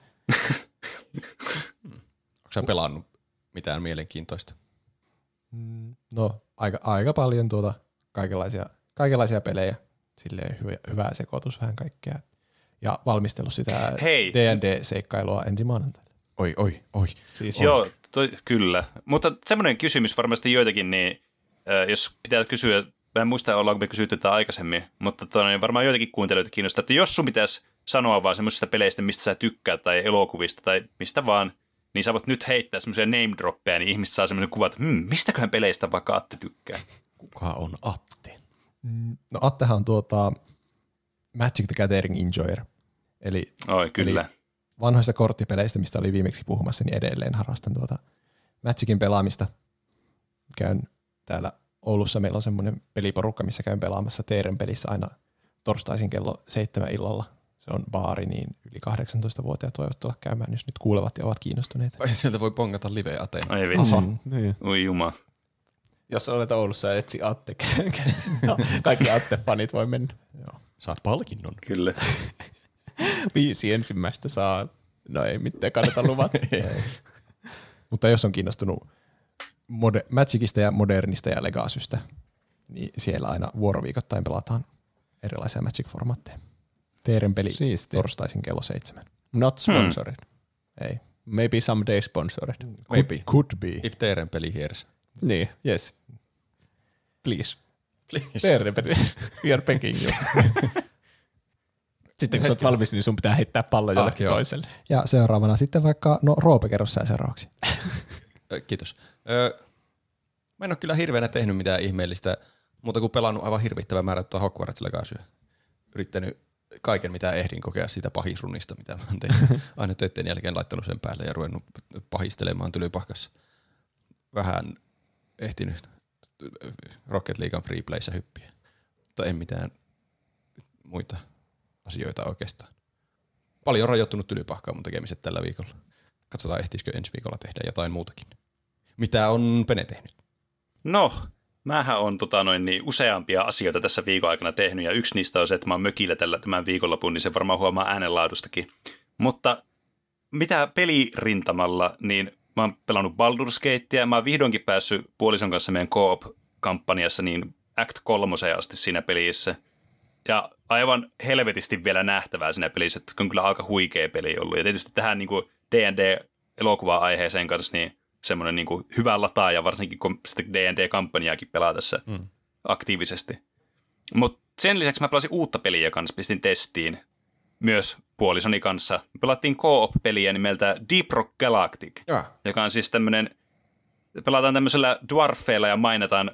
Onko sä pelannut mitään mielenkiintoista? Mm, No aika, aika paljon tuota kaikenlaisia, kaikenlaisia pelejä, silleen hyvä, hyvä sekoitus vähän kaikkea. Ja valmistellut sitä Hei. D and D-seikkailua ensi maanantaina. Oi, oi, oi. Siis Joo, toi, kyllä. Mutta semmoinen kysymys varmasti joitakin, niin äh, jos pitää kysyä, mä en muista ollaanko me kysytty tätä aikaisemmin, mutta toi, niin varmaan joitakin kuuntelijoita kiinnostaa, että jos sun pitäisi sanoa vaan semmoisista peleistä, mistä sä tykkäät tai elokuvista tai mistä vaan, niin sä voit nyt heittää semmoisia name droppeja, niin ihmiset saa semmoisen kuvan, että hmm, mistäköhän peleistä vaikka Atte tykkää. Kuka on Atte? No Attehan on tuota Magic the Gathering Enjoyer. Eli Oi, kyllä. Eli vanhoista korttipeleistä, mistä oli viimeksi puhumassa, niin edelleen harrastan tuota Magicin pelaamista. Käyn täällä Oulussa, meillä on semmoinen peliporukka, missä käyn pelaamassa Teeren pelissä aina torstaisin kello seitsemän illalla. Se on baari, niin yli kahdeksantoista-vuotiaat voivat tulla käymään, jos nyt kuulevat ja ovat kiinnostuneita. Vai sieltä voi pongata live Ateen. Ai vitsi. Oho, niin. Oi juma. Jos olet Oulussa ja etsi Atte käsistä, no, kaikki Atte-fanit voi mennä. Saat palkinnon. Kyllä. Viisi ensimmäistä saa, no ei mitään kannata luvata. Mutta jos on kiinnostunut mode- Magicista ja Modernista ja Legacystä, niin siellä aina vuoroviikoittain pelataan erilaisia Magic-formaatteja. Teeren peli Siistiä. torstaisin kello seitsemän. Not sponsored. Ei. Maybe someday sponsored. Maybe. Could be. If Teeren peli hears. Niin, yes. Please. Please. Terve, we are begging you. Sitten kun sä oot valmis, niin sun pitää heittää pallo jollekin joo. toiselle. Ja seuraavana sitten vaikka, no Roope, kerro sä seuraavaksi. Ö, Kiitos. Ö, mä en ole kyllä hirveänä tehnyt mitään ihmeellistä, muuta kuin pelannut aivan hirvittävä määrä tuota Hogwarts Legacyä. Yrittänyt kaiken, mitä ehdin kokea siitä pahisrunista, mitä mä oon tehnyt. Aina töiden jälkeen laittanut sen päälle ja ruvennut pahistelemaan tylypahkassa. Vähän ehtinyt Rocket Leaguean free playssä hyppiä, mutta en mitään muita asioita oikeastaan. Paljon on rajoittunut tylypahkaa mun tekemiset tällä viikolla. Katsotaan, ehtisikö ensi viikolla tehdä jotain muutakin. Mitä on Pene tehnyt? No, Mähän on tota, noin, niin, useampia asioita tässä viikon aikana tehnyt, ja yksi niistä on se, että mä oon mökillä tällä tämän viikonlopun, niin se varmaan huomaa äänenlaadustakin. Mutta mitä pelirintamalla, niin mä oon pelannut Baldur's Gatea, mä oon vihdoinkin päässyt puolison kanssa meidän co-op-kampanjassa niin Act kolmoseen asti siinä pelissä. Ja aivan helvetisti vielä nähtävää siinä pelissä, että on kyllä aika huikea peli ollut. Ja tietysti tähän niin kuin D and D-elokuva-aiheeseen kanssa niin semmoinen niin kuin hyvä lataaja, varsinkin kun sitten D and D-kampanjaakin pelaa tässä mm. aktiivisesti. Mutta sen lisäksi mä pelasin uutta peliä kanssa, pistin testiin myös puolisoni kanssa. Me pelattiin co-op-peliä nimeltä Deep Rock Galactic, ja. joka on siis tämmöinen, pelataan tämmöisellä dwarfeilla ja mainataan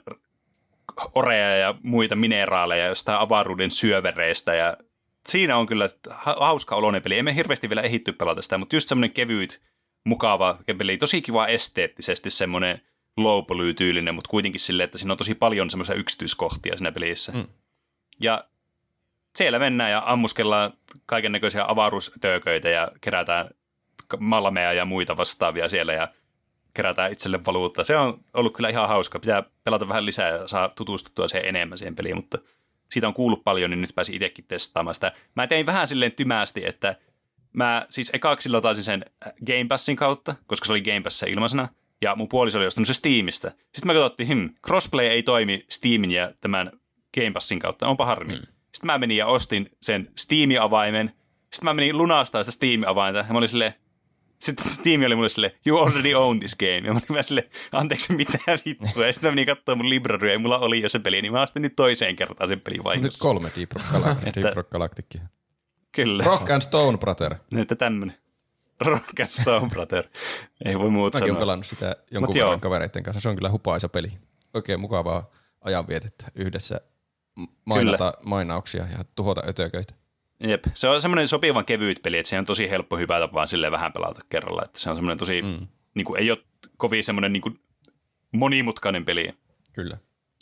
oreja ja muita mineraaleja jostain avaruuden syövereistä, ja siinä on kyllä hauska oloinen peli. Emme hirveästi vielä ehitty pelata sitä, mutta just semmoinen kevyt, mukava peli, tosi kiva esteettisesti semmoinen low-poly-tyylinen, mutta kuitenkin silleen, että siinä on tosi paljon semmoisia yksityiskohtia siinä pelissä. Mm. Ja siellä mennään ja ammuskellaan kaiken näköisiä avaruustöököitä ja kerätään malmeja ja muita vastaavia siellä ja kerätään itselle valuuttaa. Se on ollut kyllä ihan hauska. Pitää pelata vähän lisää ja saa tutustuttua siihen enemmän siihen peliin, mutta siitä on kuullut paljon, niin nyt pääsin itsekin testaamaan sitä. Mä tein vähän silleen tymästi, että mä siis ekaksi lataisin sen Game Passin kautta, koska se oli Game Passissa ilmaisena, ja mun puoliso oli ostanut se Steamista. Sitten mä katsottiin, hm, crossplay ei toimi Steamin ja tämän Game Passin kautta, onpa harmi. Mm. Sitten mä menin ja ostin sen Steam-avaimen. Sitten mä menin lunastaa sitä Steam-avainta, ja mä olin silleen, sitten Steam oli mulle silleen, you already own this game. Ja mä olin silleen, anteeksi, mitään vittua. Ja sitten mä menin katsomaan mun librarya, ja mulla oli jo se peli, niin mä ostin nyt toiseen kertaan sen pelin vaihdossa. Nyt kolme Deep Rock Galactic. Deep Rock Galactic. Kyllä. Rock and Stone Brother. Että tämmönen. Rock and Stone Brother. Ei voi muut Mäkin sanoa. Mäkin on pelannut sitä jonkun verran kavereiden kanssa. Se on kyllä hupaisa peli. Oikein mukavaa ajanvietettä yhdessä mainata kyllä. mainauksia ja tuhota ötököitä. Jep. Se on semmoinen sopivan kevyt peli, että se on tosi helppo hypätä vaan silleen vähän pelata kerralla. Että se on semmoinen tosi, mm. niin kuin, ei ole kovin semmoinen niin kuin monimutkainen peli. Kyllä.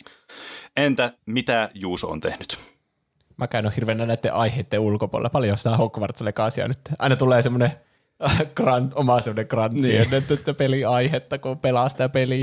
Entä mitä Juuso on tehnyt? Mäkään on hirveänä näiden aiheiden ulkopuolella. Paljon sitä Hogwarts Legacyaa nyt. Aina tulee semmoinen grand, oma semmoinen grantsi niin. ennen peliaihetta, kun pelaa sitä peliä.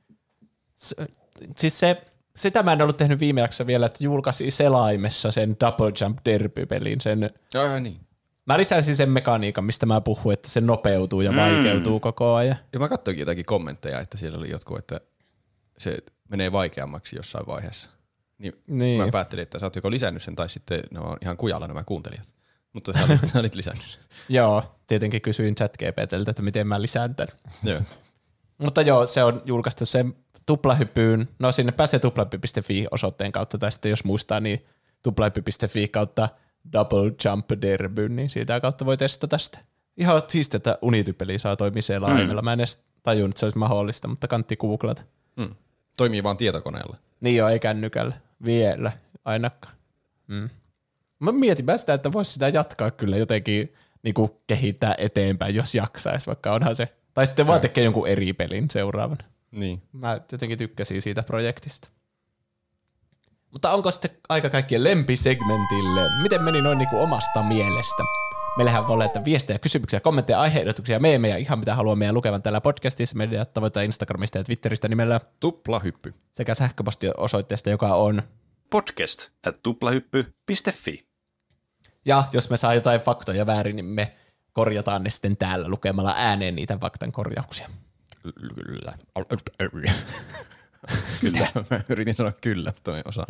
S- siis se, sitä mä en ollut tehnyt viime jaksossa vielä, että julkaisi selaimessa sen Double Jump Derby-pelin. Sen, Ai niin. Mä lisäsin sen mekaniikan, mistä mä puhuin, että se nopeutuu ja mm. vaikeutuu koko ajan. Ja mä katsoinkin jotakin kommentteja, että siellä oli jotkut, että se menee vaikeammaksi jossain vaiheessa. Niin, niin. Mä päättelin, että sä oot joko lisännyt sen tai sitten ne on ihan kujalla nämä kuuntelijat. Mutta sä olit, sä olit lisännyt sen. Joo, tietenkin kysyin ChatGPT:ltä, että miten mä lisään tämän. Joo. Mutta joo, se on julkaistu sen tuplahypyyn. No sinne pääsee tuplahyppy piste fi osoitteen kautta, tai sitten jos muistaa, niin tuplahyppy piste fi kautta Double Jump Derby, niin siitä kautta voi testata sitä. Ihan siistiä, että Unity-peli saa toimia selaimella. Mm. Mä en edes tajunnut, että se olisi mahdollista, mutta kantti googlata. Mm. Toimii vaan tietokoneella. Niin joo, ei kännykällä. Vielä ainakaan. Mm. Mä mietin mä sitä, että voisi sitä jatkaa kyllä jotenkin niin kuin kehittää eteenpäin, jos jaksaisi, vaikka onhan se. Tai sitten vaan tekee jonkun eri pelin seuraavan. Niin. Mä jotenkin tykkäsin siitä projektista. Mutta onko sitten aika kaikkien lempisegmentille? Miten meni noin niin kuin omasta mielestä? Meillähän voi laittaa viestejä, kysymyksiä, kommentteja, aihe-ehdotuksia, meemejä, ihan mitä haluaa meidän lukevan täällä podcastissa. Meidän tavoittaa Instagramista ja Twitteristä nimellä Tuplahyppy. Sekä sähköpostiosoitteesta, joka on podcast at tuplahyppy piste fi. Ja jos me saa jotain faktoja väärin, niin me korjataan ne sitten täällä lukemalla ääneen niitä faktan korjauksia. Kyllä. Kyllä. Mä yritin sanoa kyllä, mutta en osaan.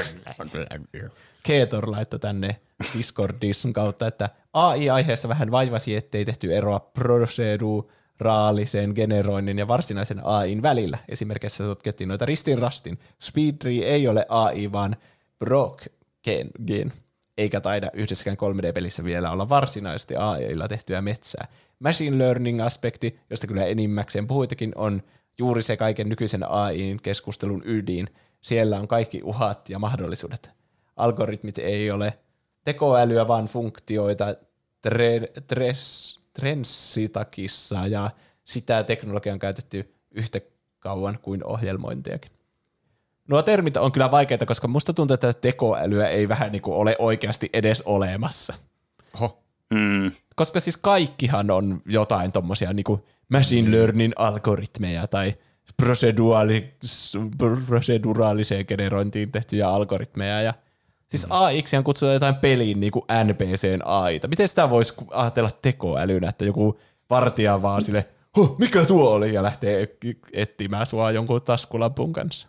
Keetor laittoi tänne Discordin kautta, että A I-aiheessa vähän vaivasi, ettei tehty eroa proseduraalisen generoinnin ja varsinaisen A I:n välillä. Esimerkiksi tutkittiin noita ristin rastin. Speedtree ei ole A I, vaan Brock-gen, eikä taida yhdessäkään kolme D-pelissä vielä olla varsinaisesti A I:lla tehtyä metsää. Machine learning-aspekti, josta kyllä enimmäkseen puhuitakin, on juuri se kaiken nykyisen A I:n keskustelun ydin. Siellä on kaikki uhat ja mahdollisuudet. Algoritmit ei ole tekoälyä, vaan funktioita tre- tres- trenssitakissa, ja sitä teknologiaa on käytetty yhtä kauan kuin ohjelmointiakin. Nuo termit on kyllä vaikeita, koska musta tuntuu, että tekoälyä ei vähän niin kuin ole oikeasti edes olemassa. Oho. Mm. Koska siis kaikkihan on jotain tommosia niin kuin machine learning algoritmeja tai proseduraali, proseduraaliseen generointiin tehtyjä algoritmeja. Ja, siis A I:ksihan kutsutaan jotain peliin niin kuin N P C:n A I:ta. Miten sitä voisi ajatella tekoälynä, että joku vartija vaan sille, huh, mikä tuo oli, ja lähtee etsimään sua jonkun taskulampun kanssa.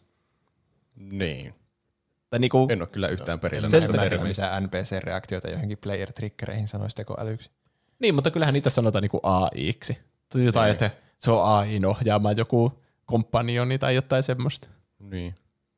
Niin. Tai niinku, en ole kyllä yhtään perillä sen näistä takia termeistä. Mitä N P C-reaktioita johonkin player-triggereihin sanoisi tekoälyksi. Niin, mutta kyllähän niitä sanotaan niinku A I:ksi. Tai jotain, että se on A I:n ohjaama joku komppanioni tai jotain semmoista. Niin.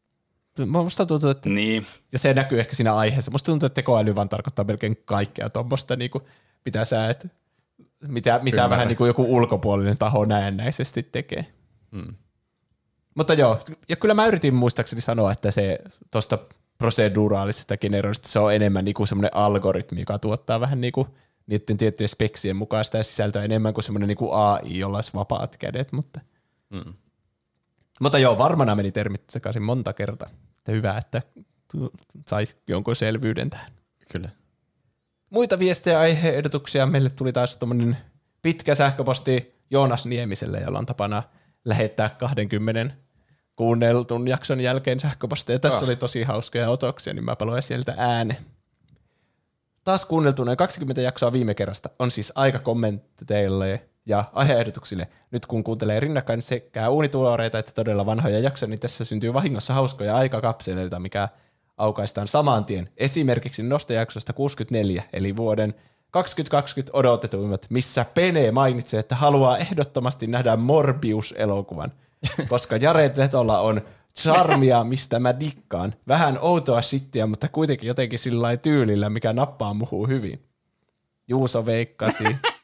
Musta tuntuu, että Niin. ja se näkyy ehkä siinä aiheessa. Musta tuntuu, että tekoäly vaan tarkoittaa melkein kaikkea tuommoista, niinku, mitä sä et, mitä, mitä vähän niinku joku ulkopuolinen taho näennäisesti tekee. Hmm. Mutta joo, ja kyllä mä yritin muistaakseni sanoa, että se tuosta proseduraalisesta generoinnista se on enemmän niinku semmoinen algoritmi, joka tuottaa vähän niinku niiden tiettyjen speksien mukaan sitä sisältöä enemmän kuin semmoinen niinku A I, jolla olisi vapaat kädet. Mutta, Hmm. mutta joo, varmana meni termit sekaisin monta kertaa. Että hyvä, että sai jonkun selvyyden tähän. Kyllä. Muita viestejä ja aihe-ehdotuksia. Meille tuli taas tuommoinen pitkä sähköposti Joonas Niemiselle, jolla on tapana lähettää kaksikymmentä kuunneltun jakson jälkeen sähköposteja. Tässä ah. oli tosi hauskoja otoksia, niin mä paloin sieltä äänen. Taas kuunneltuneen kaksikymmentä jaksoa viime kerrasta on siis aika kommentteille ja aihe-ehdotuksille. Nyt kun kuuntelee rinnakkain sekä uunituloreita että todella vanhoja jaksoja, niin tässä syntyy vahingossa hauskoja aikakapseleita, mikä aukaistaan saman tien. Esimerkiksi nostojaksosta kuusikymmentäneljä, eli vuoden kaksituhattakaksikymmentä odotetuimmat, missä Pene mainitsee, että haluaa ehdottomasti nähdä Morbius-elokuvan, koska Jared Letolla on charmia, mistä mä dikkaan. Vähän outoa shittiä, mutta kuitenkin jotenkin sillä tyylillä, mikä nappaa muhuu hyvin. Juuso veikkasi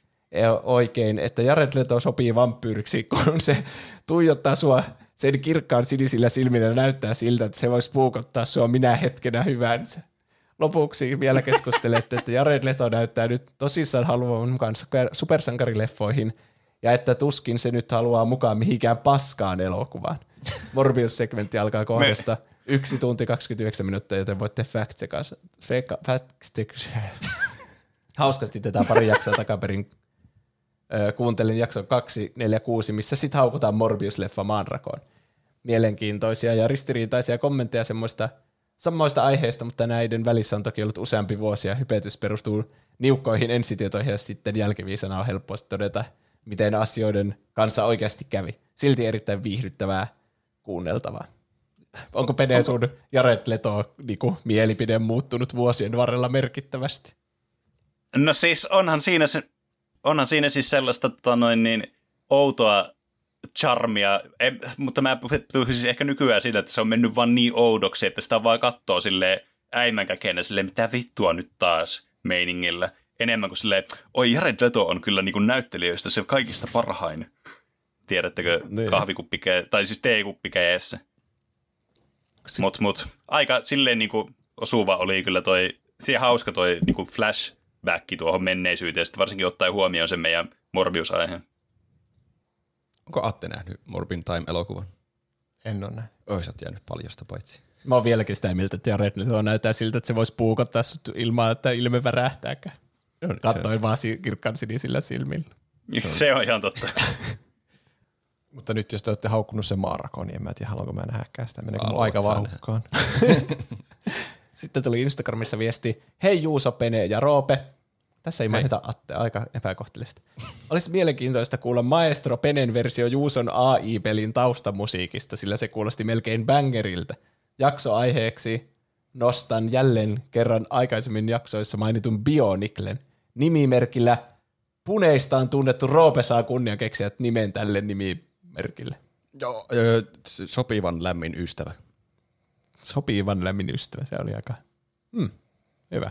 oikein, että Jared Leto sopii vampyyriksi, kun se tuijottaa sua sen kirkkaan sinisillä silmillä ja näyttää siltä, että se voisi puukottaa sua minä hetkenä hyvänsä. Lopuksi vielä keskustelette, että Jared Leto näyttää nyt tosissaan haluavan mukaan supersankarileffoihin ja että tuskin se nyt haluaa mukaan mihinkään paskaan elokuvaan. Morbius-segmentti alkaa kohdasta yksi tunti kaksikymmentäyhdeksän minuuttia, joten voitte fact-checkata. Hauskasti tätä pari jaksoa takaperin öö, kuuntelin jakson kaksi neljäkymmentäkuusi, missä sitten haukutaan Morbius-leffa maanrakoon. Mielenkiintoisia ja ristiriitaisia kommentteja semmoista samoista aiheista, mutta näiden välissä on toki ollut useampi vuosi ja hypetys perustuu niukkoihin ensitietoihin ja sitten jälkiviisana on helppo todeta, miten asioiden kanssa oikeasti kävi. Silti erittäin viihdyttävää kuunneltavaa. Onko Pene sun Jared Leto niinku, mielipide muuttunut vuosien varrella merkittävästi? No siis onhan siinä, se, onhan siinä siis sellaista tota noin, niin, outoa charmia, en, mutta mä puhuisin siis ehkä nykyään siitä, että se on mennyt vaan niin oudoksi, että sitä vaan katsoo silleen äimänkäkeenä silleen, mitä vittua nyt taas meiningillä. Enemmän kuin silleen, oi Jared Leto on kyllä niin kuin näyttelijöistä se kaikista parhain. Tiedättekö, niin. kahvikuppi, tai siis teekuppi kädessä. Mut, mut, aika silleen niin kuin osuva oli kyllä toi, siihen hauska toi niin kuin flashback tuohon menneisyyteen, ja sitten varsinkin ottaen huomioon sen meidän Morbius-aiheen. Onko Atte nähnyt Morbin Time-elokuvan? En ole nähnyt. Oi, sä oot jäänyt paljosta paitsi. Mä oon vieläkin sitä mieltä, että Jared Leto näyttää siltä, että se voisi puukottaa sut ilman, että ilme värähtääkään. No, katsoin vaan kirkkaan sinisillä silmillä. Se on ihan totta. Mutta nyt jos te olette haukkunut sen maanrakoon, niin en mä tiedä, haluanko mä nähdäkään sitä. Meneekö mun aika vaan hukkaan? Sitten tuli Instagramissa viesti, hei Juuso, Pene ja Roope. Tässä ei mainita Atte, aika epäkohtelista. Olisi mielenkiintoista kuulla Maestro Penen versio Juuson A I-pelin taustamusiikista, sillä se kuulosti melkein bangeriltä. Jaksoaiheeksi nostan jälleen kerran aikaisemmin jaksoissa mainitun Bioniclen. Nimimerkillä puneistaan tunnettu Roope saa kunnian keksiä nimen tälle nimimerkille. Joo, sopivan lämmin ystävä. Sopivan lämmin ystävä, se oli aika hmm, hyvä.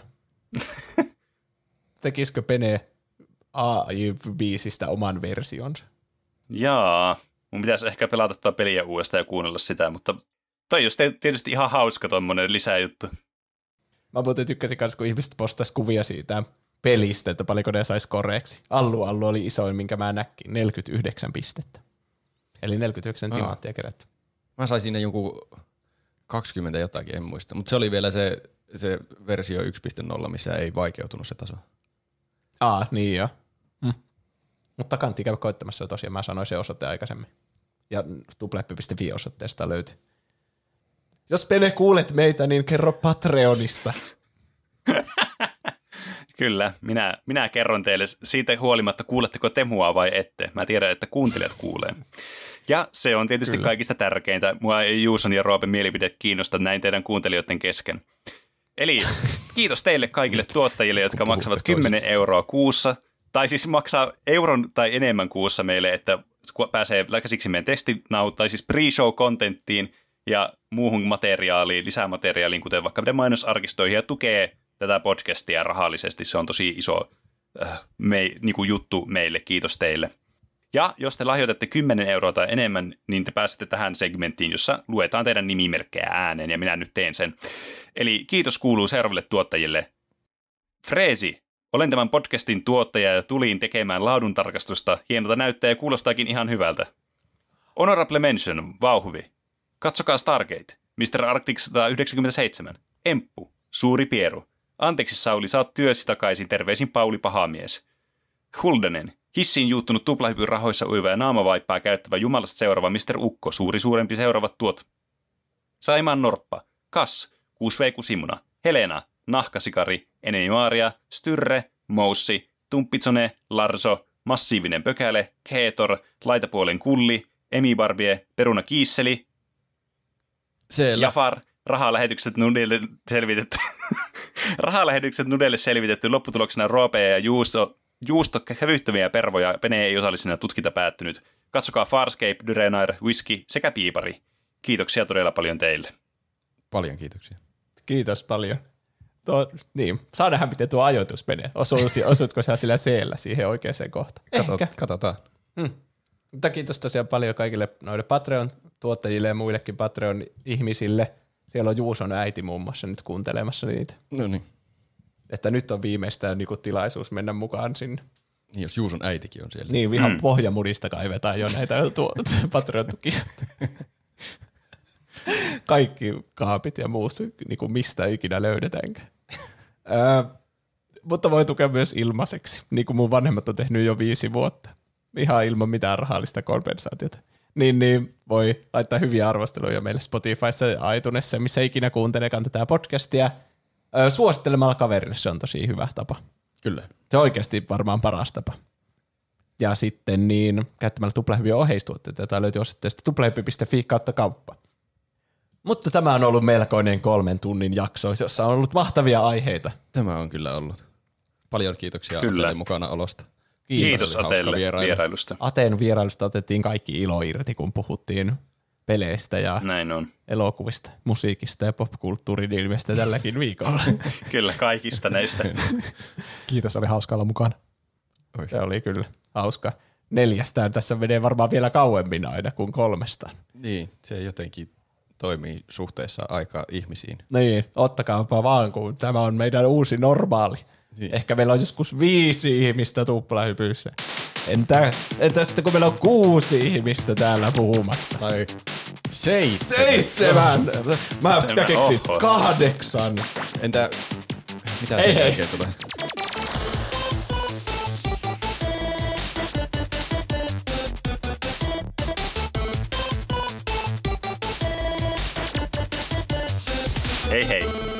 Tekisikö Pene A I-biisistä oman versionsa? Jaa, mun pitäisi ehkä pelata tuota peliä uudestaan ja kuunnella sitä, mutta toi just tietysti ihan hauska tommonen lisäjuttu. Mä muuten tykkäsin kanssa, kun ihmiset postas kuvia siitä pelistä, että paljonko ne sais koreeksi. Allu Allu oli isoin, minkä mä näkin, neljäkymmentäyhdeksän pistettä. Eli neljäkymmentäyhdeksän timanttia kerätty. Mä sain siinä jonkun kaksikymmentä jotakin, en muista. Mutta se oli vielä se, se versio yksi piste nolla, missä ei vaikeutunut se taso. Aa, niin joo. Hm. Mutta kannattaa käydä koittamassa tosiaan, mä sanoin se osoite aikaisemmin. Ja tuplahyppy piste fi osoitteesta löytyy. Jos Pene kuulet meitä, niin kerro Patreonista. Kyllä, minä, minä kerron teille siitä huolimatta, kuuletteko te mua vai ette. Mä tiedän, että kuuntelijat kuulee. Ja se on tietysti Kyllä. kaikista tärkeintä. Mua ei Juuson ja Roopen mielipide kiinnosta näin teidän kuuntelijoiden kesken. Eli kiitos teille kaikille tuottajille, jotka maksavat kymmenen euroa kuussa. Tai siis maksaa euron tai enemmän kuussa meille, että pääsee käsiksi meidän testinauhut, tai siis pre-show-kontenttiin ja muuhun materiaaliin, lisämateriaaliin, kuten vaikka meidän mainosarkistoihin, ja tukee tätä podcastia rahallisesti. Se on tosi iso äh, me, niin kuin juttu meille. Kiitos teille. Ja jos te lahjoitatte kymmenen euroa tai enemmän, niin te pääsette tähän segmenttiin, jossa luetaan teidän nimimerkkejä ääneen, ja minä nyt teen sen. Eli kiitos kuuluu seuraaville tuottajille. Freesi, olen tämän podcastin tuottaja ja tulin tekemään laaduntarkastusta. Hienolta näyttää ja kuulostaakin ihan hyvältä. Honorable Mention, vauhvi. Katsokaa Stargate, mister Arctic sata yhdeksänkymmentäseitsemän. Emppu, Suuri Pieru. Anteeksi Sauli, saat työsi takaisin, terveisin Pauli Pahamies. Huldenen, hissiin juuttunut tuplahypyn rahoissa uiva ja naamavaippaa käyttävä jumalasta seuraava mister Ukko, suuri suurempi seuraavat tuot. Saimaan Norppa, Kas, Kuusveiku Simuna, Helena, Nahkasikari, Eneimaria, Styrre, Moussi, Tumppitsone, Larso, Massiivinen Pökäle, Keetor, Laitapuolen Kulli, Emi Barbie, Peruna Kiisseli, Siellä. Jafar, rahalähetykset Nudelle selvitetty. rahalähetykset Nudelle selvitetty, lopputuloksena Roope ja Juusto, Juusto kävyttömiä pervoja, Pene ei osallisena tutkinta päättynyt. Katsokaa Farscape, Dyrenair, Whisky sekä Piipari. Kiitoksia todella paljon teille. Paljon kiitoksia. Kiitos paljon. Tuo, niin, saa nähdä, miten tuo ajoitus menee. Osuutko sä sillä C-llä siihen oikeaan kohtaan? Kato, katsotaan. Hmm. Mutta kiitos tosiaan paljon kaikille noille Patreon-tuottajille ja muillekin Patreon-ihmisille. Siellä on Juuson äiti muun muassa nyt kuuntelemassa niitä. No niin. Että nyt on viimeistään niinku tilaisuus mennä mukaan sinne. Niin, jos Juuson äitikin on siellä. Niin, ihan mm. pohjamudista kaivetaan jo näitä Patreon-tukia. Kaikki kaapit ja muut, niin kuin mistä ikinä löydetäänkään. Öö, mutta voi tukea myös ilmaiseksi, niin kuin mun vanhemmat on tehnyt jo viisi vuotta. Ihan ilman mitään rahallista kompensaatiota. Niin, niin voi laittaa hyviä arvosteluja meille Spotifyssa ja iTunesissa, missä ikinä kuuntelekaan tätä podcastia. Öö, suosittelemalla kaverille se on tosi hyvä tapa. Kyllä. Se on oikeasti varmaan paras tapa. Ja sitten niin käyttämällä tuplahyppiä oheistuotteita, jota löytyy osoitteesta tuplahyppi piste fi kautta kauppa. Mutta tämä on ollut melkoinen kolmen tunnin jakso, jossa on ollut mahtavia aiheita. Tämä on kyllä ollut. Paljon kiitoksia Kyllä. mukana olosta. Kiitos, Kiitos Atelle vierailusta. Ateen vierailusta otettiin kaikki ilo irti, kun puhuttiin peleistä ja Näin on. elokuvista, musiikista ja popkulttuurin ilmeistä tälläkin viikolla. Kyllä, kaikista näistä. Kiitos, oli hauska olla mukana. Se oli kyllä hauska. Neljästään tässä menee varmaan vielä kauemmin aina kuin kolmestaan. Niin, se jotenkin toimii suhteessa aika ihmisiin. Niin, ottakaapa vaan, kun tämä on meidän uusi normaali. Niin. Ehkä meillä on joskus viisi ihmistä tuplahypyissä. Entä, entä sitten kun meillä on kuusi ihmistä täällä puhumassa? Tai seitsemän. Seitsemän! Mä, Seitsemän. mä keksin Oho. kahdeksan. Entä mitä Hei, sen hei. jälkeen tulee? Hei hei.